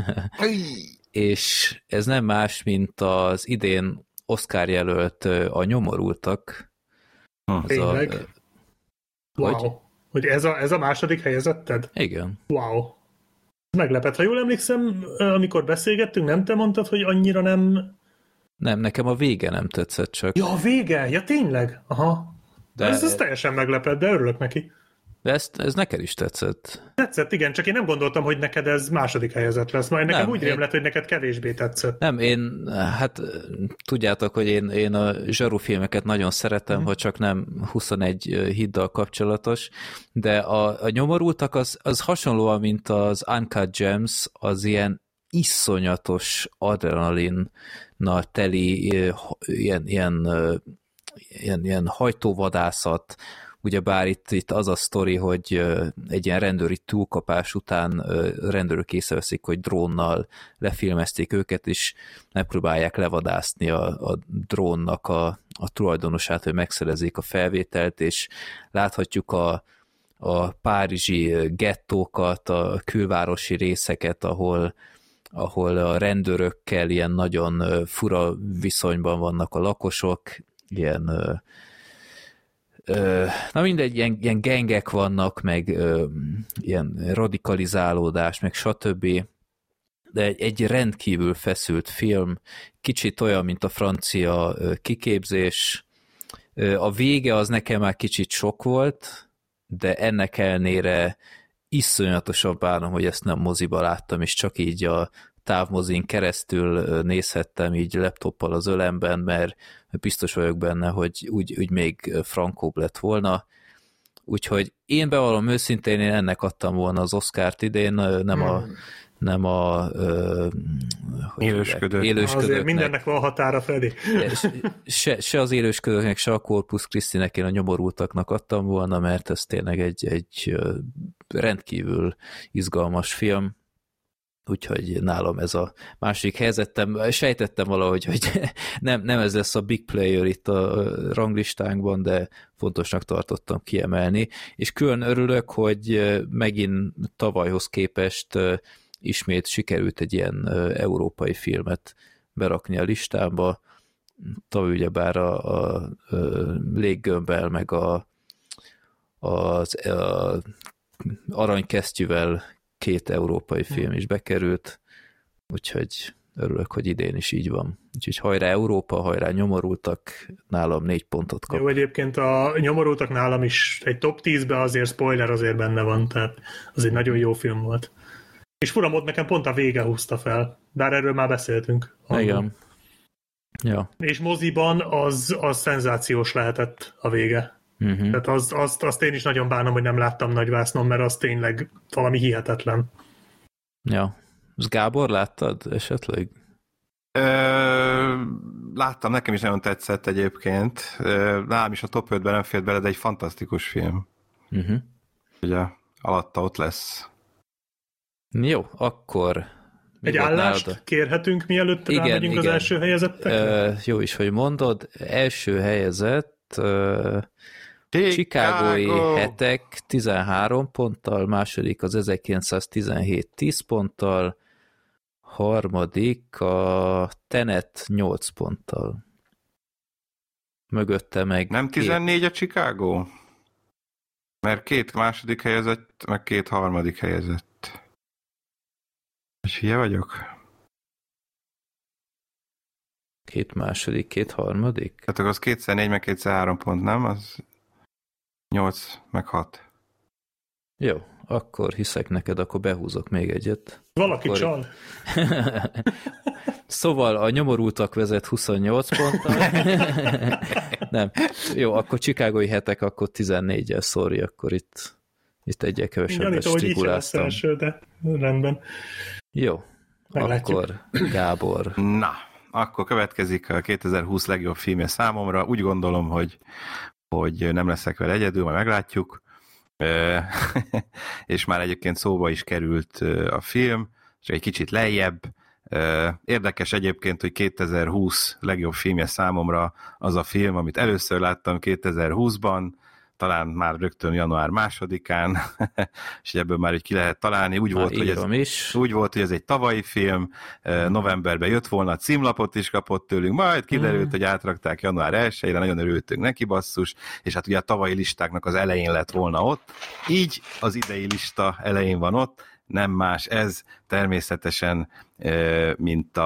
és ez nem más, mint az idén Oscar jelölt A Nyomorultak. Tényleg? Wow. Hogy ez a második helyezetted? Igen. Wow. Meglepett. Ha jól emlékszem, amikor beszélgettünk, nem te mondtad, hogy annyira nem... Nem, nekem a vége nem tetszett csak. Ja, a vége? Ja, tényleg? Aha. De ez teljesen meglepett, de örülök neki. De ez neked is tetszett. Tetszett, igen, csak én nem gondoltam, hogy neked ez második helyezett lesz. Majd nekem úgy rém lett, hogy neked kevésbé tetszett. Nem, hát tudjátok, hogy én a zsarufilmeket nagyon szeretem, ha csak nem 21 hiddal kapcsolatos, de a Nyomorultak az hasonlóan, mint az Uncut Gems, az ilyen iszonyatos adrenalinnal teli ilyen hajtóvadászat, ugyebár itt az a sztori, hogy egy ilyen rendőri túlkapás után rendőrök észreveszik, hogy drónnal lefilmezték őket, és megpróbálják levadászni a drónnak a tulajdonosát, hogy megszerezzék a felvételt, és láthatjuk a párizsi gettókat, a külvárosi részeket, ahol a rendőrökkel ilyen nagyon fura viszonyban vannak a lakosok, ilyen na mindegy, ilyen gengek vannak, meg ilyen radikalizálódás, meg stb. De egy rendkívül feszült film, kicsit olyan, mint a francia kiképzés. A vége az nekem már kicsit sok volt, de ennek ellenére iszonyatosan bánom, hogy ezt nem moziba láttam, és csak így a távmozin keresztül nézhettem így laptoppal az ölemben, mert biztos vagyok benne, hogy úgy még frankóbb lett volna. Úgyhogy én bevallom őszintén, én ennek adtam volna az Oscart idén, nem a élősködőknek. Azért mindennek van határa, Freddy. Se az élősködőknek, se a Corpus Christi-nek, én a nyomorultaknak adtam volna, mert ez tényleg egy rendkívül izgalmas film. Úgyhogy nálam ez a másik helyzetem. Sejtettem valahogy, hogy nem ez lesz a big player itt a ranglistánkban, de fontosnak tartottam kiemelni. És külön örülök, hogy megint tavalyhoz képest ismét sikerült egy ilyen európai filmet berakni a listámba. Ugyebár a Léggömbbel, meg az Aranykesztyűvel 2 európai film is bekerült, úgyhogy örülök, hogy idén is így van. Úgyhogy hajrá Európa, hajrá nyomorultak, nálam 4 pontot kap. Jó, egyébként a nyomorultak nálam is egy top 10-be azért spoiler azért benne van, tehát az egy nagyon jó film volt. És furamod nekem pont a vége húzta fel, bár erről már beszéltünk. Igen. Ja. És moziban az szenzációs lehetett a vége. Uh-huh. Tehát azt én is nagyon bánom, hogy nem láttam nagyvásznon, mert az tényleg valami hihetetlen. Ja. Ez Gábor, láttad esetleg? Láttam, nekem is nagyon tetszett egyébként. Nálam is a top 5-ben nem fért bele, de egy fantasztikus film. Uh-huh. Ugye alatta ott lesz. Jó, akkor... Egy állást kérhetünk, mielőtt rámegyünk az első helyezettekre? Jó is, hogy mondod. Első helyezett Chicagói hetek 13 ponttal, második az 1917 10 ponttal, harmadik a Tenet 8 ponttal. Mögötte meg... Nem 14 a Chicago? Mert 2 második helyezett, meg 2 harmadik helyezett. És hülye vagyok? 2 második, 2 harmadik? Tehát akkor az 2x4, meg 2x3 pont, nem? Az 8, meg 6. Jó, akkor hiszek neked, akkor behúzok még egyet. Valaki akkor... csal. Szóval a nyomorultak vezet 28 ponttal. Nem. Jó, akkor Chicagói hetek, akkor 14-jel, sorry, akkor itt egyel kevesebbet stikuláztam. Gyanító, hogy így első, de rendben. Jó, meglátjuk. Akkor Gábor. Na, akkor következik a 2020 legjobb filmje számomra. Úgy gondolom, hogy nem leszek vele egyedül, majd meglátjuk. És már egyébként szóba is került a film, csak egy kicsit lejjebb. Érdekes egyébként, hogy 2020 legjobb filmje számomra az a film, amit először láttam 2020-ban, talán már rögtön január 2-án, és ebből már így ki lehet találni. Úgy volt, hogy ez egy tavalyi film, novemberben jött volna, a címlapot is kapott tőlünk, majd kiderült, hogy átrakták január 1-ére, nagyon örültünk neki, basszus, és hát ugye a tavalyi listáknak az elején lett volna ott. Így az idei lista elején van ott, nem más ez, természetesen, mint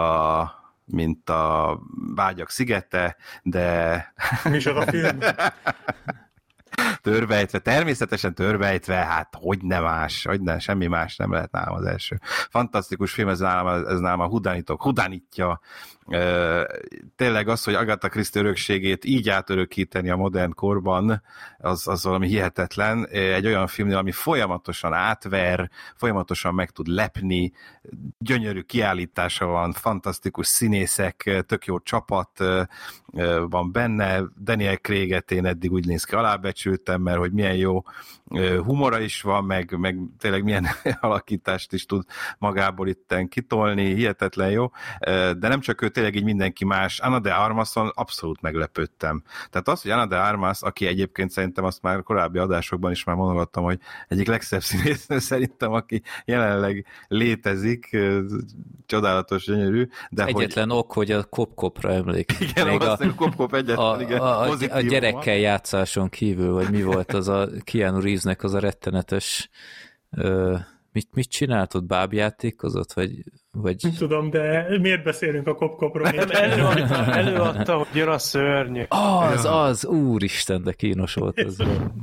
a Vágyak szigete, de... Micsoda film? Törbeejtve, természetesen törbeejtve, hát hogy ne más, semmi más nem lehet nálam az első. Fantasztikus film, ez nálam a hudánítja. Tényleg az, hogy Agatha Christie örökségét így átörökíteni a modern korban, az valami hihetetlen. Egy olyan film, ami folyamatosan átver, folyamatosan meg tud lepni, gyönyörű kiállítása van, fantasztikus színészek, tök jó csapat van benne, Daniel Craig-et én eddig úgy néz ki alábecsültem, örültem, mert hogy milyen jó humora is van, meg tényleg milyen alakítást is tud magából itten kitolni, hihetetlen jó, de nem csak ő, tényleg így mindenki más. Ana de Armason abszolút meglepődtem. Tehát az, hogy Ana de Armas, aki egyébként szerintem azt már korábbi adásokban is már mondogattam, hogy egyik legszebb színésznő szerintem, aki jelenleg létezik, csodálatos, gyönyörű. De egyetlen ok, hogy a Kop-Kopra emlékszik. Igen, a Kop-Kop egyetlen, igen. A gyerekkel játszáson kívül, vagy mi volt az a Keanu Reevesnek az a rettenetes mit csináltott? Bábjátékozott? Vagy... Nem tudom, de miért beszélünk a Kop-Kopról? Előadta, hogy jön a szörny. Az, úristen, de kínos volt ez.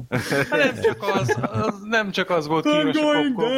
Nem csak az volt kínos a Kop-Kop.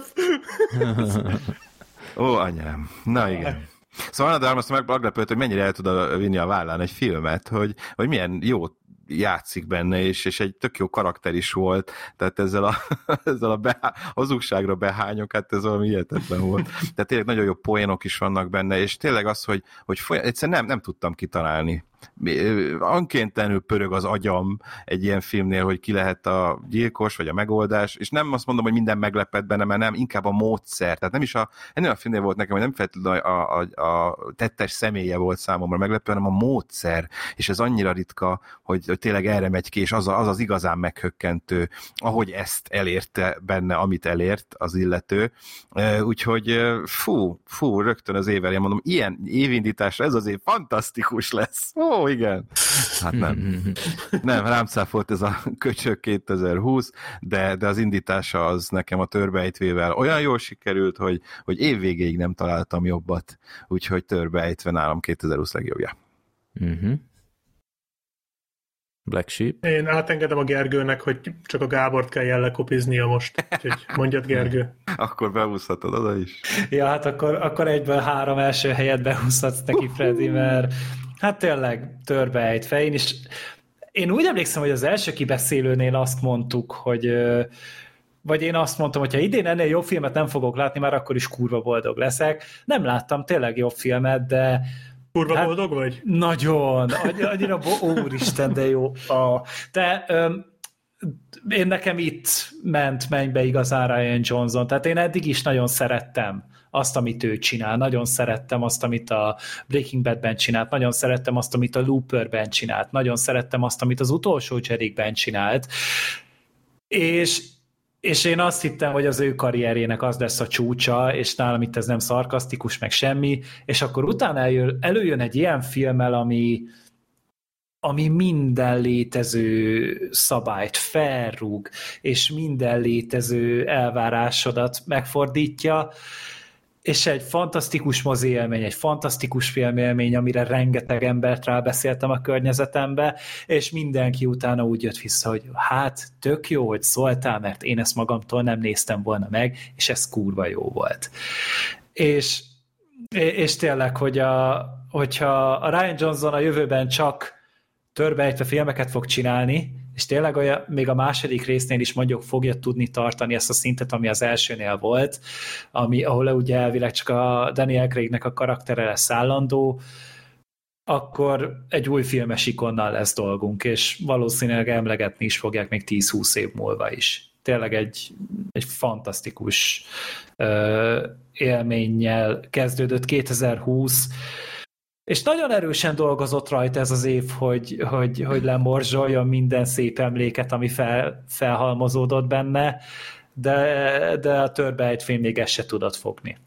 Ó, anyám. Na igen. Szóval Ana de Armas meglepődött, hogy mennyire el tud vinni a vállán egy filmet, hogy milyen jó játszik benne, és egy tök jó karakter is volt, tehát ezzel a hazugságra behányok, hát ez valami hihetetlen volt. Tehát tényleg nagyon jó poénok is vannak benne, és tényleg az, hogy egyszerűen nem tudtam kitalálni. Önkéntelenül pörög az agyam egy ilyen filmnél, hogy ki lehet a gyilkos, vagy a megoldás, és nem azt mondom, hogy minden meglepett benne, mert nem, inkább a módszer. Tehát nem is ennél a filmnél volt nekem, hogy nem feltétlenül a tettes személye volt számomra meglepő, hanem a módszer, és ez annyira ritka, hogy tényleg erre megy ki, és az igazán meghökkentő, ahogy ezt elérte benne, amit elért az illető. Úgyhogy fú, rögtön az évelején mondom, ilyen évindításra ez az év fantasztikus lesz. Ó, igen. Hát nem. Nem, rám cáfolt ez a köcsög 2020, de az indítása az nekem a Törbeejtvével olyan jól sikerült, hogy évvégéig nem találtam jobbat. Úgyhogy Törbeejtve nálam 2020 legjobbja. Black Sheep. Én átengedem a Gergőnek, hogy csak a Gábort kell jellekopiznia most. Úgyhogy mondjad, Gergő. Akkor behúzhatod oda is. Ja, hát akkor egyből 3 első helyet behúzhatsz neki, Freddy, mert hát tényleg Törbeejtve. Én úgy emlékszem, hogy az első kibeszélőnél azt mondtuk, hogy vagy én azt mondtam, hogy ha idén ennél jobb filmet nem fogok látni, már akkor is kurva boldog leszek. Nem láttam tényleg jobb filmet, de kurva boldog vagy? Nagyon. Annyira úristen, de jó. Én nekem itt ment mennybe igazán Rian Johnson. Tehát én eddig is nagyon szerettem azt, amit ő csinál. Nagyon szerettem azt, amit a Breaking Badben csinált. Nagyon szerettem azt, amit a Looperben csinált. Nagyon szerettem azt, amit az utolsó Jediben csinált. És én azt hittem, hogy az ő karrierjének az lesz a csúcsa, és nálam itt ez nem szarkasztikus, meg semmi, és akkor utána előjön egy ilyen filmmel, ami minden létező szabályt felrúg, és minden létező elvárásodat megfordítja, és egy fantasztikus mozi élmény, egy fantasztikus filmélmény, amire rengeteg embert rábeszéltem a környezetembe, és mindenki utána úgy jött vissza, hogy hát tök jó, hogy szóltál, mert én ezt magamtól nem néztem volna meg, és ez kurva jó volt. És tényleg, hogyha a Rian Johnson a jövőben csak Törbeejtve filmeket fog csinálni, és tényleg még a második résznél is mondjuk fogja tudni tartani ezt a szintet, ami az elsőnél volt, ahol ugye elvileg csak a Daniel Craignek a karaktere lesz állandó, akkor egy új filmes ikonnal lesz dolgunk, és valószínűleg emlegetni is fogják még 10-20 év múlva is. Tényleg egy fantasztikus élménnyel kezdődött 2020, és nagyon erősen dolgozott rajta ez az év, hogy lemorzsoljon minden szép emléket, ami felhalmozódott benne, de a Törbeejtve még ezt se tudott fogni.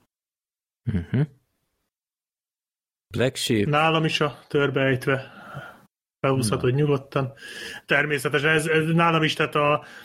Black Sheep. Nálam is a Törbeejtve. Behúzhatod nyugodtan. Természetesen ez nálam is, tehát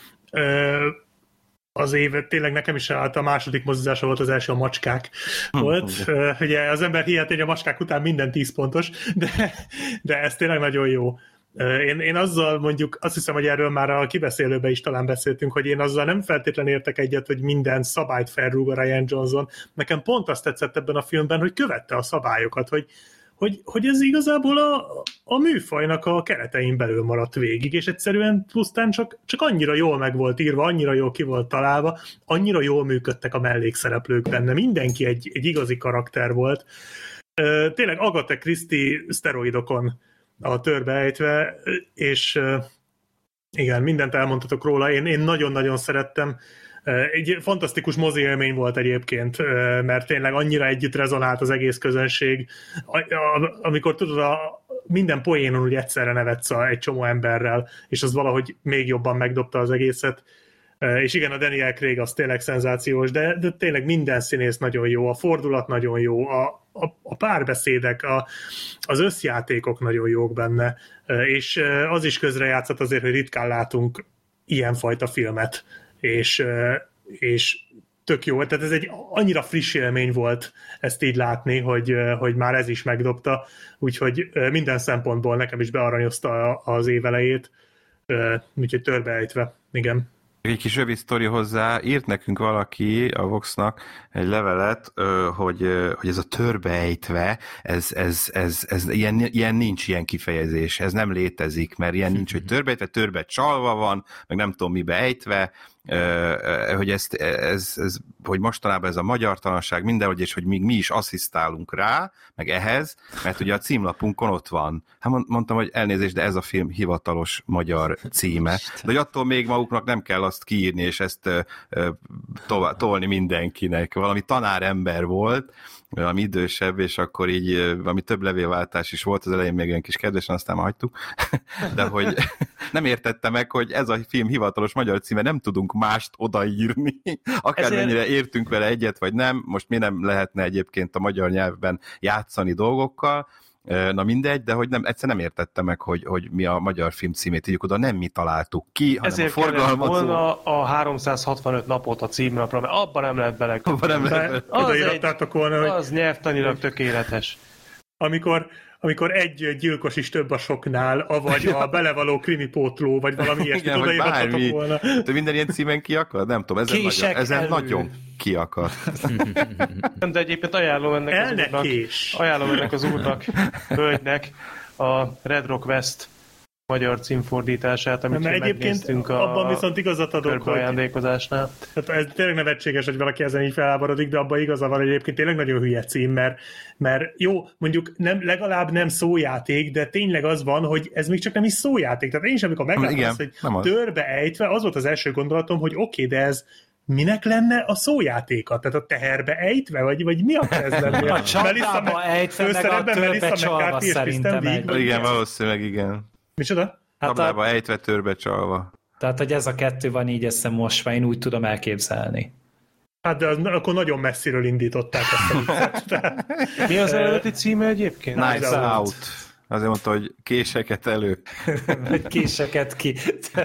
az év, tényleg nekem is a második mozizása volt, az első a Macskák volt. Ugye az ember hihet, hogy a Macskák után minden 10 pontos, de ez tényleg nagyon jó. Én azzal mondjuk, azt hiszem, hogy erről már a kibeszélőben is talán beszéltünk, hogy én azzal nem feltétlenül értek egyet, hogy minden szabályt felrúg a Rian Johnson. Nekem pont azt tetszett ebben a filmben, hogy követte a szabályokat, hogy ez igazából a műfajnak a keretein belül maradt végig, és egyszerűen pusztán csak annyira jól meg volt írva, annyira jól ki volt találva, annyira jól működtek a mellékszereplők benne, mindenki egy igazi karakter volt. Tényleg Agatha Christie szteroidokon a Törbeejtve, és Igen, mindent elmondhatok róla. Én nagyon-nagyon szerettem. Egy fantasztikus mozi élmény volt egyébként, mert tényleg annyira együtt rezonált az egész közönség. Amikor tudod, minden poénon úgy egyszerre nevetsz egy csomó emberrel, és az valahogy még jobban megdobta az egészet. És igen, a Daniel Craig az tényleg szenzációs, de tényleg minden színész nagyon jó, a fordulat nagyon jó, a párbeszédek, az összjátékok nagyon jók benne, és az is közrejátszott azért, hogy ritkán látunk ilyenfajta filmet, és tök jó. Tehát ez egy annyira friss élmény volt ezt így látni, hogy már ez is megdobta, úgyhogy minden szempontból nekem is bearanyozta az év elejét, úgyhogy törbeejtve, igen. Egy kis rövid sztori hozzá, írt nekünk valaki a Voxnak egy levelet, hogy ez a törbeejtve, ez ilyen nincs ilyen kifejezés, ez nem létezik, mert ilyen nincs, hogy törbeejtve, törbe csalva van, meg nem tudom mibe ejtve, hogy ez hogy mostanában ez a magyartalanság mindenhogy, és hogy mi is asszisztálunk rá, meg ehhez, mert ugye a címlapunkon ott van. Hát mondtam, hogy elnézést, de ez a film hivatalos magyar címe. De hogy attól még maguknak nem kell azt kiírni, és ezt tolni mindenkinek. Valami tanárember volt, valami idősebb, és akkor így valami több levélváltás is volt, az elején még olyan kis kedvesen, aztán már hagytuk, de hogy nem értette meg, hogy ez a film hivatalos magyar címe, nem tudunk mást odaírni, akármennyire értünk vele egyet, vagy nem, most mi nem lehetne egyébként a magyar nyelvben játszani dolgokkal, na mindegy, de hogy egyszer nem értette meg, hogy mi a magyar film címét írjuk oda, nem mi találtuk ki, hanem ezért a forgalmazó. volna a 365 napot a címnapra, mert abban nem lehet bele. Odaírattátok volna, hogy... Az nyelvtanilag tökéletes. Amikor egy gyilkos is több a soknál, avagy a belevaló krimipótló, vagy valami ilyesmit odaírhattatok volna. De minden ilyen címen kiakad? Nem tudom, ezen nagyon kiakad. De egyébként ajánlom ennek az úrnak, hölgynek a Red Rock West magyar címfordítását, amit megnéztünk abban viszont igazat adok, hogy ajándékozásnál. Tehát ez tényleg nevetséges, hogy valaki ezen így feláboradik, de abban igaza van, hogy egyébként tényleg nagyon hülye cím, mert jó, mondjuk legalább nem szójáték, de tényleg az van, hogy ez még csak nem is szójáték. Tehát én is, amikor megláttam azt, hogy törbeejtve, az volt az első gondolatom, hogy oké, de ez minek lenne a szójátéka? Tehát a teherbe ejtve? Vagy mi a kezdeménye? A csatába ejtve, meg a törbe csalva szerintem. Igen, valószínűleg igen. Micsoda? Tablába ejtve, törbe csalva. Tehát, hogy ez a kettő van így összemosva, én úgy tudom elképzelni. Hát de akkor nagyon messziről indították ezt a viccet. Mi az eredeti címe egyébként? Nice out. Azért mondta, hogy késeket elő. Vagy késeket ki.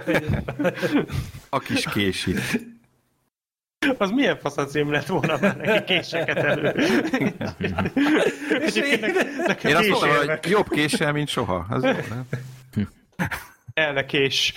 A kis kési. Az milyen faszacím lett volna már neki késeket elő. Én azt mondom, hogy jobb késsel, mint soha. Az elnekés.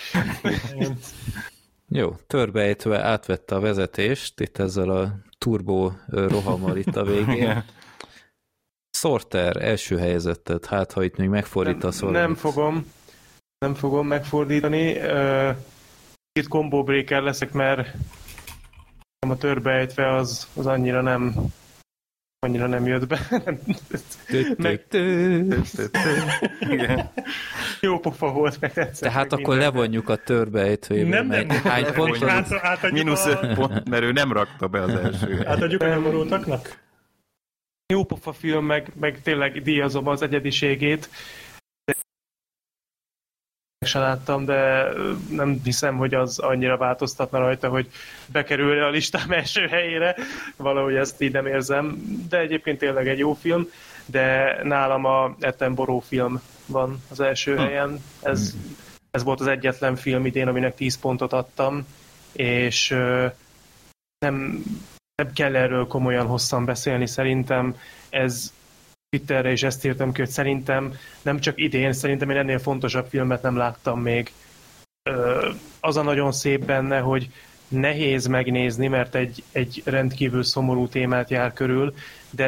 Jó, törbeejtve átvette a vezetést, itt ezzel a turbo rohammal itt a végén. Sorter, első helyezettet, hát ha itt még megfordítasz valamit. Nem fogom megfordítani. Itt combo breaker leszek, mert a törbeejtve az annyira nem jött be. Jó pofa volt, meg tetszett. Tehát akkor levonjuk a törbeejtvébe. Nem. Hány pontot? Mínusz 5 pont, mert ő nem rakta be az első. Átadjuk a nyomorultaknak? Jó pofa film, meg tényleg díjazom az egyediségét. Se láttam, de nem hiszem, hogy az annyira változtatna rajta, hogy bekerülne a listám első helyére. Valahogy ezt így nem érzem. De egyébként tényleg egy jó film, de nálam a Attenborough film van az első helyen. Ez volt az egyetlen film idén, aminek 10 pontot adtam, és nem kell erről komolyan hosszan beszélni szerintem. Ez Twitterre is ezt írtam ki, hogy szerintem nem csak idén, szerintem én ennél fontosabb filmet nem láttam még. Az a nagyon szép benne, hogy nehéz megnézni, mert egy rendkívül szomorú témát jár körül, de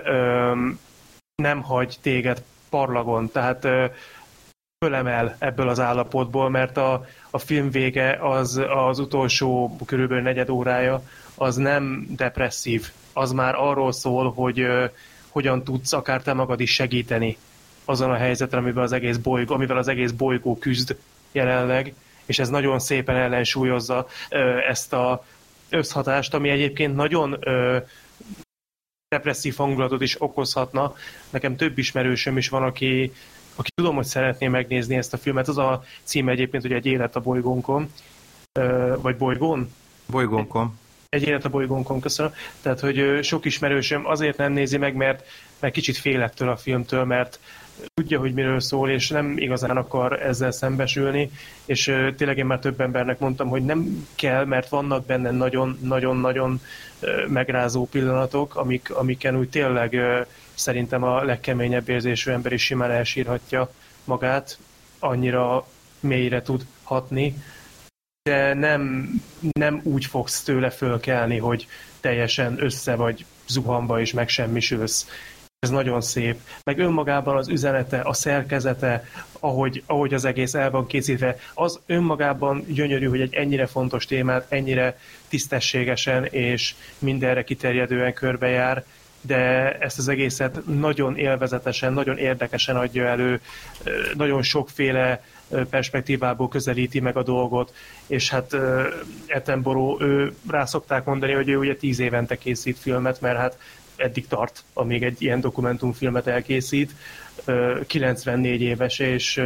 nem hagy téged parlagon, tehát fölemel ebből az állapotból, mert a film vége az utolsó körülbelül negyed órája, az nem depresszív, az már arról szól, hogy hogyan tudsz akár te magad is segíteni azon a helyzeten, amivel az egész bolygó küzd jelenleg, és ez nagyon szépen ellensúlyozza ezt a összhatást, ami egyébként nagyon depresszív hangulatot is okozhatna. Nekem több ismerősöm is van, aki tudom, hogy szeretné megnézni ezt a filmet. Az a címe egyébként, hogy Egy élet a bolygónkon, vagy bolygón? Bolygónkon. Egy élet a bolygónkon, köszönöm. Tehát, hogy sok ismerősöm azért nem nézi meg, mert kicsit fél ettől a filmtől, mert tudja, hogy miről szól, és nem igazán akar ezzel szembesülni, és tényleg én már több embernek mondtam, hogy nem kell, mert vannak benne nagyon-nagyon megrázó pillanatok, amiken úgy tényleg szerintem a legkeményebb érzésű ember is simán elsírhatja magát, annyira mélyre tud hatni, de nem úgy fogsz tőle fölkelni, hogy teljesen össze vagy zuhanva és megsemmisülsz. Ez nagyon szép. Meg önmagában az üzenete, a szerkezete, ahogy az egész el van készítve, az önmagában gyönyörű, hogy egy ennyire fontos témát ennyire tisztességesen és mindenre kiterjedően körbejár, de ezt az egészet nagyon élvezetesen, nagyon érdekesen adja elő, nagyon sokféle perspektívából közelíti meg a dolgot, és hát Attenborough, ő rá szokták mondani, hogy ő ugye 10 évente készít filmet, mert hát eddig tart, amíg egy ilyen dokumentumfilmet elkészít, 94 éves,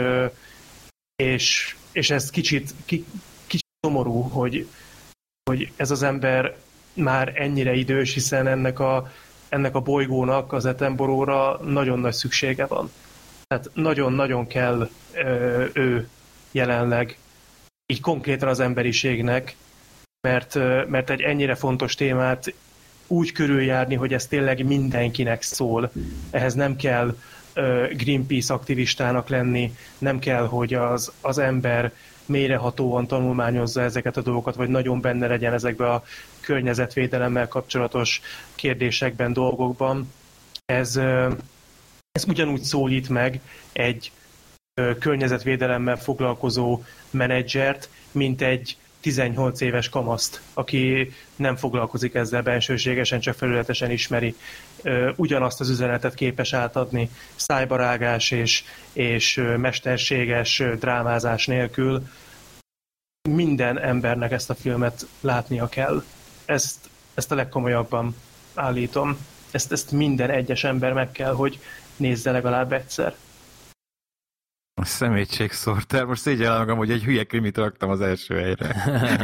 és ez kicsit szomorú, hogy ez az ember már ennyire idős, hiszen ennek a bolygónak, az Attenborough-ra nagyon nagy szüksége van. Tehát nagyon-nagyon kell ő jelenleg így konkrétan az emberiségnek, mert egy ennyire fontos témát úgy körüljárni, hogy ez tényleg mindenkinek szól. Ehhez nem kell Greenpeace aktivistának lenni, nem kell, hogy az ember mélyrehatóan tanulmányozza ezeket a dolgokat, vagy nagyon benne legyen ezekben a környezetvédelemmel kapcsolatos kérdésekben, dolgokban. Ez ugyanúgy szólít meg egy környezetvédelemmel foglalkozó menedzsert, mint egy 18 éves kamaszt, aki nem foglalkozik ezzel bensőségesen, csak felületesen ismeri. Ugyanazt az üzenetet képes átadni szájbarágás és mesterséges drámázás nélkül. Minden embernek ezt a filmet látnia kell. Ezt a legkomolyabban állítom. Ezt minden egyes ember meg kell, hogy nézze legalább egyszer. A szemétségszórtár. Most szégyellem magam, hogy egy hülye krimit raktam az első helyre.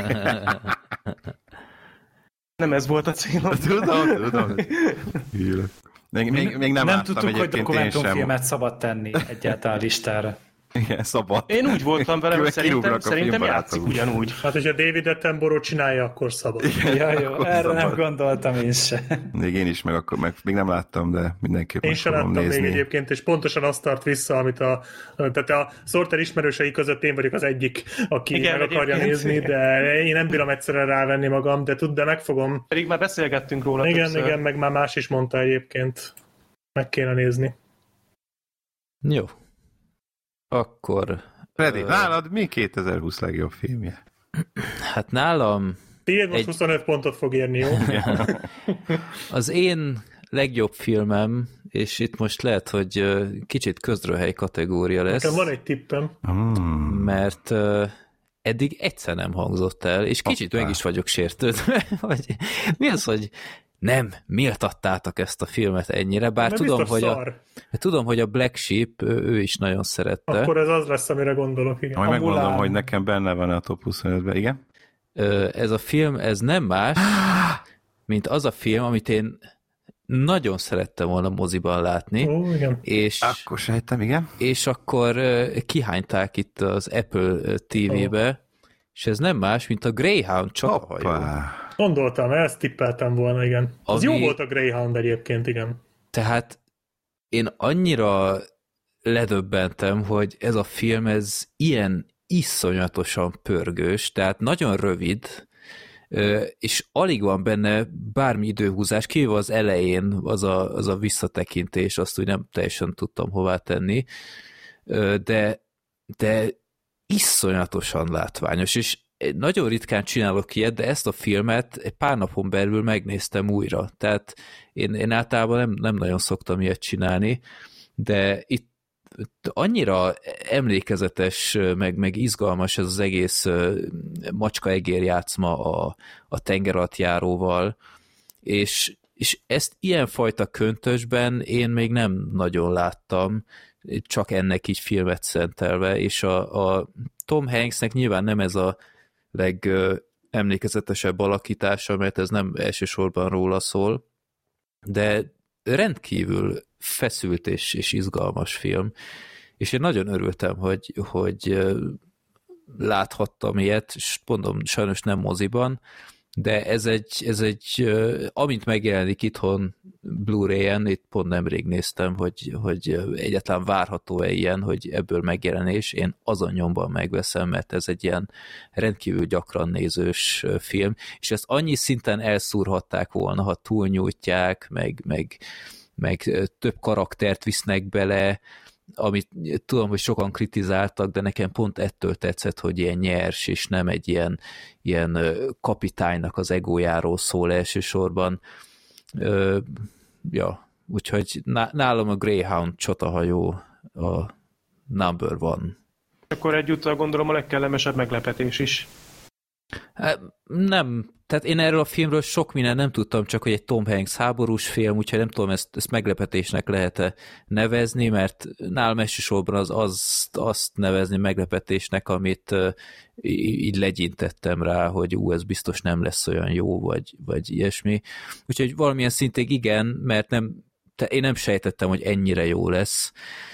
Nem ez volt a célom. Tudom. Még nem tudtuk, hogy dokumentumfilmet szabad tenni egyáltalán listára. Igen, szabad. Én úgy voltam vele, hogy szerintem játszik ugyanúgy. Hát, hogyha David Attenborough csinálja, akkor szabad. Ja, jó, erre nem gondoltam én se. Még én is, meg még nem láttam, de mindenképpen én sem láttam nézni. Még egyébként, és pontosan azt tart vissza, amit tehát a Sorter ismerősei között én vagyok az egyik, aki igen, meg akarja nézni, de én nem bírom egyszerűen rávenni magam, de megfogom. Pedig már beszélgettünk róla. Igen, meg már más is mondta egyébként. Meg kéne nézni. Jó. Akkor... Freddy, nálad mi 2020 legjobb filmje? Hát nálam... Tiéd most 25 pontot fog érni, jó? Az én legjobb filmem, és itt most lehet, hogy kicsit közröhely kategória lesz. Nekem van egy tippem. Mert eddig egyszer nem hangzott el, és kicsit meg is vagyok sértődve. Mi az, hogy nem méltattátok ezt a filmet ennyire, bár tudom, hogy a Black Sheep ő is nagyon szerette. Akkor ez az lesz, amire gondolok, igen. Majd megmondom, hogy nekem benne van a top 25-ben, igen? Ez a film, ez nem más, mint az a film, amit én nagyon szerettem volna moziban látni. Ó, igen. És, akkor sejtem, igen. És akkor kihányták itt az Apple TV-be, és ez nem más, mint a Greyhound csatahajó. Gondoltam, ezt tippeltem volna, igen. Az jó volt a Greyhound egyébként, igen. Tehát én annyira ledöbbentem, hogy ez a film, ez ilyen iszonyatosan pörgős, tehát nagyon rövid, és alig van benne bármi időhúzás, kivéve az elején az a visszatekintés, azt úgy nem teljesen tudtam hová tenni, de iszonyatosan látványos, és nagyon ritkán csinálok ilyet, de ezt a filmet egy pár napon belül megnéztem újra. Tehát én általában nem nagyon szoktam ilyet csinálni, de itt annyira emlékezetes, meg izgalmas ez az egész macska-egér játszma a tengeralattjáróval, és ezt ilyenfajta köntösben én még nem nagyon láttam, csak ennek így filmet szentelve, és a Tom Hanksnek nyilván nem ez a legemlékezetesebb alakítása, mert ez nem elsősorban róla szól, de rendkívül feszült és izgalmas film, és én nagyon örültem, hogy láthattam ilyet, és mondom, sajnos nem moziban, de ez egy amint megjelenik itthon Blu-ray-en, itt pont nemrég néztem, hogy egyáltalán várható-e ilyen, hogy ebből megjelenés, én azon nyomban megveszem, mert ez egy ilyen rendkívül gyakran nézős film, és ezt annyi szinten elszúrhatták volna, ha túlnyújtják, meg több karaktert visznek bele, amit tudom, hogy sokan kritizáltak, de nekem pont ettől tetszett, hogy ilyen nyers, és nem egy ilyen kapitánynak az egójáról szól elsősorban. Úgyhogy nálam a Greyhound csatahajó a number one. Akkor egyúttal gondolom a legkellemesebb meglepetés is. Nem, tehát én erről a filmről sok minden nem tudtam, csak hogy egy Tom Hanks háborús film, úgyhogy nem tudom, ezt meglepetésnek lehet-e nevezni, mert nálam elsősorban azt nevezni meglepetésnek, amit így legyintettem rá, hogy ez biztos nem lesz olyan jó, vagy ilyesmi. Úgyhogy valamilyen szintig igen, mert én nem sejtettem, hogy ennyire jó lesz,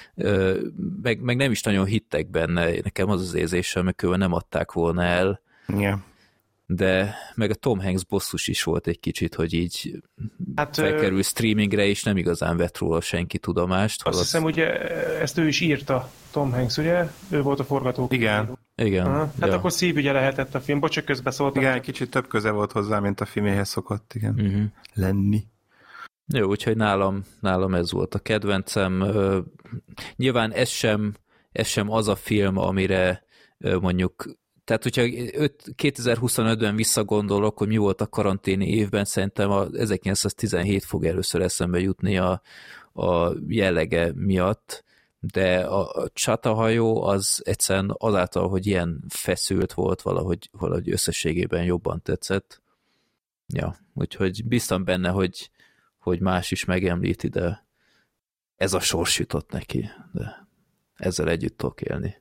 meg nem is nagyon hittek benne, nekem az érzésem, meg nem adták volna el. Yeah. De meg a Tom Hanks bosszus is volt egy kicsit, hogy így felkerül streamingre, és nem igazán vett róla senki tudomást. Azt hiszem, ugye ezt ő is írta, Tom Hanks, ugye? Ő volt a forgatókönyvíró. Igen. Hát akkor szívügye lehetett a film, bocs, csak közbeszóltam. Igen, kicsit több köze volt hozzá, mint a filméhez szokott, igen. Lenni. Jó, úgyhogy nálam ez volt a kedvencem. Nyilván ez sem az a film, amire mondjuk, tehát hogyha 2025-ben visszagondolok, hogy mi volt a karanténi évben, szerintem a 1917 fog először eszembe jutni a jellege miatt, de a csatahajó az egyszerűen azáltal, hogy ilyen feszült volt, valahogy összességében jobban tetszett. Ja, úgyhogy biztos benne, hogy más is megemlíti, de ez a sors jutott neki, de ezzel együtt tudok élni.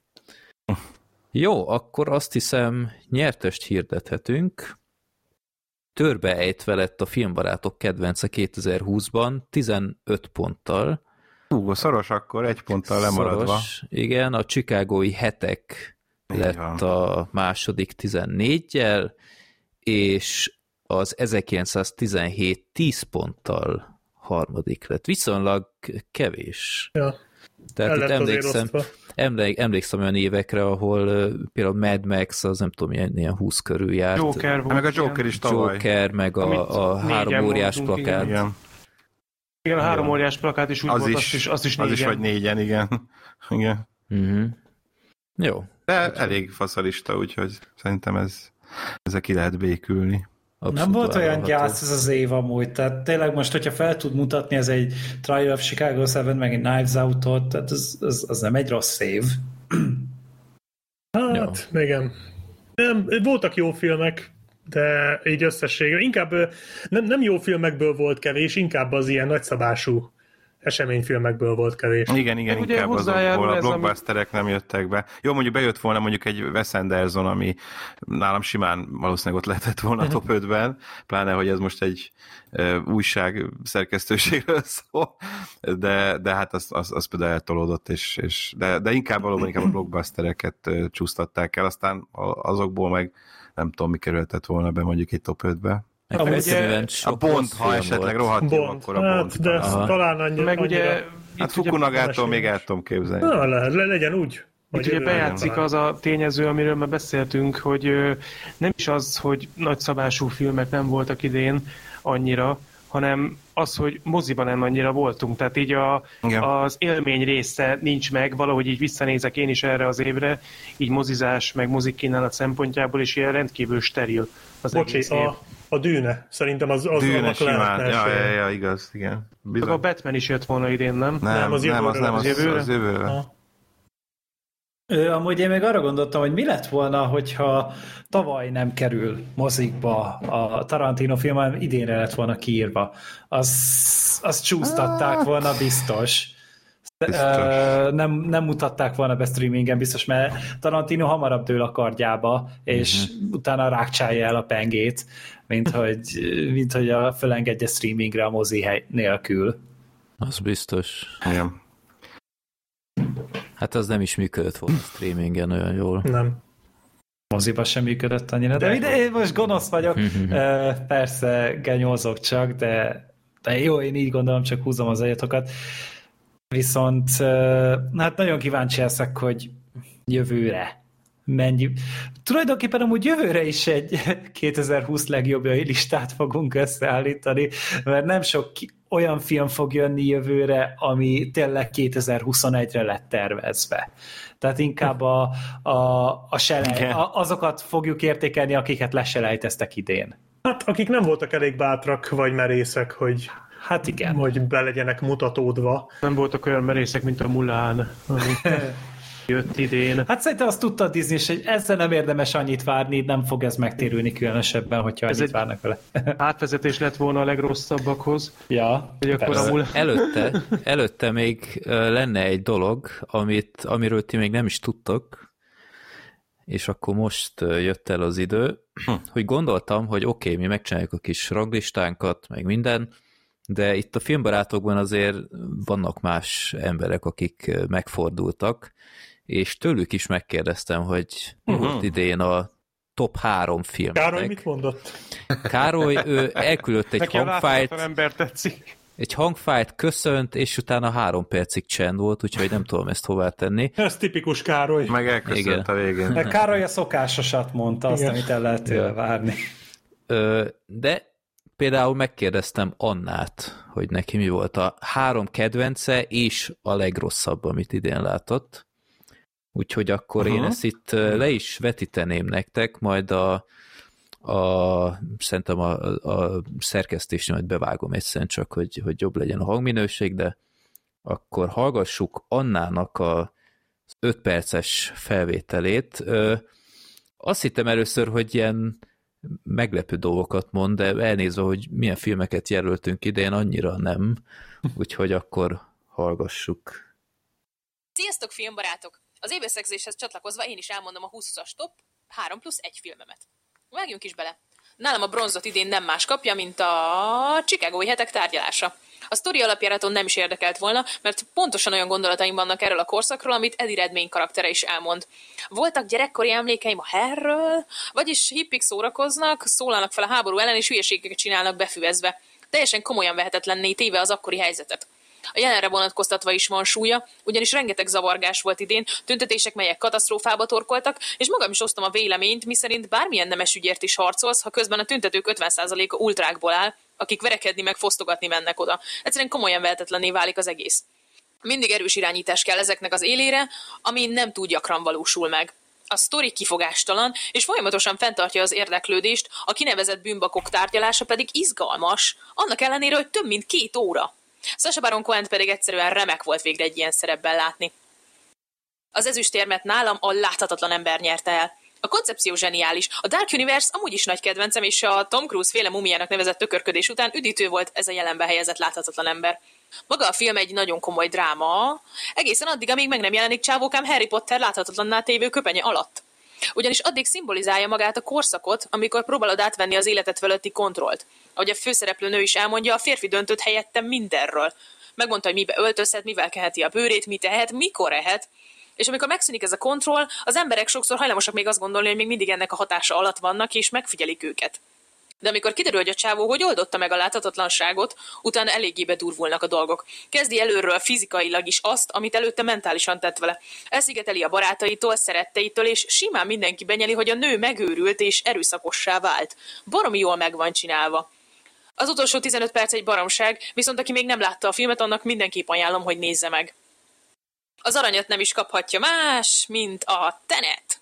Jó, akkor azt hiszem nyertest hirdethetünk. Törbe ejtve lett a Filmbarátok kedvence 2020-ban 15 ponttal. Szoros akkor, 1 ponttal lemaradva. Szoros, igen, a chicagói hetek lett a második 14-jel, és az 1917 10 ponttal harmadik lett. Viszonylag kevés. Ja. Tehát itt emlékszem olyan évekre, ahol például Mad Max, az nem tudom, ilyen 20 körül járt. Joker volt. Meg a Joker is tavaly. Joker, meg a 3 óriás plakát. Igen, a 3 óriás plakát is úgy az volt, is, azt is 4-en. Az is vagy 4-en, igen. Igen. Uh-huh. Jó. De elég faszalista, úgyhogy szerintem ezzel ki lehet békülni. Abszolút nem volt olyan gyász ez az év amúgy, tehát tényleg most, hogyha fel tud mutatni, ez egy Trial of Chicago 7, meg egy Knives Out-ot, tehát az nem egy rossz év. Hát, igen. Nem, voltak jó filmek, de így összességében. Inkább nem jó filmekből volt kevés, inkább az ilyen nagyszabású eseményfilmekből volt kevés. Igen, inkább azokból a blockbusterek nem jöttek be. Jó, mondjuk bejött volna mondjuk egy Wes Anderson, ami nálam simán valószínűleg ott lehetett volna a top 5-ben, pláne, hogy ez most egy újság szerkesztőségről szól, de hát az például eltolódott, de inkább valóban inkább a blockbustereket csúsztatták el, aztán azokból meg nem tudom, mi kerülhetett volna be mondjuk egy top 5-be. A Bond, ha esetleg rohadt jó, akkor a Bond. De talán annyira. Meg ugye... Hát Fukunagától még el tudom képzelni. Na, legyen úgy. Itt ugye bejátszik az a tényező, amiről már beszéltünk, hogy nem is az, hogy nagyszabású filmek nem voltak idén annyira, hanem az, hogy moziban nem annyira voltunk. Tehát így az élmény része nincs meg, valahogy így visszanézek én is erre az évre, így mozizás, meg mozikkínálat szempontjából, és ilyen rendkívül steril az egész év. A Dűne. Szerintem az Dűne annak simán. lehetne. Ja, igaz, igen. Bizony. A Batman is jött volna idén, nem? Nem, az jövőre. Amúgy én még arra gondoltam, hogy mi lett volna, hogyha tavaly nem kerül mozikba a Tarantino film, hanem idénre lett volna kiírva. Azt csúsztatták volna biztos. Nem mutatták volna be streamingen biztos, mert Tarantino hamarabb dől a kardjába, és utána rákcsálja el a pengét, mint hogy fölengedje streamingre a mozi nélkül. Az biztos. Igen. Hát az nem is működött volna streamingen olyan jól. Nem. Moziba sem működött annyira, de én most gonosz vagyok. Persze, genyózok csak, de jó, én így gondolom, csak húzom az agyatokat. Viszont hát nagyon kíváncsi leszek, hogy jövőre menjünk. Tulajdonképpen amúgy jövőre is egy 2020 legjobbjai listát fogunk összeállítani, mert nem sok olyan film fog jönni jövőre, ami tényleg 2021-re lett tervezve. Tehát inkább azokat fogjuk értékelni, akiket leselejteztek idén. Hát akik nem voltak elég bátrak vagy merészek, hogy hát igen, hogy be legyenek mutatódva. Nem voltak olyan merészek, mint a Mulan, jött idén. Hát szerintem azt tudta a Disney, hogy ezzel nem érdemes annyit várni, nem fog ez megtérülni különösebben, hogyha annyit várnak vele. Átvezetés lett volna a legrosszabbakhoz. Ja, akkor előtte még lenne egy dolog, amiről ti még nem is tudtok, és akkor most jött el az idő, hogy gondoltam, hogy oké, mi megcsináljuk a kis ranglistánkat, meg minden, de itt a filmbarátokban azért vannak más emberek, akik megfordultak, és tőlük is megkérdeztem, hogy volt idén a top 3 filmnek. Károly mit mondott? Károly, ő elküldött egy hangfájlt. Ember tetszik. Egy hangfájlt, köszönt, és utána 3 percig csend volt, úgyhogy nem tudom ezt hová tenni. Ez tipikus Károly. Meg elköszönt a végén. De Károly a szokásosat mondta, azt, amit el lehet tőle várni. De például megkérdeztem Annát, hogy neki mi volt a 3 kedvence és a legrosszabb, amit idén látott. Úgyhogy akkor én ezt itt le is vetíteném nektek, majd szerintem a szerkesztést majd bevágom egyszerűen csak, hogy jobb legyen a hangminőség, de akkor hallgassuk Annának az 5 perces felvételét. Azt hittem először, hogy ilyen meglepő dolgokat mond, de elnézve, hogy milyen filmeket jelöltünk idén, annyira nem. Úgyhogy akkor hallgassuk. Sziasztok, filmbarátok! Az évösszegzéshez csatlakozva én is elmondom a 20-as top 3+1 filmemet. Vágjunk is bele. Nálam a bronzot idén nem más kapja, mint a Chicagói hetek tárgyalása. A sztori alapjáraton nem is érdekelt volna, mert pontosan olyan gondolataim vannak erről a korszakról, amit Eddie Redmayne karaktere is elmond. Voltak gyerekkori emlékeim a Herről, vagyis hippik szórakoznak, szólalnak fel a háború ellen, és hülyeségeket csinálnak befüvezve. Teljesen komolyan vehetetlenné téve az akkori helyzetet. A jelenre vonatkoztatva is van súlya, ugyanis rengeteg zavargás volt idén, tüntetések, melyek katasztrófába torkoltak, és magam is osztom a véleményt, miszerint bármilyen nemes ügyért is harcolsz, ha közben a tüntetők 50%-a ultrákból áll, akik verekedni meg fosztogatni mennek oda. Egyszerűen komolyan vehetetlenné válik az egész. Mindig erős irányítás kell ezeknek az élére, ami nem túl gyakran valósul meg. A sztori kifogástalan, és folyamatosan fenntartja az érdeklődést, a kinevezett bűnbakok tárgyalása pedig izgalmas, annak ellenére, hogy több mint 2 óra. Sacha Baron Cohen pedig egyszerűen remek volt végre egy ilyen szerepben látni. Az ezüstérmet nálam a Láthatatlan ember nyerte el. A koncepció zseniális, a Dark Universe amúgy is nagy kedvencem, és a Tom Cruise féle mumiának nevezett tökörködés után üdítő volt ez a jelenbe helyezett Láthatatlan ember. Maga a film egy nagyon komoly dráma, egészen addig, amíg meg nem jelenik csávókám Harry Potter láthatatlanná tévő köpenye alatt. Ugyanis addig szimbolizálja magát a korszakot, amikor próbálod átvenni az életet fölötti kontrollt. Ahogy a főszereplő nő is elmondja, a férfi döntött helyettem mindenről. Megmondta, hogy mibe öltözhet, mivel keheti a bőrét, mit ehet, mikor ehet. És amikor megszűnik ez a kontroll, az emberek sokszor hajlamosak még azt gondolni, hogy még mindig ennek a hatása alatt vannak, és megfigyelik őket. De amikor kiderül, hogy a csávó hogy oldotta meg a láthatatlanságot, utána eléggé bedurvulnak a dolgok. Kezdi előről fizikailag is azt, amit előtte mentálisan tett vele. Elszigeteli a barátaitól, szeretteitől, és simán mindenki benyeli, hogy a nő megőrült és erőszakossá vált. Baromi jól meg van csinálva. Az utolsó 15 perc egy baromság, viszont aki még nem látta a filmet, annak mindenképp ajánlom, hogy nézze meg. Az aranyat nem is kaphatja más, mint a Tenet.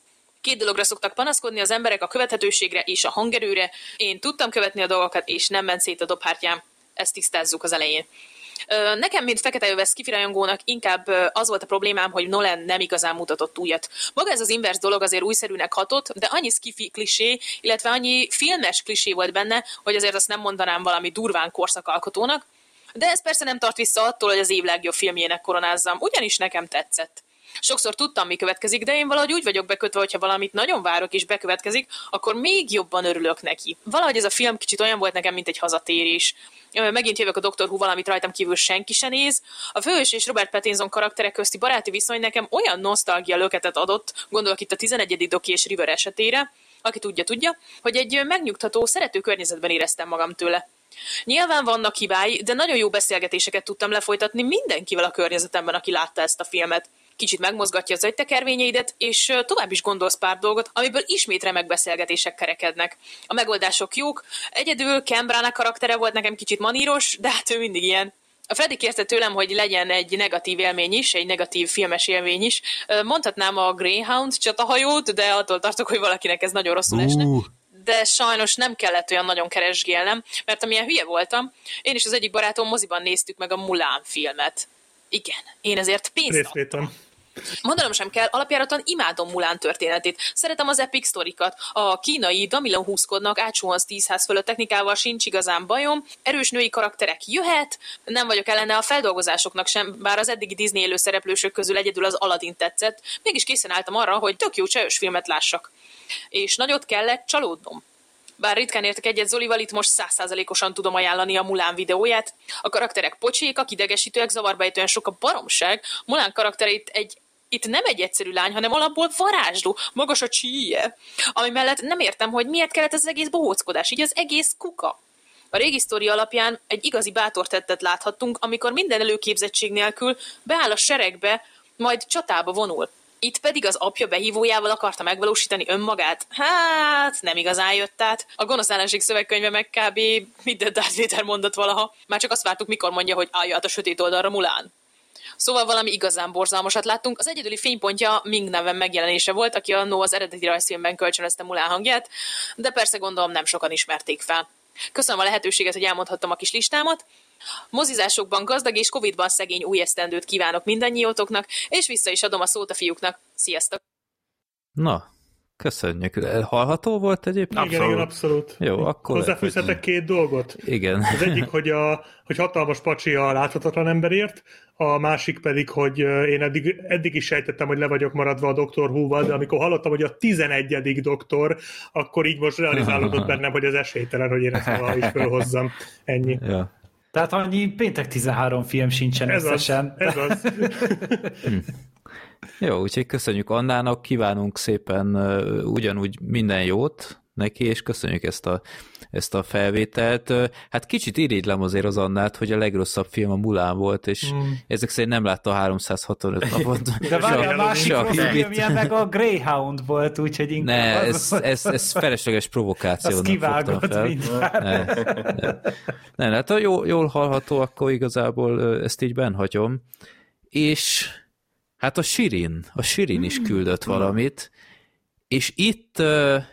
Két dologra szoktak panaszkodni az emberek, a követhetőségre és a hangerőre. Én tudtam követni a dolgokat, és nem ment szét a dobhártyám. Ezt tisztázzuk az elején. Nekem, mint fekete-öves sci-fi rajongónak inkább az volt a problémám, hogy Nolan nem igazán mutatott újat. Maga ez az inverse dolog azért újszerűnek hatott, de annyi sci-fi klisé, illetve annyi filmes klisé volt benne, hogy azért azt nem mondanám valami durván korszakalkotónak. De ez persze nem tart vissza attól, hogy az év legjobb filmjének koronázzam, ugyanis nekem tetszett. Sokszor tudtam, mi következik, de én valahogy úgy vagyok bekötve, hogyha valamit nagyon várok és bekövetkezik, akkor még jobban örülök neki. Valahogy ez a film kicsit olyan volt nekem, mint egy hazatérés. Megint jövök a Dr. Who, valamit rajtam kívül senki se néz. A főhős és Robert Pattinson karakterek közti baráti viszony nekem olyan nosztalgia löketet adott, gondolok itt a 11. Doki és River esetére, aki tudja, hogy egy megnyugtató, szerető környezetben éreztem magam tőle. Nyilván vannak hibái, de nagyon jó beszélgetéseket tudtam lefolytatni mindenkivel a környezetemben, aki látta ezt a filmet. Kicsit megmozgatja az agytekervényeidet, és tovább is gondolsz pár dolgot, amiből ismét remek beszélgetések kerekednek. A megoldások jók, egyedül Ken Branagh karaktere volt nekem kicsit maníros, de hát ő mindig ilyen. A Freddy kérte tőlem, hogy legyen egy negatív élmény is, egy negatív filmes élmény is. Mondhatnám a Greyhound csatahajót, de attól tartok, hogy valakinek ez nagyon rosszul esne. De sajnos nem kellett olyan nagyon keresgélnem, mert amilyen hülye voltam, én és az egyik barátom moziban néztük meg a Mulan filmet. Igen, én ezért pénzt adtam. Mondanom sem kell, alapjáraton imádom Mulan történetét. Szeretem az epic sztorikat. A kínai Damilon húzkodnak átsuhansz 10 ház fölött technikával sincs igazán bajom. Erős női karakterek jöhet. Nem vagyok ellene a feldolgozásoknak sem, bár az eddigi Disney élőszereplősök közül egyedül az Aladdin tetszett. Mégis készen álltam arra, hogy tök jó csajos filmet lássak. És nagyot kellett csalódnom. Bár ritkán értek egyet Zolival, itt most 100%-osan tudom ajánlani a Mulan videóját. A karakterek pocsékak, idegesítőek, zavarba ejtően sok a baromság. Mulan karakterét itt nem egy egyszerű lány, hanem alapból varázsló, magas a csíje. Ami mellett nem értem, hogy miért kellett ez az egész bohóckodás, így az egész kuka. A régi sztori alapján egy igazi bátor tettet láthattunk, amikor minden előképzettség nélkül beáll a seregbe, majd csatába vonul. Itt pedig az apja behívójával akarta megvalósítani önmagát. Hát, nem igazán jött át. A gonosz ellenség szövegkönyve meg kb. Minden Darth Vader mondott valaha. Már csak azt vártuk, mikor mondja, hogy állj át a sötét oldalra, Mulan. Szóval valami igazán borzalmasat láttunk. Az egyedüli fénypontja Ming neven megjelenése volt, aki annó az eredeti rajzfilmben kölcsönözte Mulan hangját, de persze gondolom nem sokan ismerték fel. Köszönöm a lehetőséget, hogy elmondhattam a kis listámat. Mozizásokban gazdag és Covid-ban szegény új esztendőt kívánok mindannyiótoknak, és vissza is adom a szót a fiúknak. Sziasztok! Na, köszönjük. Hallható volt egyébként? Igen, abszolút. Jó, akkor hozzáfűzhetek két dolgot? Igen. Az egyik, hogy hatalmas pacsi a láthatatlan emberért, a másik pedig, hogy én eddig is sejtettem, hogy le vagyok maradva a Dr. Who-val, de amikor hallottam, hogy a 11. doktor, akkor így most realizálódott bennem, hogy ez esélytelen, hogy én ezt valaha is fölhozzam. Ennyi. Ja. Tehát annyi péntek 13 film sincsen összesen. Ez az. Jó, úgyhogy köszönjük Annának, kívánunk szépen ugyanúgy minden jót neki, és köszönjük ezt a felvételt. Hát kicsit irigylem azért az Annát, hogy a legrosszabb film a Mulan volt, és ezek szerint nem látta a 365 napot. De várj, a másik rossz filmje meg a Greyhound volt, úgyhogy inkább... Ne, ez felesleges provokációnak fogtam fel. Nem, hát ha jól hallható, akkor igazából ezt így bennhagyom. És hát a Shirin is küldött valamit, és itt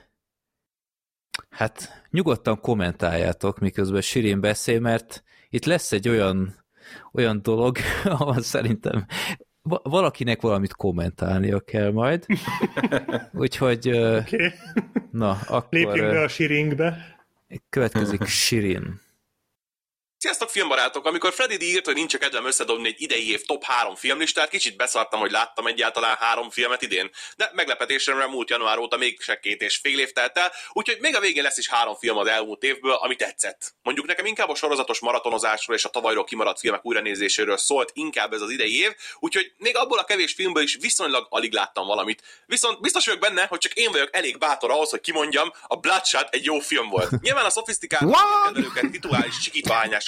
hát nyugodtan kommentáljátok, miközben Shirin beszél, mert itt lesz egy olyan dolog, ahol szerintem valakinek valamit kommentálnia kell majd. Úgyhogy okay. Na, akkor lépjünk be a Shiringbe. Következik Shirin. Sziasztok filmbarátok! Amikor Freddy D írt, hogy nincs kedvem összedobni egy idei év top 3 filmlistát, kicsit beszartam, hogy láttam egyáltalán 3 filmet idén. De meglepetésemre múlt január óta még se 2,5 év telt el, úgyhogy még a végén lesz is 3 film az elmúlt évből, ami tetszett. Mondjuk nekem inkább a sorozatos maratonozásról és a tavalyról kimaradt filmek újranézéséről szólt inkább ez az idei év, úgyhogy még abból a kevés filmből is viszonylag alig láttam valamit. Viszont biztos vagyok benne, hogy csak én vagyok elég bátor ahhoz, hogy kimondjam, a Bloodshot egy jó film volt. Nyilván a szofisztikált kedvelőket titulális csikítványás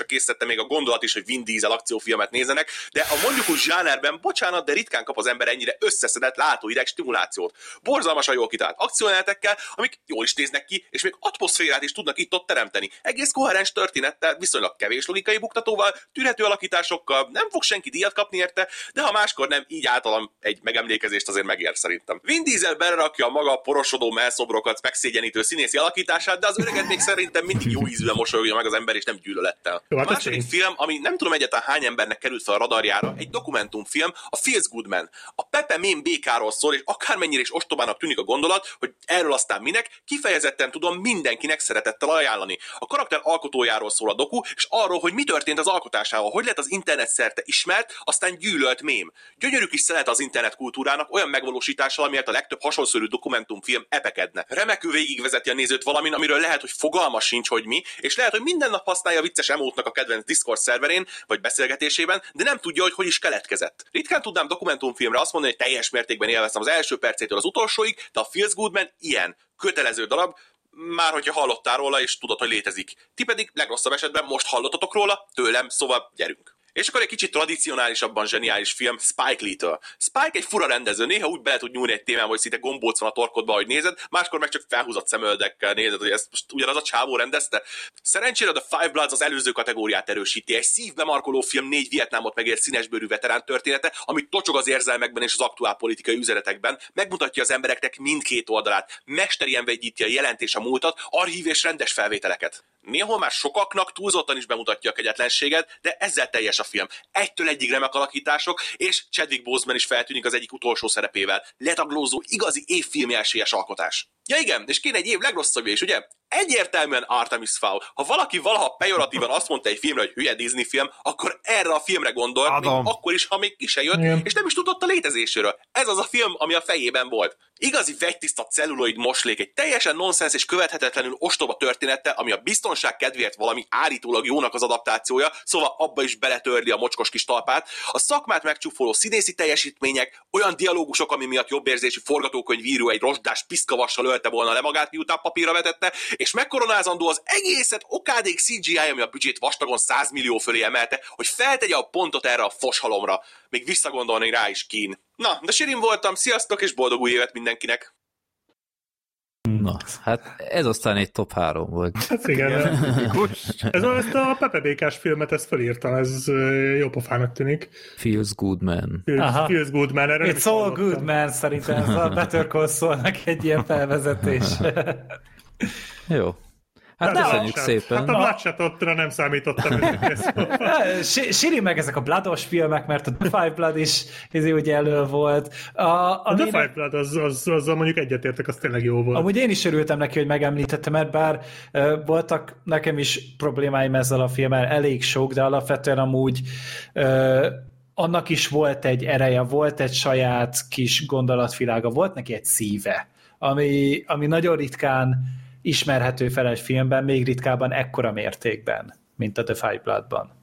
elfogadásra készítette még a gondolat is, hogy Vin Diesel akciófilmet nézzenek, de a mondjuk úgy zsánerben, bocsánat, de ritkán kap az ember ennyire összeszedett látóideg stimulációt. Borzalmasan jól kitalált akciójelenetekkel, amik jól is néznek ki, és még atmoszférát is tudnak itt-ott teremteni. Egész koherens történettel, viszonylag kevés logikai buktatóval, tűrhető alakításokkal, nem fog senki díjat kapni érte, de ha máskor nem, így általam egy megemlékezést azért megér szerintem. Vin Diesel belerakja a maga porosodó melszobrokat megszégyenítő színészi alakítását, de az öreget még szerintem mindig jó ízűen mosolyogja meg az ember, és nem gyűlölettel. A második film, ami nem tudom egyáltalán hány embernek került fel a radarjára, egy dokumentumfilm, a Feels Good Man. A Pepe Mén békáról szól, és akármennyire is ostobának tűnik a gondolat, hogy erről aztán minek, kifejezetten tudom mindenkinek szeretettel ajánlani. A karakter alkotójáról szól a doku, és arról, hogy mi történt az alkotásával, hogy lett az internet szerte ismert, aztán gyűlölt mém. Gyönyörű kis szelet az internet kultúrának, olyan megvalósítással, amiért a legtöbb hasonszörű dokumentumfilm epekedne. Remekül végigvezeti a nézőt valamin, amiről lehet, hogy fogalma sincs, hogy mi, és lehet, hogy minden nap használja vicces emótnak a kedvenc Discord szerverén, vagy beszélgetésében, de nem tudja, hogy is keletkezett. Ritkán tudnám dokumentumfilmre azt mondani, hogy teljes mértékben élveztem az első percétől az utolsóig, de a Feels Good Man ilyen kötelező darab, már hogyha hallottál róla, és tudod, hogy létezik. Ti pedig legrosszabb esetben most hallottatok róla, tőlem, szóval gyerünk. És akkor egy kicsit tradicionálisabban zseniális film Spike Lee-től. Spike egy fura rendező, néha úgy bele tud nyúlni egy témában, hogy szinte gombóc van a torkodba, hogy nézed, máskor meg csak felhúzott szemöldekkel nézed, hogy ezt most ugyanaz a csávó rendezte. Szerencsére a Five Bloods az előző kategóriát erősíti. Egy szívbemarkoló film 4 Vietnámot megért színesbőrű veterán története, amit tocsog az érzelmekben és az aktuál politikai üzenetekben, megmutatja az embereknek mindkét oldalát, mesterien vegyíti a jelent és a múltat, archív és rendes felvételeket. Néhol már sokaknak túlzottan is bemutatja a kegyetlenséget, de ezzel teljes a film. Egytől egyig remek alakítások, és Chadwick Boseman is feltűnik az egyik utolsó szerepével. Letaglózó, igazi évfilmi esélyes alkotás. Ja igen, és kéne egy év legrosszabbja is, ugye? Egyértelműen Artemis Fowl. Ha valaki valaha pejoratívan azt mondta egy filmre, hogy hülye Disney film, akkor erre a filmre gondolt, még akkor is, ha még ki se jött, igen. És nem is tudott a létezéséről. Ez az a film, ami a fejében volt. Igazi vegytiszta celluloid moslék, egy teljesen nonsens és követhetetlenül ostoba történettel, ami a biztonság kedvéért valami állítólag jónak az adaptációja, szóval abba is beletörli a mocskos kis talpát. A szakmát megcsúfoló színészi teljesítmények, olyan dialógusok, ami miatt jobbérzési forgatókönyvíró egy rozsdás piszkavassal ölte volna le magát, miután papírra vetette, és megkoronázandó az egészet okádék CGI, ami a büdzsét vastagon 100 millió fölé emelte, hogy feltegye a pontot erre a foshalomra. Még visszagondolni rá is kín. Na, de Sirin voltam, sziasztok, és boldog új évet mindenkinek! Na, hát ez aztán egy top 3 volt. Hát igen. Ezt a Pepe Békás filmet, ezt felírtam, ez jó pofának tűnik. Feels Good Man. Feels Good Man. It's all good man, szerintem ez a Better Call Saul-nak egy ilyen felvezetés. Jó. Hát köszönjük szépen. Hát a Bloodshot-ra nem számítottam. Siri meg ezek a Bloodos filmek, mert a The Five Blood is ugye elő volt. A The Five Blood, azzal mondjuk egyetértek, az tényleg jó volt. Amúgy én is örültem neki, hogy megemlítettem, mert bár voltak nekem is problémáim ezzel a filmmel, elég sok, de alapvetően amúgy annak is volt egy ereje, volt egy saját kis gondolatvilága, volt neki egy szíve, ami nagyon ritkán ismerhető fel egy filmben, még ritkábban ekkora mértékben, mint a The Five Bloodban.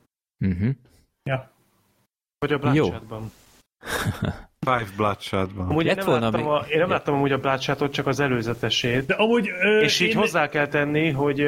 Ja. Vagy a Bloodshotban. Five Bloodshotban. Amúgy én nem láttam amúgy a Bloodshotot, csak az előzetesét. De amúgy, és így hozzá kell tenni, hogy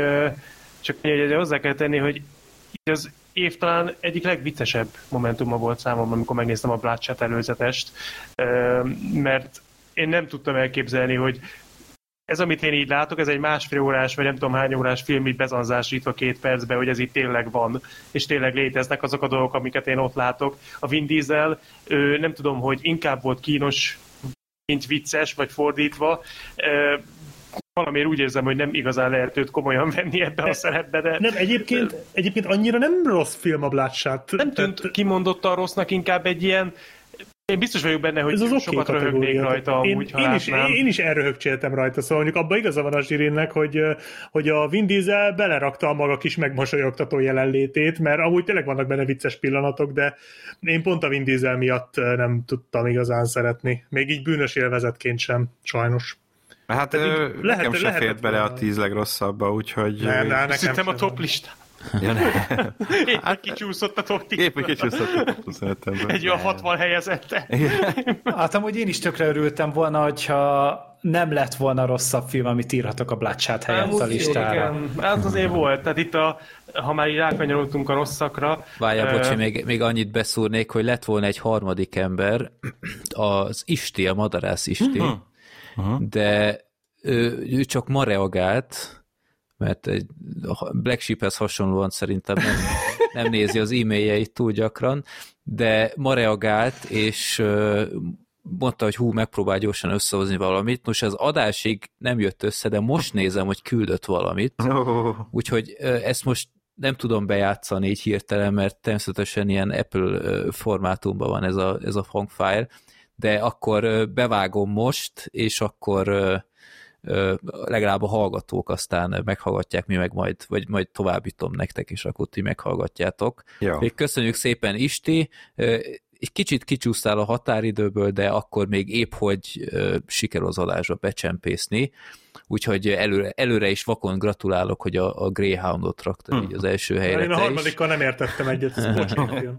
az év talán egyik legviccesebb momentuma volt számomra, amikor megnéztem a Bloodshot előzetest, mert én nem tudtam elképzelni, hogy ez, amit én így látok, ez egy 1,5 órás, vagy nem tudom hány órás film így bezanzásítva 2 percbe, hogy ez itt tényleg van, és tényleg léteznek azok a dolgok, amiket én ott látok. A Vin Diesel, nem tudom, hogy inkább volt kínos, mint vicces, vagy fordítva. Valamiért úgy érzem, hogy nem igazán lehet őt komolyan venni ebbe a szerepbe, de... Nem, egyébként annyira nem rossz film a Bloodshot. Nem tűnt kimondottan rossznak, inkább egy ilyen... Én biztos vagyok benne, hogy ez sokat röhögnék rajta amúgy, én is elröhögcséltem rajta, szóval mondjuk abban igaza van a Zsirinnek, hogy a Vin Diesel belerakta a maga kis megmosolyogtató jelenlétét, mert amúgy tényleg vannak benne vicces pillanatok, de én pont a Vin Diesel miatt nem tudtam igazán szeretni. Még így bűnös élvezetként sem, sajnos. Hát nekem se fért bele a 10 legrosszabbba, úgyhogy... Nem, szerintem a top listán. Ja, éppen kicsúszott a top 10-ből. Éppen kicsúszott a top 25-ből. Egy olyan 60 helyezette. Hát amúgy én is tökre örültem volna, hogyha nem lett volna rosszabb film, amit írhatok a Bloodshot helyett a listára. Igen, ez azért volt. Tehát itt ha már így rákanyolultunk a rosszakra... Várjál, bocsi, még annyit beszúrnék, hogy lett volna egy harmadik ember, az Isti, a madarász Isti, de ő csak ma reagált, mert egy Black Sheephez hasonlóan szerintem nem nézi az e-mailjeit túl gyakran, de ma reagált, és mondta, hogy megpróbál gyorsan összehozni valamit. Nos, az adásig nem jött össze, de most nézem, hogy küldött valamit. Úgyhogy ezt most nem tudom bejátszani így hirtelen, mert természetesen ilyen Apple formátumban van ez a hangfile, de akkor bevágom most, és akkor legalább a hallgatók aztán meghallgatják, mi meg majd továbbítom nektek, és akkor ti meghallgatjátok. Még köszönjük szépen, Isti. Egy kicsit kicsúsztál a határidőből, de akkor még épp hogy sikerül az adásba becsempészni, úgyhogy előre is vakon gratulálok, hogy a Greyhoundot raktad így az első helyre. Én a harmadikkal nem értettem egyet, ez bocsánat.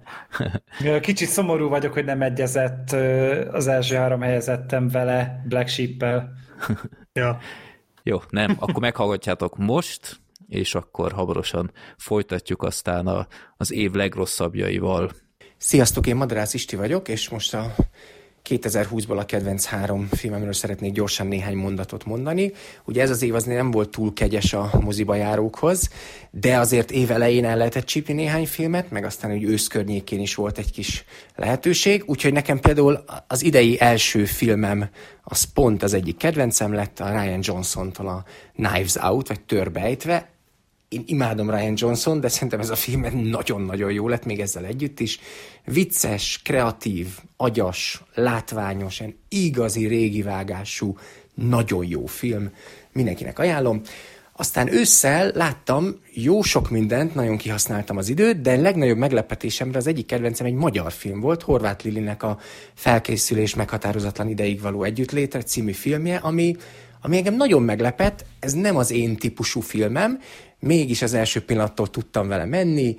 Kicsit szomorú vagyok, hogy nem egyezett az első 3 helyezettem vele Black Sheep-el. Ja. Jó, nem, akkor meghallgatjátok most, és akkor hamarosan folytatjuk aztán az év legrosszabbjaival. Sziasztok, én Madarász Isti vagyok, és most a 2020-ból a kedvenc 3 filmemről szeretnék gyorsan néhány mondatot mondani. Ugye ez az év az nem volt túl kegyes a moziba járókhoz, de azért év elején el lehetett csípni néhány filmet, meg aztán úgy ősz környékén is volt egy kis lehetőség, úgyhogy nekem például az idei első filmem az pont az egyik kedvencem lett, a Rian Johnson-tól a Knives Out, vagy Törbejtve. Én imádom Rian Johnson, de szerintem ez a film nagyon-nagyon jó lett, még ezzel együtt is. Vicces, kreatív, agyas, látványos, igazi régi vágású, nagyon jó film. Mindenkinek ajánlom. Aztán ősszel láttam jó sok mindent, nagyon kihasználtam az időt, de legnagyobb meglepetésemre az egyik kedvencem egy magyar film volt, Horváth Lilinek a Felkészülés meghatározatlan ideig való együttlétre című filmje, ami engem nagyon meglepett, ez nem az én típusú filmem, mégis az első pillanattól tudtam vele menni,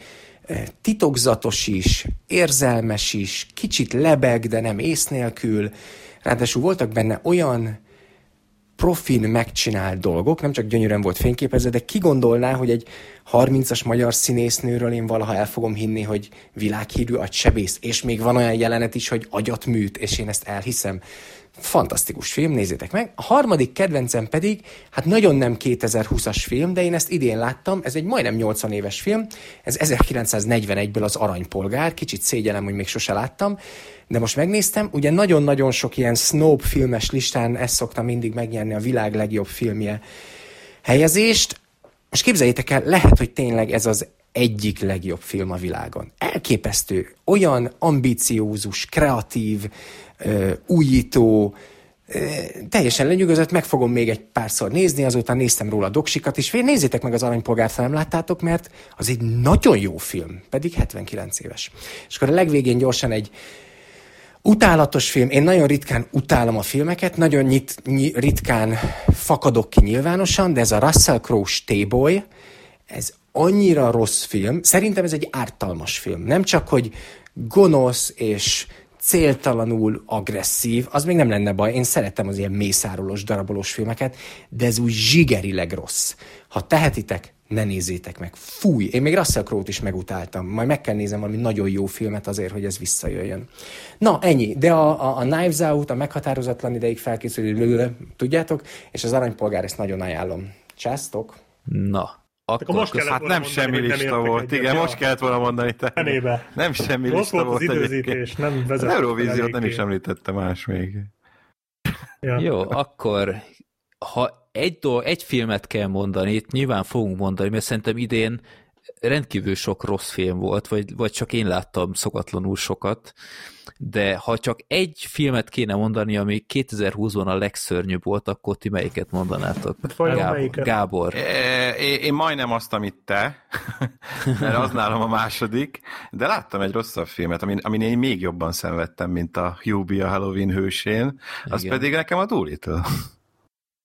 titokzatos is, érzelmes is, kicsit lebeg, de nem ész nélkül, ráadásul voltak benne olyan profin megcsinált dolgok, nem csak gyönyörűen volt fényképezve, de ki gondolná, hogy egy 30-as magyar színésznőről én valaha el fogom hinni, hogy világhírű agysebész, és még van olyan jelenet is, hogy agyat műt, és én ezt elhiszem. Fantasztikus film, nézzétek meg. A harmadik kedvencem pedig, hát nagyon nem 2020-as film, de én ezt idén láttam, ez egy majdnem 80 éves film, ez 1941-ből az Aranypolgár, kicsit szégyellem, hogy még sose láttam, de most megnéztem, ugye nagyon-nagyon sok ilyen snob filmes listán ezt szoktam mindig megnyerni a világ legjobb filmje helyezést. Most képzeljétek el, lehet, hogy tényleg ez az egyik legjobb film a világon. Elképesztő, olyan ambiciózus, kreatív, újító, teljesen lenyűgözött, meg fogom még egy párszor nézni, azután néztem róla a doksikat is. Nézzétek meg az Aranypolgárt, ha nem láttátok, mert az egy nagyon jó film, pedig 79 éves. És akkor a legvégén gyorsan egy utálatos film. Én nagyon ritkán utálom a filmeket, nagyon ritkán fakadok ki nyilvánosan, de ez a Russell Crowe Stayboy, ez annyira rossz film, szerintem ez egy ártalmas film. Nem csak, hogy gonosz és céltalanul agresszív, az még nem lenne baj. Én szeretem az ilyen mészárolós, darabolós filmeket, de ez úgy zsigerileg rossz. Ha tehetitek, ne nézzétek meg. Fúj! Én még Russell Crowe-t is megutáltam. Majd meg kell nézem valami nagyon jó filmet azért, hogy ez visszajöjjön. Na, ennyi. De a Knives Out, a meghatározatlan ideig felkészülő, tudjátok, és az Aranypolgár, ezt nagyon ajánlom. Császtok! Na, akkor most hát nem semmi lista volt. Igen, most kellett volna mondani. Nem semmi lista volt. Az időzítés, nem vezet. Az Eurovíziót nem is említette más még. Ja. Jó, akkor ha egy filmet kell mondani, itt nyilván fogunk mondani, mert szerintem idén rendkívül sok rossz film volt, vagy csak én láttam szokatlanul sokat, de ha csak egy filmet kéne mondani, ami 2020-ban a legszörnyűbb volt, akkor ti melyiket mondanátok? Gábor. Én majdnem azt, amit te, mert az nálam a második, de láttam egy rosszabb filmet, amin én még jobban szenvedtem, mint a Hubie a Halloween hősén, az igen. Pedig nekem a Doolittle.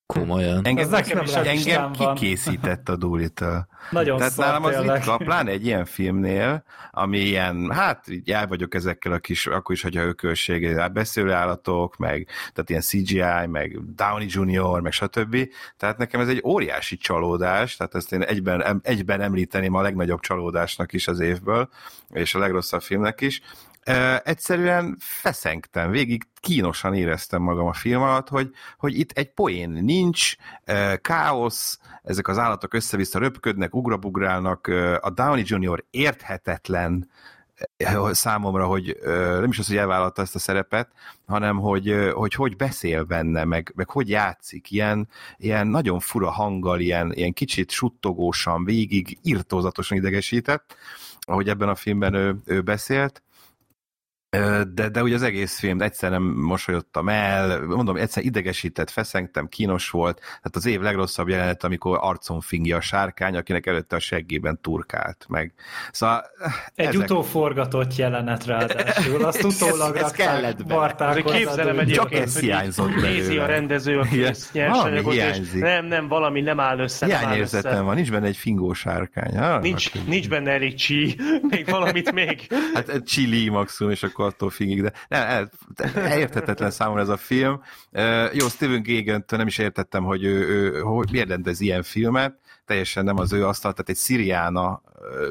Komolyan. Engem kikészített a Doolittle. Nagyon tehát szar, nálam az tényleg. ritka, pláne egy ilyen filmnél, ami ilyen, hát így el vagyok ezekkel a kis, akkor is, hogyha ökölség, beszélő állatok, meg tehát ilyen CGI, meg Downey Jr., meg stb. Tehát nekem ez egy óriási csalódás, tehát ezt én egyben említeném a legnagyobb csalódásnak is az évből, és a legrosszabb filmnek is. Egyszerűen feszengtem, végig kínosan éreztem magam a film alatt, hogy itt egy poén nincs, káosz, ezek az állatok össze-vissza röpködnek, ugrabugrálnak, a Downey Jr. érthetetlen számomra, hogy nem is az, hogy elvállalta ezt a szerepet, hanem hogy beszél benne, meg hogy játszik, ilyen nagyon fura hanggal, ilyen kicsit suttogósan, végig irtózatosan idegesített, ahogy ebben a filmben ő beszélt. De ugye az egész film egyszer nem mosolyodtam el, mondom, egyszer idegesített, feszengtem, kínos volt, tehát az év legrosszabb jelenet, amikor arcon fingja a sárkány, akinek előtte a seggében turkált meg. Szóval egy utóforgatott jelenet ráadásul, azt utólag rakták Bartákhoz. Képzelem egyébként, csak ez hiányzott belőle. Nézi a rendező a kész nyersanyagot, és nem, valami nem áll össze. Hiányérzetem van, nincs benne egy fingó sárkány. Nincs benne elég csí, még valamit még. Hát chili maximum, és akkor attól fingik, de nem, érthetetlen számomra ez a film. Jó, Steven Gaghan-től nem is értettem, hogy ő miért rendez ilyen filmet, teljesen nem az ő asztal, tehát egy Sziriána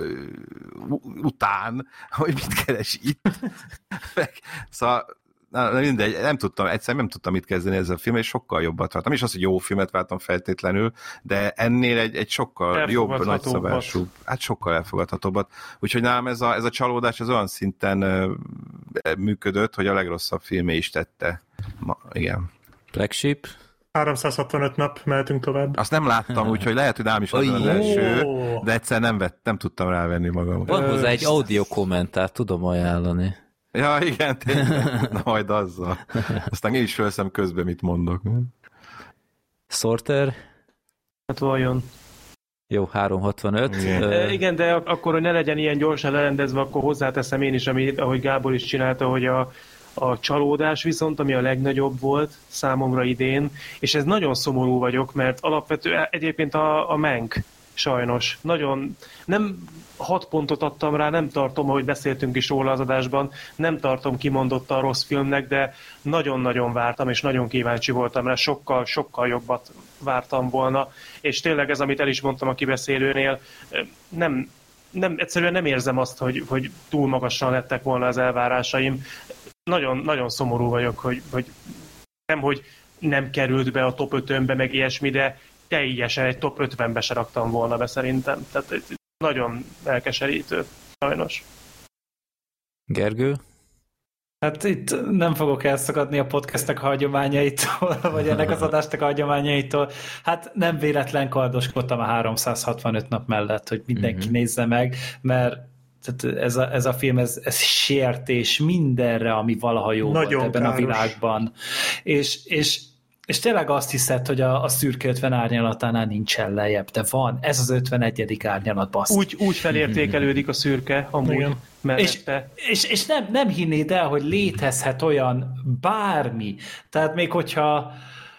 után, hogy mit keres itt. Szóval mindegy, egyszerűen nem tudtam mit kezdeni ezzel a filmmel, és sokkal jobbat vártam. És az, hogy jó filmet vártam feltétlenül, de ennél egy sokkal jobb, nagyszabású, hát sokkal elfogadhatóbbat. Úgyhogy nálam ez a csalódás az olyan szinten működött, hogy a legrosszabb filmé is tette. Igen. Black Sheep? 365 nap, mehetünk tovább. Azt nem láttam, úgyhogy lehet, hogy nálam is az első, de egyszer nem tudtam rávenni magam. Van hozzá egy audio kommentát, tudom ajánlani. Ja, igen, tényleg. Na, majd azzal. Aztán én is felszem közben, mit mondok. Sorter? Hát vajon. Jó, 365. Igen, de akkor, hogy ne legyen ilyen gyorsan lerendezve, akkor hozzáteszem én is, ahogy Gábor is csinálta, hogy a csalódás viszont, ami a legnagyobb volt számomra idén, és ez nagyon szomorú vagyok, mert alapvetően egyébként a Mank sajnos. Nagyon, nem 6 pontot adtam rá, nem tartom, ahogy beszéltünk is róla az adásban, nem tartom kimondottan rossz filmnek, de nagyon-nagyon vártam, és nagyon kíváncsi voltam rá, sokkal jobbat vártam volna, és tényleg ez, amit el is mondtam a kibeszélőnél, egyszerűen nem érzem azt, hogy túl magasan lettek volna az elvárásaim. Nagyon, nagyon szomorú vagyok, hogy nem került be a top 5-önbe, meg ilyesmi, de teljesen egy top 50-be se raktam volna be szerintem. Tehát nagyon elkeserítő, sajnos. Gergő? Hát itt nem fogok elszakadni a podcastnek a hagyományaitól, vagy ennek az adásnak a hagyományaitól. Hát nem véletlen kardoskodtam a 365 nap mellett, hogy mindenki nézze meg, mert ez a film, ez sértés mindenre, ami valaha jó nagyon volt ebben káros. A világban. És tényleg azt hiszed, hogy a szürke 50 árnyalatánál nincsen lejjebb, de van. Ez az 51. árnyalat, basszus. Úgy felértékelődik a szürke, amúgy mellette. És nem hinnéd el, hogy létezhet olyan bármi. Tehát még hogyha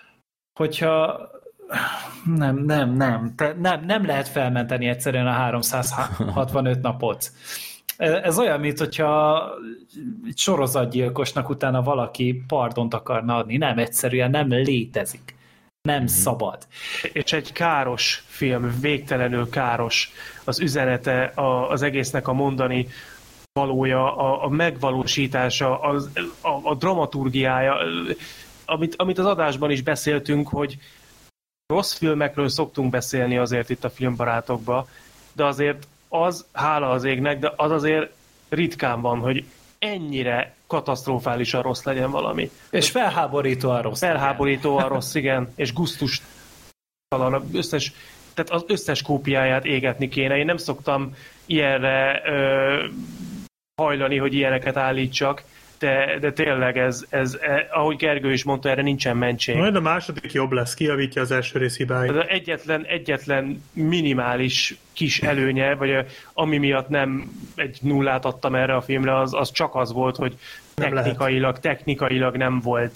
nem lehet felmenteni egyszerűen a 365 napot. Ez olyan, mint hogyha egy sorozatgyilkosnak utána valaki pardont akarna adni. Nem, egyszerűen nem létezik. Nem szabad. És egy káros film, végtelenül káros az üzenete, az egésznek a mondani valója, a megvalósítása, a dramaturgiája, amit az adásban is beszéltünk, hogy rossz filmekről szoktunk beszélni azért itt a filmbarátokban, de azért az, hála az égnek, de az azért ritkán van, hogy ennyire katasztrofálisan rossz legyen valami. És felháborítóan rossz. Felháborítóan rossz, igen, és gusztustalan. Tehát az összes kópiáját égetni kéne. Én nem szoktam ilyenre hajlani, hogy ilyeneket állítsak, de tényleg ez, ahogy Gergő is mondta, erre nincsen mentség. Majd a második jobb lesz, kijavítja az első rész hibáit. Egyetlen minimális kis előnye, vagy ami miatt nem egy nullát adtam erre a filmre, az csak az volt, hogy technikailag nem volt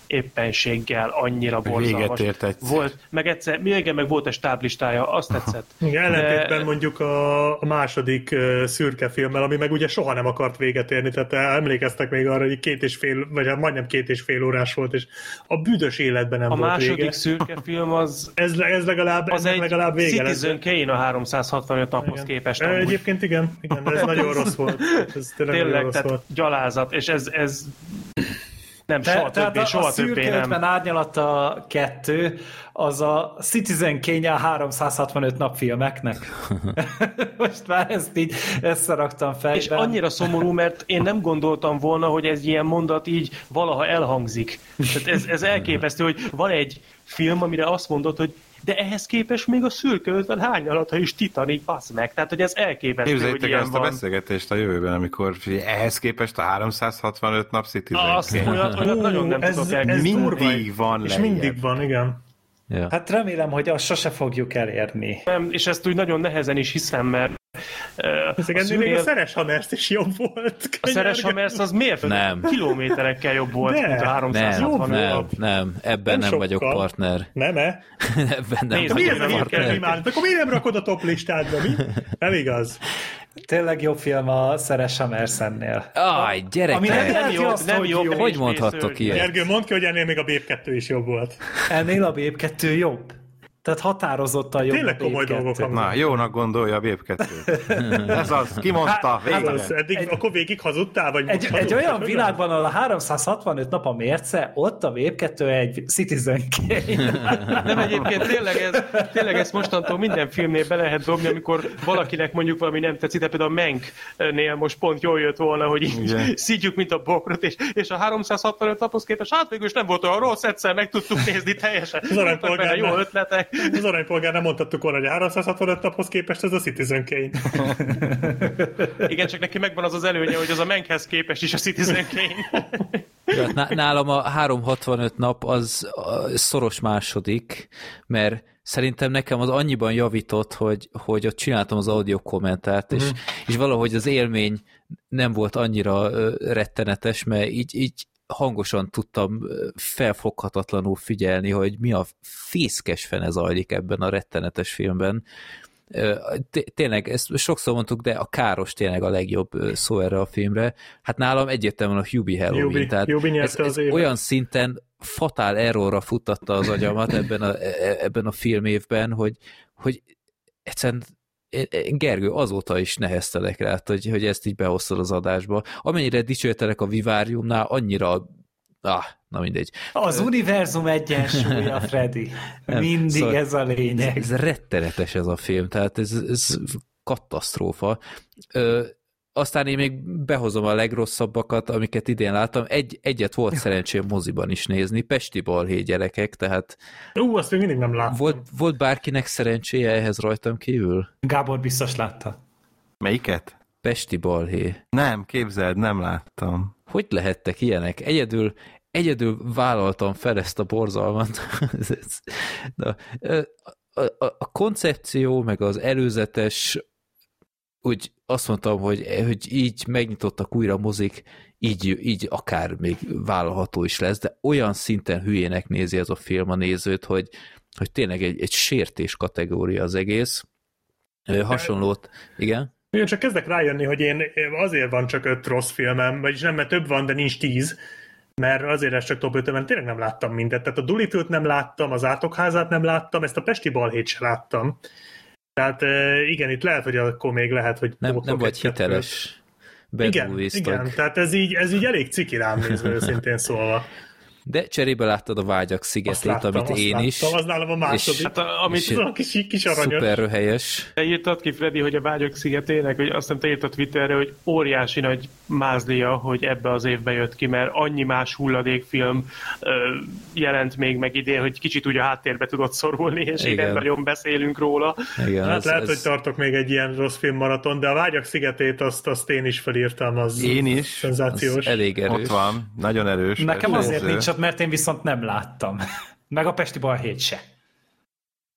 éppenséggel annyira borzalmas. Volt, meg egyszer, igen, meg volt egy stáblistája, azt tetszett. Igen, ellentétben mondjuk a második szürke filmmel, ami meg ugye soha nem akart véget érni, tehát emlékeztek még arra, hogy 2,5, vagy majdnem 2,5 órás volt, és a büdös életben nem volt vége. A második szürke film az... Ez legalább vége. Citizen Kane a 365 naphoz képest. Egyébként igen, ez nagyon rossz volt. Ez tényleg rossz volt. Gyalázat, és ez nem, soha többé nem. A szürke 50 árnyalata 2, az a Citizen Kane a 365 nap filmeknek. Most már ezt így összeraktam fejben. És annyira szomorú, mert én nem gondoltam volna, hogy ez ilyen mondat így valaha elhangzik. Tehát ez elképesztő, hogy van egy film, amire azt mondod, hogy de ehhez képest még a szürke 50 hányalata is Titanic, bassz meg. Tehát, hogy ez elképesztő, képzeljétek hogy ilyen azt van. A beszélgetést a jövőben, amikor ehhez képest a 365 nap Citizen azt olyat nagyon nem tudok elképzelni. Mindig van és mindig van, igen. Ja. Hát remélem, hogy azt sose fogjuk elérni. Nem, és ezt úgy nagyon nehezen is hiszem, mert még a Szeres Hamersz is jobb volt. A Szeres Hamersz az miért? Nem. Kilométerekkel jobb volt, mint a 360. Nem, ebben nem vagyok partner. Nem-e? Ebben nem vagyok partner. Akkor miért nem rakod a top listádba, mi? Nem igaz. Tényleg jobb film a Szeres Hamersz ennél. Aj, gyerekek! Nem jobb. Hogy mondhattok ilyet? Gergő, mondd ki, hogy ennél még a Bép 2 is jobb volt. Ennél a Bép 2 jobb. Tehát határozottan jobb. Tényleg komoly dolgok. Na, jónak gondolja a Bép 2. Ez az, ki mondta? Akkor végig hazudtál? Vagy egy olyan világban, ahol a 365 nap a mérce, ott a Bép 2 egy Citizen Kane. Nem, egyébként tényleg ezt mostantól minden filmnél be lehet dobni, amikor valakinek mondjuk valami nem tetszik, de például a Mank-nél most pont jól jött volna, hogy így szidjuk, mint a bokrot, és a 365 naphoz képest, hát végül is nem volt olyan rossz, egyszer meg tudtuk nézni teljesen. Jó ötletek. Az aranypolgár nem mondhattuk volna, hogy a 365 naphoz képest ez a Citizen Kane. Igen, csak neki megvan az előnye, hogy az a Mankhez képest is a Citizen Kane. Nálam a 365 nap az szoros második, mert szerintem nekem az annyiban javított, hogy ott csináltam az audio kommentárt, és valahogy az élmény nem volt annyira rettenetes, mert így hangosan tudtam felfoghatatlanul figyelni, hogy mi a fészkes fene zajlik ebben a rettenetes filmben. Tényleg, ezt sokszor mondtuk, de a Káros tényleg a legjobb szó erre a filmre. Hát nálam egyértelműen a Hubie Halloween. Tehát ez olyan szinten fatál errorra futtatta az agyamat ebben a filmévben, hogy egyszerűen Gergő, azóta is neheztelek rá, hogy ezt így behoztad az adásba. Amennyire dicsértelek a Vivariumnál, annyira... na mindegy. Az univerzum egyensúlya, Freddy. Mindig szóval ez a lényeg. Ez rettenetes ez a film, tehát ez katasztrófa. Aztán én még behozom a legrosszabbakat, amiket idén láttam. Egyet volt szerencsém moziban is nézni, Pesti balhé, gyerekek, tehát... Azt még mindig nem láttam. Volt bárkinek szerencséje ehhez rajtam kívül? Gábor biztos látta. Melyiket? Pesti balhé. Nem, képzeld, nem láttam. Hogy lehettek ilyenek? Egyedül vállaltam fel ezt a borzalmat. A koncepció, meg az előzetes, úgy azt mondtam, hogy így megnyitottak újra mozik, így akár még vállalható is lesz, de olyan szinten hülyének nézi ez a film a nézőt, hogy tényleg egy sértés kategória az egész. Hasonlót, igen? Én csak kezdek rájönni, hogy én azért van csak 5 rossz filmem, vagyis nem, mert több van, de nincs 10, mert azért ez csak top 5-ben tényleg nem láttam mindet. Tehát a Doolittle-t nem láttam, az Átokházát nem láttam, ezt a Pesti balhét sem láttam. Tehát igen, itt lehet, hogy akkor még lehet, hogy... Nem vagy hiteles. Igen, tehát ez így elég ciki rám nézve, őszintén szólva. De cserébe láttad a Vágyak szigetét, amit én is. Az nálam a második. Hát amit a kis aranyos. Szuper röhelyes. Te írtad ki, Freddy, hogy a Vágyak szigetének, hogy azt hiszem te írtad Twitterre, hogy óriási nagy mázlia, hogy ebbe az évbe jött ki, mert annyi más hulladékfilm jelent még meg idén, hogy kicsit úgy a háttérbe tudott szorulni, és igen, nagyon beszélünk róla. Igen, hát lehet, hogy tartok még egy ilyen rossz filmmaraton, de a Vágyak szigetét azt én is felírtam, az én is. Szenzációs. Az elég erős. Ott van, nagyon erős. Nekem azért nincs ott, mert én viszont nem láttam. Meg a Pesti balhét se.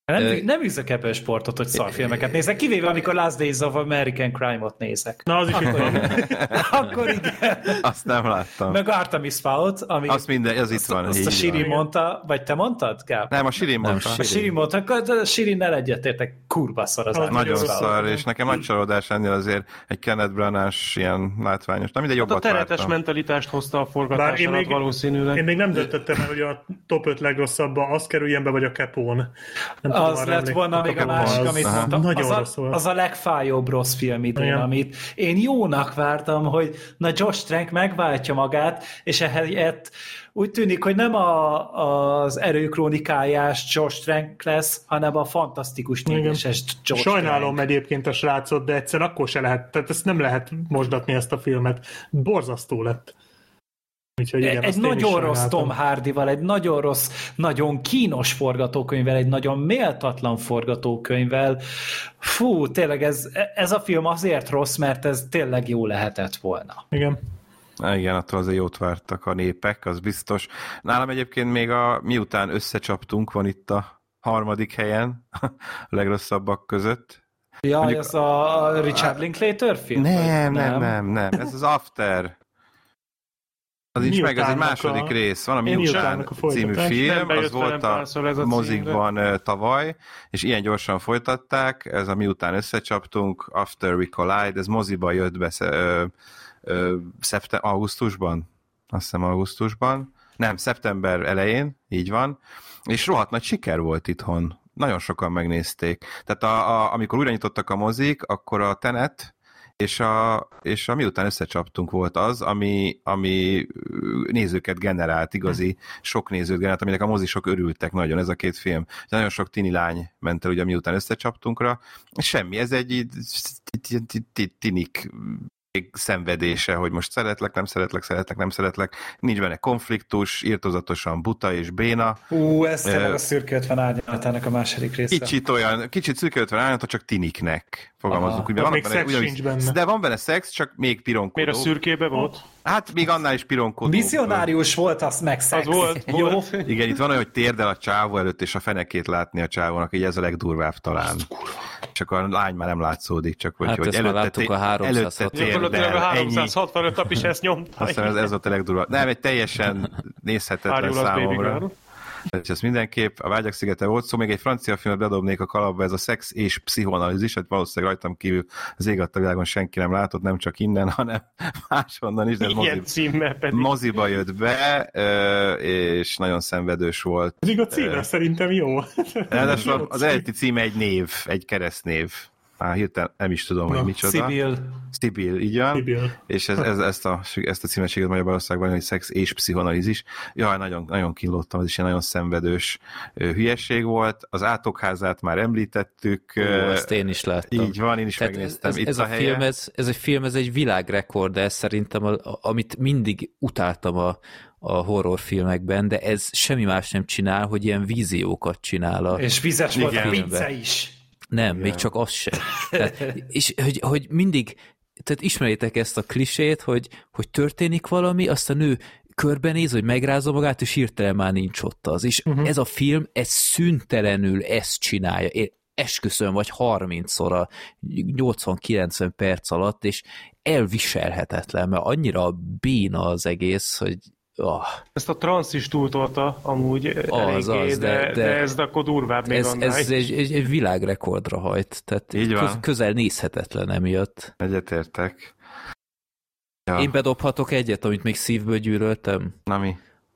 Nem űzök ebből sportot, hogy szarfilmeket nézek, kivéve amikor Last Days of American Crime-ot nézek. Na, az is itt van. Akkor igen. Azt nem láttam. Meg Artemis Fowl-t, ami... Azt minden, az itt van. Azt a Siri mondta, vagy te mondtad, Gáb? Nem, a Siri mondta. A Siri mondta, akkor a Sirinnel egyetértek, kurva szar az Artemis Nagyon Fowl. szar, és nekem nagy csalódás ennél azért egy Kenneth Branagh-s ilyen látványos. Nem, mindegy, jobbat a teretes vártam. mentalitást hozta a forgatás alatt valószínűleg. Én még nem döntöttem el, hogy a top 5 legrosszabbba az kerüljen be, vagy a Capone. Az lett volna még a másik, amit mondtam. Az a legfájóbb rossz film idén, amit én jónak vártam, hogy na Josh Trank megváltja magát, és ehelyett úgy tűnik, hogy nem az erőkrónikájás Josh Trank lesz, hanem a fantasztikus négyes Josh Sajnálom Trank. egyébként a srácot, de egyszer akkor se lehet, tehát ezt nem lehet mosdatni ezt a filmet. Borzasztó lett. Úgyhogy igen, egy nagyon rossz Tom Hardyval, egy nagyon rossz, nagyon kínos forgatókönyvvel, egy nagyon méltatlan forgatókönyvvel. Fú, tényleg ez a film azért rossz, mert ez tényleg jó lehetett volna. Igen. Igen, attól azért jót vártak a népek, az biztos. Nálam egyébként még miután összecsaptunk, van itt a 3. helyen, a legrosszabbak között. Ja, mondjuk, ez a Richard Linklater film? Nem. Ez az After. Az nincs meg, ez egy második rész. Van a Miután című film, az volt a mozikban tavaly, és ilyen gyorsan folytatták, ez a Miután összecsaptunk, After We Collide, ez moziba jött be augusztusban? Azt hiszem augusztusban. Nem, szeptember elején, így van, és rohadt nagy siker volt itthon. Nagyon sokan megnézték. Tehát amikor újra nyitottak a mozik, akkor a Tenet és a Miután összecsaptunk volt az, ami nézőket generált, igazi sok nézőt generált, aminek a mozisok örültek nagyon, ez a két film. Nagyon sok tini lány ment el ugye Miután összecsaptunkra. Semmi, ez egy tinik szenvedése, hogy most szeretlek, nem szeretlek, nincs benne konfliktus, irtózatosan buta és béna. Ez tényleg a szürke 50 árnyalatának a második része. Kicsit szürke 50 árnyalata, csak tiniknek fogalmazzuk. Ugye, még szex sincs benne. De van benne szex, csak még pironkodó. Miért a szürkébe volt? Hát még annál is pironkodó. Misszionárius volt, az meg szex. Az volt. Jó. Igen, itt van olyan, hogy térdel a csávó előtt, és a fenekét látni a csávónak, így ez a legdurvább talán. Csak a lány már nem látszódik, csak hogy előtte a 365 nap is ezt nyomta. Azt hiszem, ez volt a legdurvább. Nem, egy teljesen nézhetetlen számomra. És ez mindenképp a Vágyak szigete volt szó, még egy francia filmet bedobnék a kalapba, ez a Szex és pszichoanalízis, hogy valószínűleg rajtam kívül az ég adta világon senki nem látott, nem csak innen, hanem máshonnan is, de moziba jött be, és nagyon szenvedős volt. Ez a címe szerintem jó. Az eredeti címe egy név, egy keresztnév. Hirtelen nem is tudom, hogy micsoda. Sibyl, így van. Sibyl. És ezt a címességet Magyarországban, hogy Szex és pszichoanalízis. Jaj, nagyon, nagyon kínlottam, ez is egy nagyon szenvedős hülyeség volt. Az Átokházát már említettük. Ezt én is láttam. Így van, én is tehát megnéztem. Ez a film, ez egy világrekord, de ez szerintem, amit mindig utáltam a horrorfilmekben, de ez semmi más nem csinál, hogy ilyen víziókat csinál. És vizes volt a pince is. Nem, még csak az sem. Tehát, és hogy mindig, tehát ismeritek ezt a klisét, hogy történik valami, azt a nő körbenéz, hogy megrázza magát, és hirtelen már nincs ott az. És ez a film, ez szüntelenül ezt csinálja. Én esküszöm, vagy 30-szor a 80-90 perc alatt, és elviselhetetlen, mert annyira béna az egész, hogy Ezt a transz is túltolta amúgy eléggé, de ez akkor durvább még annál. Ez egy világrekordra hajt, tehát közel nézhetetlen emiatt. Egyetértek. Ja. Én bedobhatok egyet, amit még szívből gyűlöltem? Na mi?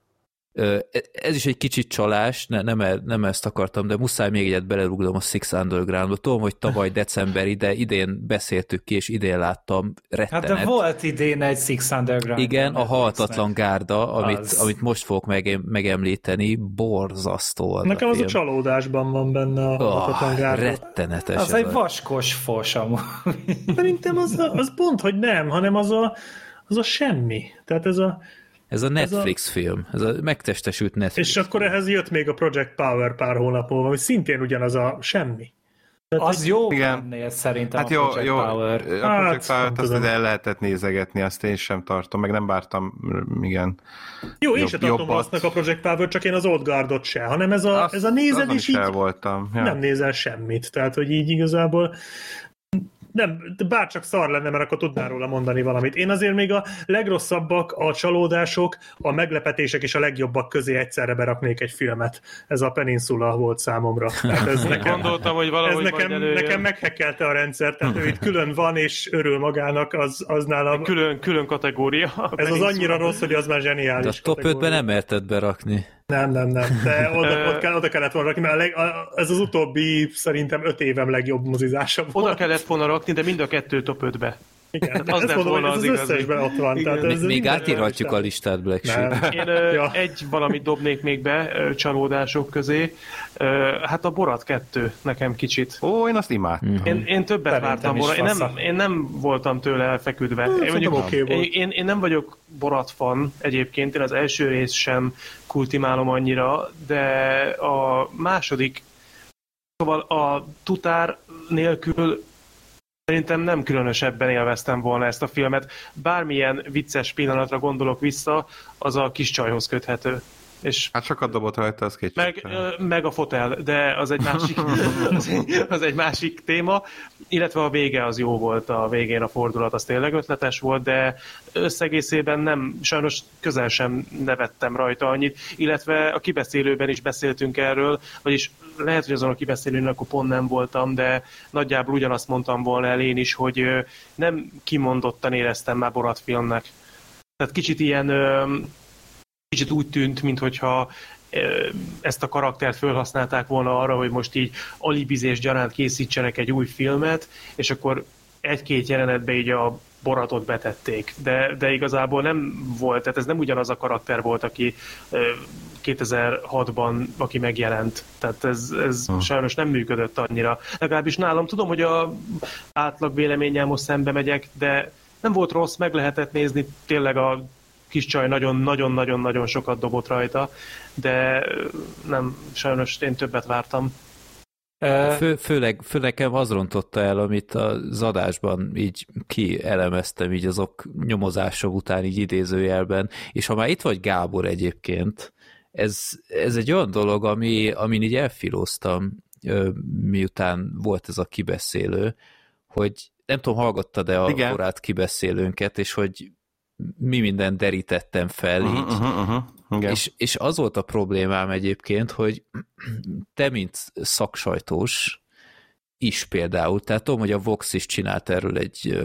Ez is egy kicsit csalás, nem ezt akartam, de muszáj még egyet belerúgnom a Six Underground-ba. Tudom, hogy tavaly decemberi, de idén beszéltük ki, és idén láttam, rettenet. Hát de volt idén egy Six Underground. Igen, a Halhatatlan Gárda, amit most fogok megemlíteni, borzasztó. Nekem az a csalódásban van benne a Halhatatlan Gárda. Rettenetes. Az egy vaskos fos amúgy. Szerintem az pont, hogy nem, hanem az a semmi. Tehát ez a Netflix film, ez a megtestesült Netflix. És akkor ehhez jött még a Project Power pár hónap múlva, hogy szintén ugyanaz a semmi. Az jó igen. ennél szerintem Hát a Project jó, Power. A Project Power-t azt el lehetett nézegetni, azt én sem tartom, meg nem vártam, igen. Jó, én sem tartom rossznak a Project Power, csak én az Old Guardot se, hanem ez a nézed, és így voltam. Ja. nem nézel semmit. Tehát, hogy így igazából nem, bárcsak szar lenne, mert akkor tudnál róla mondani valamit. Én azért még a legrosszabbak, a csalódások, a meglepetések és a legjobbak közé egyszerre beraknék egy filmet. Ez a Peninsula volt számomra. Ez gondoltam, hogy valahogy ez nekem meghekkelte a rendszer, tehát ő itt külön van és örül magának, az nálam... Külön kategória. Ez az annyira rossz, hogy az már zseniális. De a top 5-ben nem merted berakni. Nem. De oda kellett volna rakni, mert ez az utóbbi szerintem 5 évem legjobb mozizása volt. Oda kellett volna rakni, de mind a kettő top 5-be. Igen, az lett volna az összesben ott van. Tehát ez még átírhatjuk a listát, Black Sheep. Én egy valamit dobnék még be csalódások közé. Hát a Borat 2 nekem kicsit. Ó, én azt imádtam. Én többet vártam volna. Én nem voltam tőle elfeküdve. Én nem vagyok Borat fan egyébként, én az első rész sem kultimálom annyira, de a második, szóval a tutár nélkül szerintem nem különösebben élveztem volna ezt a filmet. Bármilyen vicces pillanatra gondolok vissza, az a kis csajhoz köthető. És hát sokat dobott rajta, az meg a fotel, de az egy másik, az egy másik téma, illetve a vége az jó volt, a végén a fordulat az tényleg ötletes volt, de összegészében nem, sajnos közel sem nevettem rajta annyit, illetve a kibeszélőben is beszéltünk erről, vagyis lehet, hogy azon a kibeszélőn akkor pont nem voltam, de nagyjából ugyanazt mondtam volna el én is, hogy nem kimondottan éreztem már Borat filmnek. Tehát kicsit úgy tűnt, minthogyha ezt a karaktert felhasználták volna arra, hogy most így alibizés gyaránt készítsenek egy új filmet, és akkor egy-két jelenetbe így a Boratot betették. De igazából nem volt, tehát ez nem ugyanaz a karakter volt, aki 2006-ban, aki megjelent. Tehát ez sajnos nem működött annyira. Legalábbis nálam tudom, hogy a átlag véleménnyel most szembe megyek, de nem volt rossz, meg lehetett nézni, tényleg a kis csaj nagyon-nagyon-nagyon sokat dobott rajta, de nem, sajnos én többet vártam. Főleg nekem az rontotta el, amit az adásban így kielemeztem, így azok nyomozása után így idézőjelben, és ha már itt vagy Gábor egyébként, ez egy olyan dolog, amin így elfilóztam, miután volt ez a kibeszélő, hogy nem tudom, hallgattad-e a korát kibeszélőnket, és hogy mi mindent derítettem fel így. És az volt a problémám egyébként, hogy te, mint szaksajtós is például, tehát tudom, hogy a Vox is csinált erről egy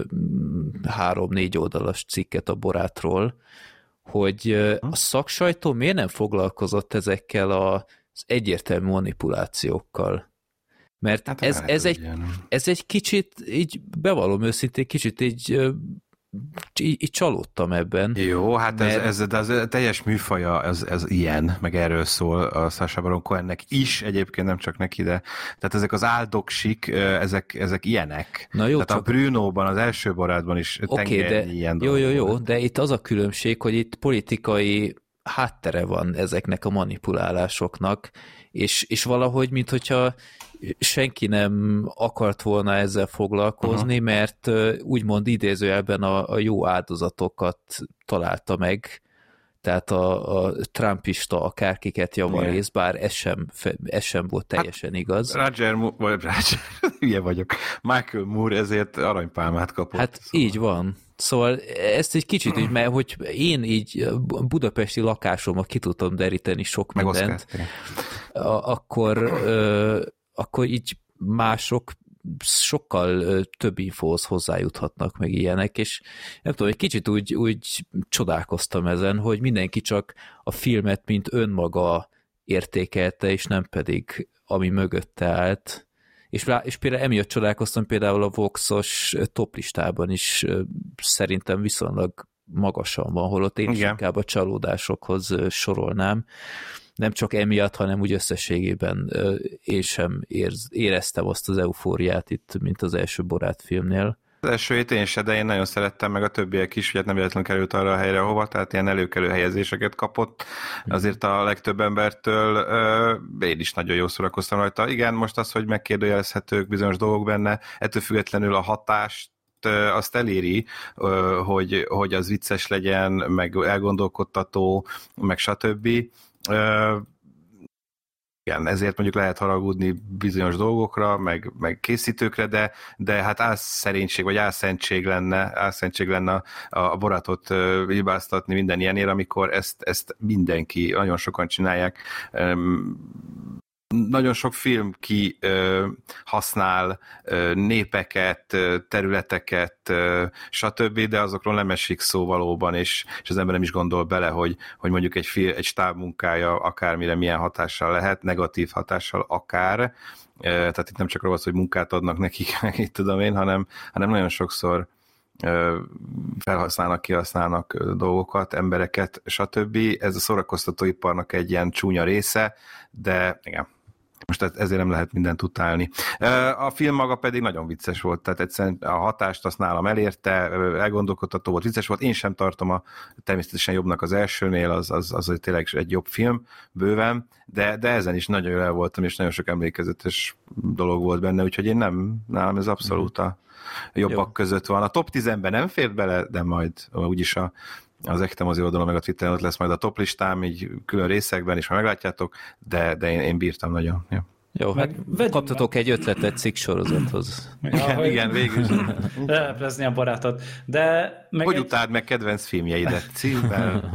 3-4 oldalas cikket a Borátról, hogy a szaksajtó miért nem foglalkozott ezekkel az egyértelmű manipulációkkal. Mert hát ez egy kicsit, így bevallom őszintén, kicsit így csalódtam ebben. Jó, hát mert... ez a teljes műfaja, ez ilyen, meg erről szól a Sacha Baron Cohennek is, egyébként nem csak neki, de tehát ezek az áldoksik, ezek ilyenek. Na jó, tehát a Brunóban, az első Barátban is tengernyi ilyen dolog. Jó, de itt az a különbség, hogy itt politikai háttere van ezeknek a manipulálásoknak, és valahogy, minthogyha senki nem akart volna ezzel foglalkozni, mert úgymond idézőjelben a jó áldozatokat találta meg, tehát a trumpista akárkiket javarész, bár ez sem volt teljesen igaz. Hülye vagyok. Michael Moore ezért aranypálmát kapott. Hát szóval. Így van. Szóval ezt egy kicsit így, mert hogy én így budapesti lakásommal ki tudtam deríteni sok mindent, akkor így mások sokkal több infóhoz hozzájuthatnak, meg ilyenek, és nem tudom, egy kicsit úgy csodálkoztam ezen, hogy mindenki csak a filmet, mint önmaga értékelte, és nem pedig ami mögötte állt. És például emiatt csodálkoztam például a Voxos toplistában is szerintem viszonylag magasan van, holott én is inkább a csalódásokhoz sorolnám. Nem csak emiatt, hanem úgy összességében én sem éreztem azt az eufóriát itt, mint az első Borát filmnél. Az elsőjét én se, de én nagyon szerettem, meg a többiek is, ugye nem véletlenül került arra a helyre, hova, tehát ilyen előkelő helyezéseket kapott. Azért a legtöbb embertől én is nagyon jól szórakoztam rajta. Igen, most az, hogy megkérdőjelezhetők bizonyos dolgok benne, ettől függetlenül a hatást azt eléri, hogy az vicces legyen, meg elgondolkodtató, meg stb. Igen, ezért mondjuk lehet haragudni bizonyos dolgokra, meg készítőkre, de hát álszerénység, vagy álszentség lenne a Boratot hibáztatni minden ilyenért, amikor ezt mindenki, nagyon sokan csinálják. Nagyon sok film használ népeket, területeket, stb., de azokról nem esik szó valóban, és az ember nem is gondol bele, hogy mondjuk egy stáb munkája akármire milyen hatással lehet, negatív hatással akár, tehát itt nem csak arról, hogy munkát adnak nekik, itt tudom én, hanem nagyon sokszor felhasználnak, kihasználnak dolgokat, embereket, stb. Ez a szórakoztatóiparnak egy ilyen csúnya része, de igen, most ezért nem lehet mindent utálni. A film maga pedig nagyon vicces volt, tehát egyszerűen a hatást azt nálam elérte, elgondolkodtató volt, vicces volt, én sem tartom természetesen jobbnak az elsőnél, az tényleg egy jobb film, bőven, de ezen is nagyon jól el voltam, és nagyon sok emlékezetes dolog volt benne, úgyhogy nálam ez abszolút a jobbak között van. A top 10-ben nem fért bele, de majd úgyis az Ektemozi oldalon meg a Twitteren ott lesz majd a top listám, így külön részekben is, ha meglátjátok, de én bírtam nagyon. Ja. Jó, hát kaptatok egy ötletet cikksorozathoz. Igen, végül is. Leplezni a barátot. De hogy utáld meg kedvenc filmjeidet címmel?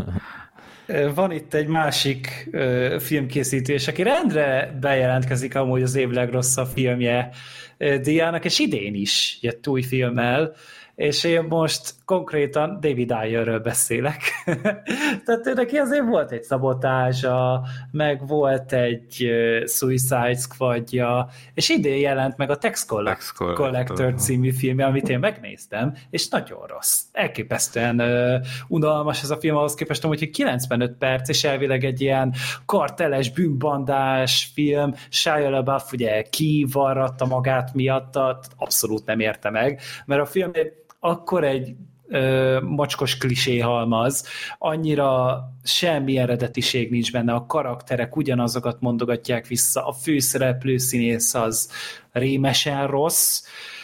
Van itt egy másik filmkészítés, aki rendre bejelentkezik amúgy az év legrosszabb filmje díjának, és idén is jött új filmmel, és én most konkrétan David Ayerről beszélek. Tehát neki azért volt egy szabotázsa, meg volt egy Suicide Squadja, és idén jelent meg a Tax Collector című filmje, amit én megnéztem, és nagyon rossz. Elképesztően unalmas ez a film, ahhoz képest, hogy 95 perc, és elvileg egy ilyen karteles, bűnbandás film, Shia LaBeouf ugye kivarratta magát miatta, abszolút nem érte meg, mert a film akkor egy mocskos kliséhalmaz, annyira semmi eredetiség nincs benne, a karakterek ugyanazokat mondogatják vissza, a főszereplő színész az rémesen rossz,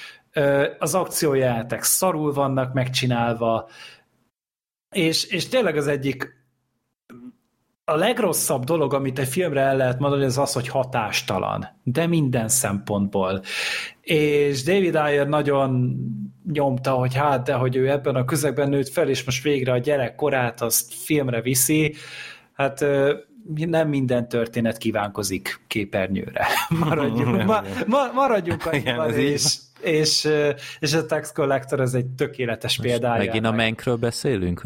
az akciójelenetek szarul vannak megcsinálva, és tényleg az egyik a legrosszabb dolog, amit egy filmre el lehet mondani, az, hogy hatástalan, de minden szempontból. És David Ayer nagyon nyomta, hogy hogy ő ebben a közegben nőtt fel, és most végre a gyerekkorát azt filmre viszi. Hát nem minden történet kívánkozik képernyőre. Maradjunk annyiban, és a Tax Collector ez egy tökéletes példája. Megint a Mankről beszélünk?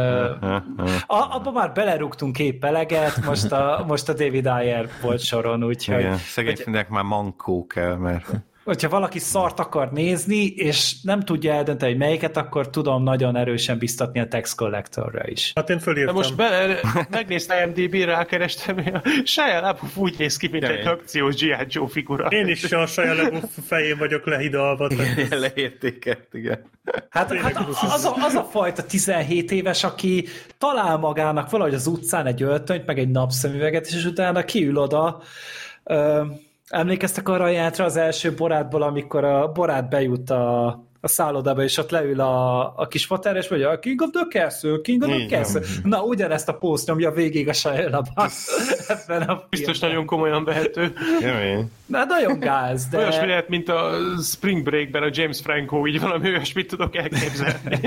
Abba már belerúgtunk épp eleget, most a David Ayer volt soron, úgyhogy... Szegény filmnek már mankó kell, mert... Hogyha valaki szart akar nézni, és nem tudja eldönteni, hogy melyiket, akkor tudom nagyon erősen biztatni a Tax Collectorra is. Hát én fölírtam. De most megnéztem IMDb-n, rákerestem, hogy a Shia LaBeouf úgy néz ki, mint egy akciós G.I. Joe figura. Én is a Shia LaBeouf fején vagyok lehidalva. Igen, leértéket, igen. Hát az a fajta 17 éves, aki talál magának valahogy az utcán egy öltönyt, meg egy napszemüveget, és utána kiül oda. Emlékeztek arra a jelentre az első Borátból, amikor a Borát bejut a szállodába, és ott leül a kis fater, és mondja, King of the Castle. Na, ugyanezt a pószt nyomja végig a Shia LaBeouf. Biztos nagyon komolyan vehető. Na, nagyon gáz, de... Olyasmi lehet, mint a Spring Breakben a James Franco, így valami olyasmit tudok elképzelni.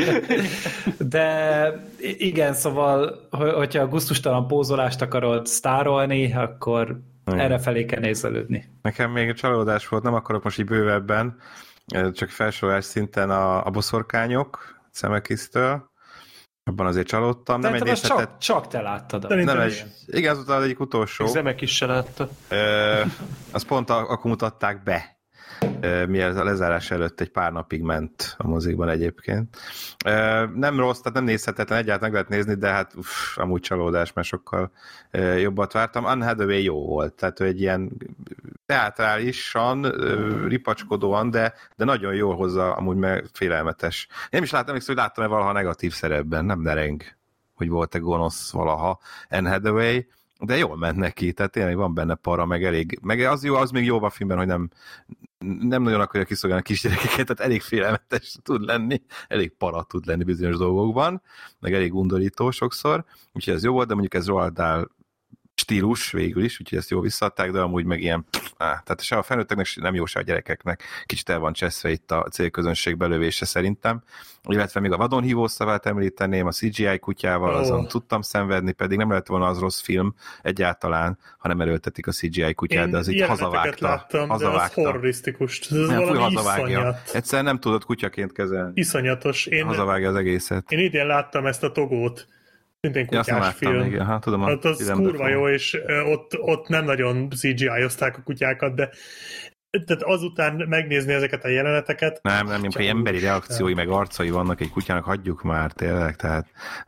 De igen, szóval, hogyha a gusztustalan pózolást akarod sztárolni, akkor errefelé kell nézelődni. Nekem még csalódás volt, nem akarok most így bővebben, csak felsorolás szinten a Boszorkányok Zemeckis-től. Abban azért csalódtam. Nem egy csak te láttad. Igen, azután az egyik utolsó. Zemeckis se látta. Azt pont akkor mutatták be. mielőtt a lezárás előtt egy pár napig ment a mozikban egyébként. Nem rossz, tehát nem nézhetetlen, egyáltalán meg lehet nézni, de hát amúgy csalódás, mert sokkal jobbat vártam. Anne Hathaway jó volt, tehát egy ilyen teátrálisan, ripacskodóan, de nagyon jól hozza, amúgy meg félelmetes. Én is láttam, hogy láttam-e valaha negatív szerepben, nem dereng, hogy volt-e gonosz valaha Anne Hathaway, de jól ment neki, tehát tényleg van benne para, meg az jó, az még jó a filmben, hogy nem nagyon akarja kiszolgálni a kisgyerekeket, tehát elég félelmetes tud lenni, elég para tud lenni bizonyos dolgokban, meg elég undorító sokszor, úgyhogy ez jó volt, de mondjuk ez Roald Dahl stílus végül is, úgyhogy ezt jól visszaadták, de amúgy meg ilyen, tehát se a felnőtteknek, nem jó, se a gyerekeknek, kicsit el van cseszve itt a célközönség belövése szerintem, illetve még a vadonhívó szavát említeném, a CGI kutyával, azon tudtam szenvedni, pedig nem lett volna az rossz film egyáltalán, ha nem erőltetik a CGI kutyát, de az így hazavágta. De az horrorisztikus, ez valami iszonyat. Egyszerűen nem tudod kutyaként kezelni. Iszonyatos. Hazavágja az egészet. Én idén láttam ezt a Togót, szintén kutyás film. Igen. Tudom, hát az kurva jó, és ott nem nagyon CGI-ozták a kutyákat, de tehát azután megnézni ezeket a jeleneteket... Nem, emberi reakciói, meg arcai vannak egy kutyának, hagyjuk már tényleg, tehát...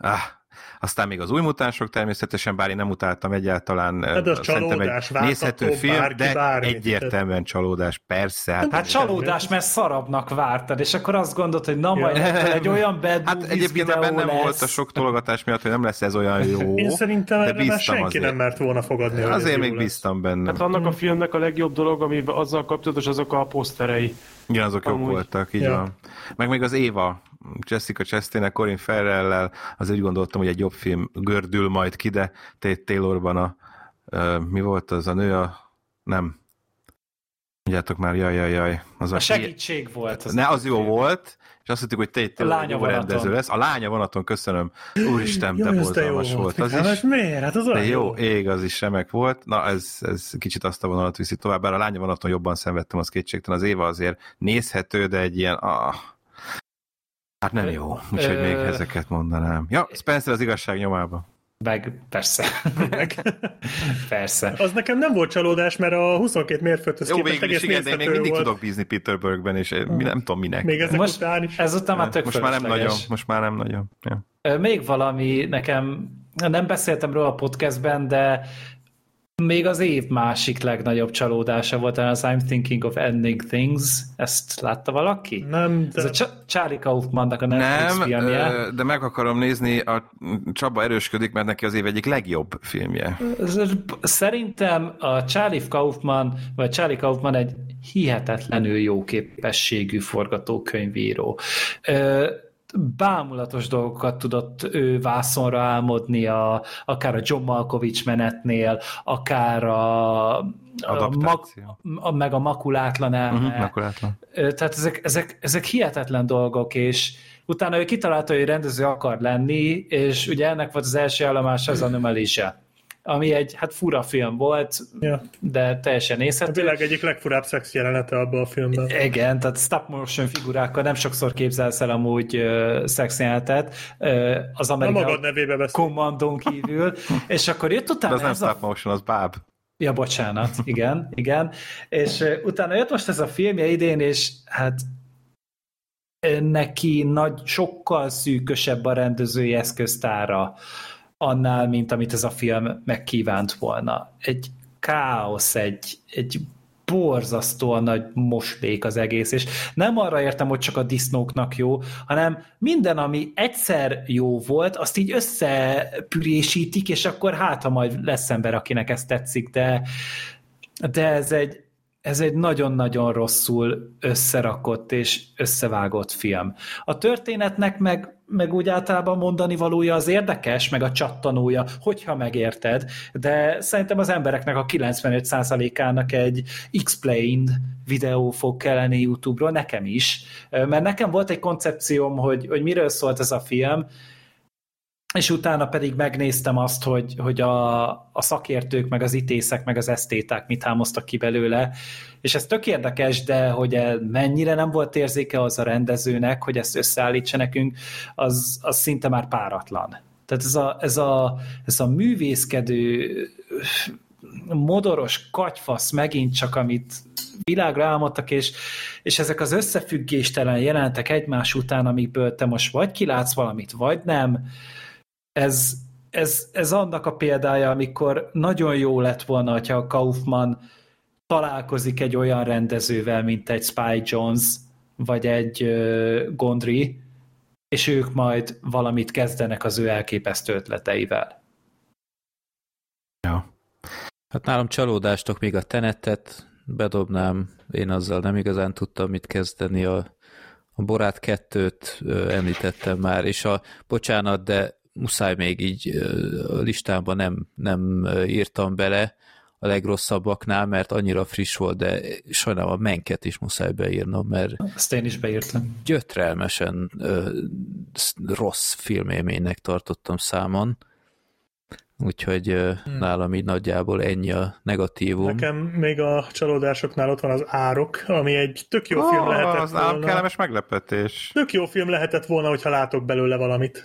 Aztán még az új mutánsok természetesen, bár én nem utáltam egyáltalán. Hát az csalódás, nézhető film, de egyértelműen csalódás, persze. Hát csalódás, mert szarabbnak vártad, és akkor azt gondolt, hogy na majd egy olyan bad hát egyébként bennem volt a sok tologatás miatt, hogy nem lesz ez olyan jó. Én szerintem erre senki nem mert volna fogadni. Azért még bíztam benne. Hát annak a filmnek a legjobb dolog, ami azzal kapcsolatos, azok a poszterei. Igen, azok jók voltak, így van. Meg még az Éva, Jessica Chastain-nek, Colin Farrell-lel, azért úgy gondoltam, hogy egy jobb film gördül majd ki, de Tate Taylorban mi volt az a nő, nem. Mondjátok már, jaj. Az a segítség volt. Az jó volt, és azt hittük, hogy Tate Taylor jó rendező lesz. A Lánya vonaton, köszönöm. Úristen, de borzalmas volt. Az is. Miért? Hát az olyan jó. Ég, az is remek volt. Na, ez kicsit azt a vonalat viszi tovább, bár a Lánya vonaton jobban szenvedtem, az kétségtelen. Az Éva azért nézhető, de egy ilyen... Hát nem jó, úgyhogy még ezeket mondanám. Ja, Spencer az igazság nyomába. Meg persze. Persze. Az nekem nem volt csalódás, mert a 22 mérföldhöz képest egész nézhető volt. Jó, de én még mindig tudok bízni Peter Bergben, és nem tudom minek. Még ezek után is. Ezután már tök most már nem nagyon. Ja. Még valami nekem, nem beszéltem róla a podcastben, de még az év másik legnagyobb csalódása volt az I'm Thinking of Ending Things. Ezt látta valaki? Nem. De... Ez a Charlie Kaufmannak a Netflix filmje. Nem, de meg akarom nézni, a Csaba erősködik, mert neki az év egyik legjobb filmje. Szerintem a Charlie Kaufman egy hihetetlenül jó képességű forgatókönyvíró. Bámulatos dolgokat tudott ő vászonra álmodni, akár a John Malkovich menetnél, akár meg a makulátlan elme. Makulátlan. Tehát ezek hihetetlen dolgok, és utána ő kitalálta, hogy rendező akar lenni, és ugye ennek volt az első állomása az Anomalisa, ami egy fura film volt, de teljesen nézhető. A világ egyik legfurább szex jelenete abban a filmben. Igen, tehát stop motion figurákkal nem sokszor képzelsz el amúgy szex jelenetet az amerikai kommandón kívül, és akkor jött utána... De az nem stop motion, az báb. Ja, bocsánat, igen. És utána jött most ez a filmje idén, és hát neki sokkal szűkösebb a rendezői eszköztára annál, mint amit ez a film megkívánt volna. Egy káosz, egy borzasztóan nagy moslék az egész, és nem arra értem, hogy csak a disznóknak jó, hanem minden, ami egyszer jó volt, azt így összepürésítik, és akkor ha majd lesz ember, akinek ez tetszik, de ez egy nagyon-nagyon rosszul összerakott és összevágott film. A történetnek meg úgy általában mondani valója az érdekes, meg a csattanója, hogyha megérted, de szerintem az embereknek a 95%-ának egy explained videó fog kelleni YouTube-ról, nekem is, mert nekem volt egy koncepcióm, hogy miről szólt ez a film, és utána pedig megnéztem azt, hogy a szakértők, meg az ítészek, meg az esztéták mit hámoztak ki belőle, és ez tök érdekes, de hogy mennyire nem volt érzéke az a rendezőnek, hogy ezt összeállítsa nekünk, az szinte már páratlan. Tehát ez a művészkedő, modoros katyfasz megint csak, amit világra álmodtak, és ezek az összefüggéstelen jelentek egymás után, amikből te most vagy kilátsz valamit, vagy nem. Ez annak a példája, amikor nagyon jó lett volna, hogyha a Kaufman találkozik egy olyan rendezővel, mint egy Spike Jonze, vagy egy Gondry, és ők majd valamit kezdenek az ő elképesztő ötleteivel. Ja. Hát nálam csalódástok még a Tenetet bedobnám, én azzal nem igazán tudtam mit kezdeni, a Borát 2-t említettem már, és bocsánat, de muszáj még így a listámban nem írtam bele a legrosszabbaknál, mert annyira friss volt, de sajnálom a Manket is muszáj beírnom, mert azt én is beírtam. Gyötrelmesen rossz filmélménynek tartottam számon. Úgyhogy nálam így nagyjából ennyi a negatívum. Nekem még a csalódásoknál ott van az Árok, ami egy tök jó film lehetett az volna. Az kellemes meglepetés. Tök jó film lehetett volna, hogyha látok belőle valamit.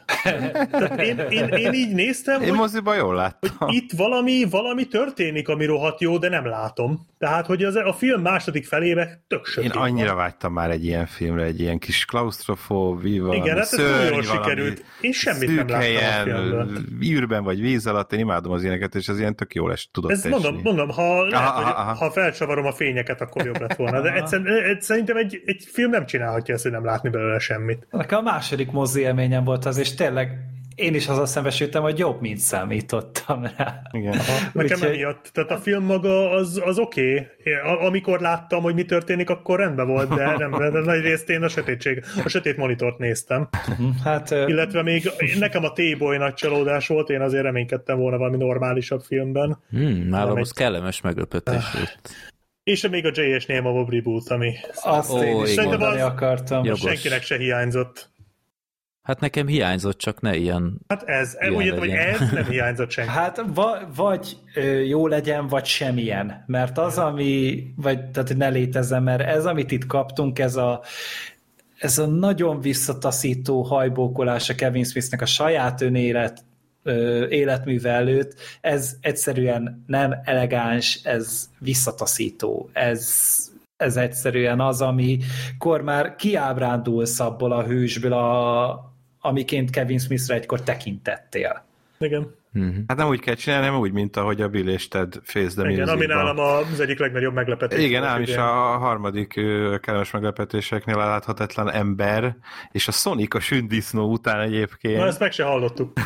Én így néztem, én moziban jól láttam. Hogy itt valami történik, ami rohadt jó, de nem látom. Tehát, hogy a film második felébe tök sötét. Én annyira vágytam már egy ilyen filmre, egy ilyen kis klaustrofóbi, valami igen, hát szörny, jól sikerült. Én semmit nem láttam a filmből. Űrben vagy víz alatt, én imádom az ilyeneket, és az ilyen tök jól tudott esni. Mondom, ha felcsavarom a fényeket, akkor jobb lett volna. De szerintem egy film nem csinálhatja ezt, hogy nem látni belőle semmit. Nekem a második mozi élményem volt az, és tényleg én is azzal szembesültem, hogy jobb, mint számítottam rá. Igen. Nekem emiatt. Tehát a film maga az oké. Amikor láttam, hogy mi történik, akkor rendben volt, de nagy részt én a sötét monitort néztem. Hát, illetve még nekem a T-Boy nagy csalódás volt, én azért reménykedtem volna valami normálisabb filmben. Nálam az kellemes meglepetés volt. És még a J.S. Neill reboot, ami azt én is mondani akartam. Senkinek se hiányzott. Hát nekem hiányzott, csak ne ilyen... Hát ez nem hiányzott senki. Hát vagy jó legyen, vagy semmilyen. Mert az, tehát ne létezzen, mert ez, amit itt kaptunk, ez a nagyon visszataszító hajbókolás a Kevin Smithnek a saját életműve előtt, ez egyszerűen nem elegáns, ez visszataszító. Ez egyszerűen az, amikor már kiábrándulsz abból a hősből, amiként Kevin Smithre egykor tekintettél. Igen. Hát nem úgy kell csinálni, nem úgy, mint ahogy a Bill és Ted Face the Music-ban. Igen, ami nálam az egyik legnagyobb meglepetés. Igen, ám is a harmadik kellemes meglepetéseknél a láthatatlan ember, és a Sonic a sündisznó után egyébként. Na, ezt meg se hallottuk.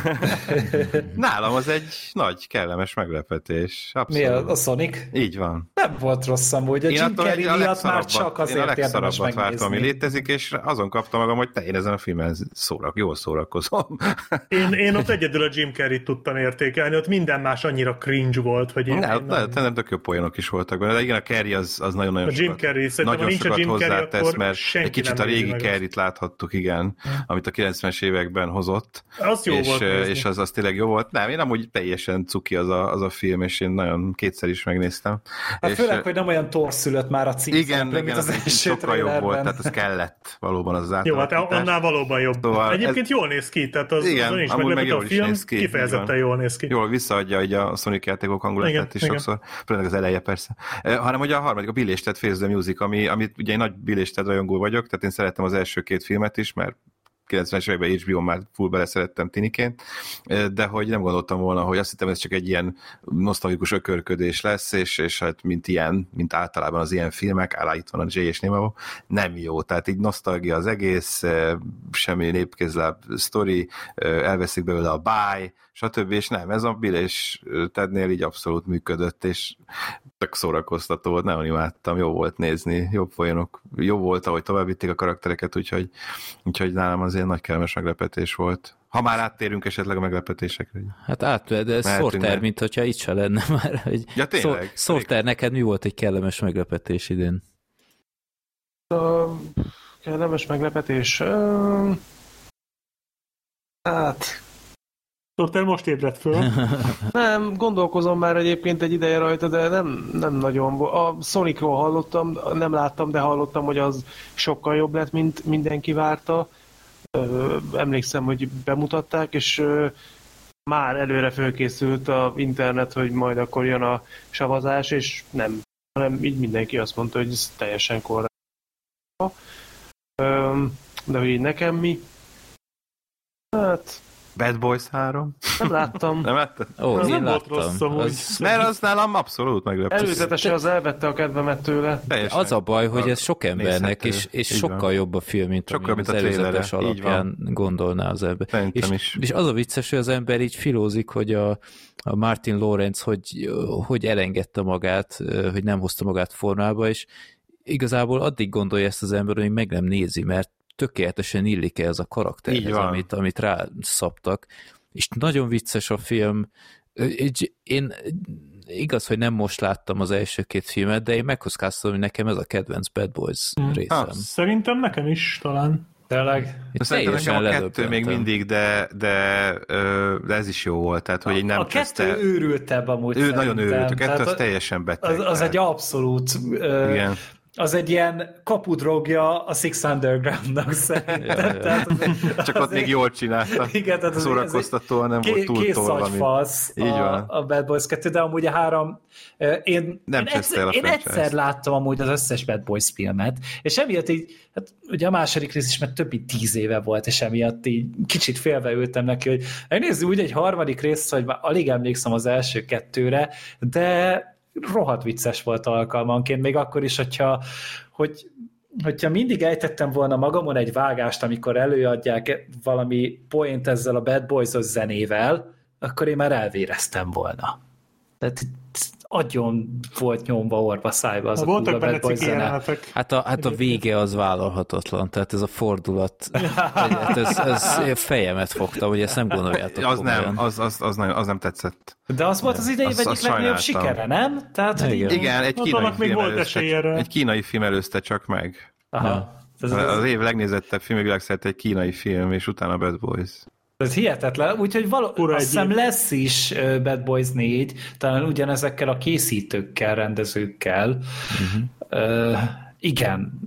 Nálam az egy nagy kellemes meglepetés. Abszolút. Mi a Sonic? Így van. Nem volt rossz amúgy, a Jim Carrey miatt már csak azért érdemes megnézni. Vártam, ami létezik, és azon kaptam magam, hogy én ezen a filmen jól szórakozom. Én ott egyedül a Jim Carrey-t tudtam értékelni, ott minden más annyira cringe volt, hogy nem tök jó poénok is voltak benne, de igen, a Carrey az nagyon-nagyon a Jim Carrey, nagyon sokat hozzátesz, mert egy kicsit a régi meg Carreyt láthattuk, igen, amit a 90-es években hozott. Az jó volt. És az tényleg jó volt. Nem, én nem úgy teljesen cuki az a film, és én nagyon kétszer is megnéztem. Hát főleg, hogy nem olyan torszülött már a címszereplő, mint az első sokkal jobb volt, tehát ez kellett valóban az átalakítás. Jó, hát annál valóban jobb. Szóval egyébként jól néz ki, tehát az is meglepett a film, kifejezetten jól néz ki. Jól visszaadja a Sonic játékok hangulatát is sokszor, főleg az eleje persze. Hanem hogy a harmadik, a Bill és Ted Face the Music, amit ugye egy nagy Bill és Ted rajongó vagyok, tehát én szerettem az első két filmet is, mert 90-es években HBO-n már full beleszerettem tiniként, de hogy nem gondoltam volna, hogy azt hittem, ez csak egy ilyen nosztalgikus ökörködés lesz, és hát mint általában az ilyen filmek, itt van a J.S. Neill, nem jó, tehát így nosztalgia az egész, semmi népkézláb sztori, elveszik belőle a báj, stb. És nem, ez a Bill és Tednél így abszolút működött, és tök szórakoztató volt, nagyon imádtam, jó volt nézni, jobb folyamok, jó volt, ahogy tovább vitték a karaktereket, úgyhogy nálam azért nagy kellemes meglepetés volt. Ha már áttérünk esetleg a meglepetésekre. Hát de ez Sorter, mint hogyha itt se lenne már. Hogy ja, tényleg. Sorter, neked mi volt egy kellemes meglepetés idén? Kellemes meglepetés? Hát... Sorter most ébredt föl. Nem, gondolkozom már egyébként egy ideje rajta, de nem nagyon. A Sonicról hallottam, nem láttam, de hallottam, hogy az sokkal jobb lett, mint mindenki várta. Emlékszem, hogy bemutatták, és már előre fölkészült az internet, hogy majd akkor jön a savazás, és nem hanem így mindenki azt mondta, hogy ez teljesen korrekt. De hogy így nekem mi? Hát... Bad Boys 3? Nem láttam. Nem láttad? Ó, én láttam. Mert az nálam abszolút meglepő. Előzetesen az elvette a kedvemet tőle. Teljesen. Az a baj, hogy ez sok embernek, és sokkal jobb a film, mint ami az előzetes alapján gondolná az ember. És az a vicces, hogy az ember így filózik, hogy a Martin Lawrence hogy elengedte magát, hogy nem hozta magát formába, és igazából addig gondolja ezt az ember, hogy meg nem nézi, mert tökéletesen illik ez a karakterhez, amit rászabtak. És nagyon vicces a film. Én igaz, hogy nem most láttam az első két filmet, de én megkockáztam, hogy nekem ez a kedvenc Bad Boys részem. Szerintem nekem is talán. Tényleg? Szerintem nekem a kettő még mindig, de ez is jó volt. Tehát, hogy nem a kettő őrültebb amúgy ő nagyon őrült, a kettő az teljesen beteg. Az egy abszolút... Igen. Az egy ilyen kapudrogja a Six Underground-nak szerintem. Csak ott még jól csinálta. Igen, tehát szórakoztatóan nem volt túl tolva. A Bad Boys 2, de amúgy a 3... Én egyszer láttam amúgy az összes Bad Boys filmet, és emiatt így, hát ugye a második rész is mert több mint 10 éve volt, és emiatt így kicsit félve ültem neki, hogy megnézzük úgy egy harmadik részt, hogy már alig emlékszem az első kettőre, de rohadt vicces volt alkalmanként, még akkor is, hogyha mindig ejtettem volna magamon egy vágást, amikor előadják valami point ezzel a Bad Boys-os zenével, akkor én már elvéreztem volna. Tehát agyon volt nyomva orva szájba az a Bad Boys zene. Hát a vége az vállalhatatlan, tehát ez a fordulat, ez fejemet fogta, hogy ezt nem gondoljátok. Az nem tetszett. De az volt az idei egyik legnagyobb sikere, nem? Tehát, igen, egy kínai film előzte csak meg. Aha. Az év legnézettebb film világszerte egy kínai film, és utána Bad Boys. Ez hihetetlen, úgyhogy azt hiszem lesz is Bad Boys 4, talán ugyanezekkel a készítőkkel, rendezőkkel. Igen.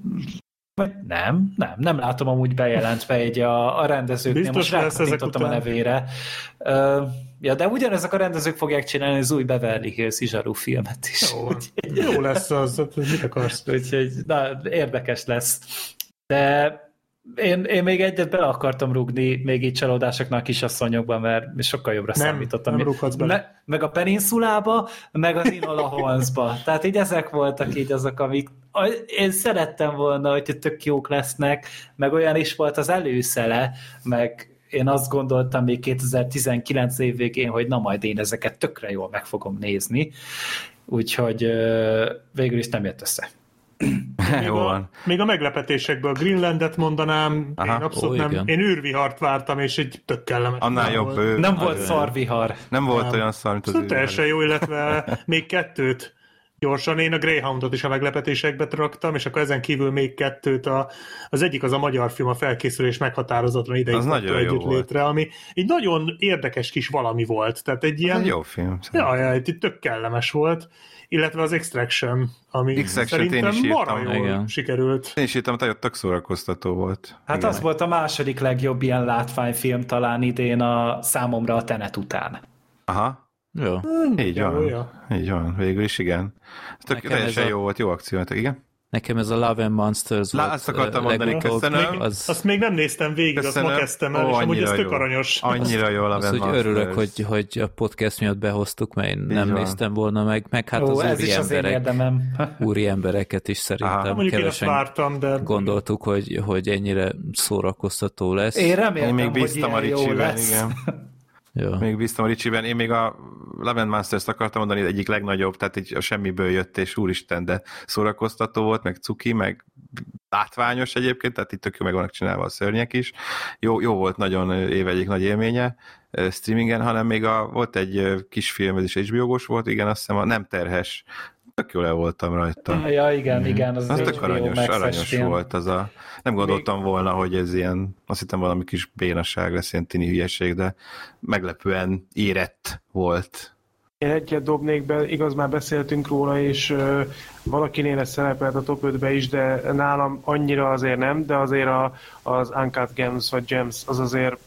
Nem látom amúgy bejelentve egy a rendezőknél, most rákattintottam a nevére. Ja, de ugyanezek a rendezők fogják csinálni az új Beverly Hills Zsaru filmet is. Jó lesz az, mit akarsz? Úgyhogy érdekes lesz. De én még egyet bele akartam rúgni még így csalódásoknak a kisasszonyokban, mert sokkal jobbra számítottam. Nem rúghatsz bele. Meg a Peninsulába, meg az Enola Holmesba. Tehát így ezek voltak így azok, amik én szerettem volna, hogy tök jók lesznek, meg olyan is volt az előszele, meg én azt gondoltam még 2019 év végén, hogy na majd én ezeket tökre jól meg fogom nézni. Úgyhogy végül is nem jött össze. Még a meglepetésekből Greenlandet mondanám, én abszolút nem. Én űrvihart vártam, és egy tök kellemetlen. Annál jobb. Nem volt szarvihar. Nem volt olyan szar, mint az űrvihar. Teljesen jó, illetve még kettőt gyorsan. Én a Greyhoundot is a meglepetésekbe raktam, és akkor ezen kívül még kettőt. Az egyik az a magyar film, a Felkészülés meghatározatlan ideig együtt létre, ami egy nagyon érdekes kis valami volt. Tehát egy ilyen... jó film. Egy tök kellemes volt. Illetve az Extraction, ami szerintem marha jól sikerült. Én is írtam, hogy tök szórakoztató volt. Hát igen. Az volt a második legjobb ilyen látványfilm talán idén számomra a Tenet után. Aha. Jó. Így van. Végül is igen. Ez teljesen jó volt, jó akció. Igen? Nekem ez a Love and Monsters volt. Azt akartam mondani, köszönöm. Azt még nem néztem végig, azt ma kezdtem el, és amúgy ez tök aranyos. Annyira jó Love and Monsters. Örülök, hogy a podcast miatt behoztuk, mert én nem néztem volna meg hát az úri embereket is szerintem kevesen gondoltuk, hogy ennyire szórakoztató lesz. Én reméltem, még bíztam a Ricsiben, igen. Ja. Még bíztam a Ricsiben. Én még a Love and Monsters-t akartam mondani, hogy egyik legnagyobb, tehát így a semmiből jött, és úristen, de szórakoztató volt, meg cuki, meg látványos egyébként, tehát itt tök jó meg vannak csinálva a szörnyek is. Jó volt nagyon év egyik nagy élménye streamingen, hanem még volt egy kis film, ez is HBO-gós volt, igen, azt hiszem a Nem terhes. Tök jól el voltam rajta. Ja, igen, az tök aranyos volt az a... Nem gondoltam volna, hogy ez ilyen, azt hittem valami kis bénaság lesz, ilyen tini hülyeség, de meglepően érett volt. Én egyet dobnék be, igaz, már beszéltünk róla, és valakinél ez szerepelt a top 5-be is, de nálam annyira azért nem, de azért az Uncut Gems, vagy Gems, az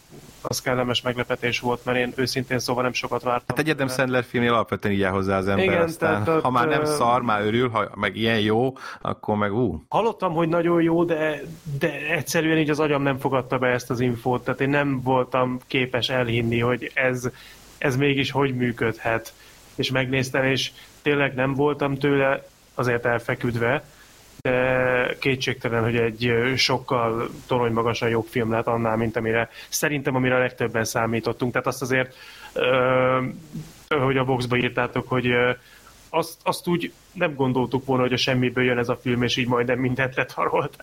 az kellemes meglepetés volt, mert én őszintén szóval nem sokat vártam. Hát egy Adam Sandler filmnél alapvetően így áll hozzá az ember, igen, aztán tehát, ha már nem szar, már örül, ha meg ilyen jó, akkor meg Hallottam, hogy nagyon jó, de egyszerűen így az agyam nem fogadta be ezt az infót, tehát én nem voltam képes elhinni, hogy ez mégis hogy működhet. És megnéztem, és tényleg nem voltam tőle azért elfeküdve, de kétségtelen, hogy egy sokkal toronymagasan jobb film lett annál, mint amire a legtöbben számítottunk. Tehát azt azért, hogy a boxba írtátok, hogy azt úgy nem gondoltuk volna, hogy a semmiből jön ez a film, és így majdnem mindent letarolt.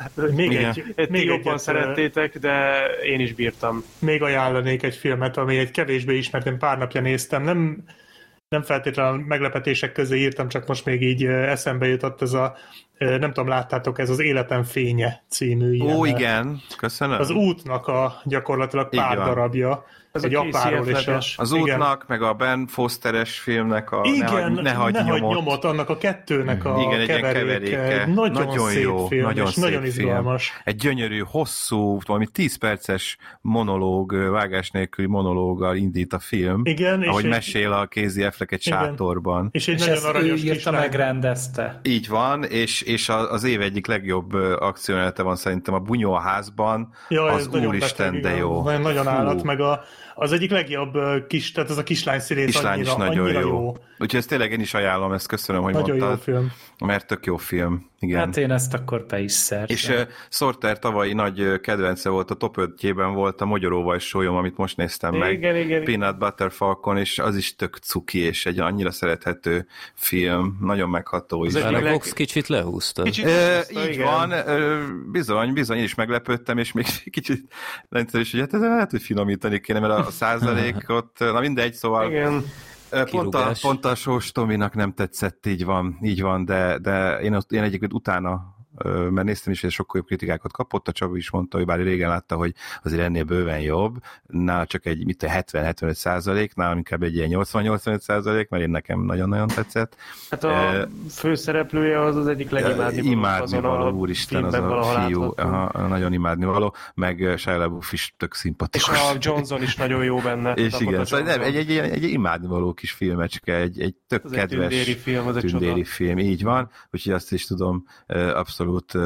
Még jobban szerettétek, de én is bírtam. Még ajánlanék egy filmet, ami egy kevésbé ismert, én pár napja néztem, nem feltétlenül meglepetések közé írtam, csak most még így eszembe jutott ez a, nem tudom, láttátok, ez az Életem fénye című ilyen. Igen, köszönöm. Az útnak gyakorlatilag pár darabja. Ez egy apáról és az útnak, meg a Ben Fosteres filmnek a Ne hagyj nyomot, annak a kettőnek a keveréke. Nagyon szép jó, film, nagyon és nagyon izgalmas. Film. Egy gyönyörű, hosszú, valami 10 perces monológ, vágás nélküli monológgal indít a film. Igen, ahogy mesél a Casey Affleck egy sátorban. És nagyon aranyos kislány. Megrendezte. Így van, és az év egyik legjobb akciójelete van szerintem a Bunyó a házban. Ja, az úristen, de jó. Nagyon állat, meg az egyik legjobb tehát ez a kislány színész annyira jó. Úgyhogy ezt tényleg én is ajánlom, ezt köszönöm, hogy nagyon mondtad. Nagyon jó film. Mert tök jó film, igen. Hát én ezt akkor be is szerzem. És Sorter tavalyi nagy kedvence volt, a top 5-jében volt a Mogyoróval sólyom, amit most néztem meg. Igen. Peanut Butter Falcon, és az is tök cuki, és egy annyira szerethető film, nagyon megható is. A Vox kicsit lehúzta. Így van, bizony, én is meglepődtem, és még kicsit rendszerűen is, hogy hát ez lehet, hogy finomítani kéne, mert a százalékot, na mindegy, szóval igen. Pont a Sós Tominak nem tetszett, így van, de én egyébként utána, mert néztem is, hogy sokkal jobb kritikákat kapott, a Csaba is mondta, hogy bár régen látta, hogy azért ennél bőven jobb, nála csak egy 70-75%, nálam inkább egy ilyen 80-85%, mert én nekem nagyon-nagyon tetszett. Hát a főszereplője az egyik imádnivaló, úristen, az a fiú, nagyon imádnivaló, meg Shia LaBeouf is tök szimpatikus. És a Johnson is nagyon jó benne. És igen, szóval egy imádnivaló kis filmecske, egy tök kedves tündéri film, így van, úgyhogy azt is tudom abszolút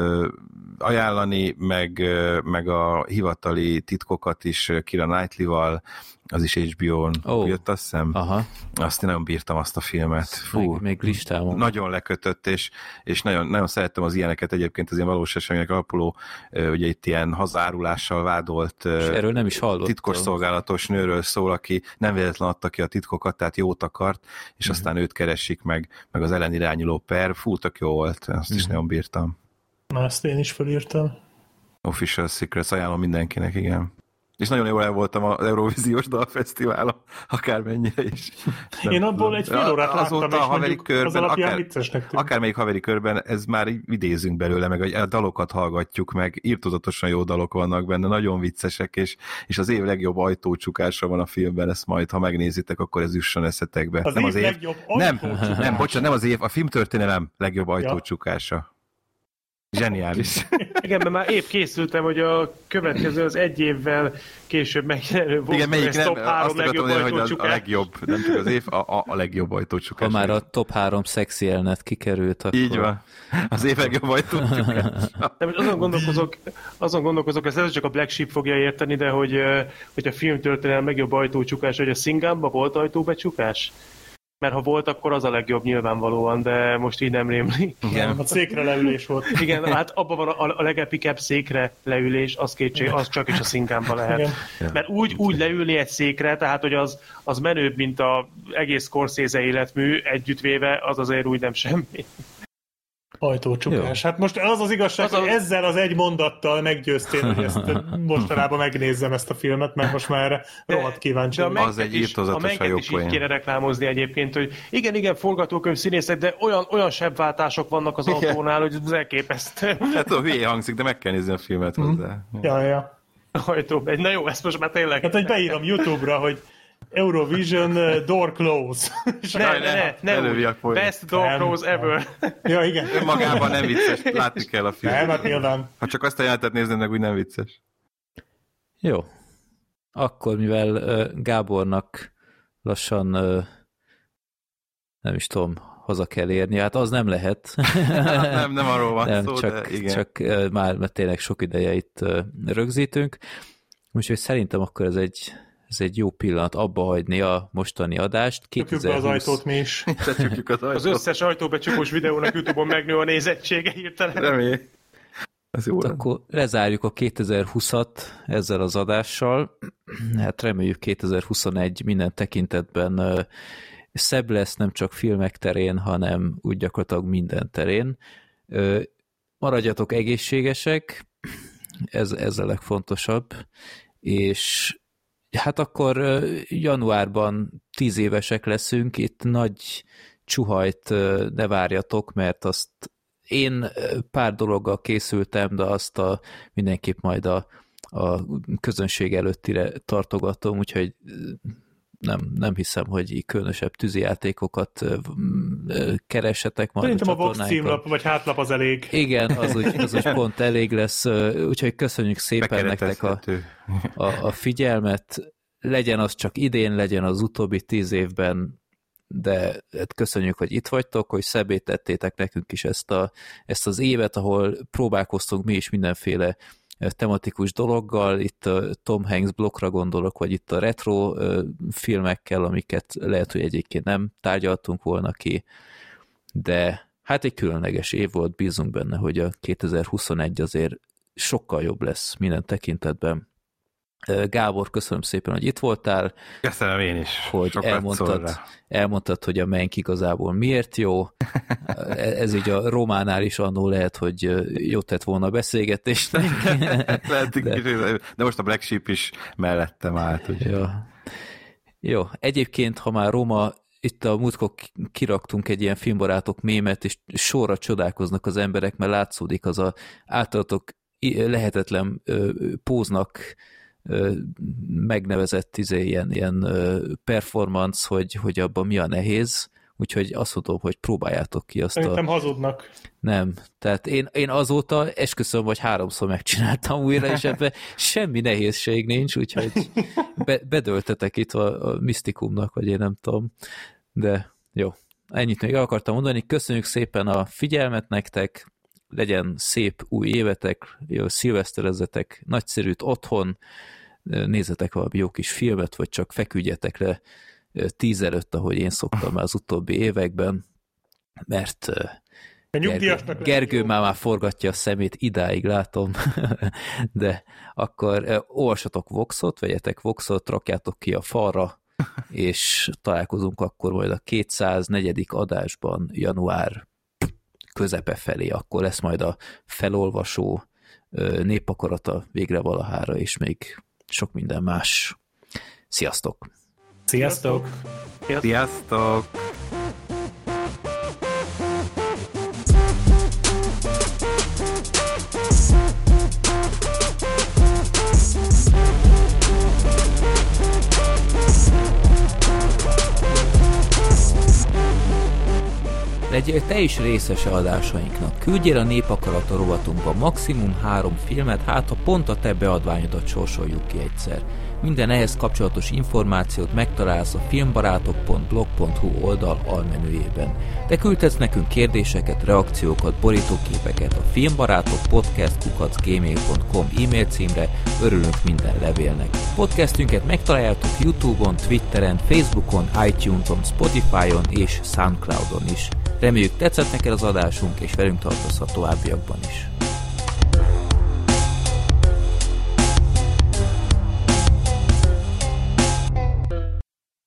ajánlani, meg a hivatali titkokat is Keira Knightley-val, az is HBO-n jött, azt hiszem. Aha. Azt én nagyon bírtam azt a filmet. Fú, még listámon. Nagyon lekötött, és nagyon, nagyon szerettem az ilyeneket, egyébként az ilyen valós események alapuló, ugye itt ilyen hazárulással vádolt erről nem is hallottam. Titkosszolgálatos nőről szól, aki nem véletlen adta ki a titkokat, tehát jót akart, és aztán őt keresik meg az ellenirányuló per. Fú, tök jó volt, azt is nagyon bírtam. Na, ezt én is felírtam. Official Secrets, ajánlom mindenkinek, igen. És nagyon jól el voltam az Eurovíziós Dalfesztiválon, akármennyire is. Én abból egy fél órát láttam, és mondjuk körben, az alapján viccesnek tűnt. Akármelyik haveri körben, ez már idézünk belőle, meg a dalokat hallgatjuk, meg írtózatosan jó dalok vannak benne, nagyon viccesek, és az év legjobb ajtócsukása van a filmben, ezt majd, ha megnézitek, akkor ez jusson eszetekbe. Az nem év az év legjobb bocsánat, nem az év, a filmtörténelem legjobb ajtócsukása. Zseniális. Igen, mert már épp készültem, hogy a következő az egy évvel később megjelenő volt. Igen, melyik nem, top 3 legjobb ajtócsukás. A legjobb, nem csak az év, a legjobb ajtócsukás. Ha már a top 3 szexi jelenet kikerült, akkor... Így van. Az év legjobb ajtócsukás. Azon gondolkozok, ez csak a Black Sheep fogja érteni, de hogy a filmtörténelem legjobb ajtócsukás, hogy a Szingánban volt ajtóbecsukás? Mert ha volt, akkor az a legjobb nyilvánvalóan, de most így nem rémli. Igen. A székre leülés volt. Igen, hát abban van a legepikebb székre leülés, az csak is a Szingánban lehet. Igen. Mert úgy leülni egy székre, tehát hogy az menőbb, mint az egész Scorsese életmű együttvéve, az azért úgy nem semmi. Ajtócsukás. Hát most az igazság, hogy ezzel az egy mondattal meggyőztél, hogy ezt mostanában megnézzem ezt a filmet, mert most már erre rohadt kíváncsi. Az egy írtózatosan jó is így kéne reklámozni egyébként, hogy igen, forgatókönyv színészek, de olyan sebváltások vannak az autónál, hogy ez elképesztő. Hát hülye hangzik, de meg kell nézni a filmet hozzá. Ja. Ajtóbegy. Na jó, ezt most már tényleg. Hát, hogy beírom YouTube-ra, hogy Eurovision door close. Ne, best door close ever. Ja, igen. Önmagában nem vicces, látni kell a filmet. Nem, hát nyilván. Ha csak azt a jelentet néznéd meg, úgy nem vicces. Jó. akkor, mivel Gábornak lassan nem is tudom, haza kell érni, hát az nem lehet. nem arról van nem, szó, csak, de igen. Csak már tényleg sok ideje itt rögzítünk. Úgyhogy szerintem akkor ez egy jó pillanat abba hagyni a mostani adást. Csukjuk be az ajtót mi is. Az összes ajtóbecsukós videónak YouTube-on megnő a nézettsége hirtelen. Remény. Ez jó. Akkor lezárjuk a 2020-at ezzel az adással. Hát reméljük 2021 minden tekintetben szebb lesz, nem csak filmek terén, hanem úgy gyakorlatilag minden terén. Maradjatok egészségesek, ez a legfontosabb, és hát akkor januárban 10 évesek leszünk, itt nagy csuhajt ne várjatok, mert azt én pár dologgal készültem, de azt mindenképp majd a közönség előttire tartogatom, úgyhogy nem hiszem, hogy különösebb tűzijátékokat keressetek majd. Szerintem a Vox címlap vagy hátlap az elég. Igen, az úgy pont elég lesz, úgyhogy köszönjük szépen nektek a figyelmet. Legyen az csak idén, legyen az utóbbi 10 évben, de köszönjük, hogy itt vagytok, hogy szebbé tettétek nekünk is ezt az évet, ahol próbálkoztunk mi is mindenféle tematikus dologgal, itt a Tom Hanks blokkra gondolok, vagy itt a retro filmekkel, amiket lehet, hogy egyébként nem tárgyaltunk volna ki, de hát egy különleges év volt, bízunk benne, hogy a 2021 azért sokkal jobb lesz minden tekintetben. Gábor, köszönöm szépen, hogy itt voltál. Köszönöm én is. Hogy elmondtad, hogy a Mank igazából miért jó. Ez így a Románál is annól lehet, hogy jó tett volna a beszélgetésnek. De most a Black Sheep is mellettem állt. Ja. Jó, egyébként, ha már Roma, itt a múltkor kiraktunk egy ilyen filmbarátok mémet, és sorra csodálkoznak az emberek, mert látszódik az általatok lehetetlen póznak megnevezett ilyen performance, hogy abban mi a nehéz, úgyhogy azt mondom, hogy próbáljátok ki azt. Szerintem hazudnak. Nem, tehát én azóta esküszöm, hogy 3-szor megcsináltam újra, és ebben semmi nehézség nincs, úgyhogy bedöltetek itt a misztikumnak, vagy én nem tudom, de jó. Ennyit még el akartam mondani, köszönjük szépen a figyelmet nektek, legyen szép új évetek, jó szilveszterezzetek, nagyszerűt otthon, nézzetek valami jó kis filmet, vagy csak feküdjetek le 10 előtt, ahogy én szoktam már az utóbbi években, mert Gergő már forgatja a szemét, idáig látom, de akkor olvassatok Voxot, vegyetek Voxot, rakjátok ki a falra, és találkozunk akkor majd a 204. adásban január közepe felé, akkor lesz majd a felolvasó népakarata végre valahára, és még sok minden más. Sziasztok! Sziasztok! Sziasztok! Legyél te is részese adásainknak. Küldjél a Népakarata rovatunkba maximum 3 filmet, hát ha pont a te beadványodat sorsoljuk ki egyszer. Minden ehhez kapcsolatos információt megtalálsz a filmbarátok.blog.hu oldal almenüjében. De küldhetsz nekünk kérdéseket, reakciókat, borítóképeket a filmbarátok.podcast@gmail.com e-mail címre, örülünk minden levélnek. Podcastünket megtaláljátok YouTube-on, Twitteren, Facebookon, iTunes-on, Spotify-on és Soundcloud-on is. Reméljük tetszett neked az adásunk, és velünk tartozhat továbbiakban is.